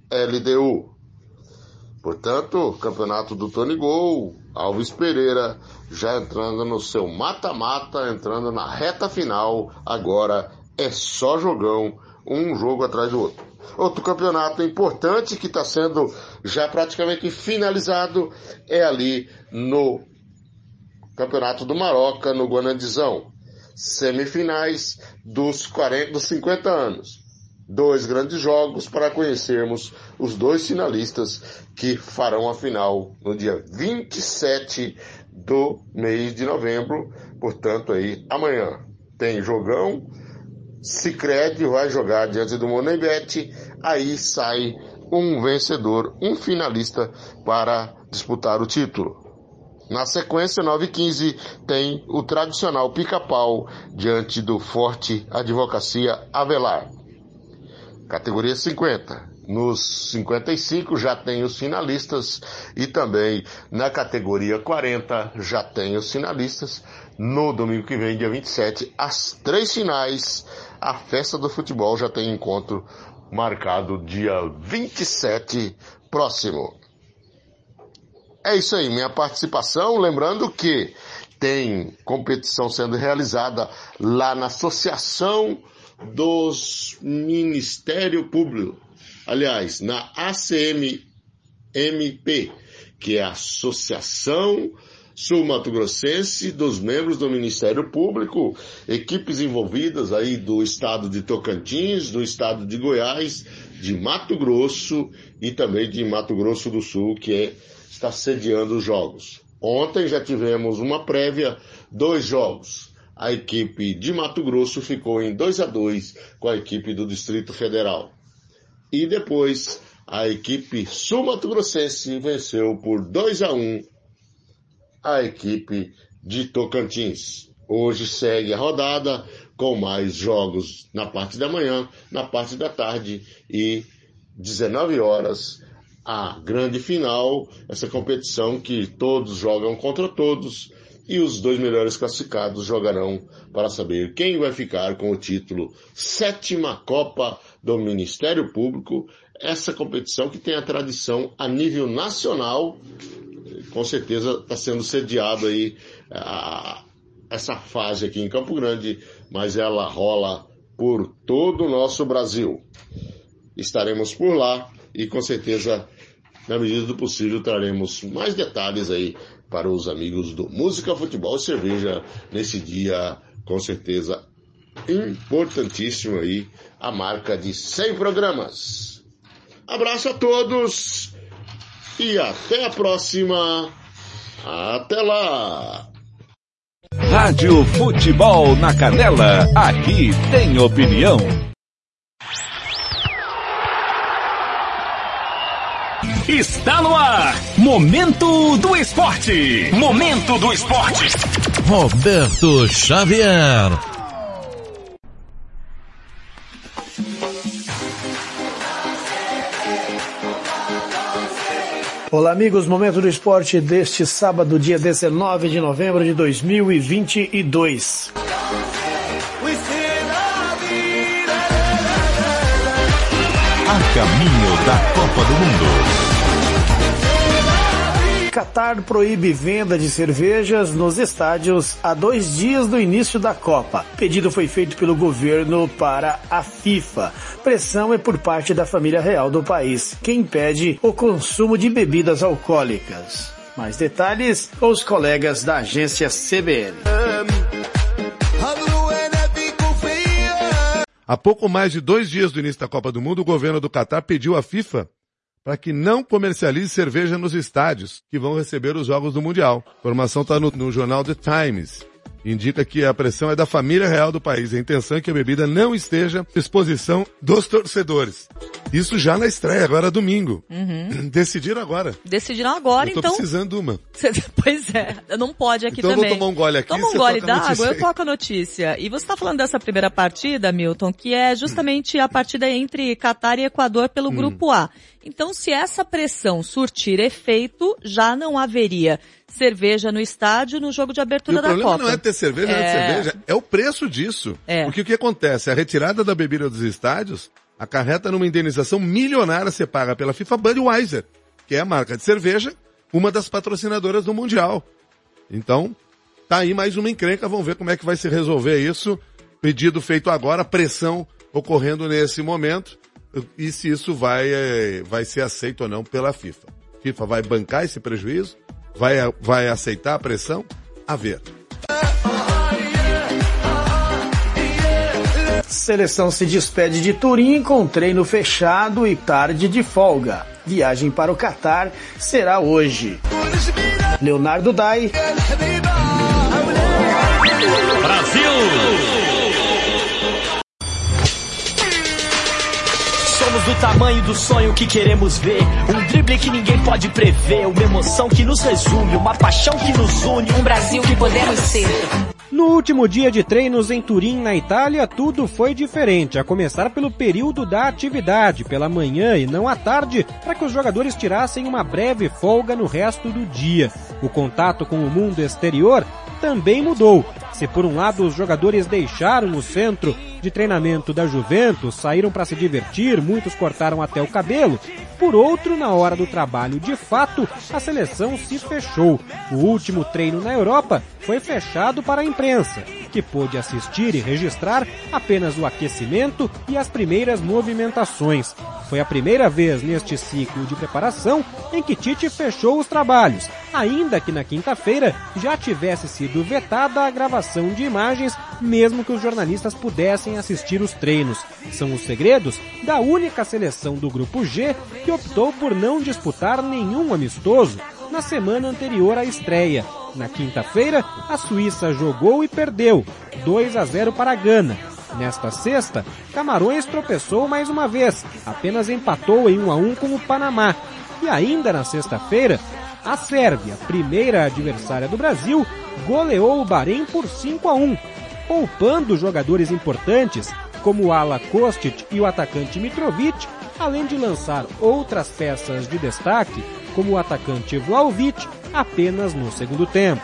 LDU. Portanto, campeonato do Tony Gol, Alves Pereira já entrando no seu mata-mata, entrando na reta final, agora é só jogão, um jogo atrás do outro. Outro campeonato importante que está sendo já praticamente finalizado é ali no Campeonato do Maroca, no Guanandizão. Semifinais dos 50 anos. 2 grandes jogos para conhecermos os 2 finalistas que farão a final no dia 27 do mês de novembro. Portanto, aí, amanhã tem jogão. Sicredi vai jogar diante do Monebet. Aí sai um vencedor, um finalista para disputar o título. Na sequência, 9h15, tem o tradicional pica-pau diante do Forte Advocacia Avelar. Categoria 50. Nos 55 já tem os finalistas e também na categoria 40 já tem os finalistas. No domingo que vem, dia 27, as 3 finais, a festa do futebol já tem encontro marcado dia 27 próximo. É isso aí, minha participação. Lembrando que tem competição sendo realizada lá na Associação dos Ministério Público, aliás, na ACMMP, que é a Associação Sul-Mato-Grossense dos Membros do Ministério Público, equipes envolvidas aí do estado de Tocantins, do estado de Goiás, de Mato Grosso e também de Mato Grosso do Sul, que está sediando os jogos. Ontem já tivemos uma prévia, 2 jogos. A equipe de Mato Grosso ficou em 2-2 com a equipe do Distrito Federal. E depois, a equipe sul-mato-grossense venceu por 2-1 a equipe de Tocantins. Hoje segue a rodada com mais jogos na parte da manhã, na parte da tarde e 19 horas a grande final, essa competição que todos jogam contra todos. E os 2 melhores classificados jogarão para saber quem vai ficar com o título 7ª Copa do Ministério Público. Essa competição que tem a tradição a nível nacional, com certeza está sendo sediado aí essa fase aqui em Campo Grande, mas ela rola por todo o nosso Brasil. Estaremos por lá e com certeza, na medida do possível, traremos mais detalhes aí para os amigos do Música, Futebol e Cerveja nesse dia, com certeza, importantíssimo aí, a marca de 100 programas. Abraço a todos e até a próxima. Até lá! Rádio Futebol na Canela, aqui tem opinião. Está no ar, Momento do Esporte. Momento do Esporte. Roberto Xavier. Olá amigos, Momento do Esporte deste sábado, dia 19 de novembro de 2022. A caminho da Copa do Mundo. Catar proíbe venda de cervejas nos estádios a 2 dias do início da Copa. O pedido foi feito pelo governo para a FIFA. Pressão é por parte da família real do país, que impede o consumo de bebidas alcoólicas. Mais detalhes com os colegas da agência CBN. Há pouco mais de 2 dias do início da Copa do Mundo, o governo do Catar pediu à FIFA para que não comercialize cerveja nos estádios que vão receber os jogos do Mundial. A informação está no jornal The Times. Indica que a pressão é da família real do país. A intenção é que a bebida não esteja à disposição dos torcedores. Isso já na estreia, agora domingo. Uhum. Decidiram agora. Decidiram agora, então. Eu tô precisando de uma. Pois é, não pode aqui então também. Então vou tomar um gole aqui. Toma um gole d'água, eu toco a notícia. E você está falando dessa primeira partida, Milton, que é justamente a partida entre Catar e Equador pelo Grupo A. Então, se essa pressão surtir efeito, já não haveria cerveja no estádio no jogo de abertura da Copa. O problema não é ter cerveja, não é ter cerveja, é o preço disso. Porque o que acontece? A retirada da bebida dos estádios acarreta numa indenização milionária a ser paga pela FIFA Budweiser, que é a marca de cerveja, uma das patrocinadoras do Mundial. Então, tá aí mais uma encrenca, vamos ver como é que vai se resolver isso. Pedido feito agora, pressão ocorrendo nesse momento, e se isso vai ser aceito ou não pela FIFA. A FIFA vai bancar esse prejuízo? Vai aceitar a pressão? A ver. Seleção se despede de Turim com treino fechado e tarde de folga. Viagem para o Catar será hoje. Leonardo Dai. Brasil! Somos do tamanho do sonho que queremos ver. Um drible que ninguém pode prever. Uma emoção que nos resume. Uma paixão que nos une. Um Brasil que podemos ser. No último dia de treinos em Turim, na Itália, tudo foi diferente, a começar pelo período da atividade, pela manhã e não à tarde, para que os jogadores tirassem uma breve folga no resto do dia. O contato com o mundo exterior também mudou. Se por um lado os jogadores deixaram o centro de treinamento da Juventus, saíram para se divertir, muitos cortaram até o cabelo, por outro, na hora do trabalho de fato, a seleção se fechou. O último treino na Europa foi fechado para a imprensa, que pôde assistir e registrar apenas o aquecimento e as primeiras movimentações. Foi a primeira vez neste ciclo de preparação em que Tite fechou os trabalhos, ainda que na quinta-feira já tivesse sido vetada a gravação de imagens, mesmo que os jornalistas pudessem assistir os treinos. São os segredos da única seleção do Grupo G que optou por não disputar nenhum amistoso na semana anterior à estreia. Na quinta-feira, a Suíça jogou e perdeu, 2-0 para a Gana. Nesta sexta, Camarões tropeçou mais uma vez, apenas empatou em 1-1 com o Panamá. E ainda na sexta-feira, a Sérvia, primeira adversária do Brasil, goleou o Bahrein por 5-1, poupando jogadores importantes como o ala Kostic e o atacante Mitrovic, além de lançar outras peças de destaque, como o atacante Vlahovic, apenas no segundo tempo.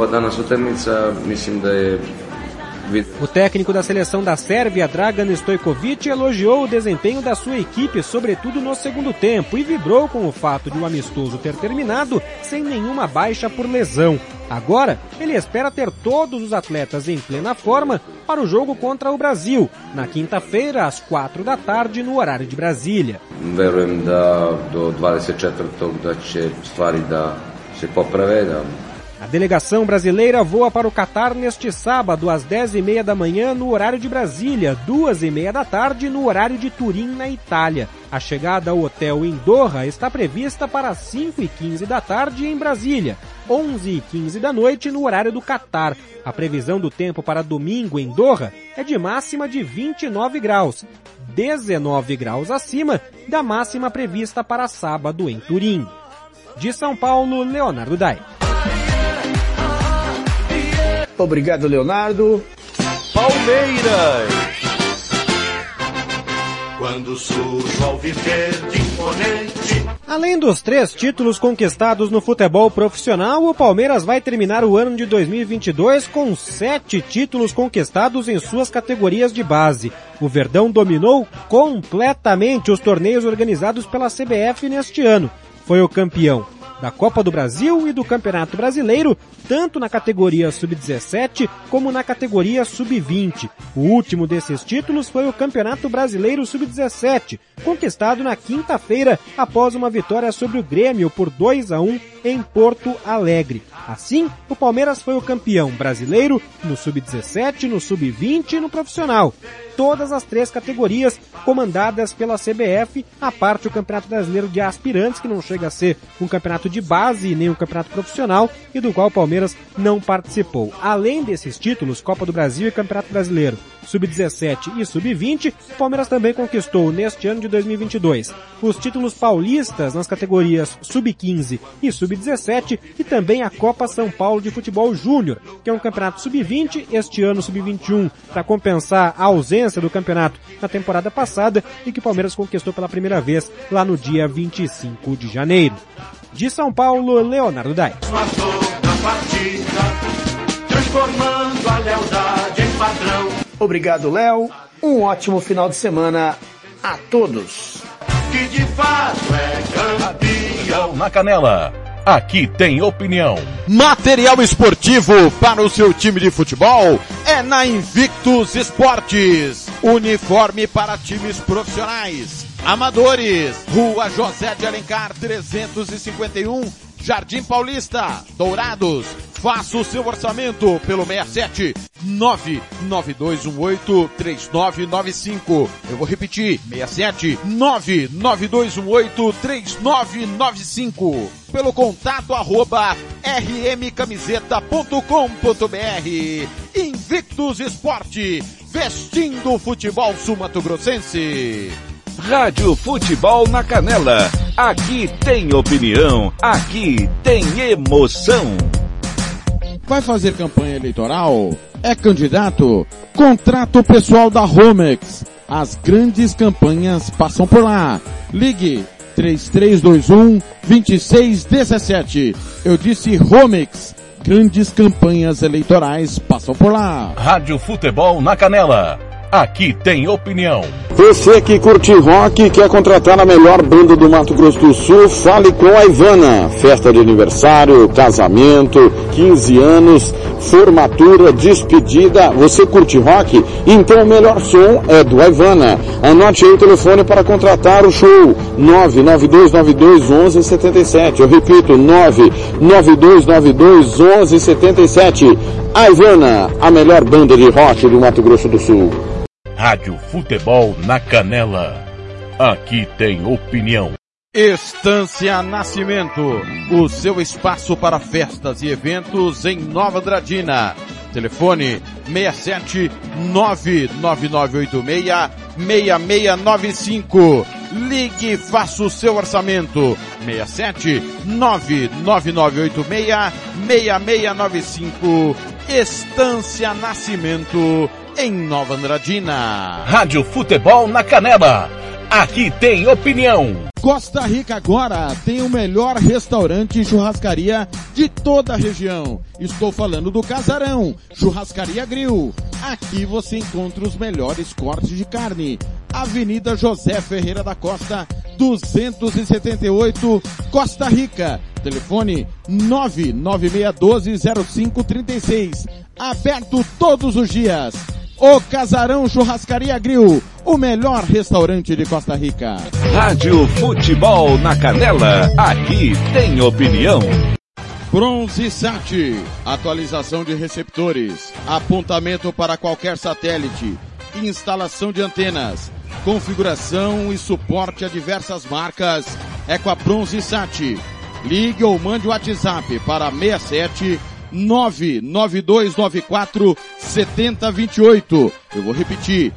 O técnico da seleção da Sérvia, Dragan Stojkovic, elogiou o desempenho da sua equipe, sobretudo no segundo tempo, e vibrou com o fato de o amistoso ter terminado sem nenhuma baixa por lesão. Agora, ele espera ter todos os atletas em plena forma para o jogo contra o Brasil, na quinta-feira, às 4 da tarde, no horário de Brasília. Verujem do 24. da će stvari da se poprave, A delegação brasileira voa para o Catar neste sábado, às 10h30 da manhã, no horário de Brasília, 2h30 da tarde, no horário de Turim, na Itália. A chegada ao hotel em Doha está prevista para 5h15 da tarde em Brasília, 11h15 da noite no horário do Catar. A previsão do tempo para domingo em Doha é de máxima de 29 graus, 19 graus acima da máxima prevista para sábado em Turim. De São Paulo, Leonardo Dai. Obrigado, Leonardo. Palmeiras. Quando surge ao viver de imponente. Além dos 3 títulos conquistados no futebol profissional, o Palmeiras vai terminar o ano de 2022 com 7 títulos conquistados em suas categorias de base. O Verdão dominou completamente os torneios organizados pela CBF neste ano. Foi o campeão da Copa do Brasil e do Campeonato Brasileiro, tanto na categoria Sub-17 como na categoria Sub-20. O último desses títulos foi o Campeonato Brasileiro Sub-17, conquistado na quinta-feira após uma vitória sobre o Grêmio por 2-1 em Porto Alegre. Assim, o Palmeiras foi o campeão brasileiro no Sub-17, no Sub-20 e no profissional. Todas as 3 categorias comandadas pela CBF, à parte o Campeonato Brasileiro de Aspirantes, que não chega a ser um campeonato de base nem um campeonato profissional, e do qual o Palmeiras não participou. Além desses títulos, Copa do Brasil e Campeonato Brasileiro, Sub-17 e Sub-20, o Palmeiras também conquistou, neste ano de 2022, os títulos paulistas nas categorias Sub-15 e Sub-17 e também a Copa São Paulo de Futebol Júnior, que é um campeonato Sub-20, este ano Sub-21, para compensar a ausência do campeonato na temporada passada e que o Palmeiras conquistou pela primeira vez lá no dia 25 de janeiro. De São Paulo, Leonardo Dai. Obrigado, Léo. Um ótimo final de semana a todos. Que de fato é campeão. Na Canela, aqui tem opinião. Material esportivo para o seu time de futebol é na Invictus Esportes. Uniforme para times profissionais, amadores. Rua José de Alencar 351, Jardim Paulista, Dourados. Faça o seu orçamento pelo 67 992183995. Eu vou repetir, 67 992183995. Pelo contato @rmcamiseta.com.br. Invictus Esporte, vestindo o futebol sul-mato-grossense. Rádio Futebol na Canela. Aqui tem opinião, aqui tem emoção. Vai fazer campanha eleitoral? É candidato? Contrata o pessoal da Romex. As grandes campanhas passam por lá. Ligue 3321-2617. Eu disse Romex. Grandes campanhas eleitorais passam por lá. Rádio Futebol na Canela. Aqui tem opinião. Você que curte rock e quer contratar a melhor banda do Mato Grosso do Sul, fale com a Ivana. Festa de aniversário, casamento, 15 anos, formatura, despedida. Você curte rock? Então o melhor som é do Ivana. Anote aí o telefone para contratar o show. 992921177. Eu repito, 992921177. A Ivana, a melhor banda de rock do Mato Grosso do Sul. Rádio Futebol na Canela. Aqui tem opinião. Estância Nascimento, o seu espaço para festas e eventos em Nova Andradina. Telefone 67 99986-6695. Ligue e faça o seu orçamento. 67 99986-6695. Estância Nascimento, em Nova Andradina. Rádio Futebol na Canela. Aqui tem opinião. Costa Rica agora tem o melhor restaurante e churrascaria de toda a região. Estou falando do Casarão, Churrascaria Grill. Aqui você encontra os melhores cortes de carne. Avenida José Ferreira da Costa, 278, Costa Rica. Telefone 99612-0536. Aberto todos os dias. O Casarão Churrascaria Grill, o melhor restaurante de Costa Rica. Rádio Futebol na Canela, aqui tem opinião. Bronze Sat, atualização de receptores, apontamento para qualquer satélite, instalação de antenas, configuração e suporte a diversas marcas, é com a Bronze Sat. Ligue ou mande o WhatsApp para 67 99294-7028. Eu vou repetir,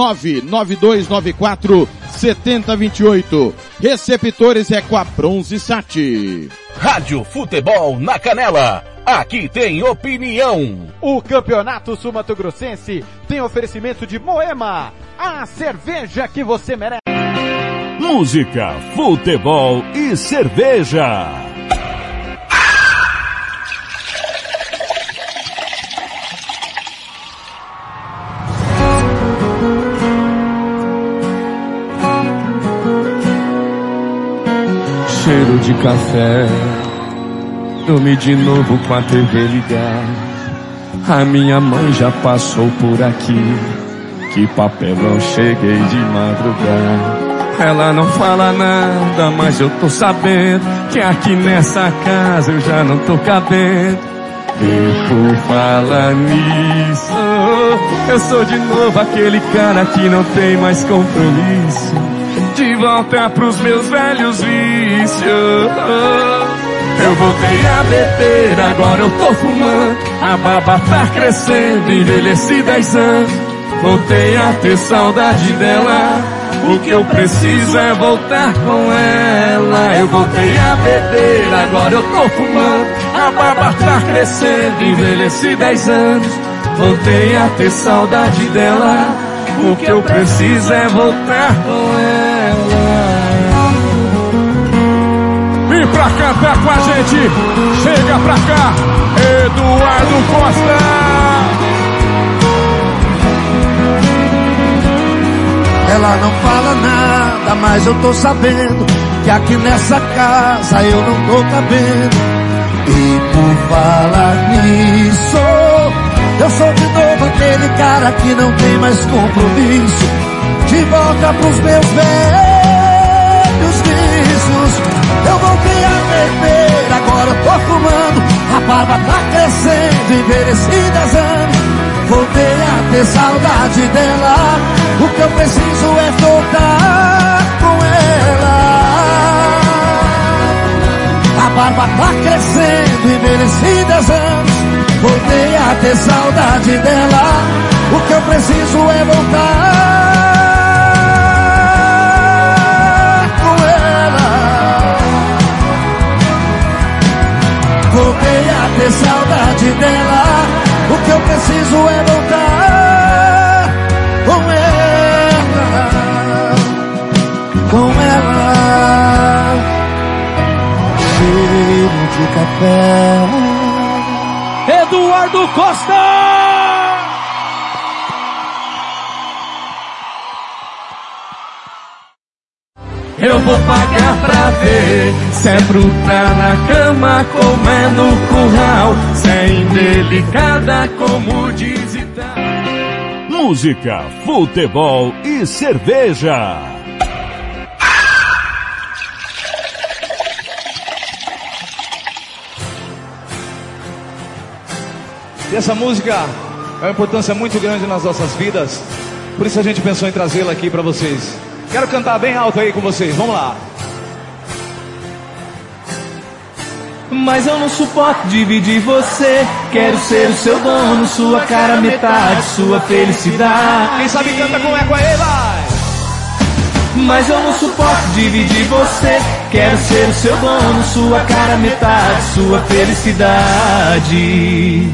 99294-7028. Receptores é com a Bronze Sat. Rádio Futebol na Canela. Aqui tem opinião. O Campeonato Sul-Mato-Grossense tem oferecimento de Moema, a cerveja que você merece. Música, futebol e cerveja. Cheiro de café, dormi de novo com a TV ligada. A minha mãe já passou por aqui, que papelão, cheguei de madrugada. Ela não fala nada, mas eu tô sabendo que aqui nessa casa eu já não tô cabendo. E por falar nisso, eu sou de novo aquele cara que não tem mais compromisso, de volta pros meus velhos vícios. Eu voltei a beber, agora eu tô fumando. A barba tá crescendo, envelheci 10 anos. Voltei a ter saudade dela, o que eu preciso é voltar com ela. Eu voltei a beber, agora eu tô fumando. A barba tá crescendo, envelheci 10 anos. Voltei a ter saudade dela, o que eu preciso é voltar com ela. Vem pra cantar com a gente, chega pra cá, Eduardo Costa. Ela não fala nada, mas eu tô sabendo que aqui nessa casa eu não tô cabendo. E por falar nisso, eu sou de novo aquele cara que não tem mais compromisso. De volta pros meus velhos vícios. Eu voltei a beber, agora eu tô fumando. A barba tá crescendo, envelheci 10 anos. Voltei a ter saudade dela. O que eu preciso é voltar com ela. A barba tá crescendo, envelheci 10 anos. Voltei a ter saudade dela. O que eu preciso é voltar com ela. Voltei a ter saudade dela. O que eu preciso é voltar com ela. Com ela. Cheiro de café. Eduardo Costa! Eu vou pagar pra ver se é bruta na cama como é no curral, se é indelicada como diz e tal. Música, futebol e cerveja. E essa música é uma importância muito grande nas nossas vidas, por isso a gente pensou em trazê-la aqui pra vocês. Quero cantar bem alto aí com vocês, vamos lá. Mas eu não suporto dividir você. Quero ser o seu dono, sua cara metade, sua felicidade. Quem sabe canta com eco aí, vai. Mas eu não suporto dividir você. Quero ser o seu dono, sua cara metade, sua felicidade.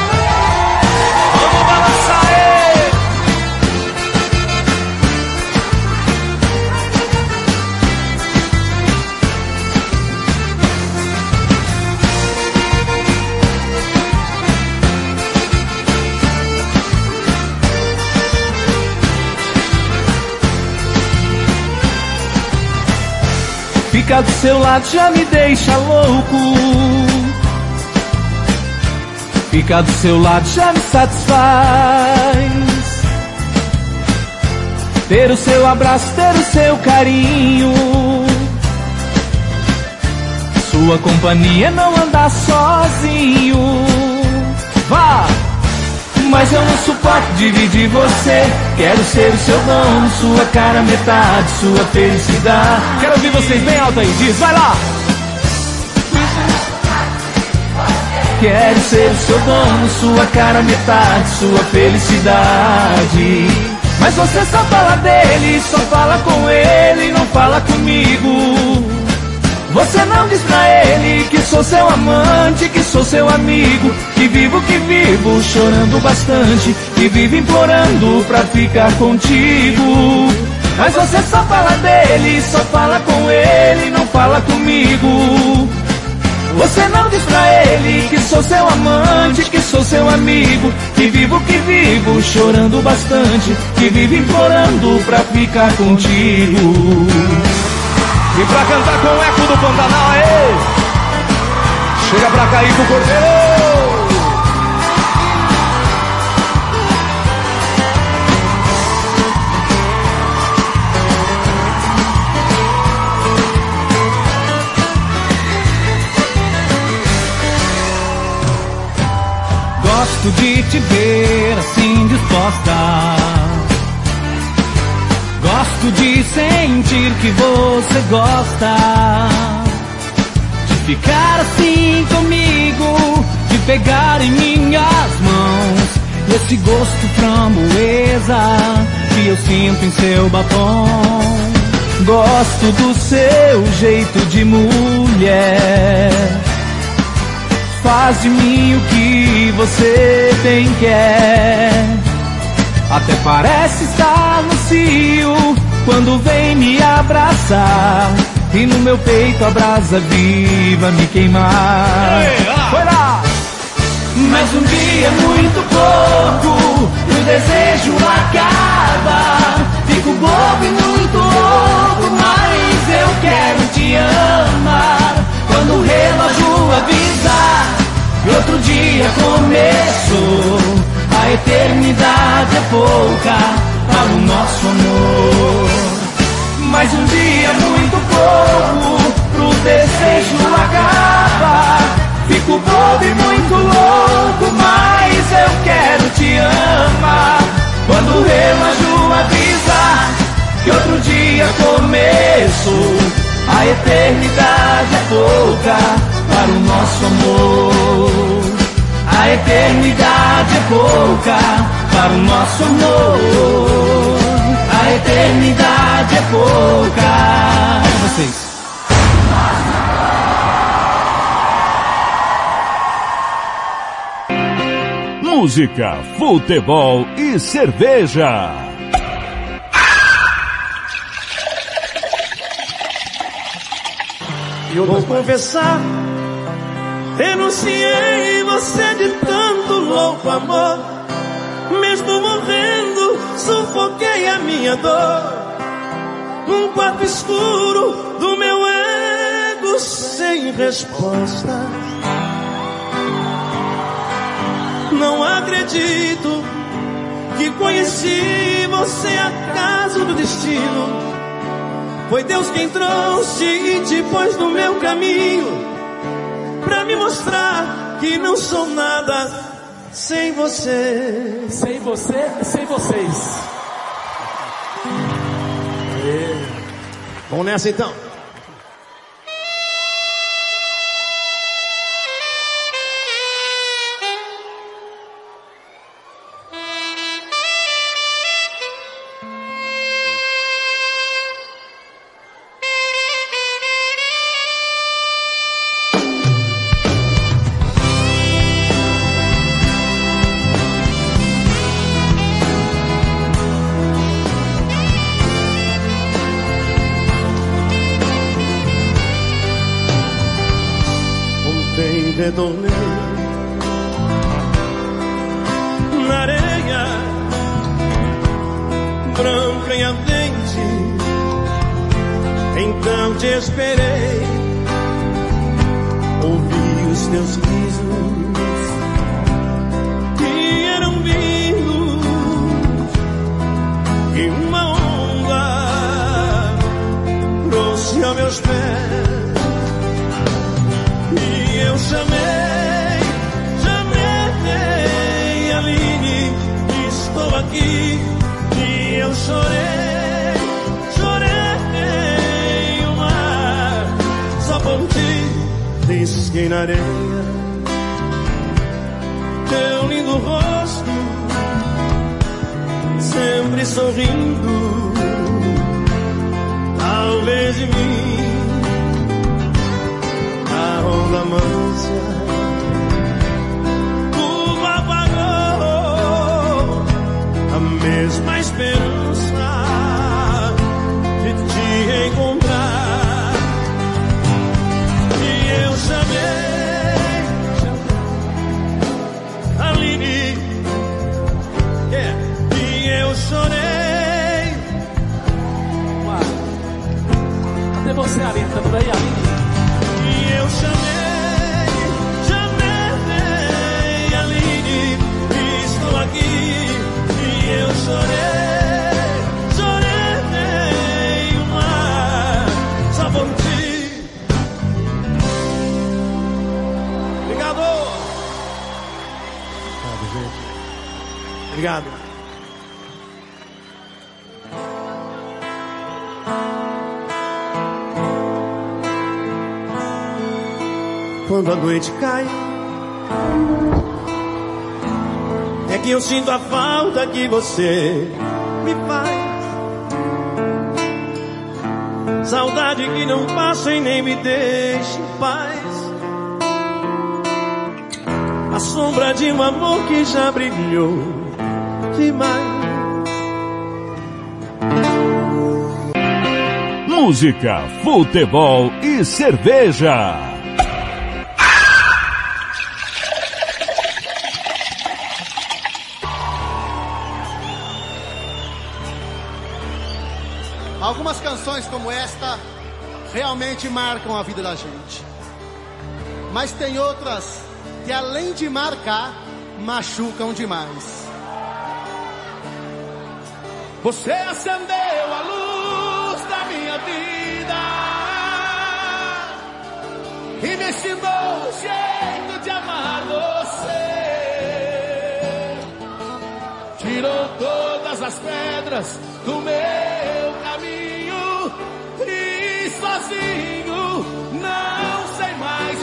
Vamos balançar aí. Ficar do seu lado já me deixa louco. Ficar do seu lado já me satisfaz. Ter o seu abraço, ter o seu carinho. Sua companhia, não andar sozinho. Vá! Mas eu não suporto dividir você. Quero ser o seu dono, sua cara metade, sua felicidade. Quero ouvir vocês bem alto aí, diz, vai lá! Quero ser o seu dono, sua cara metade, sua felicidade. Mas você só fala dele, só fala com ele, não fala comigo. Você não diz pra ele que sou seu amante, que sou seu amigo, que vivo chorando bastante, que vivo implorando pra ficar contigo. Mas você só fala dele, só fala com ele, não fala comigo. Você não diz pra ele que sou seu amante, que sou seu amigo, que vivo chorando bastante, que vivo implorando pra ficar contigo. E pra cantar com o eco do Pantanal, aí, chega pra cair com o Cordeiro. Gosto de te ver assim disposta. Gosto de sentir que você gosta de ficar assim comigo, de pegar em minhas mãos esse gosto framboesa que eu sinto em seu batom. Gosto do seu jeito de mulher, faz de mim o que você bem quer. Até parece estar no cio quando vem me abraçar e no meu peito a brasa viva me queimar. Foi lá! Mas um dia é muito pouco e o desejo acaba. Fico bobo avisar que outro dia começou. A eternidade é pouca para o nosso amor. Mas um dia muito pouco pro desejo acabar. Fico bobo e muito louco, mas eu quero te amar. Quando o relógio avisar que outro dia começou, a eternidade é pouca para o nosso amor. A eternidade é pouca para o nosso amor. A eternidade é pouca. É vocês. Música, futebol e cerveja. Eu vou confessar, renunciei em você de tanto louco amor. Mesmo morrendo, sufoquei a minha dor. Um quarto escuro do meu ego sem resposta. Não acredito que conheci você acaso do destino. Foi Deus quem trouxe e te pôs no meu caminho, pra me mostrar que não sou nada sem você. Sem você e sem vocês. Vamos nessa então. Retornei na areia branca e ardente, então te esperei, ouvi os teus risos que eram vindos e uma onda trouxe aos meus pés. Eu chamei, Aline, estou aqui. E eu chorei, o mar, só por ti, risquei na areia teu lindo rosto, sempre sorrindo, talvez de mim. A onda mansa, tudo apagou a mesma esperança de te encontrar. E eu chamei Aline, e eu chorei. Cadê você, Aline? Tá por aí, Aline? Eu chamei, Aline, estou aqui. E eu chorei o mar, só por ti. Obrigado. Obrigado, gente. Obrigado. Quando a noite cai, é que eu sinto a falta que você me faz. Saudade que não passa e nem me deixa em paz. A sombra de um amor que já brilhou demais. Música, futebol e cerveja. Algumas canções como esta realmente marcam a vida da gente. mas tem outras que além de marcar, machucam demais. Você acendeu a luz da minha vida e me ensinou o jeito de amar você. Tirou todas as pedras do meu caminho e sozinho não sei mais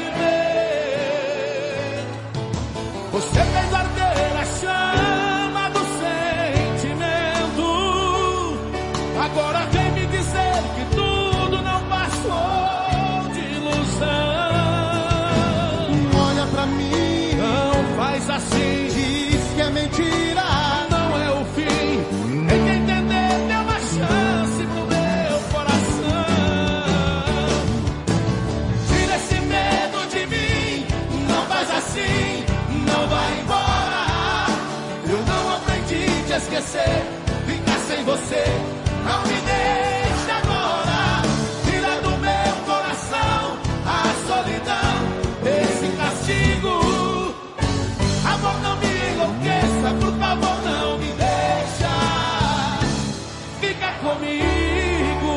viver. Você fez arder a chama do sentimento. Agora vem me dizer que tudo não passou de ilusão. Olha pra mim, não faz assim, diz que é mentira, não é o fim. Tem que entender, dê uma chance pro meu coração. Tira esse medo de mim, não faz assim, não vai embora. Eu não aprendi a te esquecer, ficar sem você não me deixa agora. Tira do meu coração a solidão, esse castigo. Amor, não me enlouqueça, por favor, não me deixa. Fica comigo.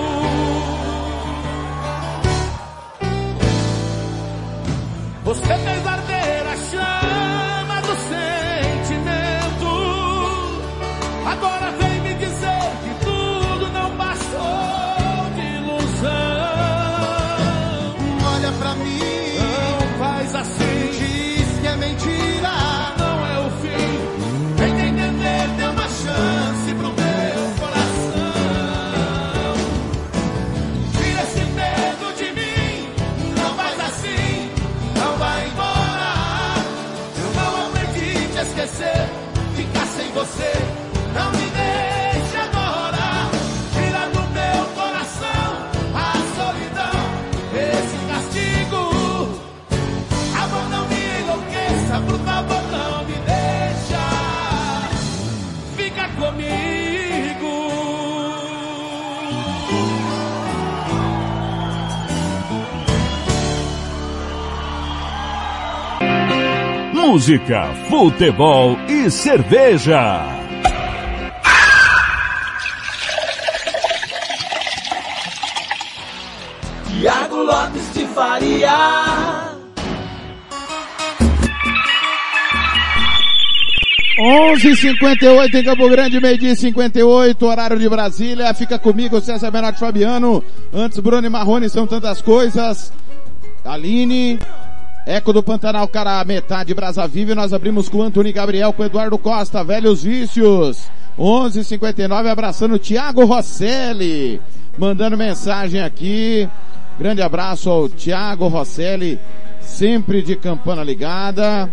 Você fez arder a chama do sentimento. Agora vem me dizer que tudo não passou de ilusão. olha pra mim, não faz assim, diz que é mentira, não é o fim. Tem que entender, dê uma chance pro meu coração. Tira esse medo de mim, não faz assim, não vai embora. Eu não aprendi a te esquecer, ficar sem você não me deixa agora. Tira do meu coração a solidão, esse castigo. Amor, não me enlouqueça, por favor, não me deixa. Fica comigo. Música, futebol e cerveja. Thiago Lopes de Faria. 11h58 em Campo Grande, meio-dia 58, horário de Brasília. Fica comigo, César Bernardo Fabiano. Antes, Bruno e Marrone, são tantas coisas. Aline, Eco do Pantanal, cara, metade Brasa Vive. Nós abrimos com Antônio Gabriel, com Eduardo Costa, Velhos Vícios. 11h59, abraçando o Thiago Rosselli, mandando mensagem aqui. Grande abraço ao Thiago Rosselli, sempre de campana ligada.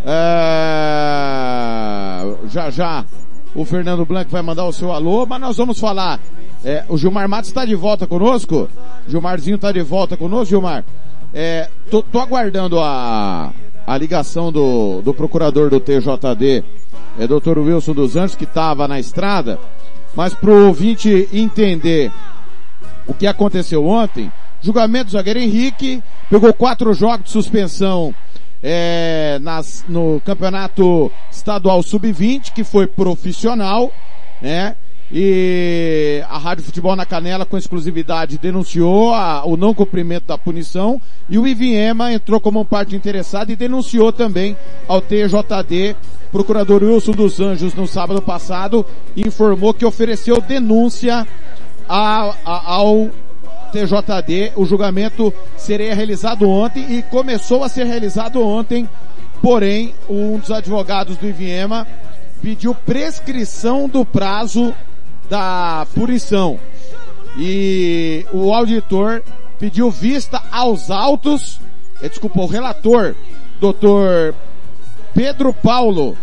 Já o Fernando Blanco vai mandar o seu alô, mas nós vamos falar. O Gilmar Matos está de volta conosco. Gilmarzinho está de volta conosco, Gilmar. Tô aguardando a ligação do procurador do TJD, Dr. Wilson dos Anjos, que estava na estrada, mas pro ouvinte entender o que aconteceu ontem. Julgamento do zagueiro Henrique, pegou 4 jogos de suspensão no campeonato estadual sub-20, que foi profissional, né? E a Rádio Futebol na Canela, com exclusividade, denunciou o não cumprimento da punição, e o Ivinhema entrou como parte interessada e denunciou também ao TJD. Procurador Wilson dos Anjos, no sábado passado, informou que ofereceu denúncia ao TJD. O julgamento seria realizado ontem e começou a ser realizado ontem, porém um dos advogados do Ivinhema pediu prescrição do prazo da punição e o auditor pediu vista aos autos, o relator, doutor Pedro Paulo,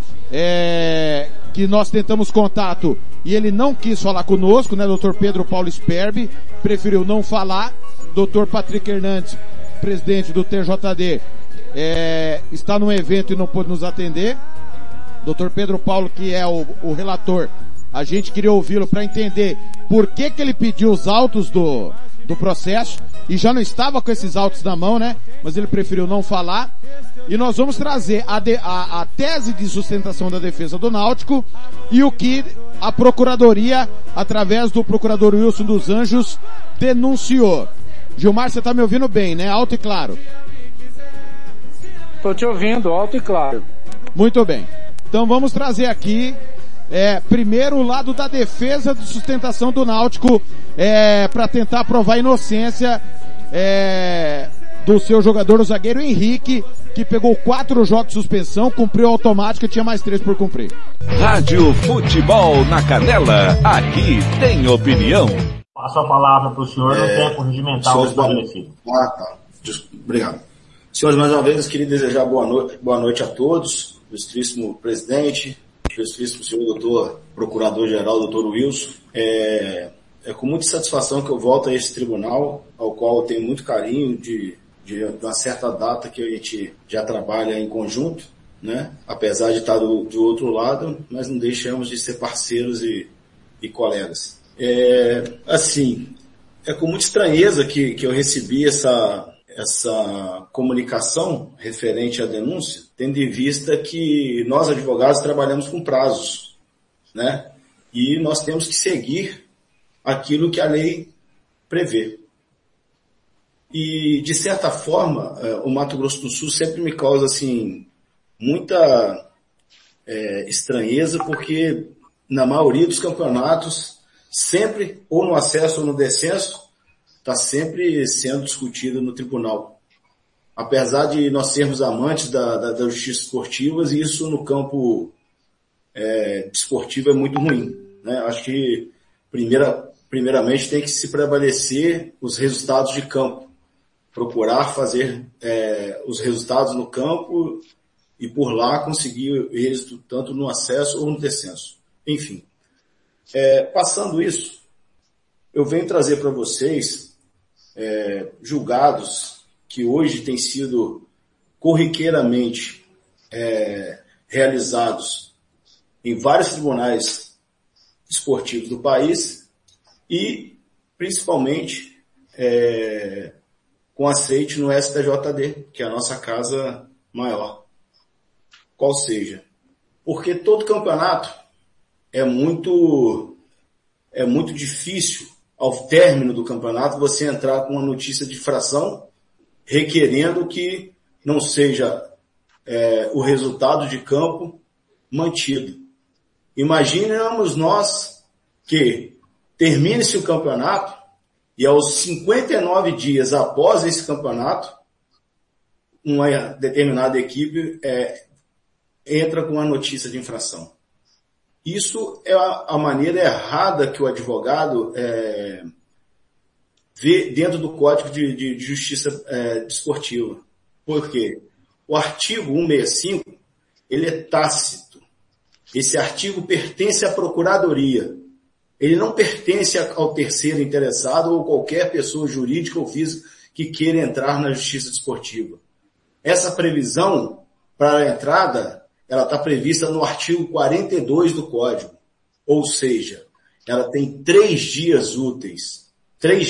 que nós tentamos contato e ele não quis falar conosco, né, doutor Pedro Paulo Sperbi, preferiu não falar. Doutor Patrick Hernandes, presidente do TJD, está num evento e não pôde nos atender. Doutor Pedro Paulo, que é o relator, a gente queria ouvi-lo para entender por que ele pediu os autos do processo e já não estava com esses autos na mão, né? Mas ele preferiu não falar. E nós vamos trazer a tese de sustentação da defesa do Náutico e o que a Procuradoria, através do Procurador Wilson dos Anjos, denunciou. Gilmar, você tá me ouvindo bem, né? Alto e claro. Tô te ouvindo, alto e claro. Muito bem. Então vamos trazer aqui, primeiro o lado da defesa de sustentação do Náutico, para tentar provar a inocência, do seu jogador, o zagueiro Henrique, que pegou 4 jogos de suspensão, cumpriu automático e tinha mais 3 por cumprir. Rádio Futebol na Canela, aqui tem opinião. Passo a palavra para o senhor no tempo regimental estabelecido. Tá. Obrigado. Senhores, mais uma vez, eu queria desejar boa noite a todos, o ilustríssimo presidente, o ilustríssimo senhor doutor procurador-geral, doutor Wilson. É com muita satisfação que eu volto a esse tribunal, ao qual eu tenho muito carinho de uma certa data que a gente já trabalha em conjunto, né? Apesar de estar do outro lado, mas não deixamos de ser parceiros e colegas. É com muita estranheza que eu recebi essa comunicação referente à denúncia, tendo em vista que nós, advogados, trabalhamos com prazos, né? E nós temos que seguir aquilo que a lei prevê. E, de certa forma, o Mato Grosso do Sul sempre me causa, assim, muita estranheza, porque na maioria dos campeonatos, sempre, ou no acesso ou no descenso, está sempre sendo discutido no tribunal. Apesar de nós sermos amantes da justiça esportiva, e isso no campo desportivo é muito ruim, né? Acho que, primeiramente, tem que se prevalecer os resultados de campo. Procurar fazer os resultados no campo e por lá conseguir êxito tanto no acesso ou no descenso. Enfim, passando isso, eu venho trazer para vocês julgados que hoje têm sido corriqueiramente realizados em vários tribunais esportivos do país e principalmente com aceite no STJD, que é a nossa casa maior. Qual seja, porque todo campeonato é muito difícil, ao término do campeonato, você entrar com uma notícia de infração requerendo que não seja o resultado de campo mantido. Imaginemos nós que termine-se o campeonato e aos 59 dias após esse campeonato, uma determinada equipe entra com uma notícia de infração. Isso é a maneira errada que o advogado vê dentro do Código de Justiça Desportiva. Por quê? O artigo 165, ele é tácito. Esse artigo pertence à Procuradoria. Ele não pertence ao terceiro interessado ou qualquer pessoa jurídica ou física que queira entrar na justiça desportiva. Essa previsão para a entrada, ela está prevista no artigo 42 do Código. Ou seja, ela tem 3 dias úteis. 3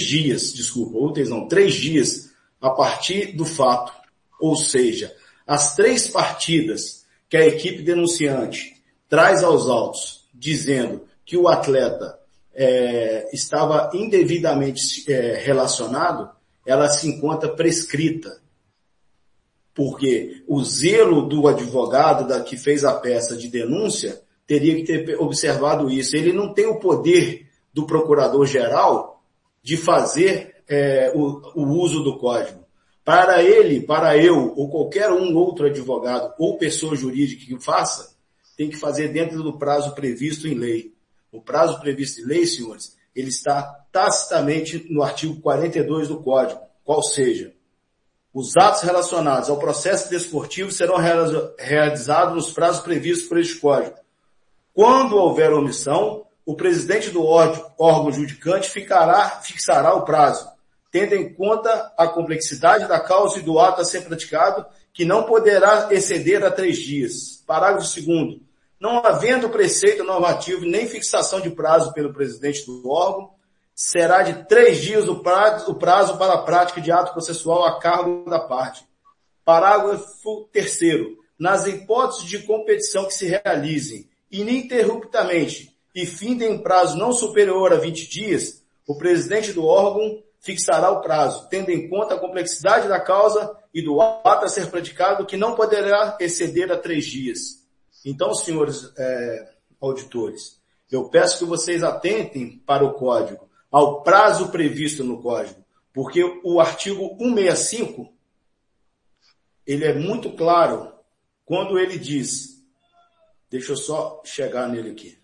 dias a partir do fato. Ou seja, as 3 partidas que a equipe denunciante traz aos autos, dizendo que o atleta estava indevidamente relacionado, ela se encontra prescrita. Porque o zelo do advogado que fez a peça de denúncia teria que ter observado isso. Ele não tem o poder do procurador-geral de fazer o uso do código. Para ele, para eu, ou qualquer outro advogado ou pessoa jurídica que faça, tem que fazer dentro do prazo previsto em lei. O prazo previsto em lei, senhores, ele está tacitamente no artigo 42 do Código, qual seja, os atos relacionados ao processo desportivo serão realizados nos prazos previstos por este Código. Quando houver omissão, o presidente do órgão judicante fixará o prazo, tendo em conta a complexidade da causa e do ato a ser praticado, que não poderá exceder a 3 dias. Parágrafo 2º. Não havendo preceito normativo nem fixação de prazo pelo presidente do órgão, será de 3 dias o prazo para a prática de ato processual a cargo da parte. Parágrafo 3º. Nas hipóteses de competição que se realizem ininterruptamente e findem em prazo não superior a 20 dias, o presidente do órgão fixará o prazo, tendo em conta a complexidade da causa e do ato a ser praticado, que não poderá exceder a 3 dias. Então, senhores auditores, eu peço que vocês atentem para o Código, ao prazo previsto no Código, porque o artigo 165, ele é muito claro quando ele diz, deixa eu só chegar nele aqui,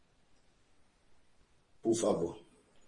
por favor.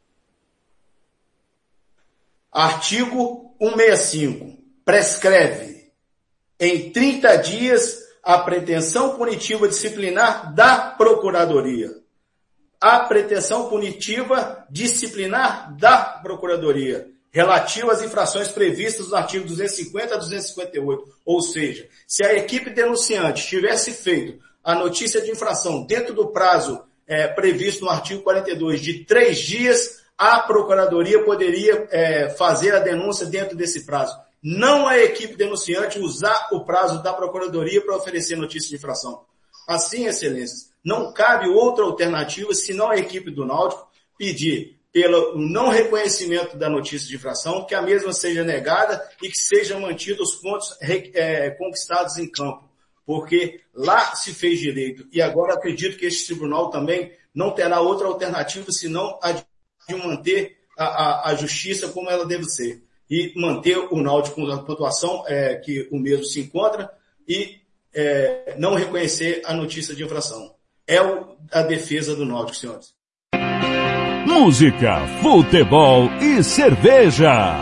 Artigo 165 prescreve em 30 dias a pretensão punitiva disciplinar da Procuradoria. A pretensão punitiva disciplinar da Procuradoria, relativa às infrações previstas no artigo 250 a 258. Ou seja, se a equipe denunciante tivesse feito a notícia de infração dentro do prazo previsto no artigo 42 de 3 dias, a Procuradoria poderia fazer a denúncia dentro desse prazo. Não a equipe denunciante usar o prazo da Procuradoria para oferecer notícia de infração. Assim, excelências, não cabe outra alternativa senão a equipe do Náutico pedir pelo não reconhecimento da notícia de infração, que a mesma seja negada e que sejam mantidos os pontos conquistados em campo. Porque lá se fez direito. E agora acredito que este tribunal também não terá outra alternativa senão a de manter a justiça como ela deve ser. E manter o Náutico com a pontuação que o mesmo se encontra e não reconhecer a notícia de infração. É a defesa do Náutico, senhores. Música, futebol e cerveja.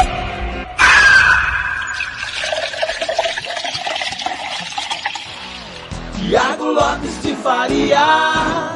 Thiago Lopes de Faria.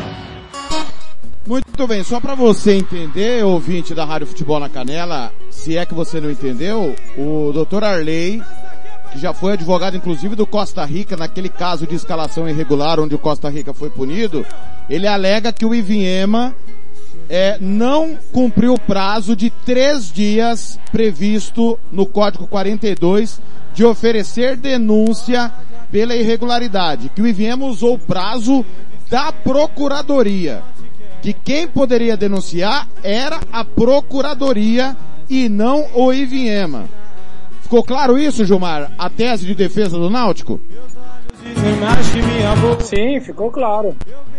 Muito bem, só para você entender, ouvinte da Rádio Futebol na Canela, se é que você não entendeu, o Dr. Arley, que já foi advogado inclusive do Costa Rica, naquele caso de escalação irregular onde o Costa Rica foi punido, ele alega que o Ivinhema não cumpriu o prazo de 3 dias previsto no Código 42 de oferecer denúncia pela irregularidade, que o Ivinhema usou o prazo da Procuradoria, que quem poderia denunciar era a Procuradoria e não o Ivinhema. Ficou claro isso, Gilmar? A tese de defesa do Náutico? Sim, ficou claro.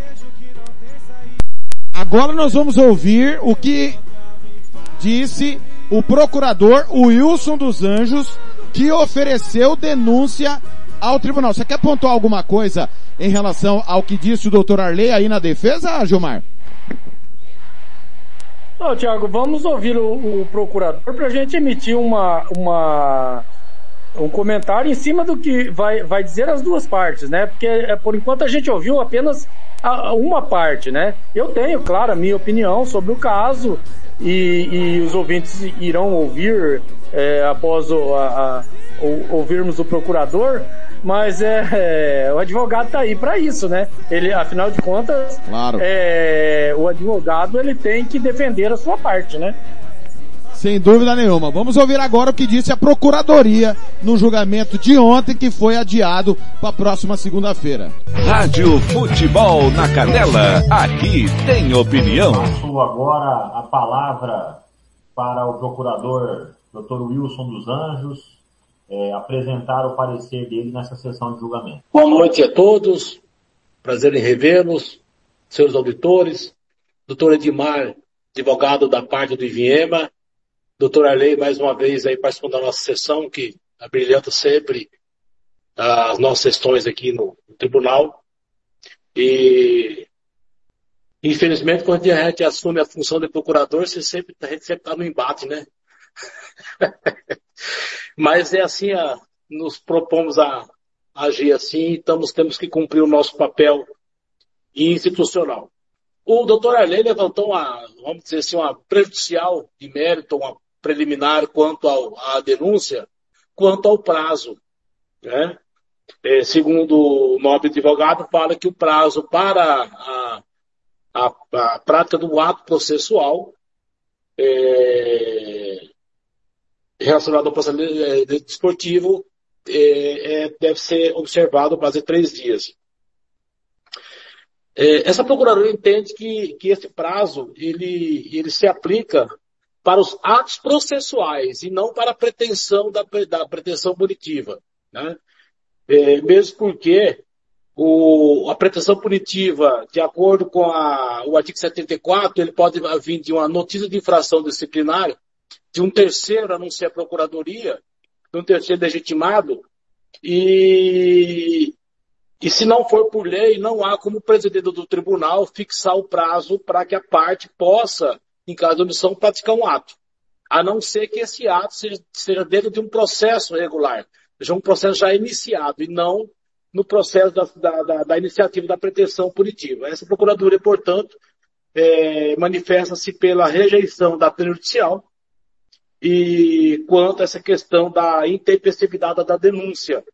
Agora nós vamos ouvir o que disse o procurador Wilson dos Anjos, que ofereceu denúncia ao tribunal. Você quer pontuar alguma coisa em relação ao que disse o doutor Arley aí na defesa, Gilmar? Não, Thiago, vamos ouvir o procurador para a gente emitir um comentário em cima do que vai dizer as duas partes, né? Porque por enquanto a gente ouviu apenas uma parte, né? Eu tenho, claro, a minha opinião sobre o caso e os ouvintes irão ouvir após ouvirmos o procurador. Mas o advogado tá aí para isso, né? Ele, afinal de contas, claro. O advogado ele tem que defender a sua parte, né? Sem dúvida nenhuma. Vamos ouvir agora o que disse a Procuradoria no julgamento de ontem, que foi adiado para a próxima segunda-feira. Rádio Futebol na Canela, aqui tem opinião. Passo agora a palavra para o procurador Dr. Wilson dos Anjos, apresentar o parecer dele nessa sessão de julgamento. Boa noite a todos, prazer em revê-los, senhores auditores, doutor Edmar, advogado da parte do Ivinhema, doutor Arley, mais uma vez aí participando da nossa sessão, que abrilhanta sempre as nossas sessões aqui no tribunal. E, infelizmente, quando a gente assume a função de procurador, a gente sempre está no embate, né? Mas é assim, nos propomos a agir assim e temos que cumprir o nosso papel institucional. O doutor Arley levantou vamos dizer assim, uma prejudicial de mérito, uma preliminar quanto à denúncia, quanto ao prazo, né? Segundo o nobre advogado, fala que o prazo para a prática do ato processual relacionado ao processo desportivo deve ser observado para 3 dias. Essa Procuradoria entende que esse prazo ele se aplica para os atos processuais e não para a pretensão da pretensão punitiva, né? Mesmo porque a pretensão punitiva, de acordo com o artigo 74, ele pode vir de uma notícia de infração disciplinar, de um terceiro anunciar a Procuradoria, de um terceiro legitimado, e se não for por lei, não há como o presidente do tribunal fixar o prazo para que a parte possa, em caso de omissão, praticar um ato. A não ser que esse ato seja dentro de um processo regular, seja um processo já iniciado, e não no processo da iniciativa da pretensão punitiva. Essa Procuradoria, portanto, manifesta-se pela rejeição da pena judicial e quanto a essa questão da intempestividade da denúncia.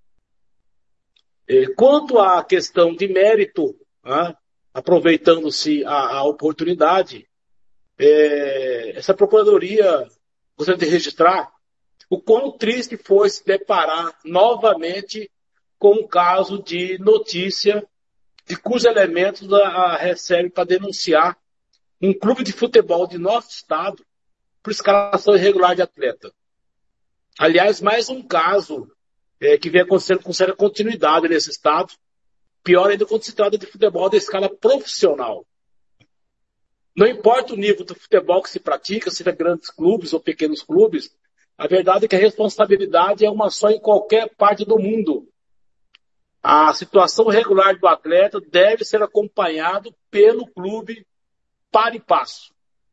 Quanto à questão de mérito, aproveitando-se a oportunidade, essa Procuradoria gostaria de registrar o quão triste foi se deparar novamente com um caso de notícia de cujos elementos recebe para denunciar um clube de futebol de nosso estado por escalação irregular de atleta. Aliás, mais um caso que vem acontecendo com certa continuidade nesse estado, pior ainda quando se trata de futebol da escala profissional. Não importa o nível do futebol que se pratica, seja grandes clubes ou pequenos clubes, a verdade é que a responsabilidade é uma só em qualquer parte do mundo. A situação regular do atleta deve ser acompanhado pelo clube para e passo.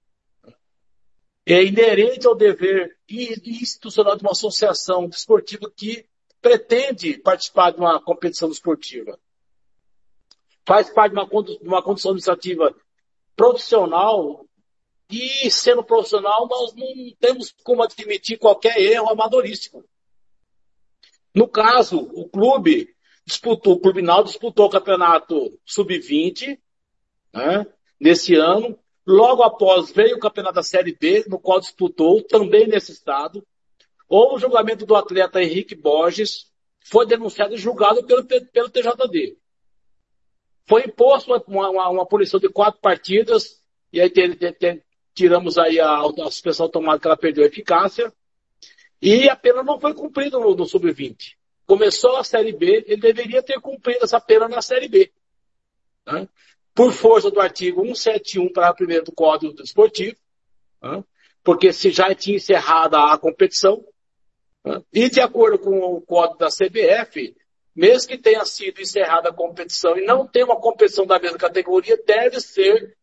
É inerente ao dever institucional de uma associação desportiva que pretende participar de uma competição desportiva. Faz parte de uma condição administrativa profissional e, sendo profissional, nós não temos como admitir qualquer erro amadorístico. No caso, o Clube Náutico disputou o campeonato sub-20, né, nesse ano. Logo após veio o campeonato da Série B, no qual disputou, também nesse estado. Houve o julgamento do atleta Henrique Borges, foi denunciado e julgado pelo TJD. Foi imposto uma punição de 4 partidas, e aí tiramos aí a suspensão automática, que ela perdeu a eficácia, e a pena não foi cumprida no Sub-20. Começou a Série B, ele deveria ter cumprido essa pena na Série B, né? Por força do artigo 171, parágrafo 1º do Código Desportivo, né? Porque se já tinha encerrado a competição, né? E de acordo com o Código da CBF, mesmo que tenha sido encerrada a competição e não tenha uma competição da mesma categoria, deve ser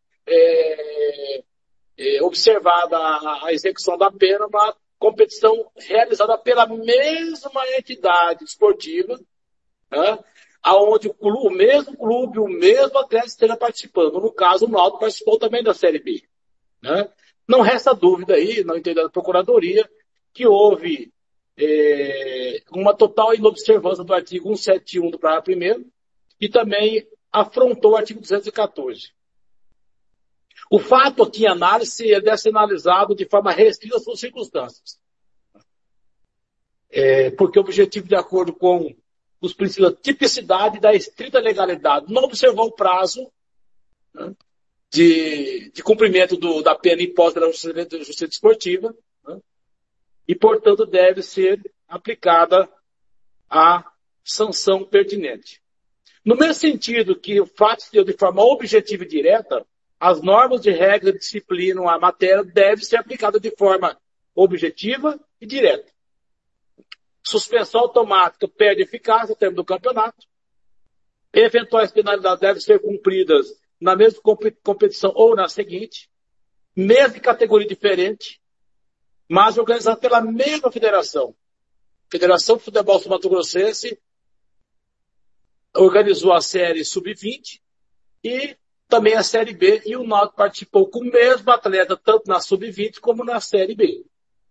observada a execução da pena na competição realizada pela mesma entidade esportiva, né, onde o mesmo clube, o mesmo atleta esteja participando. No caso, o Náutico participou também da Série B. Né? Não resta dúvida aí, não entendendo a Procuradoria, que houve uma total inobservância do artigo 171 do parágrafo 1º e também afrontou o artigo 214. O fato aqui em análise deve ser analisado de forma restrita às suas circunstâncias. Porque o objetivo, de acordo com os princípios da tipicidade e da estrita legalidade, não observou o prazo, né, de cumprimento da pena imposta pela Justiça Desportiva, né, e, portanto, deve ser aplicada a sanção pertinente. No mesmo sentido que o fato se deu de forma objetiva e direta, as normas de regra de disciplina, a matéria, deve ser aplicada de forma objetiva e direta. Suspensão automática perde eficácia no termo do campeonato. Eventuais penalidades devem ser cumpridas na mesma competição ou na seguinte, mesmo em categoria diferente, mas organizada pela mesma federação. Federação de Futebol Sul-Mato-Grossense organizou a série Sub-20 e também a Série B, e o Náutico participou com o mesmo atleta, tanto na Sub-20 como na Série B.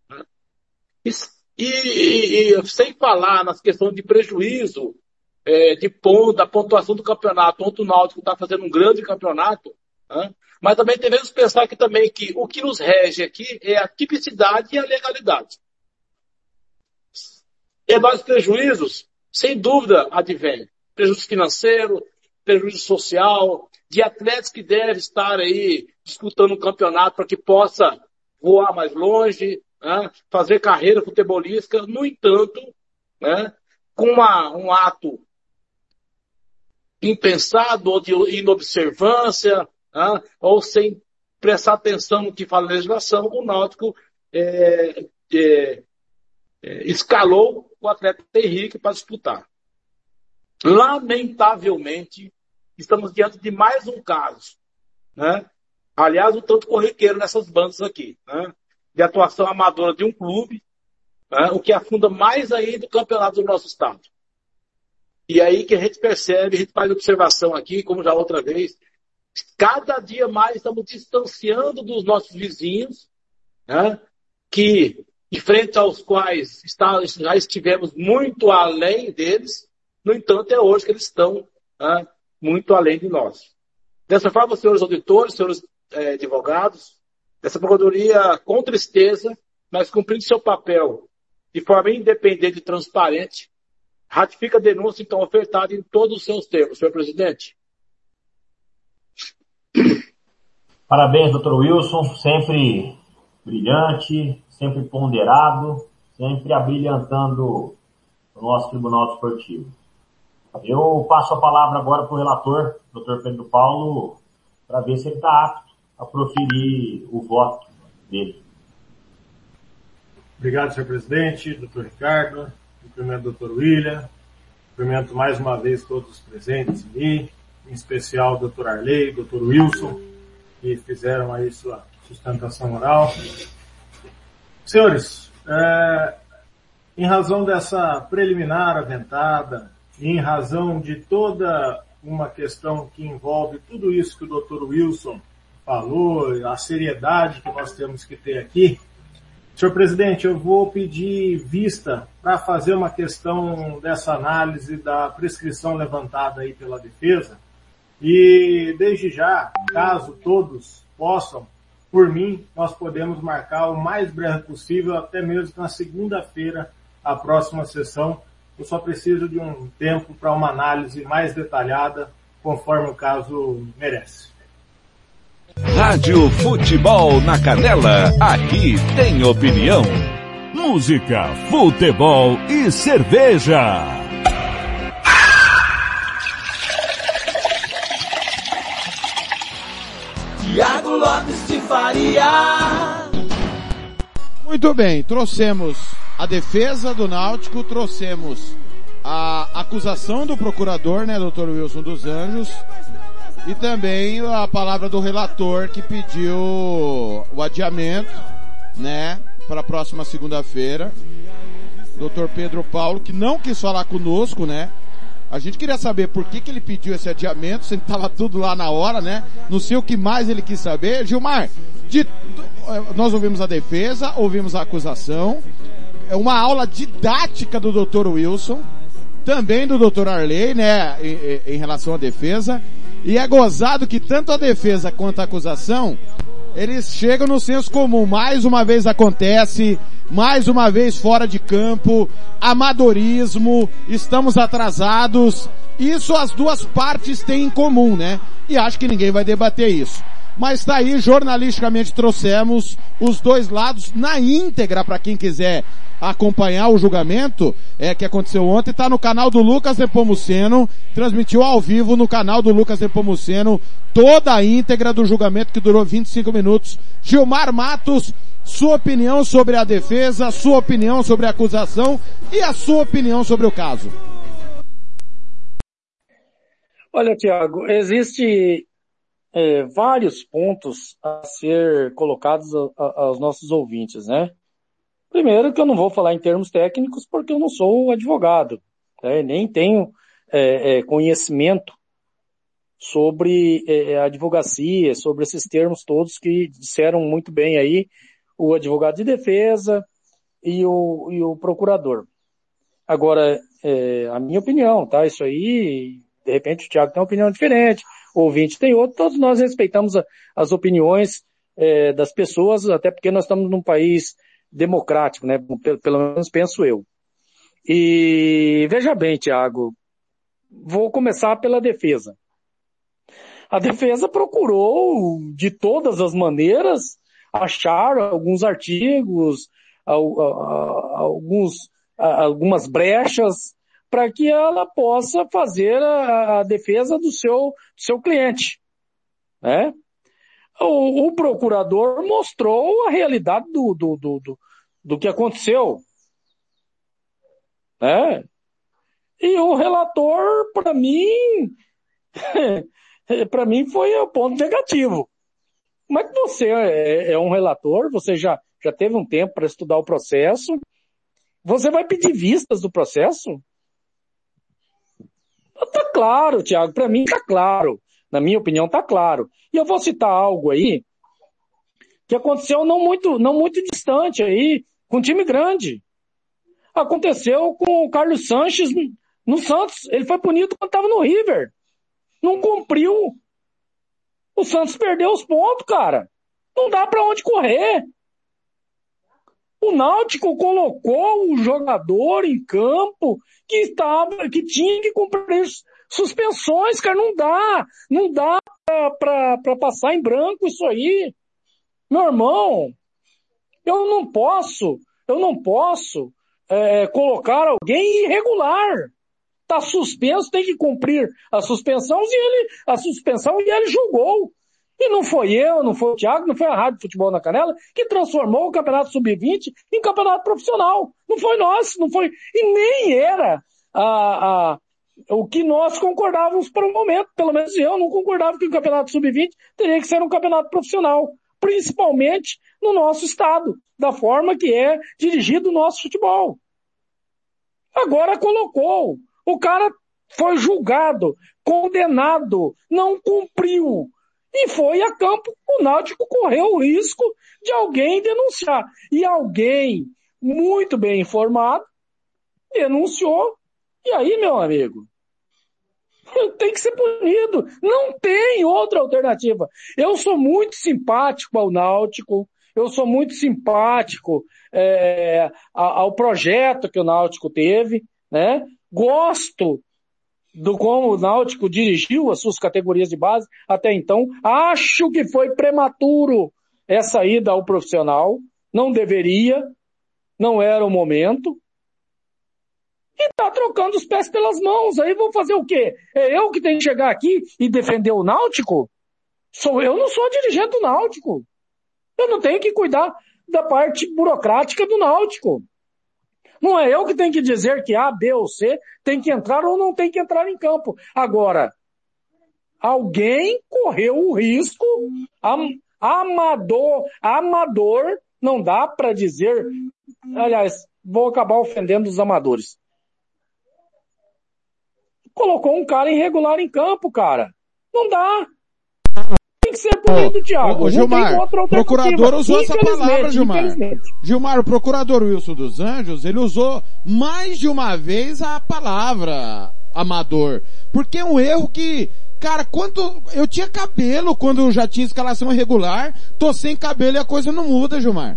E sem falar nas questões de prejuízo, da pontuação do campeonato, onde o Náutico está fazendo um grande campeonato, Né? Mas também devemos pensar que também que o que nos rege aqui é a tipicidade e a legalidade. E nós prejuízos, sem dúvida, advêm. Prejuízo financeiro, prejuízo social, de atletas que devem estar aí disputando um campeonato para que possa voar mais longe, né? Fazer carreira futebolística. No entanto, né? Com um ato impensado ou de inobservância, né? Ou sem prestar atenção no que fala a legislação, o Náutico escalou o atleta Henrique para disputar. Lamentavelmente, estamos diante de mais um caso, né? Aliás, um tanto corriqueiro nessas bandas aqui, né? De atuação amadora de um clube, né? O que afunda mais ainda o campeonato do nosso estado. E aí que a gente percebe, a gente faz observação aqui, como já outra vez, cada dia mais estamos distanciando dos nossos vizinhos, né? Que, em frente aos quais já estivemos muito além deles, no entanto, é hoje que eles estão, né, muito além de nós. Dessa forma, senhores auditores, senhores advogados, essa Procuradoria, com tristeza, mas cumprindo seu papel de forma independente e transparente, ratifica a denúncia, então, ofertada em todos os seus termos. Senhor presidente. Parabéns, doutor Wilson, sempre brilhante, sempre ponderado, sempre abrilhantando o nosso Tribunal Desportivo. Eu passo a palavra agora para o relator, Dr. Pedro Paulo, para ver se ele está apto a proferir o voto dele. Obrigado, senhor presidente, doutor Ricardo, cumprimento doutor William, cumprimento mais uma vez todos os presentes ali, em especial o doutor Arley, doutor Wilson, que fizeram aí sua sustentação oral. Senhores, em razão dessa preliminar aventada, em razão de toda uma questão que envolve tudo isso que o Dr. Wilson falou, a seriedade que nós temos que ter aqui, senhor presidente, eu vou pedir vista para fazer uma questão dessa análise da prescrição levantada aí pela defesa e, desde já, caso todos possam, por mim, nós podemos marcar o mais breve possível, até mesmo na segunda-feira, a próxima sessão. Eu só preciso de um tempo para uma análise mais detalhada, conforme o caso merece. Rádio Futebol na Canela, aqui tem opinião. Música, futebol e cerveja. Thiago Lopes de Faria. Muito bem, trouxemos a defesa do Náutico, trouxemos a acusação do procurador, né, Dr. Wilson dos Anjos, e também a palavra do relator que pediu o adiamento, né, para a próxima segunda-feira. Dr. Pedro Paulo, que não quis falar conosco, né? A gente queria saber por que ele pediu esse adiamento, se estava tudo lá na hora, né? Não sei o que mais ele quis saber. Gilmar, nós ouvimos a defesa, ouvimos a acusação, é uma aula didática do Dr. Wilson, também do Dr. Arley, né, em relação à defesa, e é gozado que tanto a defesa quanto a acusação, eles chegam no senso comum. Mais uma vez acontece, mais uma vez fora de campo, amadorismo, estamos atrasados, isso as duas partes têm em comum, né, e acho que ninguém vai debater isso. Mas tá aí, jornalisticamente trouxemos os dois lados na íntegra para quem quiser acompanhar o julgamento que aconteceu ontem. Tá no canal do Lucas Nepomuceno, transmitiu ao vivo no canal do Lucas Nepomuceno toda a íntegra do julgamento que durou 25 minutos. Gilmar Matos, sua opinião sobre a defesa, sua opinião sobre a acusação e a sua opinião sobre o caso. Olha, Thiago, existe vários pontos a ser colocados aos nossos ouvintes, né? Primeiro que eu não vou falar em termos técnicos porque eu não sou advogado, né? Nem tenho conhecimento sobre a advocacia, sobre esses termos todos que disseram muito bem aí o advogado de defesa e o procurador. Agora, a minha opinião, tá? Isso aí, de repente o Thiago tem uma opinião diferente, ouvinte tem outro, todos nós respeitamos as opiniões das pessoas, até porque nós estamos num país democrático, né? Pelo menos penso eu. E veja bem, Thiago, vou começar pela defesa. A defesa procurou, de todas as maneiras, achar alguns artigos, algumas brechas, para que ela possa fazer a defesa do seu cliente, né? O procurador mostrou a realidade do que aconteceu, né? E o relator, para mim foi o ponto negativo. Como é que você é um relator, você já teve um tempo para estudar o processo, você vai pedir vistas do processo? Tá claro, Thiago, para mim tá claro. Na minha opinião tá claro. E eu vou citar algo aí que aconteceu não muito distante aí, com um time grande. Aconteceu com o Carlos Sanches no Santos. Ele foi punido quando estava no River. Não cumpriu. O Santos perdeu os pontos, cara. Não dá para onde correr. O Náutico colocou o jogador em campo que tinha que cumprir suspensões, cara. Não dá para passar em branco isso aí. Meu irmão, eu não posso colocar alguém irregular. Tá suspenso, tem que cumprir a suspensão e ele julgou. E não foi eu, não foi o Thiago, não foi a Rádio Futebol na Canela que transformou o Campeonato Sub-20 em campeonato profissional. Não foi nós, não foi, e nem era o que nós concordávamos para o momento. Pelo menos eu não concordava que o Campeonato Sub-20 teria que ser um campeonato profissional, principalmente no nosso estado, da forma que é dirigido o nosso futebol. Agora colocou, o cara foi julgado, condenado, não cumpriu. E foi a campo, o Náutico correu o risco de alguém denunciar. E alguém muito bem informado denunciou. E aí, meu amigo, tem que ser punido. Não tem outra alternativa. Eu sou muito simpático ao Náutico, eu sou muito simpático ao projeto que o Náutico teve, né? Gosto do como o Náutico dirigiu as suas categorias de base até então. Acho que foi prematuro essa ida ao profissional. Não deveria, não era o momento. E tá trocando os pés pelas mãos. Aí vou fazer o quê? É eu que tenho que chegar aqui e defender o Náutico? Eu não sou dirigente do Náutico. Eu não tenho que cuidar da parte burocrática do Náutico. Não é eu que tenho que dizer que A, B ou C tem que entrar ou não tem que entrar em campo. Agora, alguém correu o risco, amador, não dá para dizer, aliás, vou acabar ofendendo os amadores. Colocou um cara irregular em campo, cara. Não dá. Tem que ser punido, Thiago. Ô, Gilmar, o procurador usou essa palavra, Gilmar. Gilmar, o procurador Wilson dos Anjos, ele usou mais de uma vez a palavra amador. Porque é um erro que, cara, quando eu tinha cabelo, quando eu já tinha escalação irregular, tô sem cabelo e a coisa não muda, Gilmar.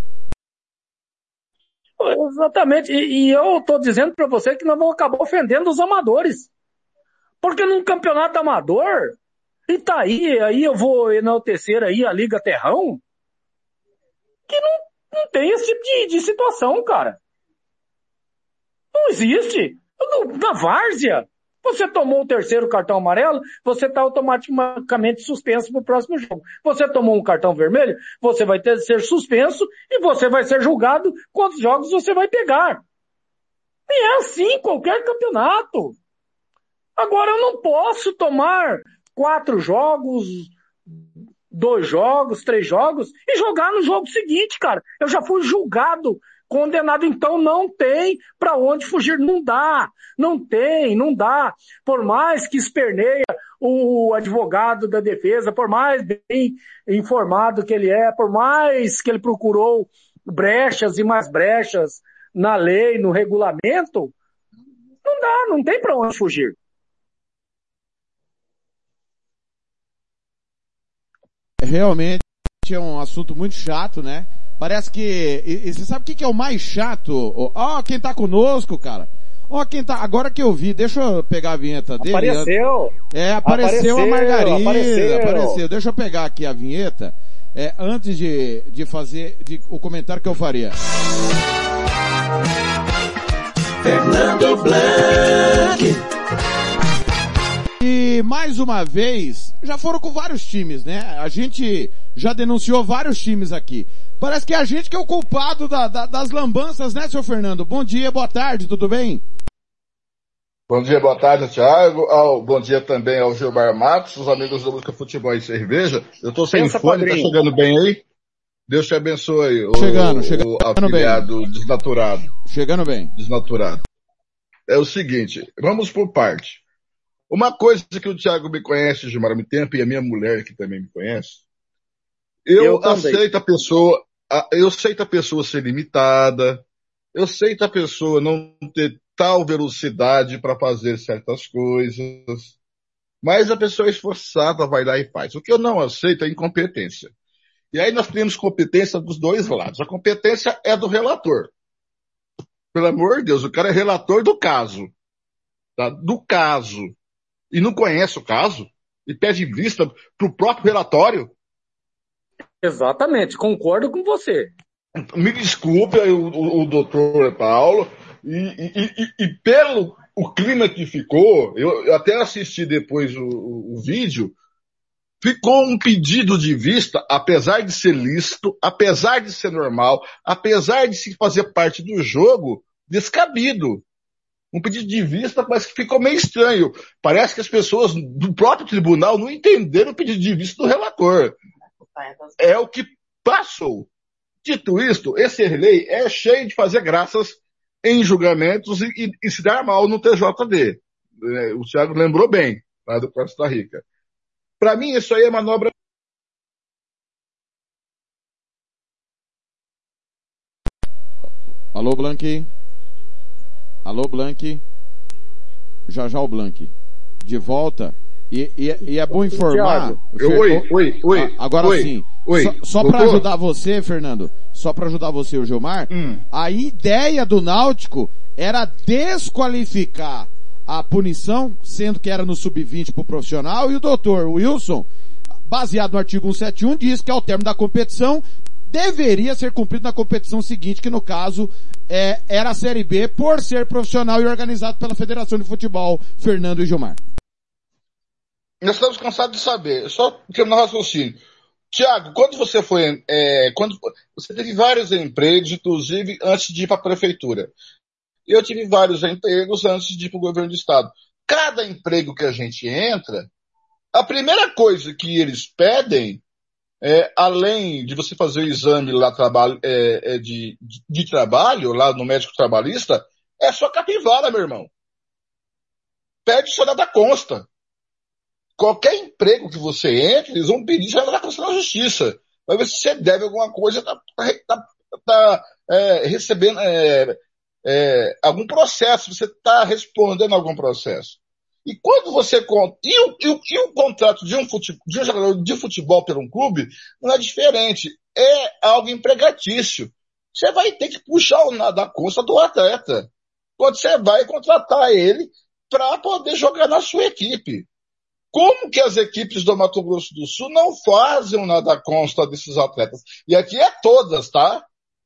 Exatamente. E eu tô dizendo pra você que nós vamos acabar ofendendo os amadores. Porque num campeonato amador, e tá aí eu vou enaltecer aí a Liga Terrão, que não tem esse tipo de situação, cara. Não existe. Na várzea, você tomou o terceiro cartão amarelo, você tá automaticamente suspenso pro próximo jogo. Você tomou um cartão vermelho, você vai ser suspenso e você vai ser julgado quantos jogos você vai pegar. E é assim em qualquer campeonato. Agora eu não posso tomar 4 jogos, 2 jogos, 3 jogos e jogar no jogo seguinte, cara. Eu já fui julgado, condenado, então não tem pra onde fugir. Não dá. Não dá. Por mais que esperneia o advogado da defesa, por mais bem informado que ele é, por mais que ele procurou brechas e mais brechas na lei, no regulamento, não dá, não tem pra onde fugir. realmente é um assunto muito chato, né? Parece que... E você sabe o que é o mais chato? Ó, quem tá conosco, cara. Ó, quem tá... Agora que eu vi, deixa eu pegar a vinheta dele. Apareceu! Apareceu a Margarida. Apareceu. Deixa eu pegar aqui a vinheta. Antes de fazer o comentário que eu faria. Fernando Blanc. E mais uma vez, já foram com vários times, né? A gente já denunciou vários times aqui. Parece que é a gente que é o culpado das lambanças, né, seu Fernando? Bom dia, boa tarde, tudo bem? Bom dia, boa tarde, Thiago. Bom dia também ao Gilmar Matos, os amigos do Música Futebol e Cerveja. Eu tô sem fone, padrinho. Tá chegando bem aí? Deus te abençoe. Chegando afiliado bem. Desnaturado. Chegando bem. Desnaturado. É o seguinte, vamos por parte. Uma coisa que o Thiago me conhece, Gilmar, há muito tempo, e a minha mulher que também me conhece, eu aceito a pessoa ser limitada, eu aceito a pessoa não ter tal velocidade para fazer certas coisas, mas a pessoa esforçada vai lá e faz. O que eu não aceito é incompetência. E aí nós temos competência dos dois lados. A competência é do relator. Pelo amor de Deus, o cara é relator do caso. Tá? Do caso. E não conhece o caso? E pede vista pro próprio relatório? Exatamente, concordo com você. Me desculpe o doutor Paulo, e pelo o clima que ficou, eu até assisti depois o vídeo, ficou um pedido de vista, apesar de ser lícito, apesar de ser normal, apesar de se fazer parte do jogo, descabido. Um pedido de vista, mas que ficou meio estranho. Parece que as pessoas do próprio tribunal não entenderam o pedido de vista do relator. É o que passou. Dito isto, esse lei é cheio de fazer graças em julgamentos e se dar mal no TJD. O Thiago lembrou bem, lá do Costa Rica. Para mim, isso aí é manobra. Alô, Blanqui? Alô, Blanqui? Já o Blanqui. De volta. E é bom informar. Oi. Agora sim. Só para ajudar você, Fernando, só para ajudar você, o Gilmar, a ideia do Náutico era desqualificar a punição, sendo que era no sub-20 pro profissional, e o doutor Wilson, baseado no artigo 171, diz que ao término da competição, deveria ser cumprido na competição seguinte, que no caso era a Série B, por ser profissional e organizado pela Federação de Futebol, Fernando e Gilmar. Nós estamos cansados de saber, só terminar o raciocínio. Tiago, quando você foi, você teve vários empregos, inclusive antes de ir para a prefeitura. Eu tive vários empregos antes de ir para o governo do estado. Cada emprego que a gente entra, a primeira coisa que eles pedem, além de você fazer o exame lá de trabalho, lá no médico trabalhista, é só capivara, meu irmão. Pede só nada consta. Qualquer emprego que você entre, eles vão pedir só nada consta na justiça. Vai ver se você deve alguma coisa, recebendo algum processo, você está respondendo a algum processo. E quando você e o contrato de um jogador de futebol por um clube não é diferente, é algo empregatício. Você vai ter que puxar da consta do atleta quando você vai contratar ele para poder jogar na sua equipe. Como que as equipes do Mato Grosso do Sul não fazem nada consta desses atletas? E aqui é todas, tá?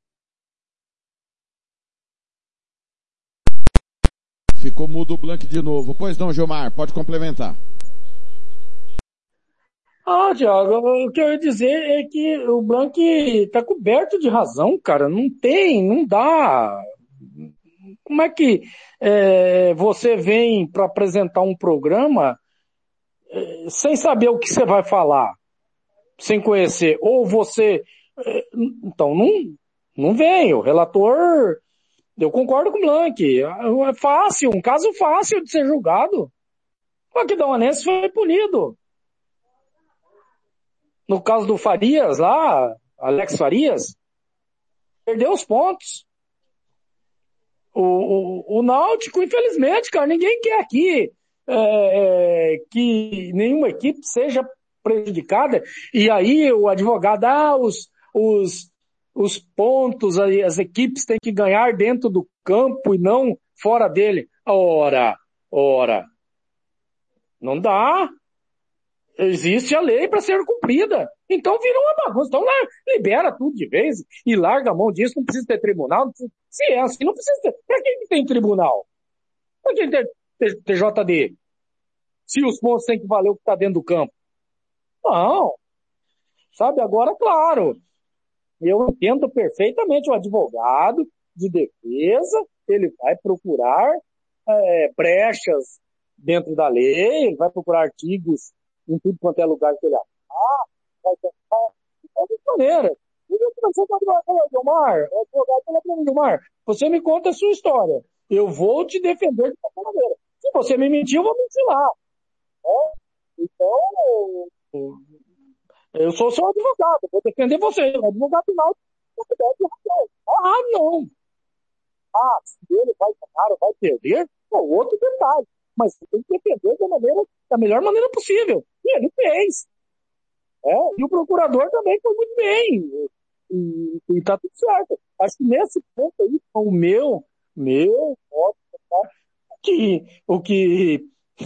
Ficou mudo o Blanc de novo. Pois não, Gilmar, pode complementar. Thiago, o que eu ia dizer é que o Blanc tá coberto de razão, cara. Não dá. Como é que você vem para apresentar um programa sem saber o que você vai falar, sem conhecer? Ou você... Então, não vem. O relator... Eu concordo com o Blanc. É fácil, um caso fácil de ser julgado. O Aquidauanense foi punido. No caso do Farias lá, Alex Farias, perdeu os pontos. O Náutico, infelizmente, cara, ninguém quer aqui que nenhuma equipe seja prejudicada, e aí o advogado, os pontos, as equipes têm que ganhar dentro do campo e não fora dele. Ora, não dá. Existe a lei para ser cumprida. Então vira uma bagunça. Então lá, libera tudo de vez e larga a mão disso. Não precisa ter tribunal. Se é assim, não precisa ter. Para que tem tribunal? Para que tem TJD? Se os pontos têm que valer o que está dentro do campo. Não. Sabe, agora, claro, eu entendo perfeitamente o advogado de defesa, ele vai procurar brechas dentro da lei, ele vai procurar artigos em tudo quanto é lugar que ele vai tentar de todas maneiras. E eu comecei com o advogado Gilmar, você me conta a sua história. Eu vou te defender de qualquer maneira. Se você me mentir, eu vou mentir lá. Então, eu sou seu advogado, vou defender você. O advogado final não. Se ele vai ganhar ou vai perder, é outro detalhe. Mas você tem que defender da melhor maneira possível. E ele fez. E o procurador também foi muito bem. E tá tudo certo. Acho que nesse ponto aí, o meu o que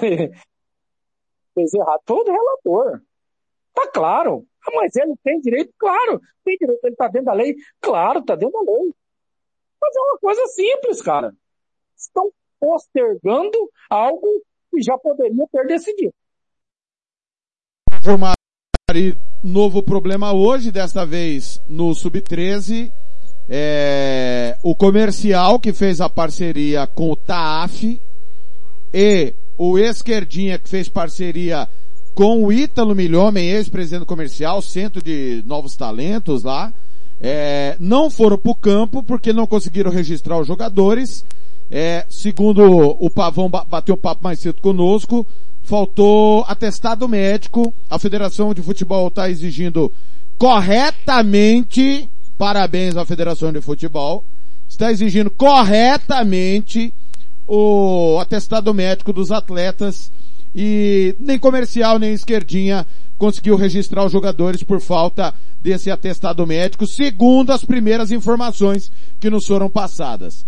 fez errado foi o do relator. Tá claro. Mas ele tem direito? Claro. Tem direito, ele tá dentro da lei? Claro, tá dentro da lei. Mas é uma coisa simples, cara. Estão postergando algo que já poderia ter decidido. Formar novo problema hoje, desta vez no Sub-13, o Comercial, que fez a parceria com o TAF, e o Esquerdinha, que fez parceria com o Ítalo Milhomem, ex-presidente do Comercial, centro de novos talentos lá, não foram pro campo porque não conseguiram registrar os jogadores. Segundo o Pavão bateu um papo mais cedo conosco, faltou atestado médico. A Federação de Futebol está exigindo corretamente, parabéns à Federação de Futebol, está exigindo corretamente o atestado médico dos atletas, e nem Comercial nem Esquerdinha conseguiu registrar os jogadores por falta desse atestado médico, segundo as primeiras informações que nos foram passadas.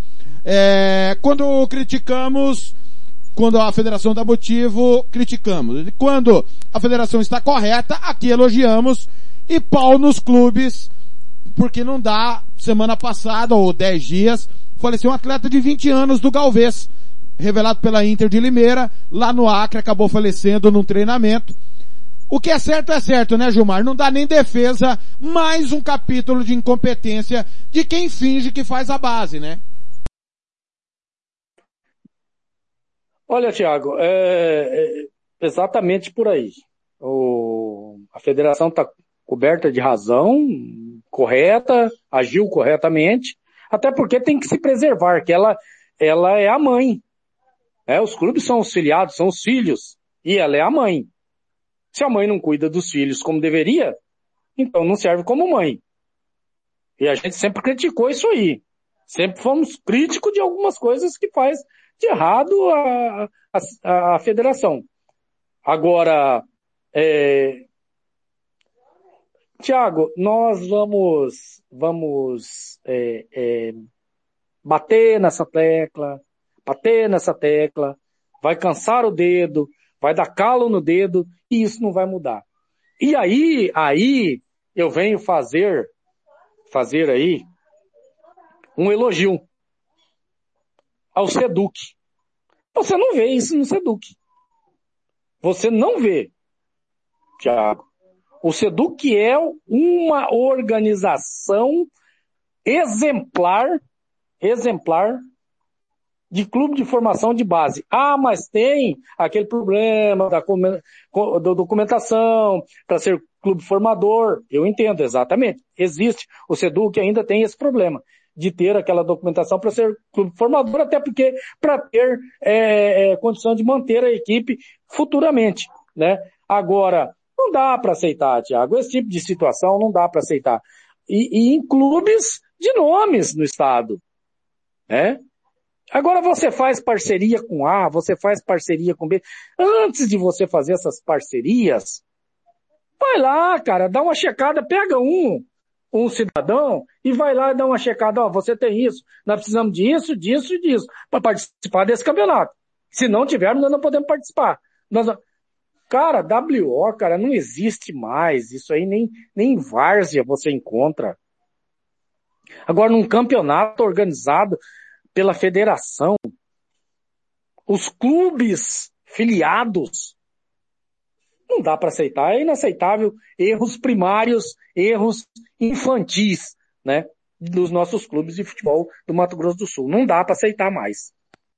Quando a federação dá motivo, criticamos. Quando a federação está correta, aqui elogiamos, e pau nos clubes, porque não dá. Semana passada, ou 10 dias, faleceu um atleta de 20 anos do Galvez, revelado pela Inter de Limeira, lá no Acre, acabou falecendo num treinamento. O que é certo, né, Gilmar? Não dá nem defesa, mais um capítulo de incompetência de quem finge que faz a base, né? Olha, Thiago, exatamente por aí. A federação está coberta de razão, correta, agiu corretamente, até porque tem que se preservar, que ela é a mãe. Os clubes são os filiados, são os filhos, e ela é a mãe. Se a mãe não cuida dos filhos como deveria, então não serve como mãe. E a gente sempre criticou isso aí. Sempre fomos críticos de algumas coisas que faz de errado a federação. Agora, Thiago, nós vamos bater nessa tecla, vai cansar o dedo, vai dar calo no dedo, e isso não vai mudar. E aí eu venho fazer aí um elogio ao Seduc. Você não vê isso no Seduc. Você não vê, Thiago. O Seduc é uma organização exemplar de clube de formação de base. Mas tem aquele problema da documentação para ser clube formador. Eu entendo, exatamente. Existe. O Seduc ainda tem esse problema de ter aquela documentação para ser clube formador, até porque para ter condição de manter a equipe futuramente, né? Agora, não dá para aceitar, Thiago. Esse tipo de situação não dá para aceitar. E em clubes de nomes no estado, né? Agora você faz parceria com A, você faz parceria com B. Antes de você fazer essas parcerias, Vai lá, cara, dá uma checada, pega um cidadão e vai lá e dá uma checada, ó, você tem isso, nós precisamos disso, disso e disso, para participar desse campeonato. Se não tivermos, nós não podemos participar. Cara, WO, cara, não existe mais, isso aí nem em várzea você encontra. Agora, num campeonato organizado pela federação, os clubes filiados, não dá para aceitar, é inaceitável erros primários, erros infantis, né, dos nossos clubes de futebol do Mato Grosso do Sul. Não dá para aceitar mais.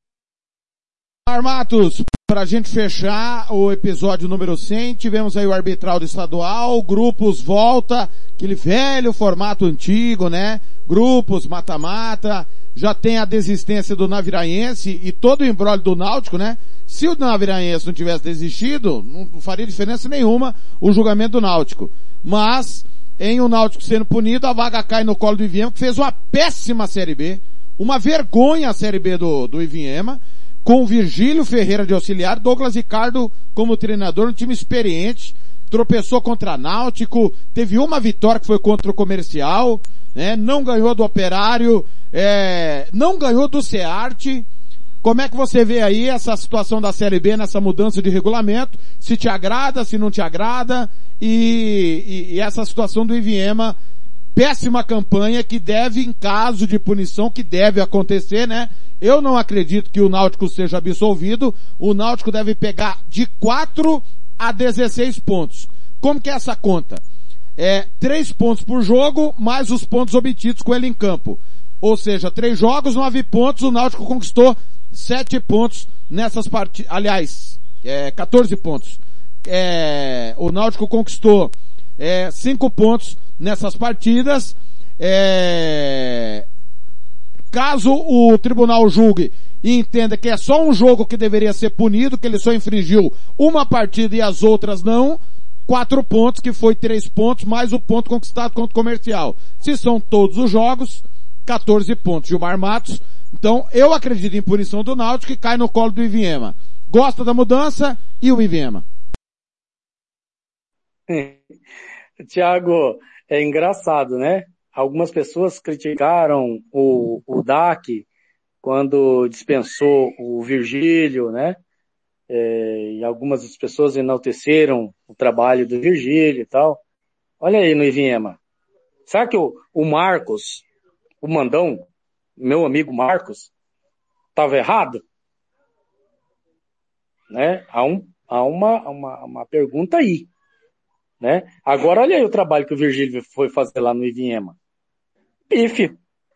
Matos, para a gente fechar o episódio número 100, tivemos aí o arbitral do estadual, grupos volta, aquele velho formato antigo, né? Grupos, mata-mata, já tem a desistência do Naviraense e todo o imbróglio do Náutico, né? Se o Naviraense não tivesse desistido, não faria diferença nenhuma o julgamento do Náutico. Mas, em o Náutico sendo punido, a vaga cai no colo do Iviema, que fez uma péssima Série B, uma vergonha a Série B do Iviema, com o Virgílio Ferreira de auxiliar, Douglas Ricardo como treinador, um time experiente, tropeçou contra Náutico, teve uma vitória que foi contra o Comercial, né? Não ganhou do Operário, não ganhou do Cearte. Como é que você vê aí essa situação da Série B nessa mudança de regulamento? Se te agrada, se não te agrada, e essa situação do Iviema, péssima campanha que deve, em caso de punição, que deve acontecer, né? Eu não acredito que o Náutico seja absolvido. O Náutico deve pegar de 4 a 16 pontos. Como que é essa conta? 3 pontos por jogo, mais os pontos obtidos com ele em campo. Ou seja, 3 jogos, 9 pontos, o Náutico conquistou 7 pontos nessas partidas. Aliás, 14 pontos. O Náutico conquistou 5 pontos nessas partidas. Caso o tribunal julgue e entenda que é só um jogo que deveria ser punido, que ele só infringiu uma partida e as outras não, 4 pontos, que foi 3 pontos, mais o ponto conquistado contra o Comercial. Se são todos os jogos, 14 pontos. Gilmar Matos. Então, eu acredito em punição do Náutico, que cai no colo do Iviema. Gosta da mudança e o Iviema? Thiago, é engraçado, né? Algumas pessoas criticaram o DAC quando dispensou o Virgílio, né? E algumas pessoas enalteceram o trabalho do Virgílio e tal. Olha aí no Iviema. Será que o Marcos, o Mandão, meu amigo Marcos, estava errado? Né? Há uma pergunta aí. Né? Agora olha aí o trabalho que o Virgílio foi fazer lá no Iviema. Pífio.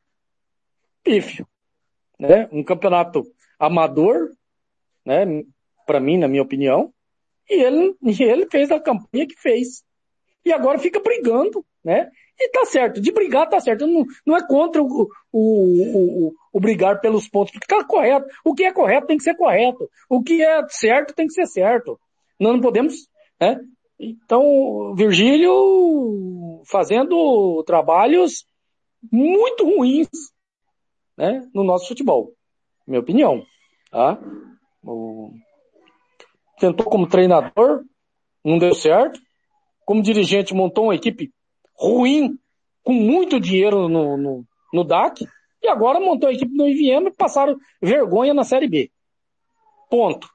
Né? Um campeonato amador, né? Para mim, na minha opinião, e ele fez a campanha que fez. E agora fica brigando, né? E tá certo, de brigar tá certo. Não é contra o brigar pelos pontos, porque tá correto. O que é correto tem que ser correto. O que é certo tem que ser certo. Nós não podemos, né? Então, o Virgílio fazendo trabalhos muito ruins, né, no nosso futebol. Minha opinião. Tá? Tentou como treinador, não deu certo. Como dirigente, montou uma equipe ruim, com muito dinheiro no DAC, e agora montou a equipe no Iviema e passaram vergonha na Série B. Ponto.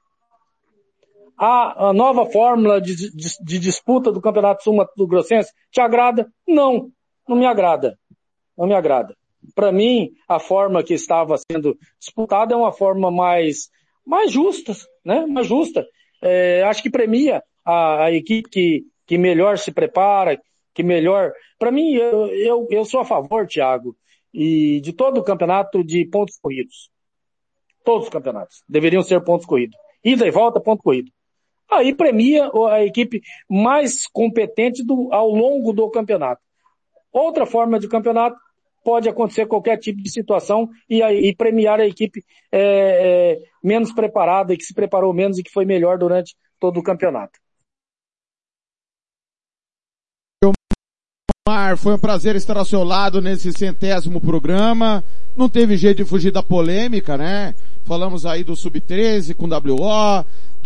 A nova fórmula de disputa do Campeonato Sul Mato Grossense te agrada? Não me agrada. Não me agrada. Para mim, a forma que estava sendo disputada é uma forma mais justa, né? Mais justa. Acho que premia a equipe que melhor se prepara, que melhor... Para mim, eu sou a favor, Thiago, e de todo o campeonato de pontos corridos. Todos os campeonatos deveriam ser pontos corridos. Ida e volta, ponto corrido. Aí premia a equipe mais competente ao longo do campeonato. Outra forma de campeonato, pode acontecer qualquer tipo de situação e premiar a equipe menos preparada, que se preparou menos e que foi melhor durante todo o campeonato. Foi um prazer estar ao seu lado nesse 100º programa. Não teve jeito de fugir da polêmica, né? Falamos aí do Sub-13 com WO,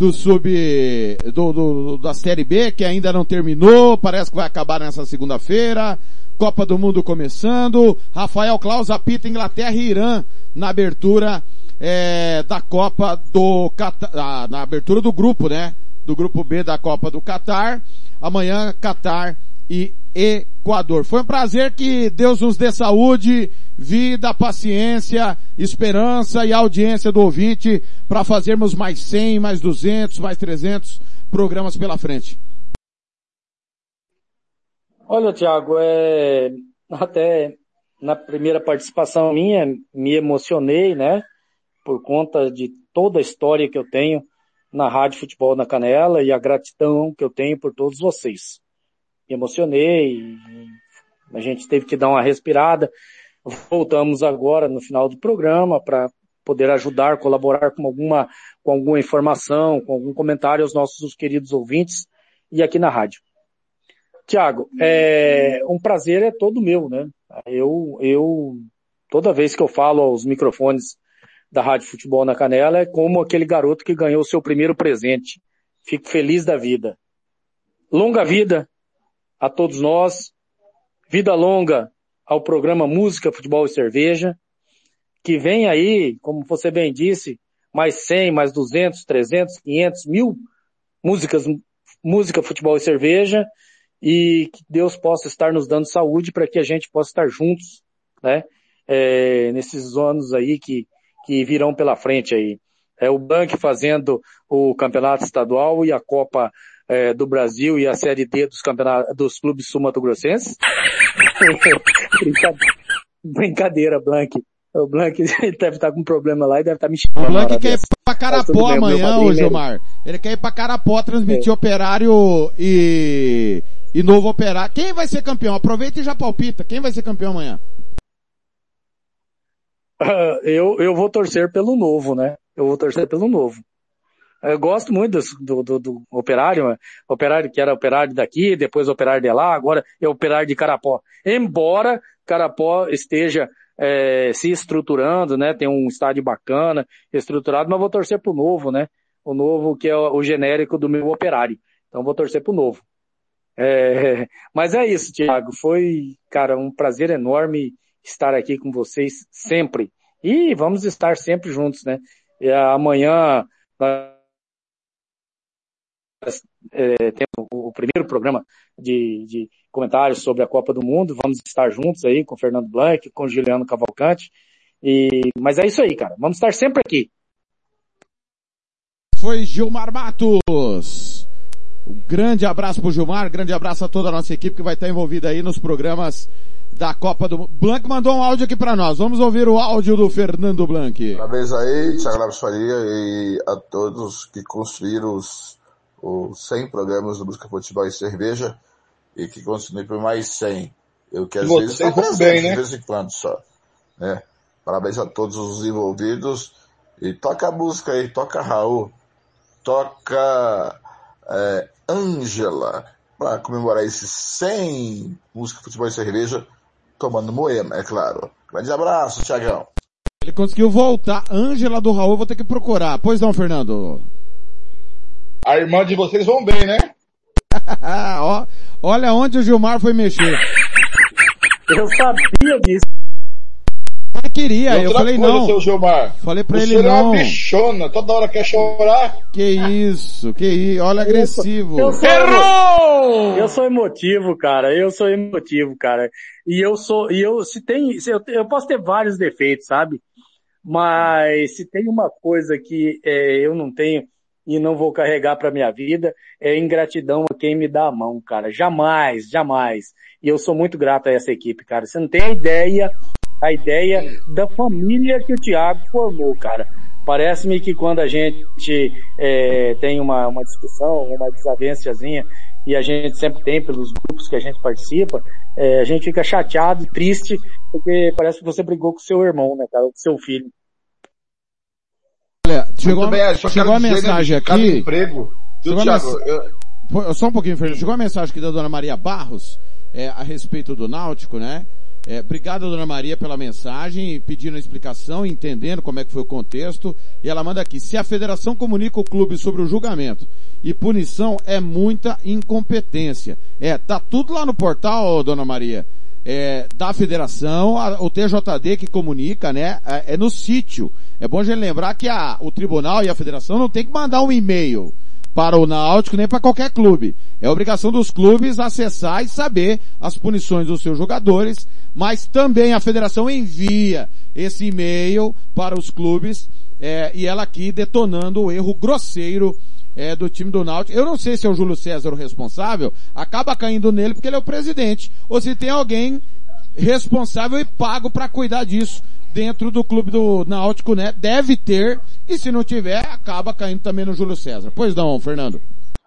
da Série B, que ainda não terminou, parece que vai acabar nessa segunda-feira. Copa do Mundo começando. Rafael Claus apita Inglaterra e Irã na abertura da Copa do Catar, na abertura do grupo, né? Do grupo B da Copa do Catar. Amanhã, Catar e Equador. Foi um prazer, que Deus nos dê saúde, vida, paciência, esperança e audiência do ouvinte para fazermos mais 100, mais 200, mais 300 programas pela frente. Olha, Thiago, até na primeira participação minha, me emocionei, né? Por conta de toda a história que eu tenho na Rádio Futebol na Canela e a gratidão que eu tenho por todos vocês. Me emocionei, a gente teve que dar uma respirada. Voltamos agora no final do programa para poder ajudar, colaborar com alguma informação, com algum comentário aos nossos queridos ouvintes e aqui na rádio. Tiago, um prazer é todo meu, né? Eu toda vez que eu falo aos microfones da Rádio Futebol na Canela é como aquele garoto que ganhou o seu primeiro presente. Fico feliz da vida. Longa vida a todos nós, vida longa ao programa Música, Futebol e Cerveja, que vem aí, como você bem disse, mais 100, mais 200, 300, 500, 1000 música, futebol e cerveja, e que Deus possa estar nos dando saúde para que a gente possa estar juntos, né, nesses anos aí que virão pela frente aí. O Blank fazendo o campeonato estadual e a Copa do Brasil e a Série D dos clubes sul-mato-grossenses. Brincadeira, Blank. O Blank deve estar com um problema lá e deve estar me chamando. O Blank quer ir pra Carapó amanhã, ô Gilmar. Ele quer ir pra Carapó transmitir Operário e Novo Operário. Quem vai ser campeão? Aproveita e já palpita. Quem vai ser campeão amanhã? Eu vou torcer pelo Novo, né? Eu vou torcer pelo Novo. Eu gosto muito do Operário, Operário que era Operário daqui, depois Operário de lá, agora é Operário de Carapó. Embora Carapó esteja se estruturando, né? Tem um estádio bacana, estruturado, mas vou torcer pro Novo, né? O Novo que é o genérico do meu Operário. Então vou torcer pro Novo. Mas é isso, Thiago. Foi, cara, um prazer enorme estar aqui com vocês sempre. E vamos estar sempre juntos, né? Amanhã temos o primeiro programa de comentários sobre a Copa do Mundo. Vamos estar juntos aí com o Fernando Blanc, com o Juliano Cavalcante. Mas é isso aí, cara. Vamos estar sempre aqui. Foi Gilmar Matos. Um grande abraço pro Gilmar, grande abraço a toda a nossa equipe que vai estar envolvida aí nos programas da Copa do Mundo. Blanc mandou um áudio aqui pra nós. Vamos ouvir o áudio do Fernando Blanc. Parabéns aí, Thiago Lopes Faria, e a todos que construíram os 100 programas do Música, Futebol e Cerveja, e que continue por mais 100. Eu que às vezes estou presente, né? De vez em quando só. Né? Parabéns a todos os envolvidos. E toca a música aí, toca Raul, toca Ângela, para comemorar esses 100 Música, Futebol e Cerveja, tomando Moema, é claro. Grande abraço, Thiagão. Ele conseguiu voltar. Ângela do Raul, vou ter que procurar. Pois não, Fernando? A irmã de vocês vão bem, né? Olha onde o Gilmar foi mexer. Eu sabia disso. Ele queria, eu falei coisa, não. Seu Gilmar. Falei pra ele não. Você é não. uma bichona, toda hora quer chorar. Que isso, olha agressivo. Eu sou emotivo, cara. Eu posso ter vários defeitos, sabe? Mas se tem uma coisa que eu não tenho e não vou carregar pra minha vida, é ingratidão a quem me dá a mão, cara. Jamais. E eu sou muito grato a essa equipe, cara. Você não tem a ideia da família que o Thiago formou, cara. Parece-me que quando a gente tem uma discussão, uma desavençazinha, e a gente sempre tem pelos grupos que a gente participa, a gente fica chateado e triste, porque parece que você brigou com o seu irmão, né, cara, com o seu filho. Olha, chegou a mensagem aqui. Emprego. Só um pouquinho, Fernando. Chegou a mensagem aqui da dona Maria Barros. a respeito do Náutico, né? Obrigado, dona Maria, pela mensagem, pedindo a explicação, entendendo como é que foi o contexto. E ela manda aqui: se a federação comunica o clube sobre o julgamento e punição, é muita incompetência. Tá tudo lá no portal, dona Maria, da federação, o TJD que comunica, né? É no sítio. É bom a gente lembrar que o tribunal e a federação não tem que mandar um e-mail para o Náutico, nem para qualquer clube. É obrigação dos clubes acessar e saber as punições dos seus jogadores, mas também a federação envia esse e-mail para os clubes, e ela aqui detonando o erro grosseiro do time do Náutico. Eu não sei se é o Júlio César o responsável, acaba caindo nele porque ele é o presidente, ou se tem alguém responsável e pago para cuidar disso dentro do clube do Náutico, né? Deve ter, e se não tiver, acaba caindo também no Júlio César. Pois não, Fernando?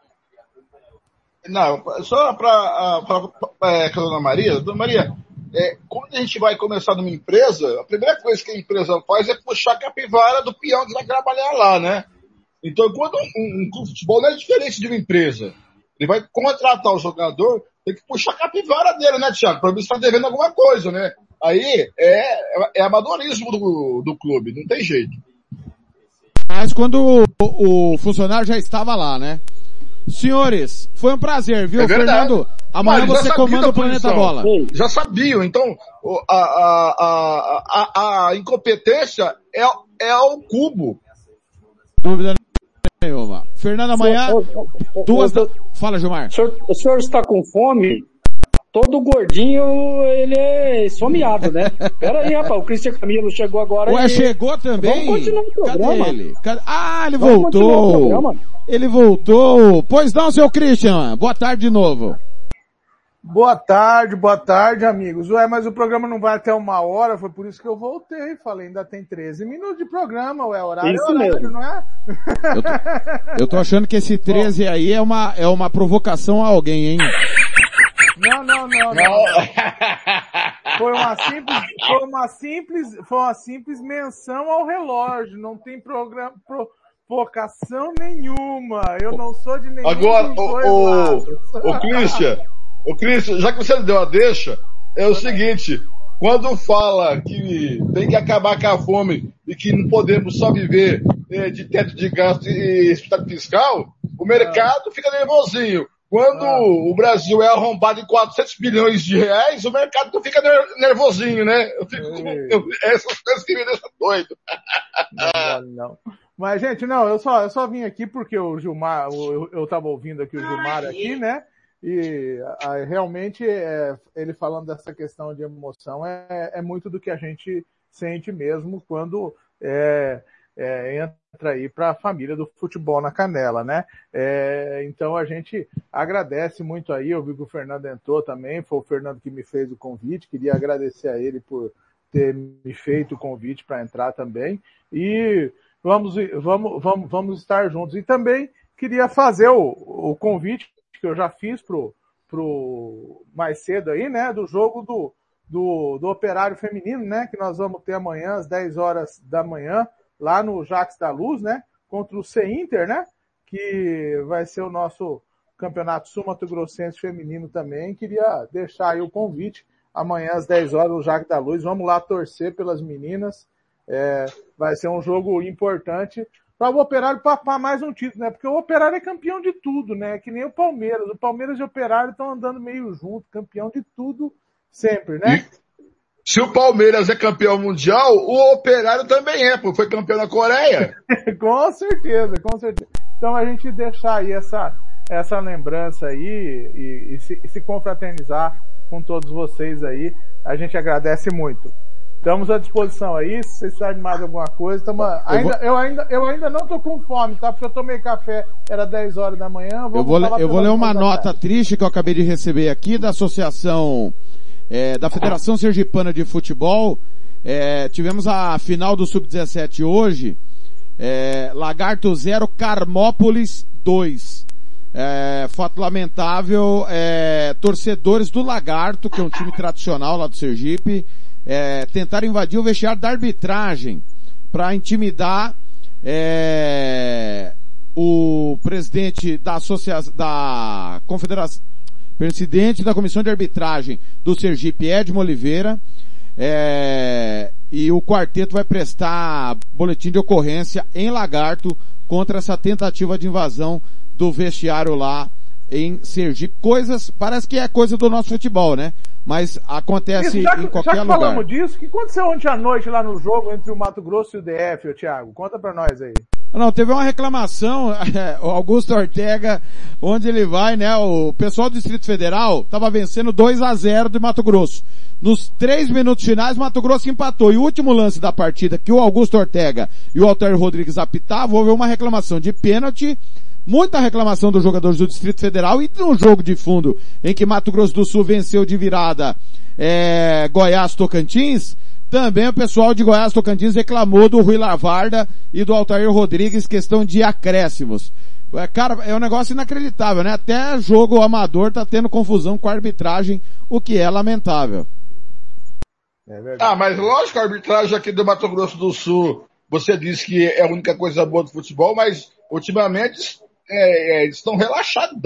Não, só para Dona Maria, quando a gente vai começar numa empresa, a primeira coisa que a empresa faz é puxar a capivara do peão que vai trabalhar lá, né? Então, quando um clube de futebol não é diferente de uma empresa, ele vai contratar o jogador, tem que puxar a capivara dele, né, Thiago? Para ver se está devendo alguma coisa, né? Aí é amadorismo do clube, não tem jeito. Mas quando o funcionário já estava lá, né? Senhores, foi um prazer, viu, Fernando? Amanhã você comanda o Planeta Bola. Já sabiam, então a incompetência é ao cubo. Dúvida nenhuma. Fernando, amanhã, Fala, Gilmar. O senhor está com fome? Todo gordinho, ele é esfomeado, né? Pera aí, rapaz, o Cristian Camilo chegou agora. Ué, chegou também? Vamos continuar o programa. Cadê ele? Ele voltou. Ele voltou. Pois não, seu Christian. Boa tarde de novo. Boa tarde, amigos. Mas o programa não vai até 1 hora, foi por isso que eu voltei. Falei, ainda tem 13 minutos de programa, horário isso é horário, mesmo. Não é? Eu tô achando que esse 13 aí é uma provocação a alguém, hein? Não. Foi uma simples menção ao relógio. Não tem provocação nenhuma. Eu não sou de nenhum. Agora, Christian, já que você deu a deixa, é o seguinte: quando fala que tem que acabar com a fome e que não podemos só viver de teto de gasto e espetáculo fiscal, o mercado fica nervosinho. Quando o Brasil é arrombado em 400 bilhões de reais, o mercado não fica nervosinho, né? Essas coisas que me deixam doido. Não. Mas, gente, eu só vim aqui porque o Gilmar, eu tava ouvindo aqui o Gilmar aqui, né? E realmente, ele falando dessa questão de emoção, é muito do que a gente sente mesmo quando entra aí para a família do futebol na Canela, né? Então a gente agradece muito aí, eu vi que o Fernando entrou também, foi o Fernando que me fez o convite, queria agradecer a ele por ter me feito o convite para entrar também, e vamos estar juntos. E também queria fazer o convite que eu já fiz pro mais cedo aí, né, do jogo do Operário Feminino, né, que nós vamos ter amanhã às 10 horas da manhã, lá no Jacques da Luz, né, contra o C-Inter, né, que vai ser o nosso campeonato sul-mato-grossense feminino também. Queria deixar aí o convite, amanhã às 10 horas no Jacques da Luz, vamos lá torcer pelas meninas, vai ser um jogo importante para o Operário papar mais um título, né, porque o Operário é campeão de tudo, né, que nem o Palmeiras e o Operário estão andando meio junto, campeão de tudo sempre, né. Se o Palmeiras é campeão mundial, o Operário também porque foi campeão na Coreia. Com certeza. Então a gente deixar aí essa lembrança aí e se confraternizar com todos vocês aí, a gente agradece muito. Estamos à disposição aí, se vocês precisarem de mais alguma coisa, eu ainda não tô com fome, tá? Porque eu tomei café, era 10 horas da manhã. Eu vou ler uma nota triste que eu acabei de receber aqui da Associação da Federação Sergipana de Futebol. Tivemos a final do Sub-17 hoje, Lagarto 0, Carmópolis 2. Fato lamentável, torcedores do Lagarto, que é um time tradicional lá do Sergipe, tentaram invadir o vestiário da arbitragem para intimidar o presidente da Confederação, presidente da comissão de arbitragem do Sergipe, Edmo Oliveira, e o quarteto vai prestar boletim de ocorrência em Lagarto contra essa tentativa de invasão do vestiário lá em Sergipe. Parece que é coisa do nosso futebol, né? Mas acontece em qualquer lugar. Já que falamos disso, o que aconteceu ontem à noite lá no jogo entre o Mato Grosso e o DF, Thiago? Conta pra nós aí. Não, teve uma reclamação, o Augusto Ortega, onde ele vai, né, o pessoal do Distrito Federal estava vencendo 2-0 do Mato Grosso. Nos 3 minutos finais, o Mato Grosso empatou. E o último lance da partida, que o Augusto Ortega e o Altair Rodrigues apitavam, houve uma reclamação de pênalti, muita reclamação dos jogadores do Distrito Federal, e no jogo de fundo, em que Mato Grosso do Sul venceu de virada Goiás Tocantins, também o pessoal de Goiás Tocantins reclamou do Rui Lavarda e do Altair Rodrigues, questão de acréscimos. Cara, é um negócio inacreditável, né? Até jogo amador tá tendo confusão com a arbitragem, o que é lamentável. É verdade. Mas lógico que a arbitragem aqui do Mato Grosso do Sul, você disse que é a única coisa boa do futebol, mas ultimamente eles estão relaxados.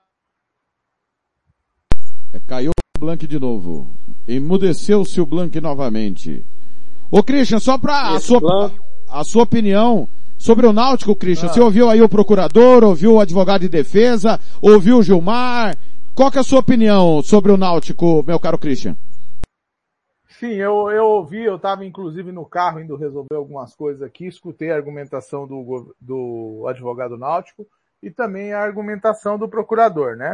Caiu o Blanc de novo. Emudeceu-se o Blanc novamente. Ô Christian, só pra a sua opinião sobre o Náutico, Christian. Você ouviu aí o procurador, ouviu o advogado de defesa, ouviu o Gilmar. Qual que é a sua opinião sobre o Náutico, meu caro Christian? Sim, eu ouvi, eu estava inclusive no carro indo resolver algumas coisas aqui, escutei a argumentação do advogado náutico e também a argumentação do procurador, né?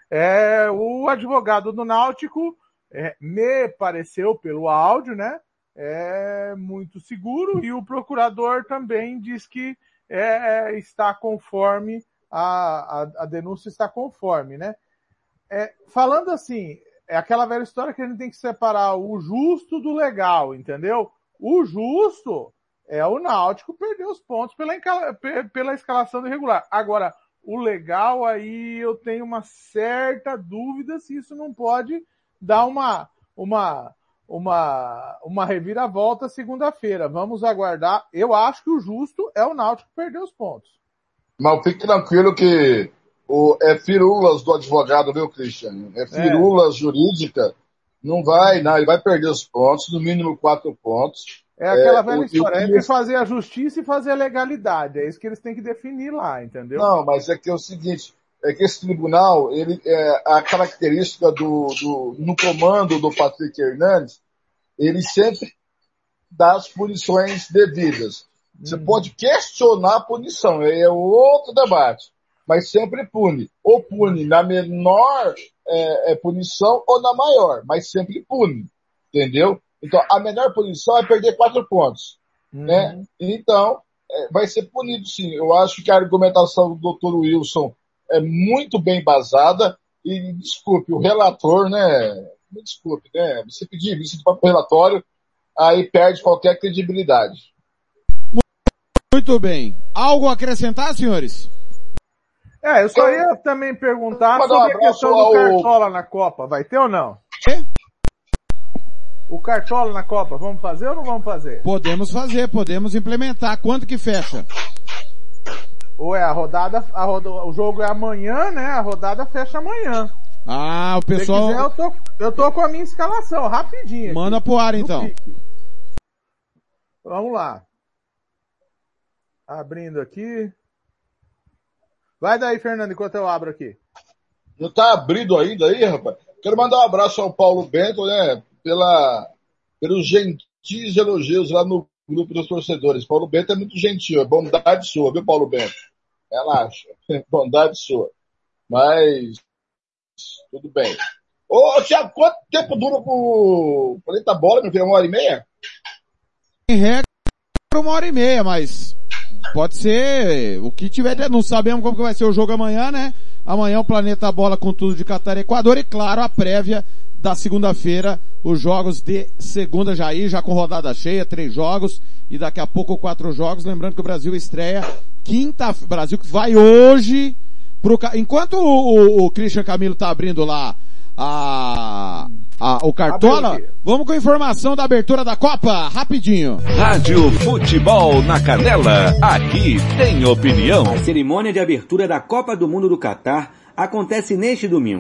O advogado do Náutico me pareceu pelo áudio, né? Muito seguro, e o procurador também diz que está conforme, a denúncia está conforme, né? Falando assim, é aquela velha história que a gente tem que separar o justo do legal, entendeu? O justo é o Náutico perder os pontos pela escalação irregular. Agora, o legal aí eu tenho uma certa dúvida se isso não pode dar uma reviravolta segunda-feira. Vamos aguardar. Eu acho que o justo é o Náutico perder os pontos. Mas fique tranquilo que é firulas do advogado, viu, Christian? É firulas jurídica. Não, ele vai perder os pontos, no mínimo 4 pontos. É aquela velha história, entre fazer a justiça e fazer a legalidade. É isso que eles têm que definir lá, entendeu? Não, mas é que é o seguinte, é que esse tribunal, a característica no comando do Patrick Hernandes, ele sempre dá as punições devidas. Você pode questionar a punição, é outro debate, mas sempre pune. Ou pune na menor punição ou na maior, mas sempre pune, entendeu? Então, a menor punição é perder 4 pontos, né? Então, vai ser punido sim. Eu acho que a argumentação do Dr. Wilson é muito bem embasada e, desculpe, o relator, né? Me desculpe, né? Você pedir vista para o relatório, aí perde qualquer credibilidade. Muito bem. Algo a acrescentar, senhores? Eu só ia também perguntar sobre a questão do Cartola na Copa. Vai ter ou não? O Cartola na Copa, vamos fazer ou não vamos fazer? Podemos fazer, podemos implementar. Quando que fecha? Ou o jogo é amanhã, né? A rodada fecha amanhã. Ah, o pessoal... Se quiser, eu tô com a minha escalação, rapidinho. Manda pro ar, então. Vamos lá. Abrindo aqui. Vai daí, Fernando, enquanto eu abro aqui. Não tá abrindo ainda aí, rapaz? Quero mandar um abraço ao Paulo Bento, né? Pelos gentis elogios lá no grupo dos torcedores. Paulo Bento é muito gentil, é bondade sua, viu, Paulo Bento? Relaxa, bondade sua. Mas, tudo bem. Ô, Thiago, quanto tempo dura pro Planeta Bola, meu filho? 1h30? Em regra, 1h30, mas pode ser o que tiver. Não sabemos como que vai ser o jogo amanhã, né? Amanhã o Planeta Bola com tudo de Catar e Equador e, claro, a prévia da segunda-feira, os jogos de segunda já com rodada cheia, 3 jogos, e daqui a pouco 4 jogos, lembrando que o Brasil estreia quinta-feira, Brasil que vai hoje enquanto o Christian Camilo tá abrindo lá o Cartola, vamos com a informação da abertura da Copa, rapidinho. Rádio Futebol na Canela, aqui tem opinião. A cerimônia de abertura da Copa do Mundo do Catar acontece neste domingo.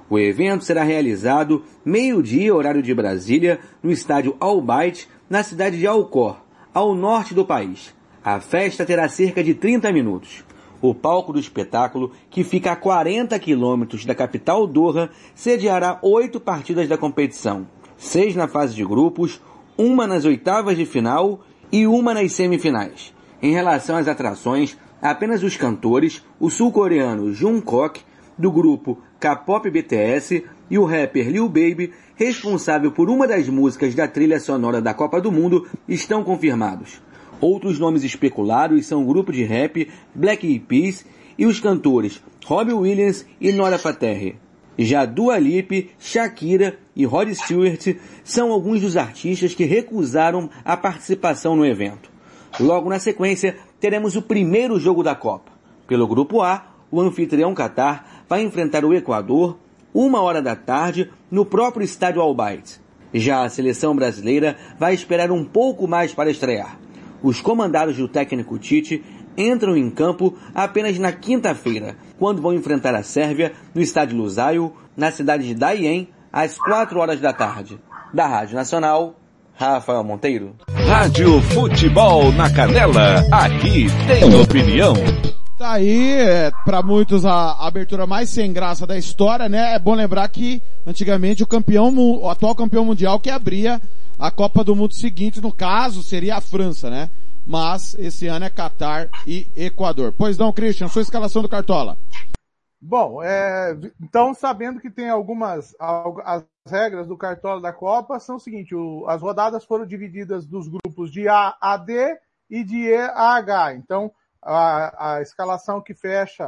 O evento será realizado meio-dia, horário de Brasília, no estádio Al Bayt, na cidade de Alcor, ao norte do país. A festa terá cerca de 30 minutos. O palco do espetáculo, que fica a 40 quilômetros da capital Doha, sediará 8 partidas da competição, 6 na fase de grupos, 1 nas oitavas de final e 1 nas semifinais. Em relação às atrações, apenas os cantores, o sul-coreano Jungkook, do grupo K-pop BTS, e o rapper Lil Baby, responsável por uma das músicas da trilha sonora da Copa do Mundo, estão confirmados. Outros nomes especulados são o grupo de rap Black Eyed Peas e os cantores Robbie Williams e Nora Fatehi. Já Dua Lipa, Shakira e Rod Stewart são alguns dos artistas que recusaram a participação no evento. Logo na sequência, teremos o primeiro jogo da Copa. Pelo grupo A, o anfitrião Catar vai enfrentar o Equador 1h da tarde no próprio estádio Al Bayt. Já a seleção brasileira vai esperar um pouco mais para estrear. Os comandados do técnico Tite entram em campo apenas na quinta-feira, quando vão enfrentar a Sérvia no estádio Lusail, na cidade de Dayem, às 4h da tarde. Da Rádio Nacional, Rafael Monteiro. Rádio Futebol na Canela, aqui tem opinião. Tá aí, para muitos a abertura mais sem graça da história, né? É bom lembrar que antigamente o atual campeão mundial que abria a Copa do Mundo seguinte, no caso, seria a França, né? Mas esse ano é Catar e Equador. Pois não, Christian, sua escalação do Cartola. Bom, então sabendo que tem as regras do Cartola da Copa são o seguinte, as rodadas foram divididas dos grupos de A a D e de E a H. Então, a escalação que fecha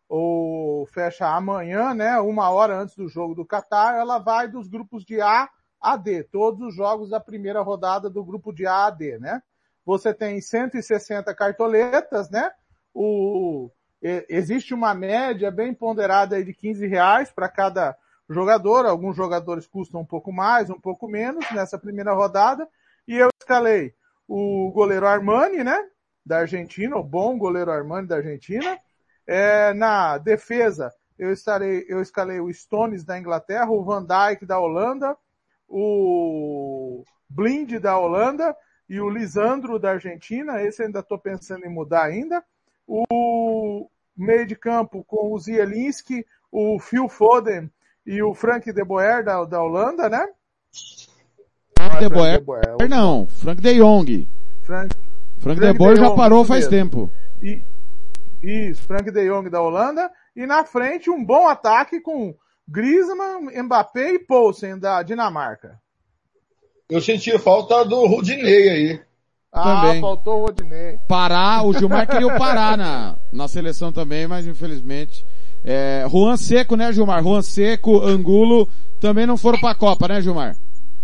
amanhã, né, 1h antes do jogo do Catar, ela vai dos grupos de A a D, todos os jogos da primeira rodada do grupo de A a D, né? Você tem 160 cartoletas, né? Existe uma média bem ponderada aí de R$15 para cada jogador. Alguns jogadores custam um pouco mais, um pouco menos nessa primeira rodada. E eu escalei o goleiro Armani, né? Da Argentina, o bom goleiro Armani da Argentina. Na defesa, eu escalei o Stones da Inglaterra, o Van Dijk da Holanda, o Blind da Holanda e o Lisandro da Argentina. Esse ainda estou pensando em mudar ainda. O meio de campo com o Zielinski, o Phil Foden e o Frank de Boer da Holanda, né? Frank de Boer não, Frank de Jong. Frank de Boer já parou faz tempo. Isso, Frank de Jong da Holanda. E na frente um bom ataque com Griezmann, Mbappé e Poulsen da Dinamarca. Eu senti falta do Rodinei aí. Também. Faltou o Rodinei. O Gilmar queria o Pará na seleção também, mas infelizmente. Juan Seco, né, Gilmar? Juan Seco, Angulo, também não foram pra Copa, né, Gilmar?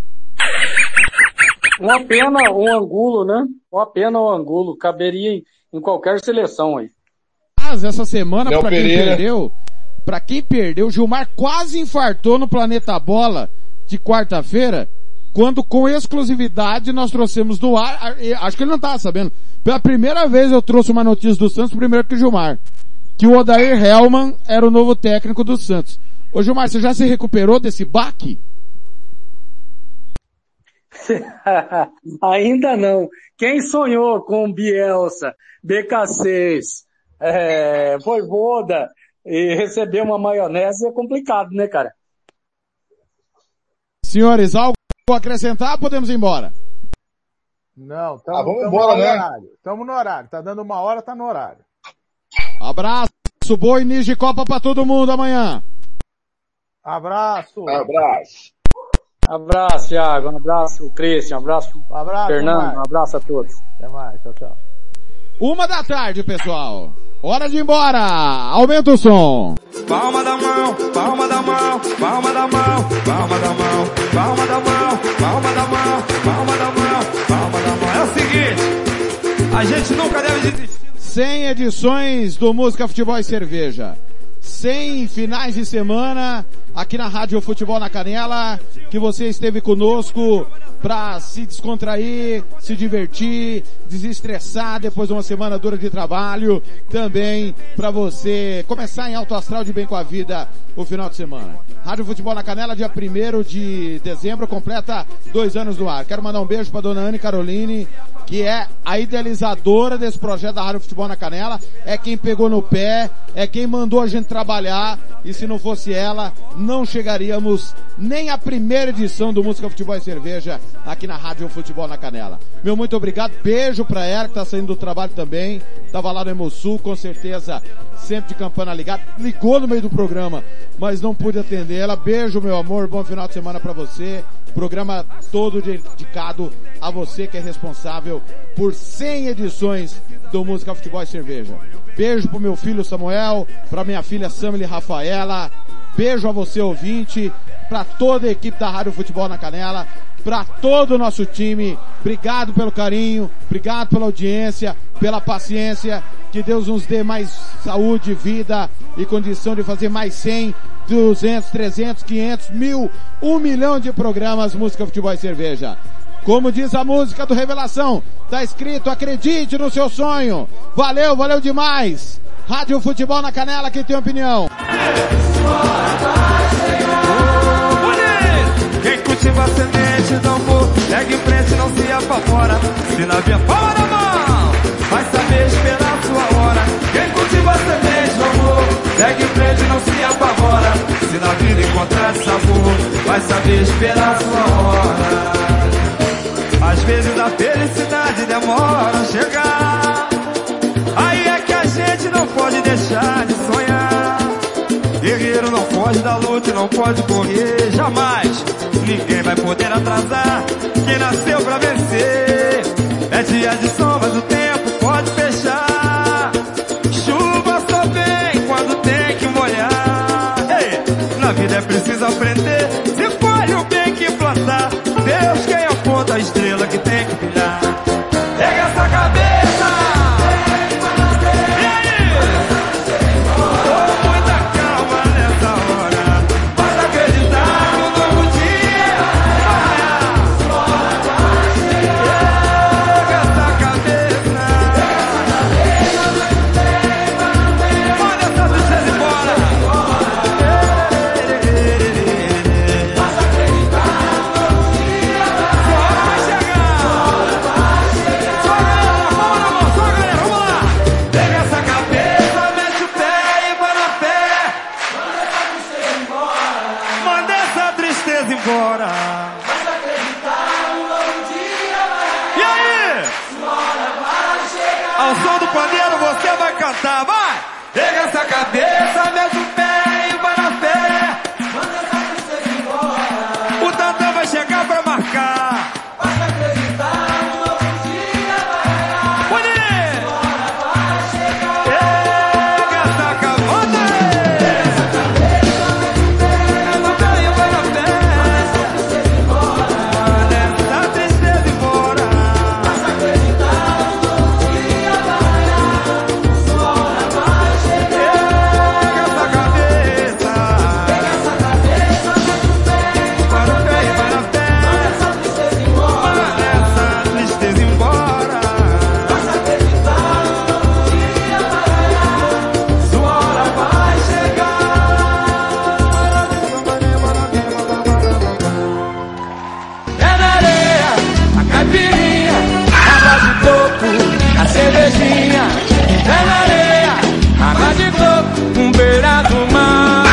Uma pena o Angulo, né? Uma pena o Angulo. Caberia em qualquer seleção aí. Mas essa semana, pra quem perdeu, Gilmar quase infartou no Planeta Bola de quarta-feira, quando com exclusividade nós trouxemos no ar, acho que ele não estava sabendo, pela primeira vez eu trouxe uma notícia do Santos, primeiro que o Gilmar, que o Odair Hellmann era o novo técnico do Santos. Ô Gilmar, você já se recuperou desse baque? Ainda não. Quem sonhou com Bielsa, BK6, Voivoda e receber uma maionese é complicado, né, cara? Senhores, algo a acrescentar? Podemos ir embora? Não, vamos embora, né? Estamos no horário. Tá dando 1h, tá no horário. Abraço, bom início de Copa pra todo mundo amanhã. Abraço. Abraço, Thiago. Um abraço, Christian. Um abraço, Fernando. Um abraço a todos. Até mais. Tchau, tchau. 1h da tarde, pessoal. Hora de ir embora. Aumenta o som. Palma da mão, palma da mão, palma da mão, palma da mão, palma da mão, palma da mão, palma da mão, palma da mão. É o seguinte, a gente nunca deve desistir. 100 edições do Música, Futebol e Cerveja. 100 finais de semana aqui na Rádio Futebol na Canela, que você esteve conosco para se descontrair, se divertir, desestressar depois de uma semana dura de trabalho, também para você começar em alto astral de bem com a vida o final de semana. Rádio Futebol na Canela, dia 1º de dezembro, completa 2 anos no ar. Quero mandar um beijo para dona Anne Caroline, que é a idealizadora desse projeto da Rádio Futebol na Canela, é quem pegou no pé, é quem mandou a gente trabalhar, e se não fosse ela, não chegaríamos nem à primeira edição do Música, Futebol e Cerveja aqui na Rádio Futebol na Canela. Meu muito obrigado, beijo pra ela que tá saindo do trabalho também, tava lá no Hemosul, com certeza, sempre de campana ligada, ligou no meio do programa, mas não pude atender ela. Beijo, meu amor, bom final de semana pra você. Programa todo dedicado a você que é responsável por 100 edições do Música, Futebol e Cerveja. Beijo pro meu filho Samuel, pra minha filha Samile Rafaela, beijo a você ouvinte, pra toda a equipe da Rádio Futebol na Canela, pra todo o nosso time, obrigado pelo carinho, obrigado pela audiência, pela paciência, que Deus nos dê mais saúde, vida e condição de fazer mais 100, 200, 300, 500, 1000, 1 milhão de programas Música, Futebol e Cerveja. Como diz a música do Revelação, tá escrito, acredite no seu sonho. Valeu, valeu demais. Rádio Futebol na Canela, quem tem opinião. Quem cultiva semente do amor, segue em frente, não se apavora. Se na via palma na mão, vai saber esperar a sua hora. Quem cultiva semente do amor, segue em frente, não se apavora. Se na vida encontrar sabor, vai saber esperar a sua hora. Às vezes a felicidade demora a chegar, aí é que a gente não pode deixar de sonhar. Guerreiro não pode dar luta e não pode correr, jamais. Ninguém vai poder atrasar quem nasceu pra vencer. É dia de sol, mas o tempo pode fechar. Chuva só vem quando tem que molhar. Ei, na vida é preciso aprender, se colhe o bem que plantar. Deus quem aponta a estrela que tem que brilhar. Pega essa cabeça. E aí? Com muita calma nessa hora. Basta acreditar no novo dia. Pega essa cabeça. Manda essa tristeza embora. Basta acreditar no novo dia. Vai chegar. Só galera, palma na mão, só galera, vamos lá. Pega essa cabeça, mete o pé e vai na fé. Manda essa tristeza embora. Basta acreditar no novo dia. E aí? Sua hora vai chegar. Ao som do pandeiro você vai cantar, vai. Pega essa cabeça, mete o pé e vai na fé. Manda essa tristeza embora. O tantã vai chegar pra marcar. Basta acreditar no novo dia vai. Bonito! Sua hora vai chegar. Pega essa cabeça. Pega essa cabeça, mete o pé e vai na fé. Manda essa tristeza embora. Basta acreditar no novo dia vai. Sua hora vai chegar. Pega essa cabeça. Pega essa cabeça, mete o pé e vai na fé. Manda essa tristeza embora. Manda essa tristeza embora. Basta acreditar no novo dia vai. Sua hora vai chegar. É na areia, a caipirinha, água de coco, a cervejinha. É na areia, água de coco, beira do mar.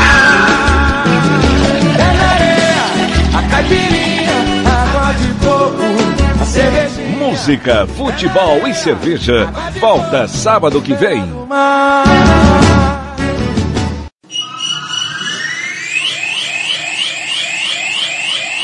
É na areia, a caipirinha, água de coco, a cervejinha. Música, futebol e cerveja. Volta sábado que vem. Mar.